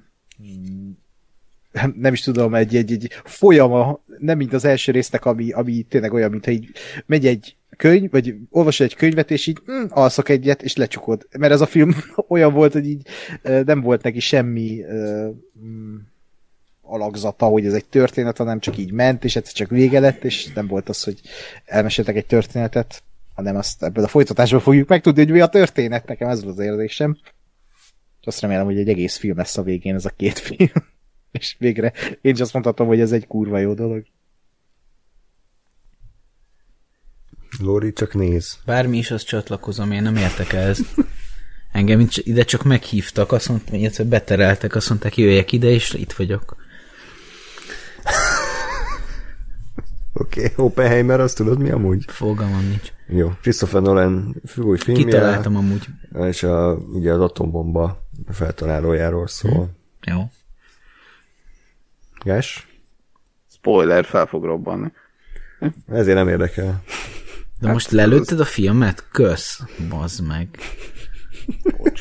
nem is tudom, egy, egy, egy folyama, nem mint az első résznek, ami, ami tényleg olyan, mintha így megy egy könyv, vagy olvasod egy könyvet, és így hm, alszok egyet, és lecsukod. Mert ez a film olyan volt, hogy így nem volt neki semmi uh, alakzata, hogy ez egy történet, hanem csak így ment, és egyszer csak vége lett, és nem volt az, hogy elmeséltek egy történetet, hanem azt ebből a folytatásból fogjuk megtudni, hogy mi a történet. Nekem ez volt az érzésem. És azt remélem, hogy egy egész film lesz a végén ez a két film. És végre én is azt mondhatom, hogy ez egy kurva jó dolog. Lóri, csak néz. Bármi is, azt csatlakozom, én nem értek ehhez. Engem ide csak meghívtak, azt mondták, illetve betereltek, azt mondták, jöjjek ide, és itt vagyok. Oké, okay. Oppenheimer, azt tudod mi amúgy? Fogalmam nincs. Jó, Christopher Nolan új filmje. Kitaláltam amúgy. És a, ugye az atombomba feltalálójáról szól. Hmm. Jó. Gás? Spoiler, fel fog robbanni. Ezért nem érdekel. De hát most lelőtted a filmet? Kösz. Bazd meg. Bocs.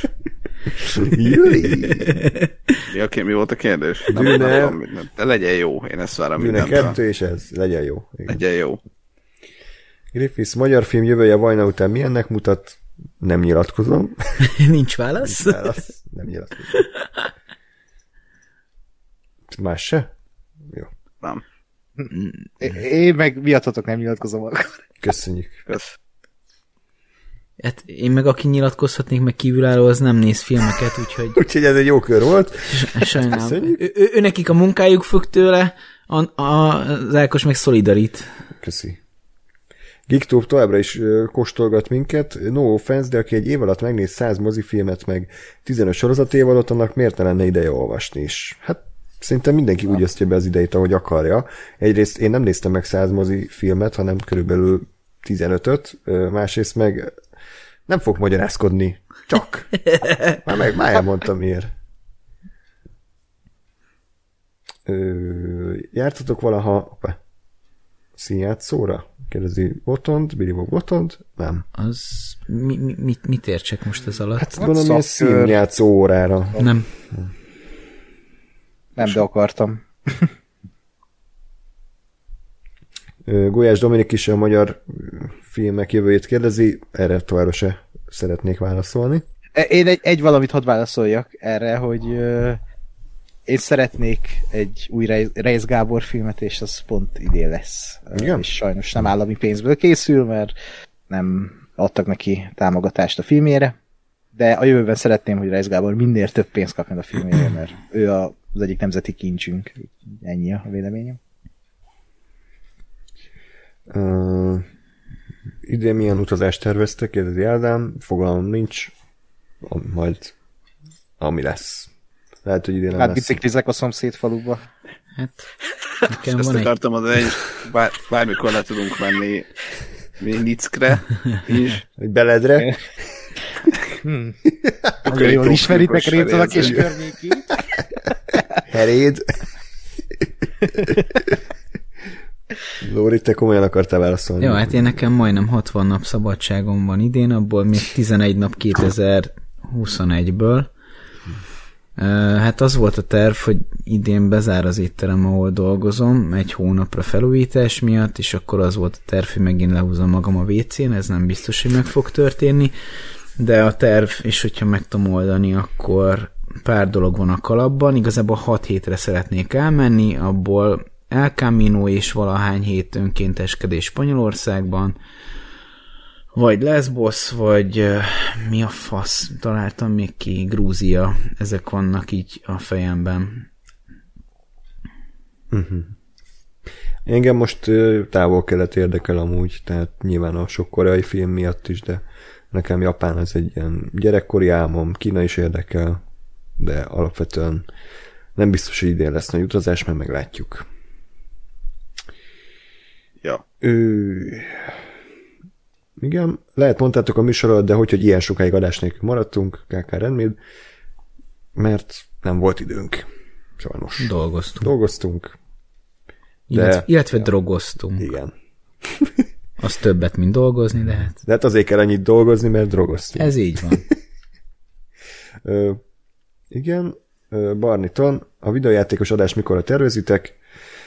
Mi, okay, mi volt a kérdés? Dűne... Nem, nem, nem, de legyen jó, én ezt várom mindentől. Dűne kettő és ez, legyen jó. Igen. Legyen jó. Griffiths magyar film jövője Vajna után milyennek mutat? Nem nyilatkozom. Nincs válasz? Nincs válasz. Nem nyilatkozom. Más se? Jó. Nem. Én meg miattatok nem nyilatkozom akkor. Köszönjük. Kösz. Hát én meg aki nyilatkozhatnék, meg kívülálló, az nem néz filmeket, úgyhogy... úgyhogy ez egy jó kör volt. Sajnálom. Ő, ő, ő nekik a munkájuk függ tőle, a, a, az Ákos meg szolidarít. Köszi. Geektube továbbra is kóstolgat minket. No offense, de aki egy év alatt megnéz száz mozifilmet, meg tizenöt sorozat évadot, annak miért ne lenne ideje olvasni is? Hát szerintem mindenki úgy osztja be az idejét, ahogy akarja. Egyrészt én nem néztem meg száz mozifilmet, hanem körülbelül tizenötöt, másrészt meg nem fog magyarázkodni. Csak. Már meg, már elmondtam miért. Ö, jártatok valaha színjátszóra? Kérdezi Botond, Billy Bob Botond? Nem. Az mi, mi, mit, mit értsek most ez alatt? Hát gondolom, hogy színjátszó órára. Nem. Nem, de akartam. Gulyás Dominik is a magyar filmek jövőjét kérdezi, erre továbbra se szeretnék válaszolni. Én egy, egy valamit hadd válaszoljak erre, hogy uh, én szeretnék egy új Reis Gábor filmet, és az pont idén lesz. Igen? És sajnos nem állami pénzből készül, mert nem adtak neki támogatást a filmjére, de a jövőben szeretném, hogy Reis Gábor minél több pénzt kapjon a filmjére, mert ő a, az egyik nemzeti kincsünk. Ennyi a véleményem. Uh, idén milyen utazást terveztek? Kérdezi Ádám. Fogalmam nincs. Majd ami lesz. Lehet, hogy idén nem hát lesz. biciklizek a szomszéd faluba. Hát, nekem ezt van akartam mondani, hogy bár, bármikor le tudunk menni Nickre is. Hogy Beledre. Hmm. Nagyon jól ismeritek Récalak és környékét. Heréd. Lóri, te komolyan akartál válaszolni? Jó, hát én nekem majdnem hatvan nap szabadságom van idén, abból még tizenegy nap kétezer-huszonegyből. Hát az volt a terv, hogy idén bezár az étterem, ahol dolgozom, egy hónapra felújítás miatt, és akkor az volt a terv, hogy megint lehúzom magam a vécén, ez nem biztos, hogy meg fog történni, de a terv, és hogyha meg tudom oldani, akkor pár dolog van a kalapban, igazából hat hétre szeretnék elmenni, abból El Camino és valahány hét önkénteskedés Spanyolországban, vagy Lesbos, vagy uh, mi a fasz, találtam még ki, Grúzia, ezek vannak így a fejemben. Uh-huh. Engem most uh, távol-kelet érdekel amúgy, tehát nyilván a sok koreai film miatt is, de nekem Japán az egy ilyen gyerekkori álmom, Kína is érdekel, de alapvetően nem biztos, hogy idén lesz nagy utazás, mert meglátjuk. Ja. Ő... Igen, lehet mondtátok a műsorod, de hogy, hogy ilyen sokáig adás nélkül maradtunk, ká ká Rendméd, mert nem volt időnk. Sajnos. Dolgoztunk. Dolgoztunk. De... Illetve, illetve ja. drogoztunk. Igen. Az többet, mint dolgozni, de hát... De hát azért kell annyit dolgozni, mert drogoztunk. Ez így van. Ö, igen, Ö, Barniton, a videójátékos adás mikorra tervezitek?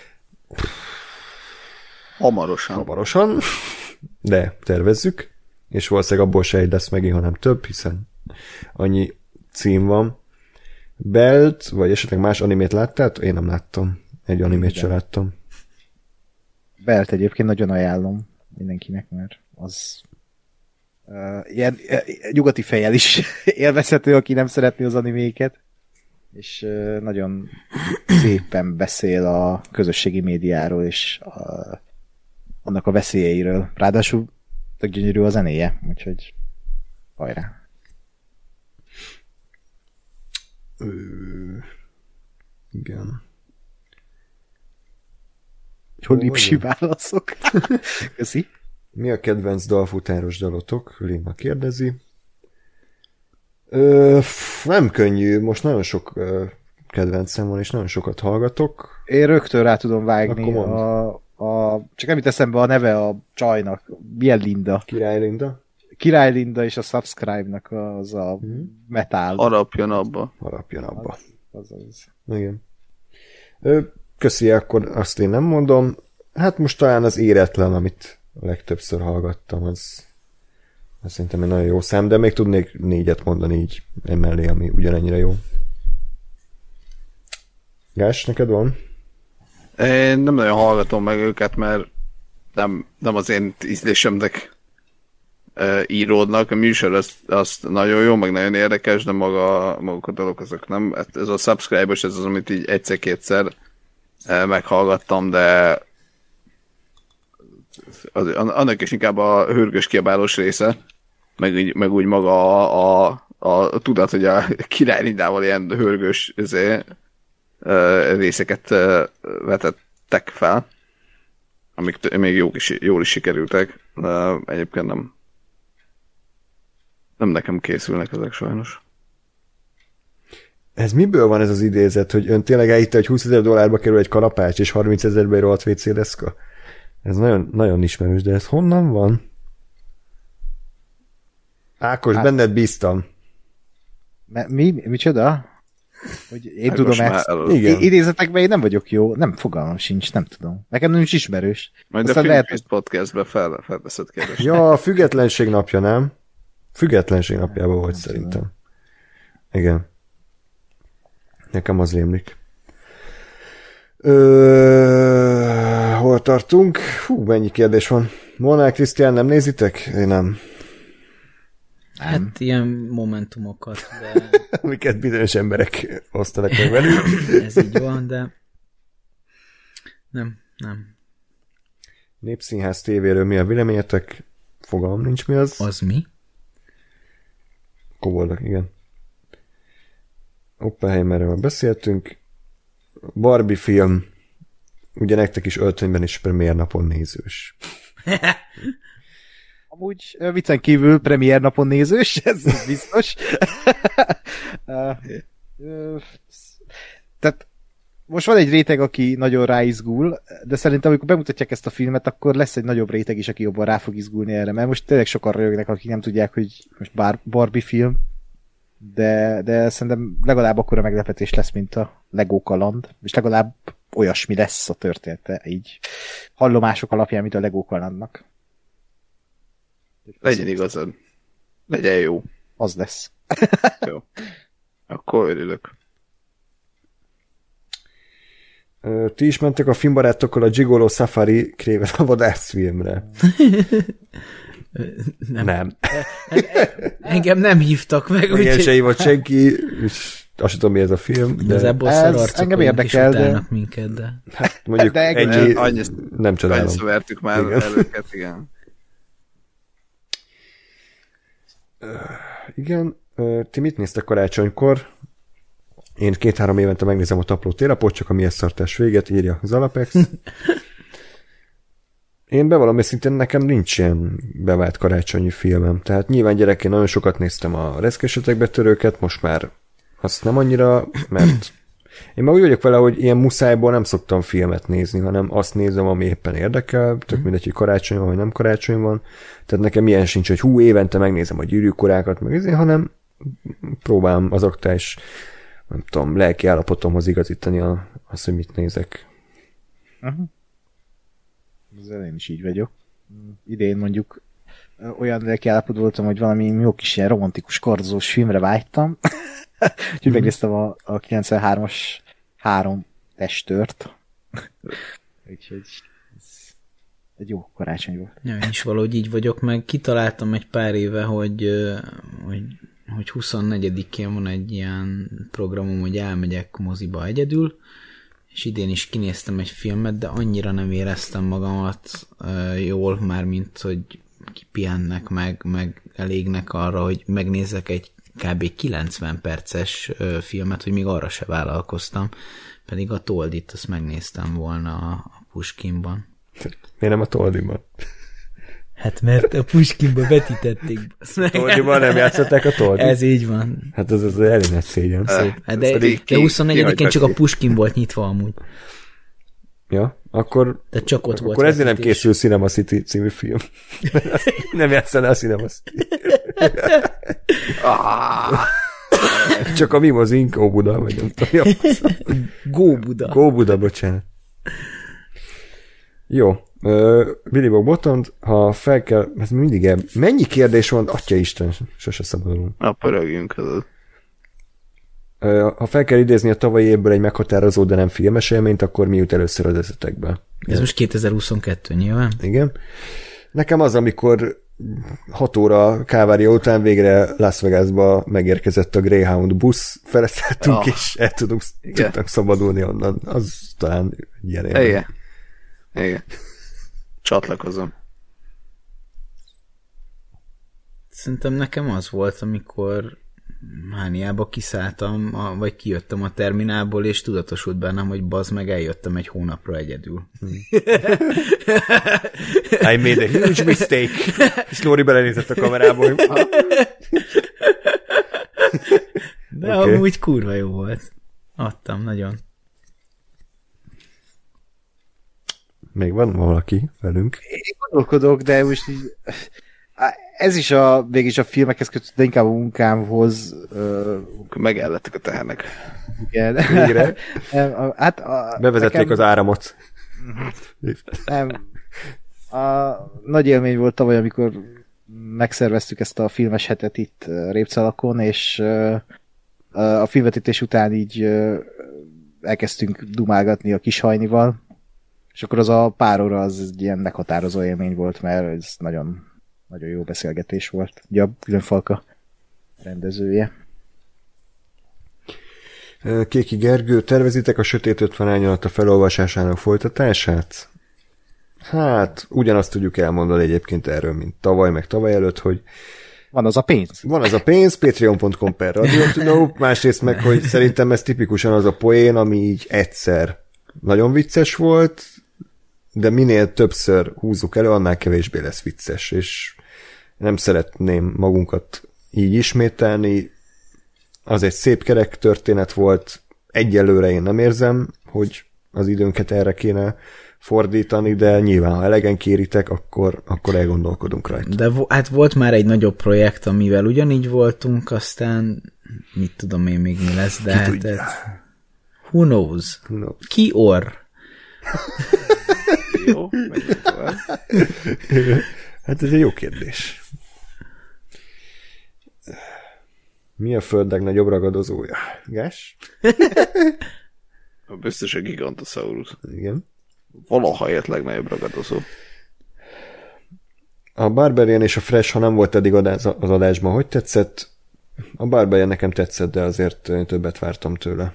Hamarosan. Hamarosan, de tervezzük, és valószínűleg abból se egy lesz megint, hanem több, hiszen annyi cím van. Belt, vagy esetleg más animét láttál? Én nem láttam. Egy animét sem láttam. Belt egyébként nagyon ajánlom mindenkinek, mert az uh, ilyen uh, nyugati fejjel is élvezhető, aki nem szeretné az animéket, és uh, nagyon szépen beszél a közösségi médiáról, és a, annak a veszélyeiről. Ráadásul tök gyönyörű a zenéje, úgyhogy hajrá. Ö, igen. Jól lipsi válaszok. Köszi. Mi a kedvenc dalfutáros dalotok? Léna kérdezi. Ö, nem könnyű, most nagyon sok ö, kedvencem van, és nagyon sokat hallgatok. Én rögtön rá tudom vágni. A, a, csak nem eszembe a neve a csajnak. Milyen Linda? Király Linda? Király Linda és a Subscribe-nak az a hmm. metal. Harapjon abba. Harapjon abba. Az, az, az. Igen. Ö, köszi, akkor azt én nem mondom. Hát most talán az Éretlen, amit a legtöbbször hallgattam, az, az szerintem egy nagyon jó szám, de még tudnék négyet mondani így emellé, ami ugyanennyire jó. Gás, neked van? Én nem nagyon hallgatom meg őket, mert nem, nem az én ízlésemnek uh, íródnak. A műsor azt, azt nagyon jó, meg nagyon érdekes, de maga, maguk a dolgok azok nem. Ez a subscribe-os, ez az, amit így egyszer-kétszer uh, meghallgattam, de az, annak is inkább a hürgős kiabálós része, meg, meg úgy maga a, a, a tudat, hogy a Király Lindával ilyen hürgős ezért, uh, részeket uh, vetettek fel, amik t- még jók is, jól is sikerültek, de egyébként nem nem nekem készülnek ezek sajnos. Ez miből van ez az idézet, hogy ön tényleg elhitte, hogy húszezer dollárba kerül egy kalapács, és harmincezerbe egy rohadt vé cé deszka? Ez nagyon, nagyon ismerős, de ez honnan van? Ákos, hát, benned bíztam. Mi? Micsoda? Hogy én Ákos tudom ezt. El... Igen. Idézetekben én nem vagyok jó, nem fogalmam sincs, nem tudom. Nekem nem is ismerős. Majd aztán a lehet, hogy... podcastben fel, felveszed kérdést. Ja, a függetlenség napja, nem? Függetlenség napjában volt nem szerintem. Tudom. Igen. Nekem az rémlik. Ö... Hol tartunk? Hú, mennyi kérdés van. Molnár Krisztián, nem nézitek? Én nem. Hát nem. Ilyen momentumokat, de... Amiket bizonyos emberek osztanak meg velük. Ez így van, de... Nem, nem. Népszínház tévéről mi a véleményetek? Fogalmam nincs, mi az. Az mi? Koboldak, igen. Oppenheimerről beszéltünk. Barbie film, ugye nektek is öltönyben is premier napon nézős. Amúgy viccen kívül premier napon nézős, ez biztos. Tehát most van egy réteg, aki nagyon ráizgul, de szerintem amikor bemutatják ezt a filmet, akkor lesz egy nagyobb réteg is, aki jobban rá fog izgulni erre, mert most tényleg sokan röhögnek, akik nem tudják, hogy most bár Barbie film, de, de szerintem legalább akkora meglepetés lesz, mint a Lego kaland, és legalább olyasmi lesz a története, így hallomások alapján, mint a Lego kalandnak. Legyen igazad. Legyen jó. Az lesz. Jó. Akkor örülök. Ti is mentek a filmbarátokkal a Gigolo Safari Kréven a vadászfilmre? Nem. Nem. Engem nem hívtak meg. Meg úgy, se hívott senki, és azt tudom, mi ez a film. De ez ebből szararcok, engem érdekel, de... minket, de... Hát mondjuk de ennyi, annyi, nem csodálom. Annyi vertük már igen. előket, igen. Uh, igen. Uh, ti mit néztek karácsonykor? Én két-három évente megnézem a Tapló térapot, csak a mi szartás véget, írja Zalapex. Én bevallom őszintén, nekem nincs ilyen bevált karácsonyi filmem. Tehát nyilván gyerekként nagyon sokat néztem a Reszkesetekbe törőket, most már azt nem annyira, mert én már úgy vagyok vele, hogy ilyen muszájból nem szoktam filmet nézni, hanem azt nézem, ami éppen érdekel, tök mindegy, hogy karácsony van, vagy nem karácsony van. Tehát nekem ilyen sincs, hogy hú, évente megnézem a gyűrűkorákat, meg ezért, hanem próbálom az aktuális, nem tudom, lelki állapotomhoz igazítani a, azt, hogy mit nézek. Uh-huh. Ezzel én is így vagyok. Idén mondjuk olyan lelki állapotban voltam, hogy valami jó kis ilyen romantikus, karzós filmre vágytam. Úgyhogy mm-hmm. megnéztem a, a kilencvenhármas három testőrt. Úgyhogy ez egy jó karácsony volt. Ja, én is valahogy így vagyok, meg kitaláltam egy pár éve, hogy, hogy, hogy huszonnegyedikén van egy ilyen programom, hogy elmegyek moziba egyedül, és idén is kinéztem egy filmet, de annyira nem éreztem magamat uh, jól, már mint hogy kipihennek meg, meg elégnek arra, hogy megnézzek egy kb. kilencven perces uh, filmet, hogy még arra se vállalkoztam, pedig a Toldit azt megnéztem volna a, a Puskinban. Miért nem a Toldiban? Hát mert a Puskinba vetítették. A Toldiban nem játszották a Toldit? Ez így van. Hát ez az elég nagy szégyen. Hát de, de huszonnegyedikén csak a Puskin volt nyitva amúgy. Ja, akkor, de csak ott akkor ezért nem készül Cinema City című film. Nem játszana a Cinema City. Csak a mi mozink, Óbuda, vagy nem tudom. Góbuda. Góbuda, bocsánat. Jó. Uh, Billy Bob Botond, ha fel kell, ez mindig el, mennyi kérdés van, atya Isten, sose szabadulunk. A pörögjünk között. Uh, ha fel kell idézni a tavalyi évből egy meghatározó, de nem filmes élményt, akkor mi jut először az eszetekbe? Ez most kétezer-huszonkettő nyilván? Igen. Nekem az, amikor hat óra kávária után végre Las Vegasba megérkezett a Greyhound busz, feleszálltunk, oh. és el tudunk, tudtunk szabadulni onnan. Az talán ilyen élmény. Igen. Igen. Csatlakozom. Szerintem nekem az volt, amikor Mániába kiszálltam, a, vagy kijöttem a terminálból, és tudatosult bennem, hogy bazd meg, eljöttem egy hónapra egyedül. I made a huge mistake. És Lóri belenézett a kamerából. De okay. Amúgy kurva jó volt. Adtam nagyon. Még van valaki velünk? Én gondolkodok, de most így... Ez is a, végig a filmekhez kötött, de inkább a munkámhoz. Uh, Megellettek a tehernek. Igen. Végre. hát a, Bevezették nekem... az áramot. Nem. A nagy élmény volt tavaly, amikor megszerveztük ezt a filmes hetet itt Répcalakon, és a filmvetítés után így elkezdtünk dumálgatni a Kishajnival, és akkor az a pár óra az egy ilyen meghatározó élmény volt, mert ez nagyon Nagyon jó beszélgetés volt. Ugye a Különfalka rendezője. Kéki Gergő, tervezitek a Sötét ötven árnyalat felolvasásának folytatását? Hát, ugyanazt tudjuk elmondani egyébként erről, mint tavaly, meg tavaly előtt, hogy van az a pénz. Van az a pénz, patreon pont com per Radio to Know, másrészt meg, hogy szerintem ez tipikusan az a poén, ami így egyszer nagyon vicces volt, de minél többször húzzuk elő, annál kevésbé lesz vicces, és nem szeretném magunkat így ismételni. Az egy szép kerek történet volt, egyelőre én nem érzem, hogy az időnket erre kéne fordítani, de nyilván, ha elegen kéritek, akkor, akkor elgondolkodunk rajta. De vo- hát volt már egy nagyobb projekt, amivel ugyanígy voltunk, aztán mit tudom én még mi lesz, de hát ez... Who knows? Who knows? Ki orr? Jó, hát ez egy jó kérdés. Mi a Föld legnagyobb ragadozója? Gás? Biztos a Gigantosaurus. Igen. Valaha ért legnagyobb ragadozó. A Barbarian és a Fresh, ha nem volt eddig az adásban, hogy tetszett? A Barbarian nekem tetszett, de azért többet vártam tőle.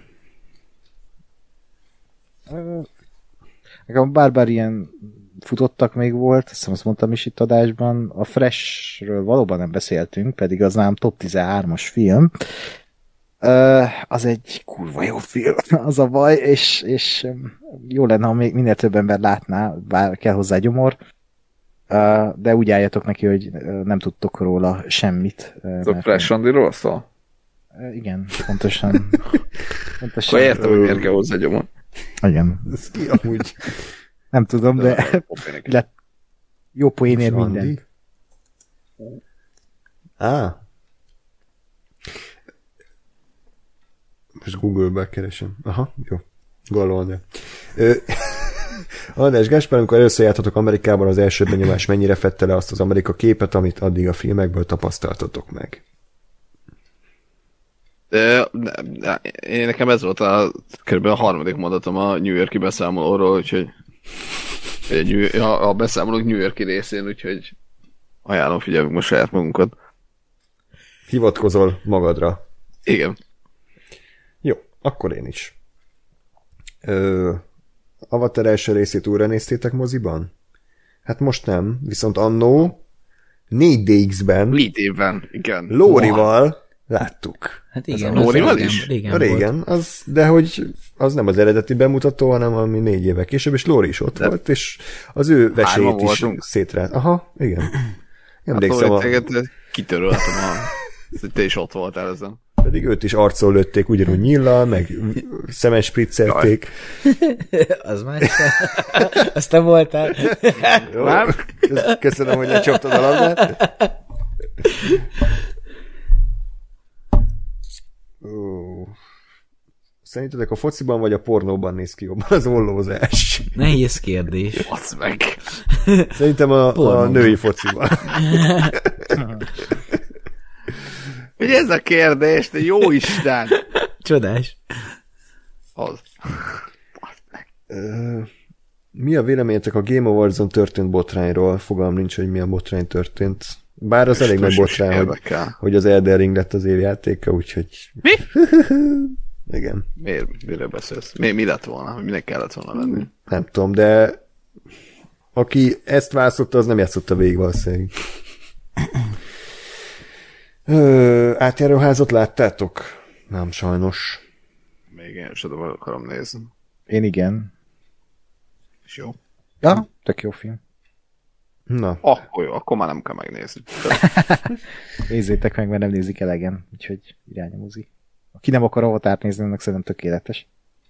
Nekem a Barbarian futottak még volt, azt hiszem azt mondtam is itt adásban. A Freshről valóban nem beszéltünk, pedig az nálam top tizenhármas film. Uh, az egy kurva jó film, az a baj, és, és jó lenne, ha még minél több ember látná, bár kell hozzá gyomor, uh, de úgy álljatok neki, hogy nem tudtok róla semmit. Ez a Fresh Andyról szól? Uh, igen, pontosan. pontosan. Akkor értem, hogy miért kell hozzá gyomor. Igen. Ez ki amúgy? Nem tudom, de, de lett jó poénér minden. Á. Most Google-be keresem. Aha, jó. Gondolom, de. András Gáspár, amikor először jártatok Amerikában, az első benyomás mennyire fette le azt az Amerika képet, amit addig a filmekből tapasztaltatok meg? De, de, de, én nekem ez volt a kb. A harmadik mondatom a New York-i beszámolóról, úgyhogy a, a beszámolók New York-i részén, úgyhogy ajánlom, figyeljünk most saját magunkat. Hivatkozol magadra. Igen. Jó, akkor én is. Ö, Avatar első részét újra néztétek moziban? Hát most nem, viszont annó négy dé iksz-ben négy évben, igen. Lórival wow. láttuk. Hát igen. Lórival is? Régen, a régen, az, de hogy az nem az eredeti bemutató, hanem ami négy évek később, és Lóri is ott de volt, és az ő vesélyét is szétrált. Aha, igen. Emlékszem hát, a... kitöröltem, hogy te is ott voltál ezen. Pedig őt is arcol lőtték ugyanúgy nyillal, meg szemes spriccelték. Az más. Azt te voltál. Jó, köszönöm, hogy lecsaptad a labdát. Oh. Szerintetek a fociban vagy a pornóban néz ki jobban az ollózás? Nehéz kérdés. Fasz meg. Szerintem a, a női fociban. Ugye ez a kérdés, de jó Isten! Csodás. Az. Uh, Mi a véleményetek a Game Awards-on történt botrányról? Fogalmam nincs, hogy milyen botrány történt. Bár az elég nagy botrány, hogy, hogy az Elden Ring lett az évjátéka, úgyhogy... Mi? Igen. Miért? Miről beszélsz? Mi, mi lett volna? Hogy minek kellett volna lenni? Nem tudom, de aki ezt választotta, az nem játszotta végig valószínűleg. Ö, átjáróházat láttátok? Nem, sajnos. Még én sem akarom nézni. Én igen. És jó? Ja, tök jó film. Na. Akkor jó, akkor már nem kell megnézni. Nézzétek meg, mert nem nézik elegen, úgyhogy irány a mozi. Aki nem akar Avatárt nézni, annak szerintem tökéletes.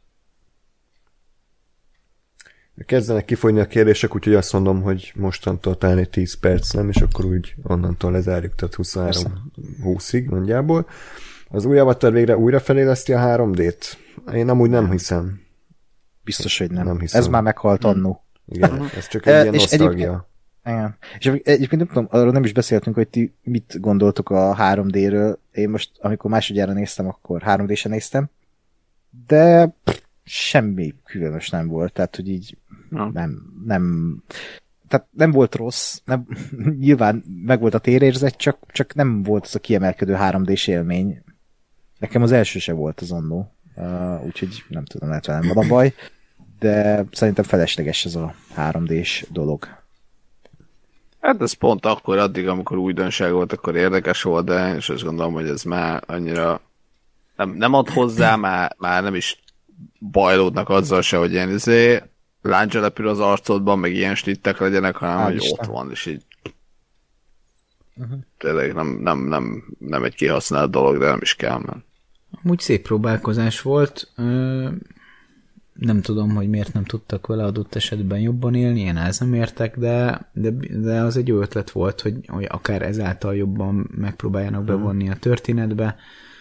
Kezdenek kifogyni a kérdések, úgyhogy azt mondom, hogy mostantól talán egy tíz perc, nem, és akkor úgy onnantól lezárjuk, tehát huszonhárom húszig nagyjából. Az új Avatar végre újra feléleszti a három dét? Én amúgy nem hiszem. Biztos, hogy nem. nem hiszem. Ez már meghalt annó. Igen, ez csak egy ilyen nosztalgia. Igen. És egyébként nem tudom, arról nem is beszéltünk, hogy ti mit gondoltok a három dé-ről. Én most, amikor másodjára néztem, akkor három dé-sen néztem, de pff, semmi különös nem volt, tehát, hogy így no. nem, nem, tehát nem volt rossz, nem, nyilván meg volt a térérzet, csak, csak nem volt az a kiemelkedő három dé-s élmény. Nekem az első se volt az annó, uh, úgyhogy nem tudom, lehet velem van a baj, de szerintem felesleges ez a három dé-s dolog. Hát ez pont akkor, addig, amikor újdonság volt, akkor érdekes volt, de és azt gondolom, hogy ez már annyira nem, nem ad hozzá, már, már nem is bajlódnak azzal se, hogy ilyen izé, láncselepül az arcodban, meg ilyen slittek legyenek, hanem Á, hogy Isten. Ott van, és így uh-huh. tényleg nem, nem, nem, nem egy kihasznált dolog, de nem is kell, mert... Amúgy szép próbálkozás volt. Nem tudom, hogy miért nem tudtak vele adott esetben jobban élni, én ez nem értek, de, de, de az egy jó ötlet volt, hogy, hogy akár ezáltal jobban megpróbáljanak bevonni a történetbe.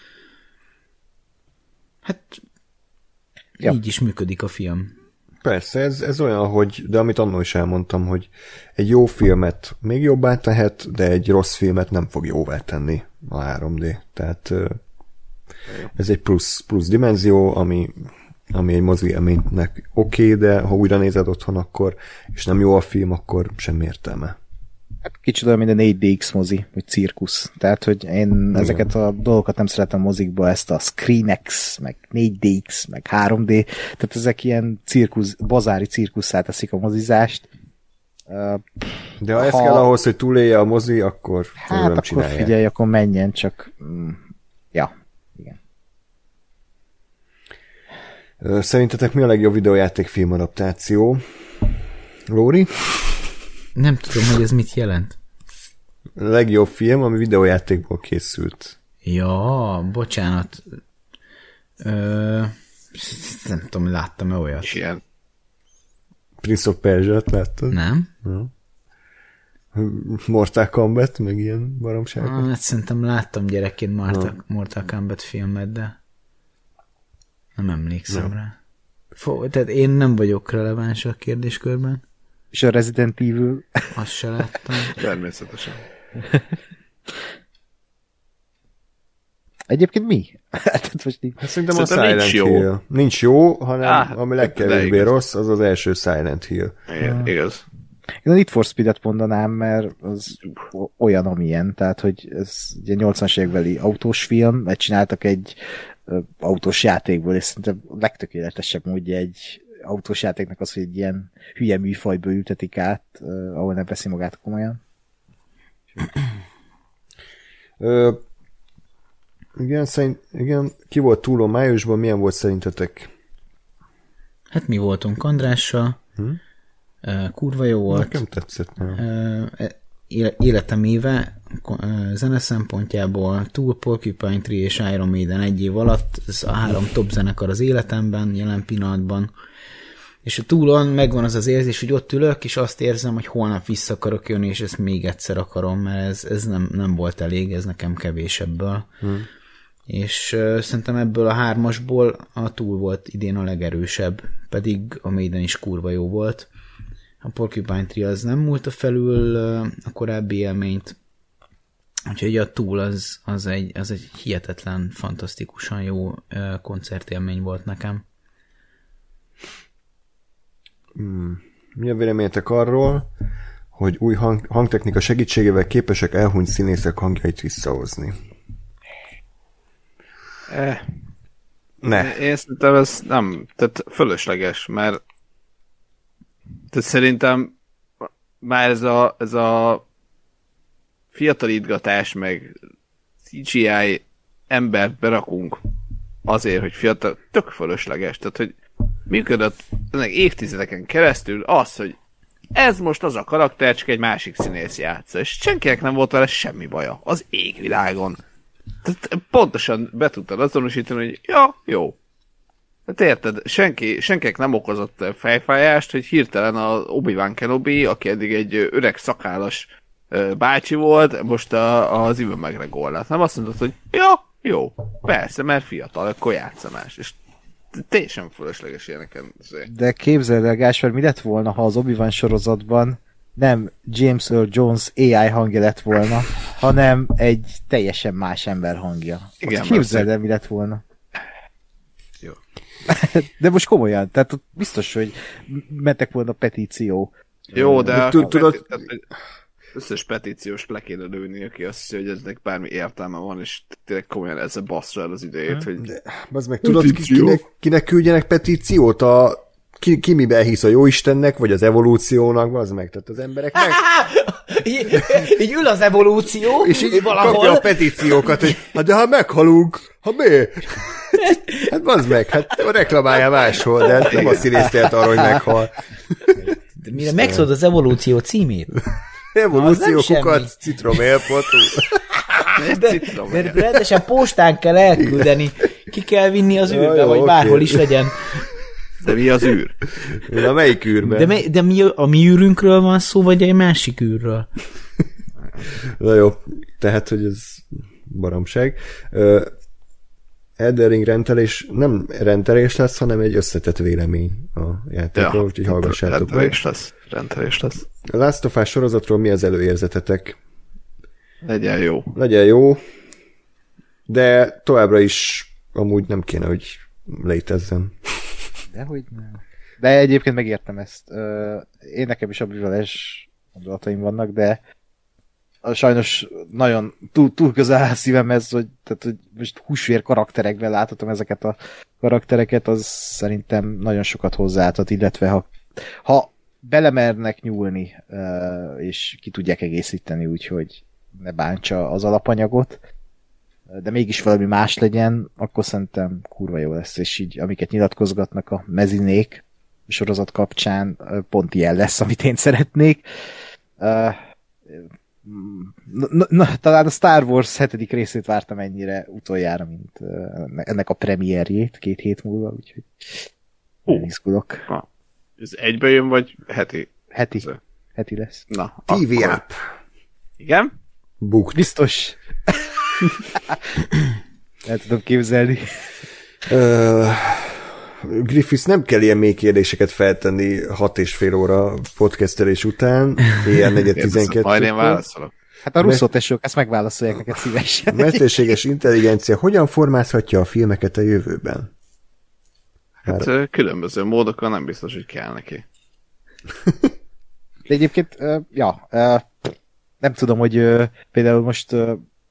Hát ja. Így is működik a film. Persze, ez, ez olyan, hogy, de amit annól is elmondtam, hogy egy jó filmet még jobbá tehet, de egy rossz filmet nem fog jóvá tenni a három dé. Tehát ez egy plusz, plusz dimenzió, ami ami egy mozi élménynek oké, okay, de ha újra nézed otthon, akkor, és nem jó a film, akkor semmi értelme. Kicsit olyan, mint a négy dé iksz mozi, vagy cirkusz. Tehát, hogy én igen. Ezeket a dolgokat nem szeretem mozikba, ezt a ScreenX, meg négy dé iksz, meg három dé, tehát ezek ilyen cirkusz, bazári cirkusszá teszik a mozizást. De ha, ha ez kell ahhoz, hogy túlélje a mozi, akkor hát akkor csinálják. Figyelj, akkor menjen, csak ja. Szerintetek mi a legjobb videójáték filmadaptáció? Lóri? Nem tudom, hogy ez mit jelent. A legjobb film, ami videójátékból készült. Ja, bocsánat. Ö, nem tudom, láttam-e olyat. Ilyen. Prince of Persia-t láttad? Nem. Ja. Mortal Kombat, meg ilyen baromságok. Ah, hát szerintem láttam gyerekként Mortal, Mortal Kombat filmet, de nem emlékszem no. rá. Fó, tehát én nem vagyok releváns a kérdéskörben. És a Resident Evil? Azt se láttam. Természetesen. Egyébként mi? hát most így... hát szerintem a Silent nincs Hill. Jó. Nincs jó, hanem ah, ami legkevésbé rossz, az az első Silent Hill. Igen, ah. igaz. Én a Need for Speed-et mondanám, mert az olyan, amilyen, tehát, hogy ez egy nyolcvanas évekbeli autós film, mert csináltak egy autós játékból, és szerintem a legtökéletesebb módja egy autós játéknak az, hogy egy ilyen hülye műfajba ültetik át, uh, ahol nem veszi magát komolyan. Ö, igen, szerint, igen, ki volt túlon májusban, milyen volt szerintetek? Hát mi voltunk Andrással, hm? uh, kurva jó volt. Nekem tetszett. Nem. Uh, életem éve zene szempontjából túl Porcupine Tree és Iron Maiden egy év alatt, ez a három top zenekar az életemben, jelen pillanatban. És a túlon megvan az az érzés, hogy ott ülök, és azt érzem, hogy holnap vissza akarok jönni, és ezt még egyszer akarom, mert ez, ez nem, nem volt elég, ez nekem kevés ebből. Hmm. És uh, szerintem ebből a hármasból a túl volt idén a legerősebb, pedig a Maiden is kurva jó volt. A Porcupine Tree az nem múlta felül uh, a korábbi élményt, úgyhogy a túl az, az, egy, az egy hihetetlen, fantasztikusan jó uh, koncertélmény volt nekem. Hmm. Mi a véleményetek arról, hogy új hang, hangtechnika segítségével képesek elhunyt színészek hangjait visszahozni? Eh, ne. Én szerintem ez nem, tehát fölösleges, mert tehát szerintem már ez a, ez a fiatalítgatás, meg cé gé i embert berakunk azért, hogy fiatal, tök fölösleges. Tehát, hogy működött ennek évtizedeken keresztül az, hogy ez most az a karaktercske egy másik színész játsza, és senkinek nem volt vele semmi baja. Az égvilágon. Tehát pontosan be tudtad azonosítani, hogy ja, jó. Hát érted, senki, senkinek nem okozott fejfájást, hogy hirtelen a Obi-Wan Kenobi, aki eddig egy öreg szakállas bácsi volt, most a, az Ewan McGregor lett. Nem azt mondod, hogy ja, jó, persze, mert fiatal, akkor játsza más. És teljesen fölösleges ilyeneken. De képzeld el, Gáspár, mi lett volna, ha az Obi-Wan sorozatban nem James Earl Jones á i hangja lett volna, hanem egy teljesen más ember hangja. Igen, képzeld el, mi lett volna. Jó. De most komolyan, tehát biztos, hogy mentek volna petíció. Jó, de, de tudod... tudod... összes petíciós le kéne lőni, aki azt hiszi, hogy eznek bármi értelme van, és tényleg komolyan ezzel basszra el az idejét, hogy... De, az meg tudod, kinek, kinek küldjenek petíciót? A, ki, ki miben hisz, a jóistennek, vagy az evolúciónak, az meg, tehát az emberek meg... így, így ül az evolúció, és így valahol... kapja a petíciókat, hogy hát de ha meghalunk, ha mi? Hát bazd meg, hát reklamálja máshol, de nem a színésztelt arra, hogy meghal. De mire megszólt az evolúció címét? Evolúció kukat, citromélpotú. De, de rendesen postán kell elküldeni. Ki kell vinni az űrbe, jó, vagy okay. Bárhol is legyen. De mi az űr? Na, melyik űrben? De, mi, de mi a mi űrünkről van szó, vagy egy másik űrről? Na jó, tehát, hogy ez baromság. Uh, Elden Ring rendelés nem rendelés lesz, hanem egy összetett vélemény a játékról, ja, úgyhogy hallgassátok meg. Rendelés lesz, rendelés lesz. A Last of Us sorozatról mi az előérzetetek? Legyen jó. Legyen jó, de továbbra is amúgy nem kéne, hogy létezzen. Dehogy nem. De egyébként megértem ezt. Én nekem is ambivalens gondolataim vannak, de sajnos nagyon túl, túl közel áll szívemhez, hogy, tehát, hogy most húsvér karakterekben láthatom ezeket a karaktereket, az szerintem nagyon sokat hozzáadhat, illetve ha, ha belemernek nyúlni, és ki tudják egészíteni úgy, hogy ne bántsa az alapanyagot, de mégis valami más legyen, akkor szerintem kurva jó lesz, és így amiket nyilatkozgatnak a mezinék a sorozat kapcsán, pont ilyen lesz, amit én szeretnék. Na, na, talán a Star Wars hetedik részét vártam ennyire utoljára, mint ennek a premierjét két hét múlva, úgyhogy uh, izgulok. Ha. Ez egybe jön, vagy heti? Heti. Ez... Heti lesz. Na, té vé akkor... app. Igen? Booked. Biztos. El tudom képzelni. Uh, Griffiths, nem kell ilyen mély kérdéseket feltenni hat és fél óra podcastelés után, éjjel negyed tizenkettő. Majd én válaszolok. Hát a Russo tesók ezt megválaszolják neked szívesen. Mesterséges intelligencia hogyan formázhatja a filmeket a jövőben? Hát Már... különböző módokon nem biztos, hogy kell neki. De egyébként, uh, ja, uh, nem tudom, hogy uh, például most uh,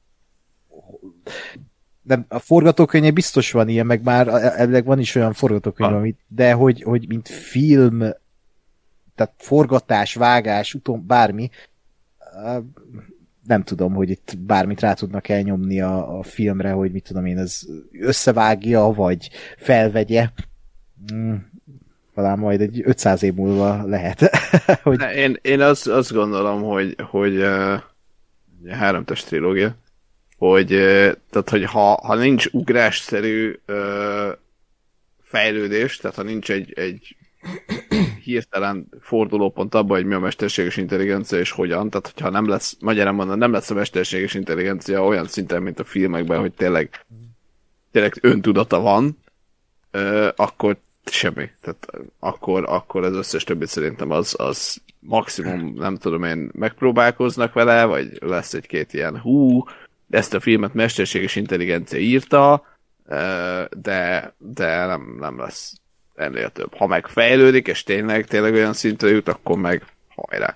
nem, a forgatókönyve biztos van ilyen, meg már elvileg van is olyan forgatókönyv, amit, de hogy, hogy mint film, tehát forgatás, vágás, utom, bármi, uh, nem tudom, hogy itt bármit rá tudnak elnyomni a, a filmre, hogy mit tudom én, ez összevágja, vagy felvegye. Mm, talán majd egy ötszáz év múlva lehet. hogy... én, én azt, azt gondolom, hogy, hogy uh, háromtest trilógia, hogy, uh, tehát, hogy ha, ha nincs ugrásszerű uh, fejlődés, tehát ha nincs egy, egy hirtelen fordulópont abban, hogy mi a mesterséges intelligencia és hogyan, tehát hogyha nem lesz, magyarán mondom, nem lesz a mesterséges intelligencia olyan szinten, mint a filmekben, hogy tényleg, tényleg öntudata van, uh, akkor semmi. Tehát akkor, akkor az összes többit szerintem az, az maximum, nem tudom én, megpróbálkoznak vele, vagy lesz egy-két ilyen hú, ezt a filmet mesterséges intelligencia írta, de, de nem, nem lesz ennél több. Ha meg fejlődik, és tényleg, tényleg olyan szintre jut, akkor meg hajrá.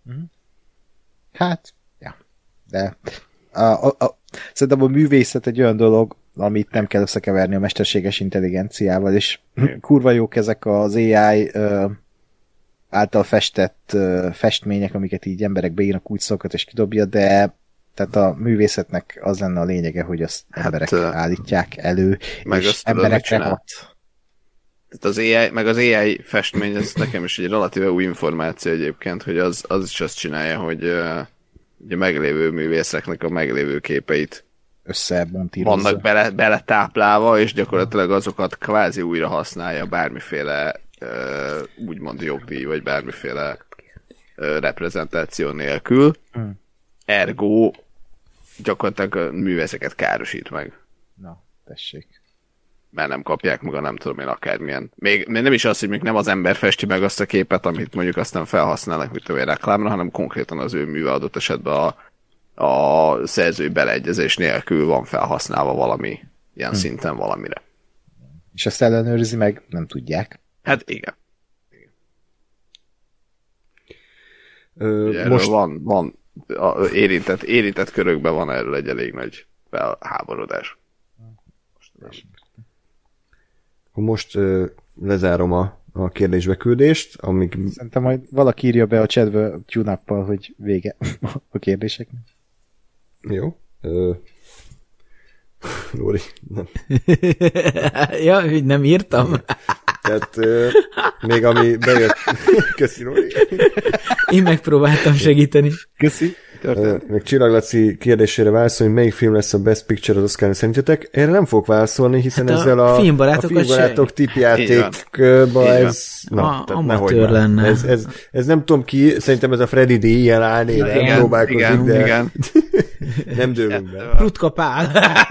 Hát, ja. De a, a, a, szerintem a művészet egy olyan dolog, amit nem kell összekeverni a mesterséges intelligenciával, és kurva jók ezek az á i ö, által festett ö, festmények, amiket így emberek beírnak úgy szokat és kidobja, de tehát a művészetnek az lenne a lényege, hogy azt hát, emberek uh, állítják elő, meg és emberekre hat. Tehát az á i, meg az á i festmény, ez nekem is egy relatíve új információ egyébként, hogy az, az is azt csinálja, hogy uh, a meglévő művészeknek a meglévő képeit összebontírozza. Vannak bele, bele táplálva, és gyakorlatilag azokat kvázi újra használja bármiféle uh, úgymond jogdíj, vagy bármiféle uh, reprezentáció nélkül. Hmm. Ergo gyakorlatilag a művészeket károsít meg. Na, tessék. Mert nem kapják meg a nem tudom én akármilyen. Még, még nem is az, hogy még nem az ember festi meg azt a képet, amit mondjuk aztán felhasználnak, mint a reklámra, hanem konkrétan az ő műve adott esetben a, a szerzői beleegyezés nélkül van felhasználva valami, ilyen hm. szinten valamire. És ezt ellenőrizi meg? Nem tudják. Hát igen. igen. Ö, most van, van a érintett, érintett körökben van erről egy elég nagy felháborodás. Most Most ö, lezárom a, a kérdésbeküldést, amíg... Szerintem majd valaki írja be a chatbe tune-uppal, hogy vége a kérdéseknek. Jó. Ö... Lóri, nem. Ja, hogy nem írtam. Tehát ö, még ami bejött... Köszi, Lóri. Én megpróbáltam segíteni. Köszi. Uh, még Csillag Laci kérdésére válaszolni, hogy melyik film lesz a Best Picture az Oscar szerintetek. Erre nem fogok válaszolni, hiszen hát ezzel a, a filmbarátok tippjátékba ez... Na, a, amatőr lenne. Ez, ez, ez nem tudom ki, szerintem ez a Freddy D. ilyen álnéven próbálkozik, igen, de igen. nem dőlünk be. Rutka Pál.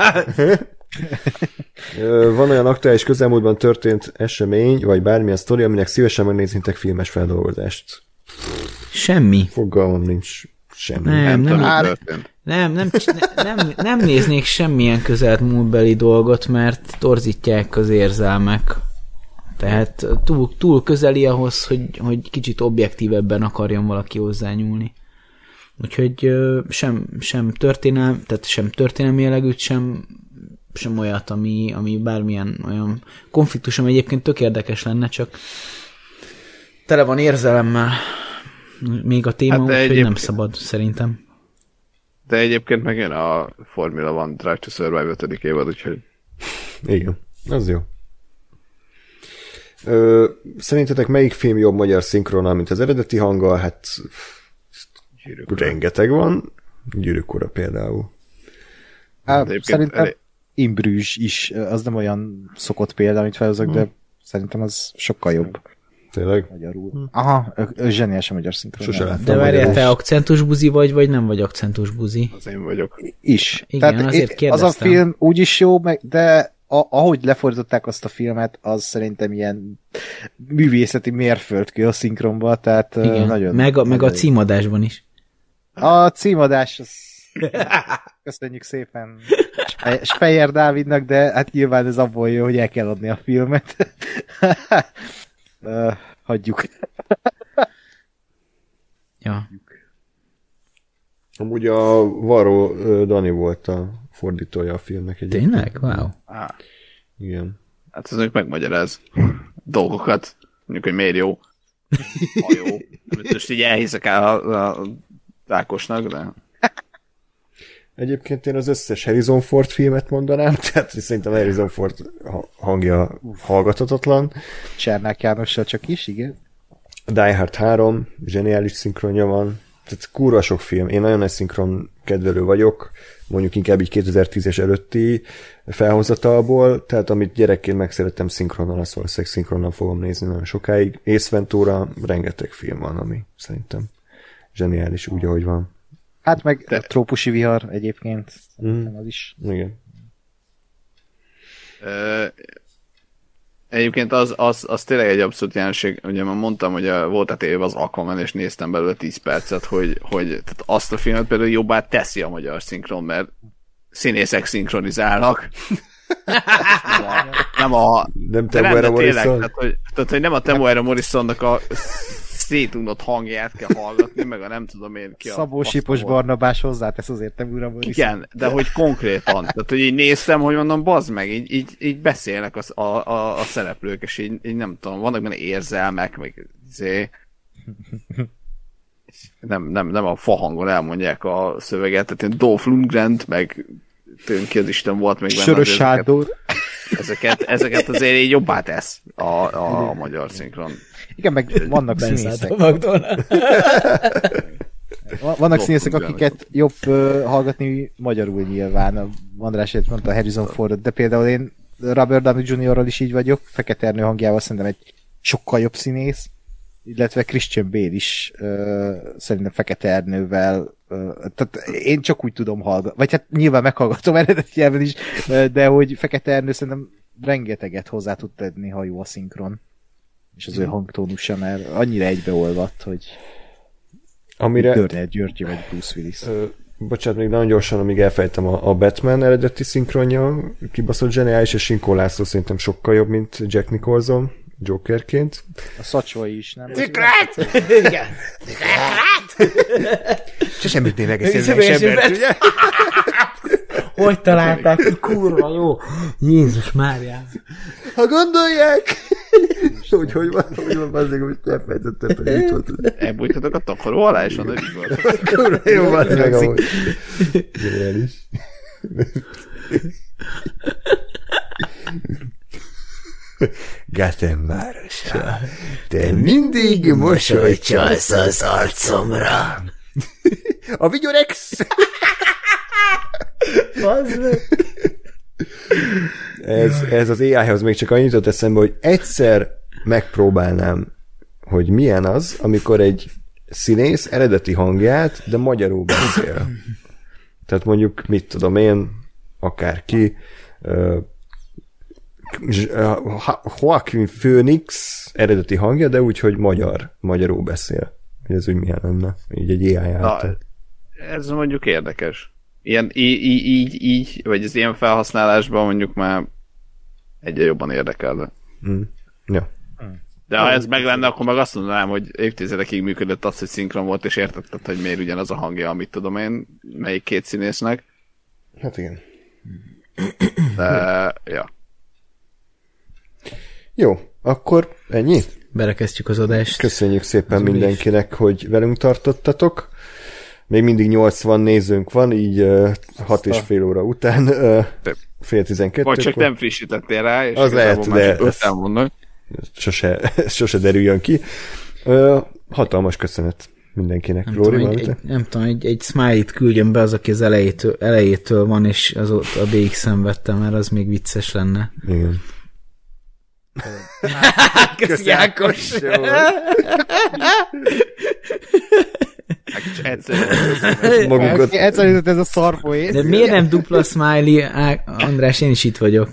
Van olyan aktuális közelmúltban történt esemény, vagy bármilyen sztori, aminek szívesen megnéznétek filmes feldolgozást. Semmi. Fogalmam nincs. Semmi. Nem, nem, nem, nem, nem, nem, nem néznék semmilyen közelt múltbeli dolgot, mert torzítják az érzelmek. Tehát túl, túl közeli ahhoz, hogy, hogy kicsit objektívebben akarjon valaki hozzányúlni. Úgyhogy sem, sem történelmi, tehát sem történelmi jellegűt, sem, sem olyat, ami, ami bármilyen olyan konfliktus, ami egyébként tök érdekes lenne, csak tele van érzelemmel. Még a téma, hát úgyhogy nem szabad, szerintem. De egyébként megjön a Formula One Drive to Survive ötödik évad, úgyhogy... Igen, az jó. Ö, szerintetek melyik film jobb magyar szinkronnal, mint az eredeti hanggal? Hát Gyűrűk rengeteg van. Gyűrűk Ura például. Hát, szerintem elég... In Bruges is, az nem olyan szokott példa, amit felhozok, hmm. de szerintem az sokkal jobb. Tényleg? Magyarul. Aha, zseniális a magyar szinkron. De várjál, te akcentus buzi vagy, vagy nem vagy akcentus buzi? Az én vagyok. Is. Igen, tehát azért kérdeztem. Az a film úgyis jó, meg, de a, ahogy lefordították azt a filmet, az szerintem ilyen művészeti mérföldkő a szinkronba, tehát igen. nagyon... Meg a, meg a nagyon... címadásban is. A címadás, az... köszönjük szépen Speyer Dávidnak, de hát nyilván ez abból jön, hogy el kell adni a filmet. Uh, hagyjuk. Ja. Amúgy a Varó Dani volt a fordítója a filmnek egyébként. Tényleg? Wow. Ah. Igen. Hát ez még megmagyaráz dolgokat. Mondjuk, hogy miért jó. Ha jó. Most így elhiszek el a, a Ákosnak, de... Egyébként én az összes Harrison Ford filmet mondanám, tehát szerintem Harrison Ford hangja hallgathatatlan. Csernák Jánossal csak is, igen. Die Hard három, zseniális szinkronja van, tehát kurva sok film. Én nagyon nagy szinkron kedvelő vagyok, mondjuk inkább így kétezer-tízes előtti felhozatalból, tehát amit gyerekként megszerettem szinkronnal, azt valószínűleg szinkronnal fogom nézni nagyon sokáig. Ace Ventura, rengeteg film van, ami szerintem zseniális úgy, ahogy van. Hát meg de... a Trópusi vihar egyébként. Mm. Az is. Igen. Uh, egyébként az, az, az tényleg egy abszolút jelenség. Ugye már mondtam, hogy a, volt a tévében az Aquaman, és néztem belőle tíz percet, hogy, hogy tehát azt a filmet például jobbá teszi a magyar szinkron, mert színészek szinkronizálnak. Nem a... Nem Temuera Morrison? Tehát hogy, tehát, hogy nem a Temuera Morrisonnak a szétunott hangját kell hallgatni, meg a nem tudom én ki a... Szabó Sipos Barnabás hozzátesz azért Temuera Morrison. Igen, de hogy konkrétan. Tehát, hogy így néztem, hogy mondom, bazd meg, így, így, így beszélnek a, a, a, a szereplők, és így, így nem tudom, vannak benne érzelmek, meg izé... Nem, nem, nem a fahangon elmondják a szöveget, tehát én Dolph Lundgren-t, meg tőn ki az Isten volt még benne. Sörös Sándor. Ezeket, ezeket azért így jobbá tesz a, a, a magyar szinkron. Igen, meg vannak színészek. Vannak színészek, akiket jobb uh, hallgatni magyarul nyilván. A András mondta Harrison Fordot, de például én Robert Downey juniorral is így vagyok, Fekete Ernő hangjával szerintem egy sokkal jobb színész, illetve Christian Bale is uh, szerintem Fekete Ernővel, uh, tehát én csak úgy tudom hallgatni, vagy hát nyilván meghallgatom eredeti nyelven is, uh, de hogy Fekete Ernő szerintem rengeteget hozzá tud tenni, ha jó a szinkron, és az ő hangtónusa, mert annyira egybeolvadt, hogy amire... Törner György vagy Bruce Willis. Ö, bocsánat, még nagyon gyorsan, amíg elfejtem, a, a Batman eredeti szinkronja kibaszott zseniális, és Sinkó László szerintem sokkal jobb, mint Jack Nicholson Jokerként. A Szacsvai is, nem? Zikrát! Igen. Zikrát! Sosem ütné meg egy személyes embert, ugye? Hogy találták ki? Kurva jó! Jézus Máriám! Ha gondolják! hogy hogy van, hogy van, bazdeg, hogy elfejtettem, pedig mit volt. Elbújtatok a takaró alá, és van, hogy volt. Kurva jó, bazdeg, meg amúgy. Zseniális. Gotham városa, te mindig mosolycsalsz az arcomra. A Vigyorex! ez, ez az á i-hoz még csak annyit jutott eszembe, hogy egyszer megpróbálnám, hogy milyen az, amikor egy színész eredeti hangját, de magyarul beszél. Tehát mondjuk, mit tudom én, akárki, uh, Joaquin Phoenix eredeti hangja, de úgy, hogy magyar, magyarul beszél. Hogy ez úgy milyen lenne, így egy á i által. Ez mondjuk érdekes. Ilyen, így, így, így, vagy az ilyen felhasználásban mondjuk már egyre jobban érdekelne. Mm. Ja. De ha ez meg lenne, akkor meg azt mondanám, hogy évtizedekig működött az, hogy szinkron volt, és értetted, hogy miért ugyanaz a hangja, amit tudom én, melyik két színésznek. Hát igen. De, ja. Jó, akkor ennyi? Berekeztjük az adást. Köszönjük szépen mindenkinek, hogy velünk tartottatok. Még mindig nyolcvan nézőnk van, így uh, hat és fél óra után, uh, fél tizenkettő. Vagy csak nem frissítettél rá, és az lehet, de öten vannak. Sose, sose derüljön ki. Uh, hatalmas köszönet mindenkinek. Nem Lóri, tudom, egy, egy, nem tudom, egy, egy smiley-t küldjön be az, aki az elejétől, elejétől van, és azóta a bé iksz-en vettem, mert az még vicces lenne. Igen. Köszi Ákos! Magunkat... Egyszer jutott ez a szarpoét. De miért nem dupla smiley? Á, András, én is itt vagyok.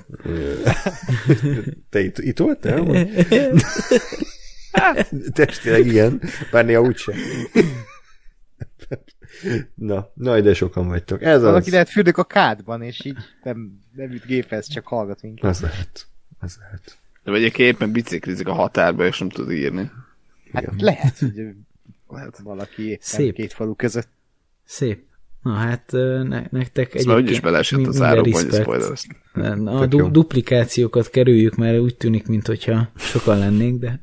Te itt, itt voltál? Testileg igen, bár néha úgysem. Na, na, ide sokan vagytok. Ez Valaki az. lehet fürdök a kádban, és így nem, nem üt géphez, csak hallgat minket. Az lehet. Az lehet. De vagy aki éppen biciklizik a határba, és nem tud írni. Hát igen. Lehet, hogy lehet. Valaki Szép. Két falu között. Szép. Na hát ne, nektek egyébként... úgyis beleesett az árokba, hogy spoileroztam. A du- duplikációkat kerüljük, mert úgy tűnik, mintha sokan lennénk, de...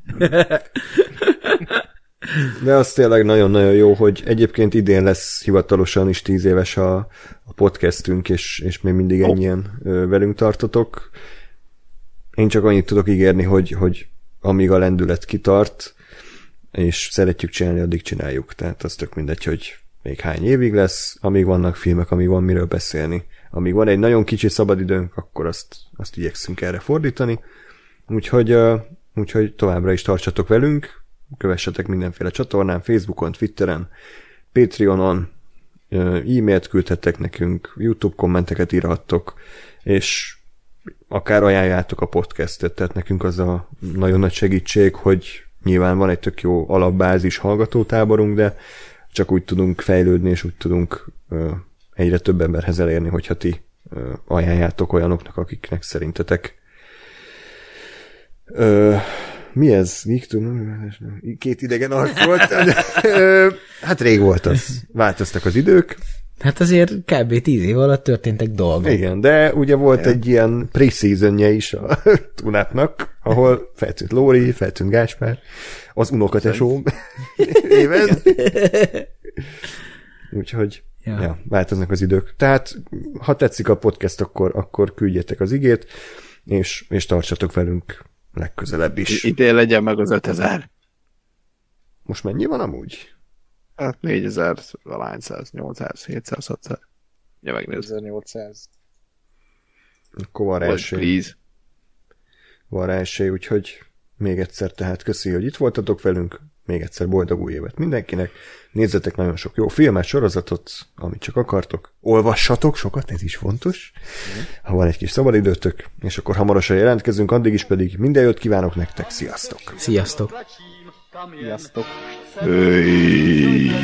De az tényleg nagyon-nagyon jó, hogy egyébként idén lesz hivatalosan is tíz éves a, a podcastünk, és, és még mindig ennyien ö, velünk tartotok. Én csak annyit tudok ígérni, hogy, hogy amíg a lendület kitart, és szeretjük csinálni, addig csináljuk. Tehát az tök mindegy, hogy még hány évig lesz, amíg vannak filmek, amíg van miről beszélni. Amíg van egy nagyon kicsi szabadidőnk, akkor azt, azt igyekszünk erre fordítani. Úgyhogy, uh, úgyhogy továbbra is tartsatok velünk, kövessetek mindenféle csatornán, Facebookon, Twitteren, Patreonon, uh, e-mailt küldhettek nekünk, YouTube kommenteket írhattok, és akár ajánljátok a podcastet, tehát nekünk az a nagyon nagy segítség, hogy nyilván van egy tök jó alapbázis hallgatótáborunk, de csak úgy tudunk fejlődni, és úgy tudunk uh, egyre több emberhez elérni, hogyha ti ajánljátok olyanoknak, akiknek szerintetek Ö, mi ez? Két idegen arc volt. Hát rég volt az. Változtak az idők. Hát azért kb. tíz év alatt történtek dolgok. Igen, de ugye volt ja. egy ilyen pre-seasonje is a Tunátnak, ahol feltűnt Lóri, feltűnt Gáspár, az unokatesóm éven. Úgyhogy ja. Ja, változnak az idők. Tehát, ha tetszik a podcast, akkor, akkor küldjetek az igét, és, és tartsatok velünk legközelebb is. Idén legyen meg az ötezer. Most mennyi van amúgy? Hát négyezer, valahányszáz, nyolcszáz, hétszáz, hatszáz. Ja, megnézd. ezernyolcszáz. Akkor van rá esély. Van rá esély, úgyhogy még egyszer tehát köszi, hogy itt voltatok velünk. Még egyszer boldog új évet mindenkinek. Nézzetek nagyon sok jó filmet, sorozatot, amit csak akartok. Olvassatok sokat, ez is fontos. Mm. Ha van egy kis szabadidőtök, és akkor hamarosan jelentkezünk, addig is pedig minden jót kívánok nektek. Sziasztok! Sziasztok! Sziasztok! Hey.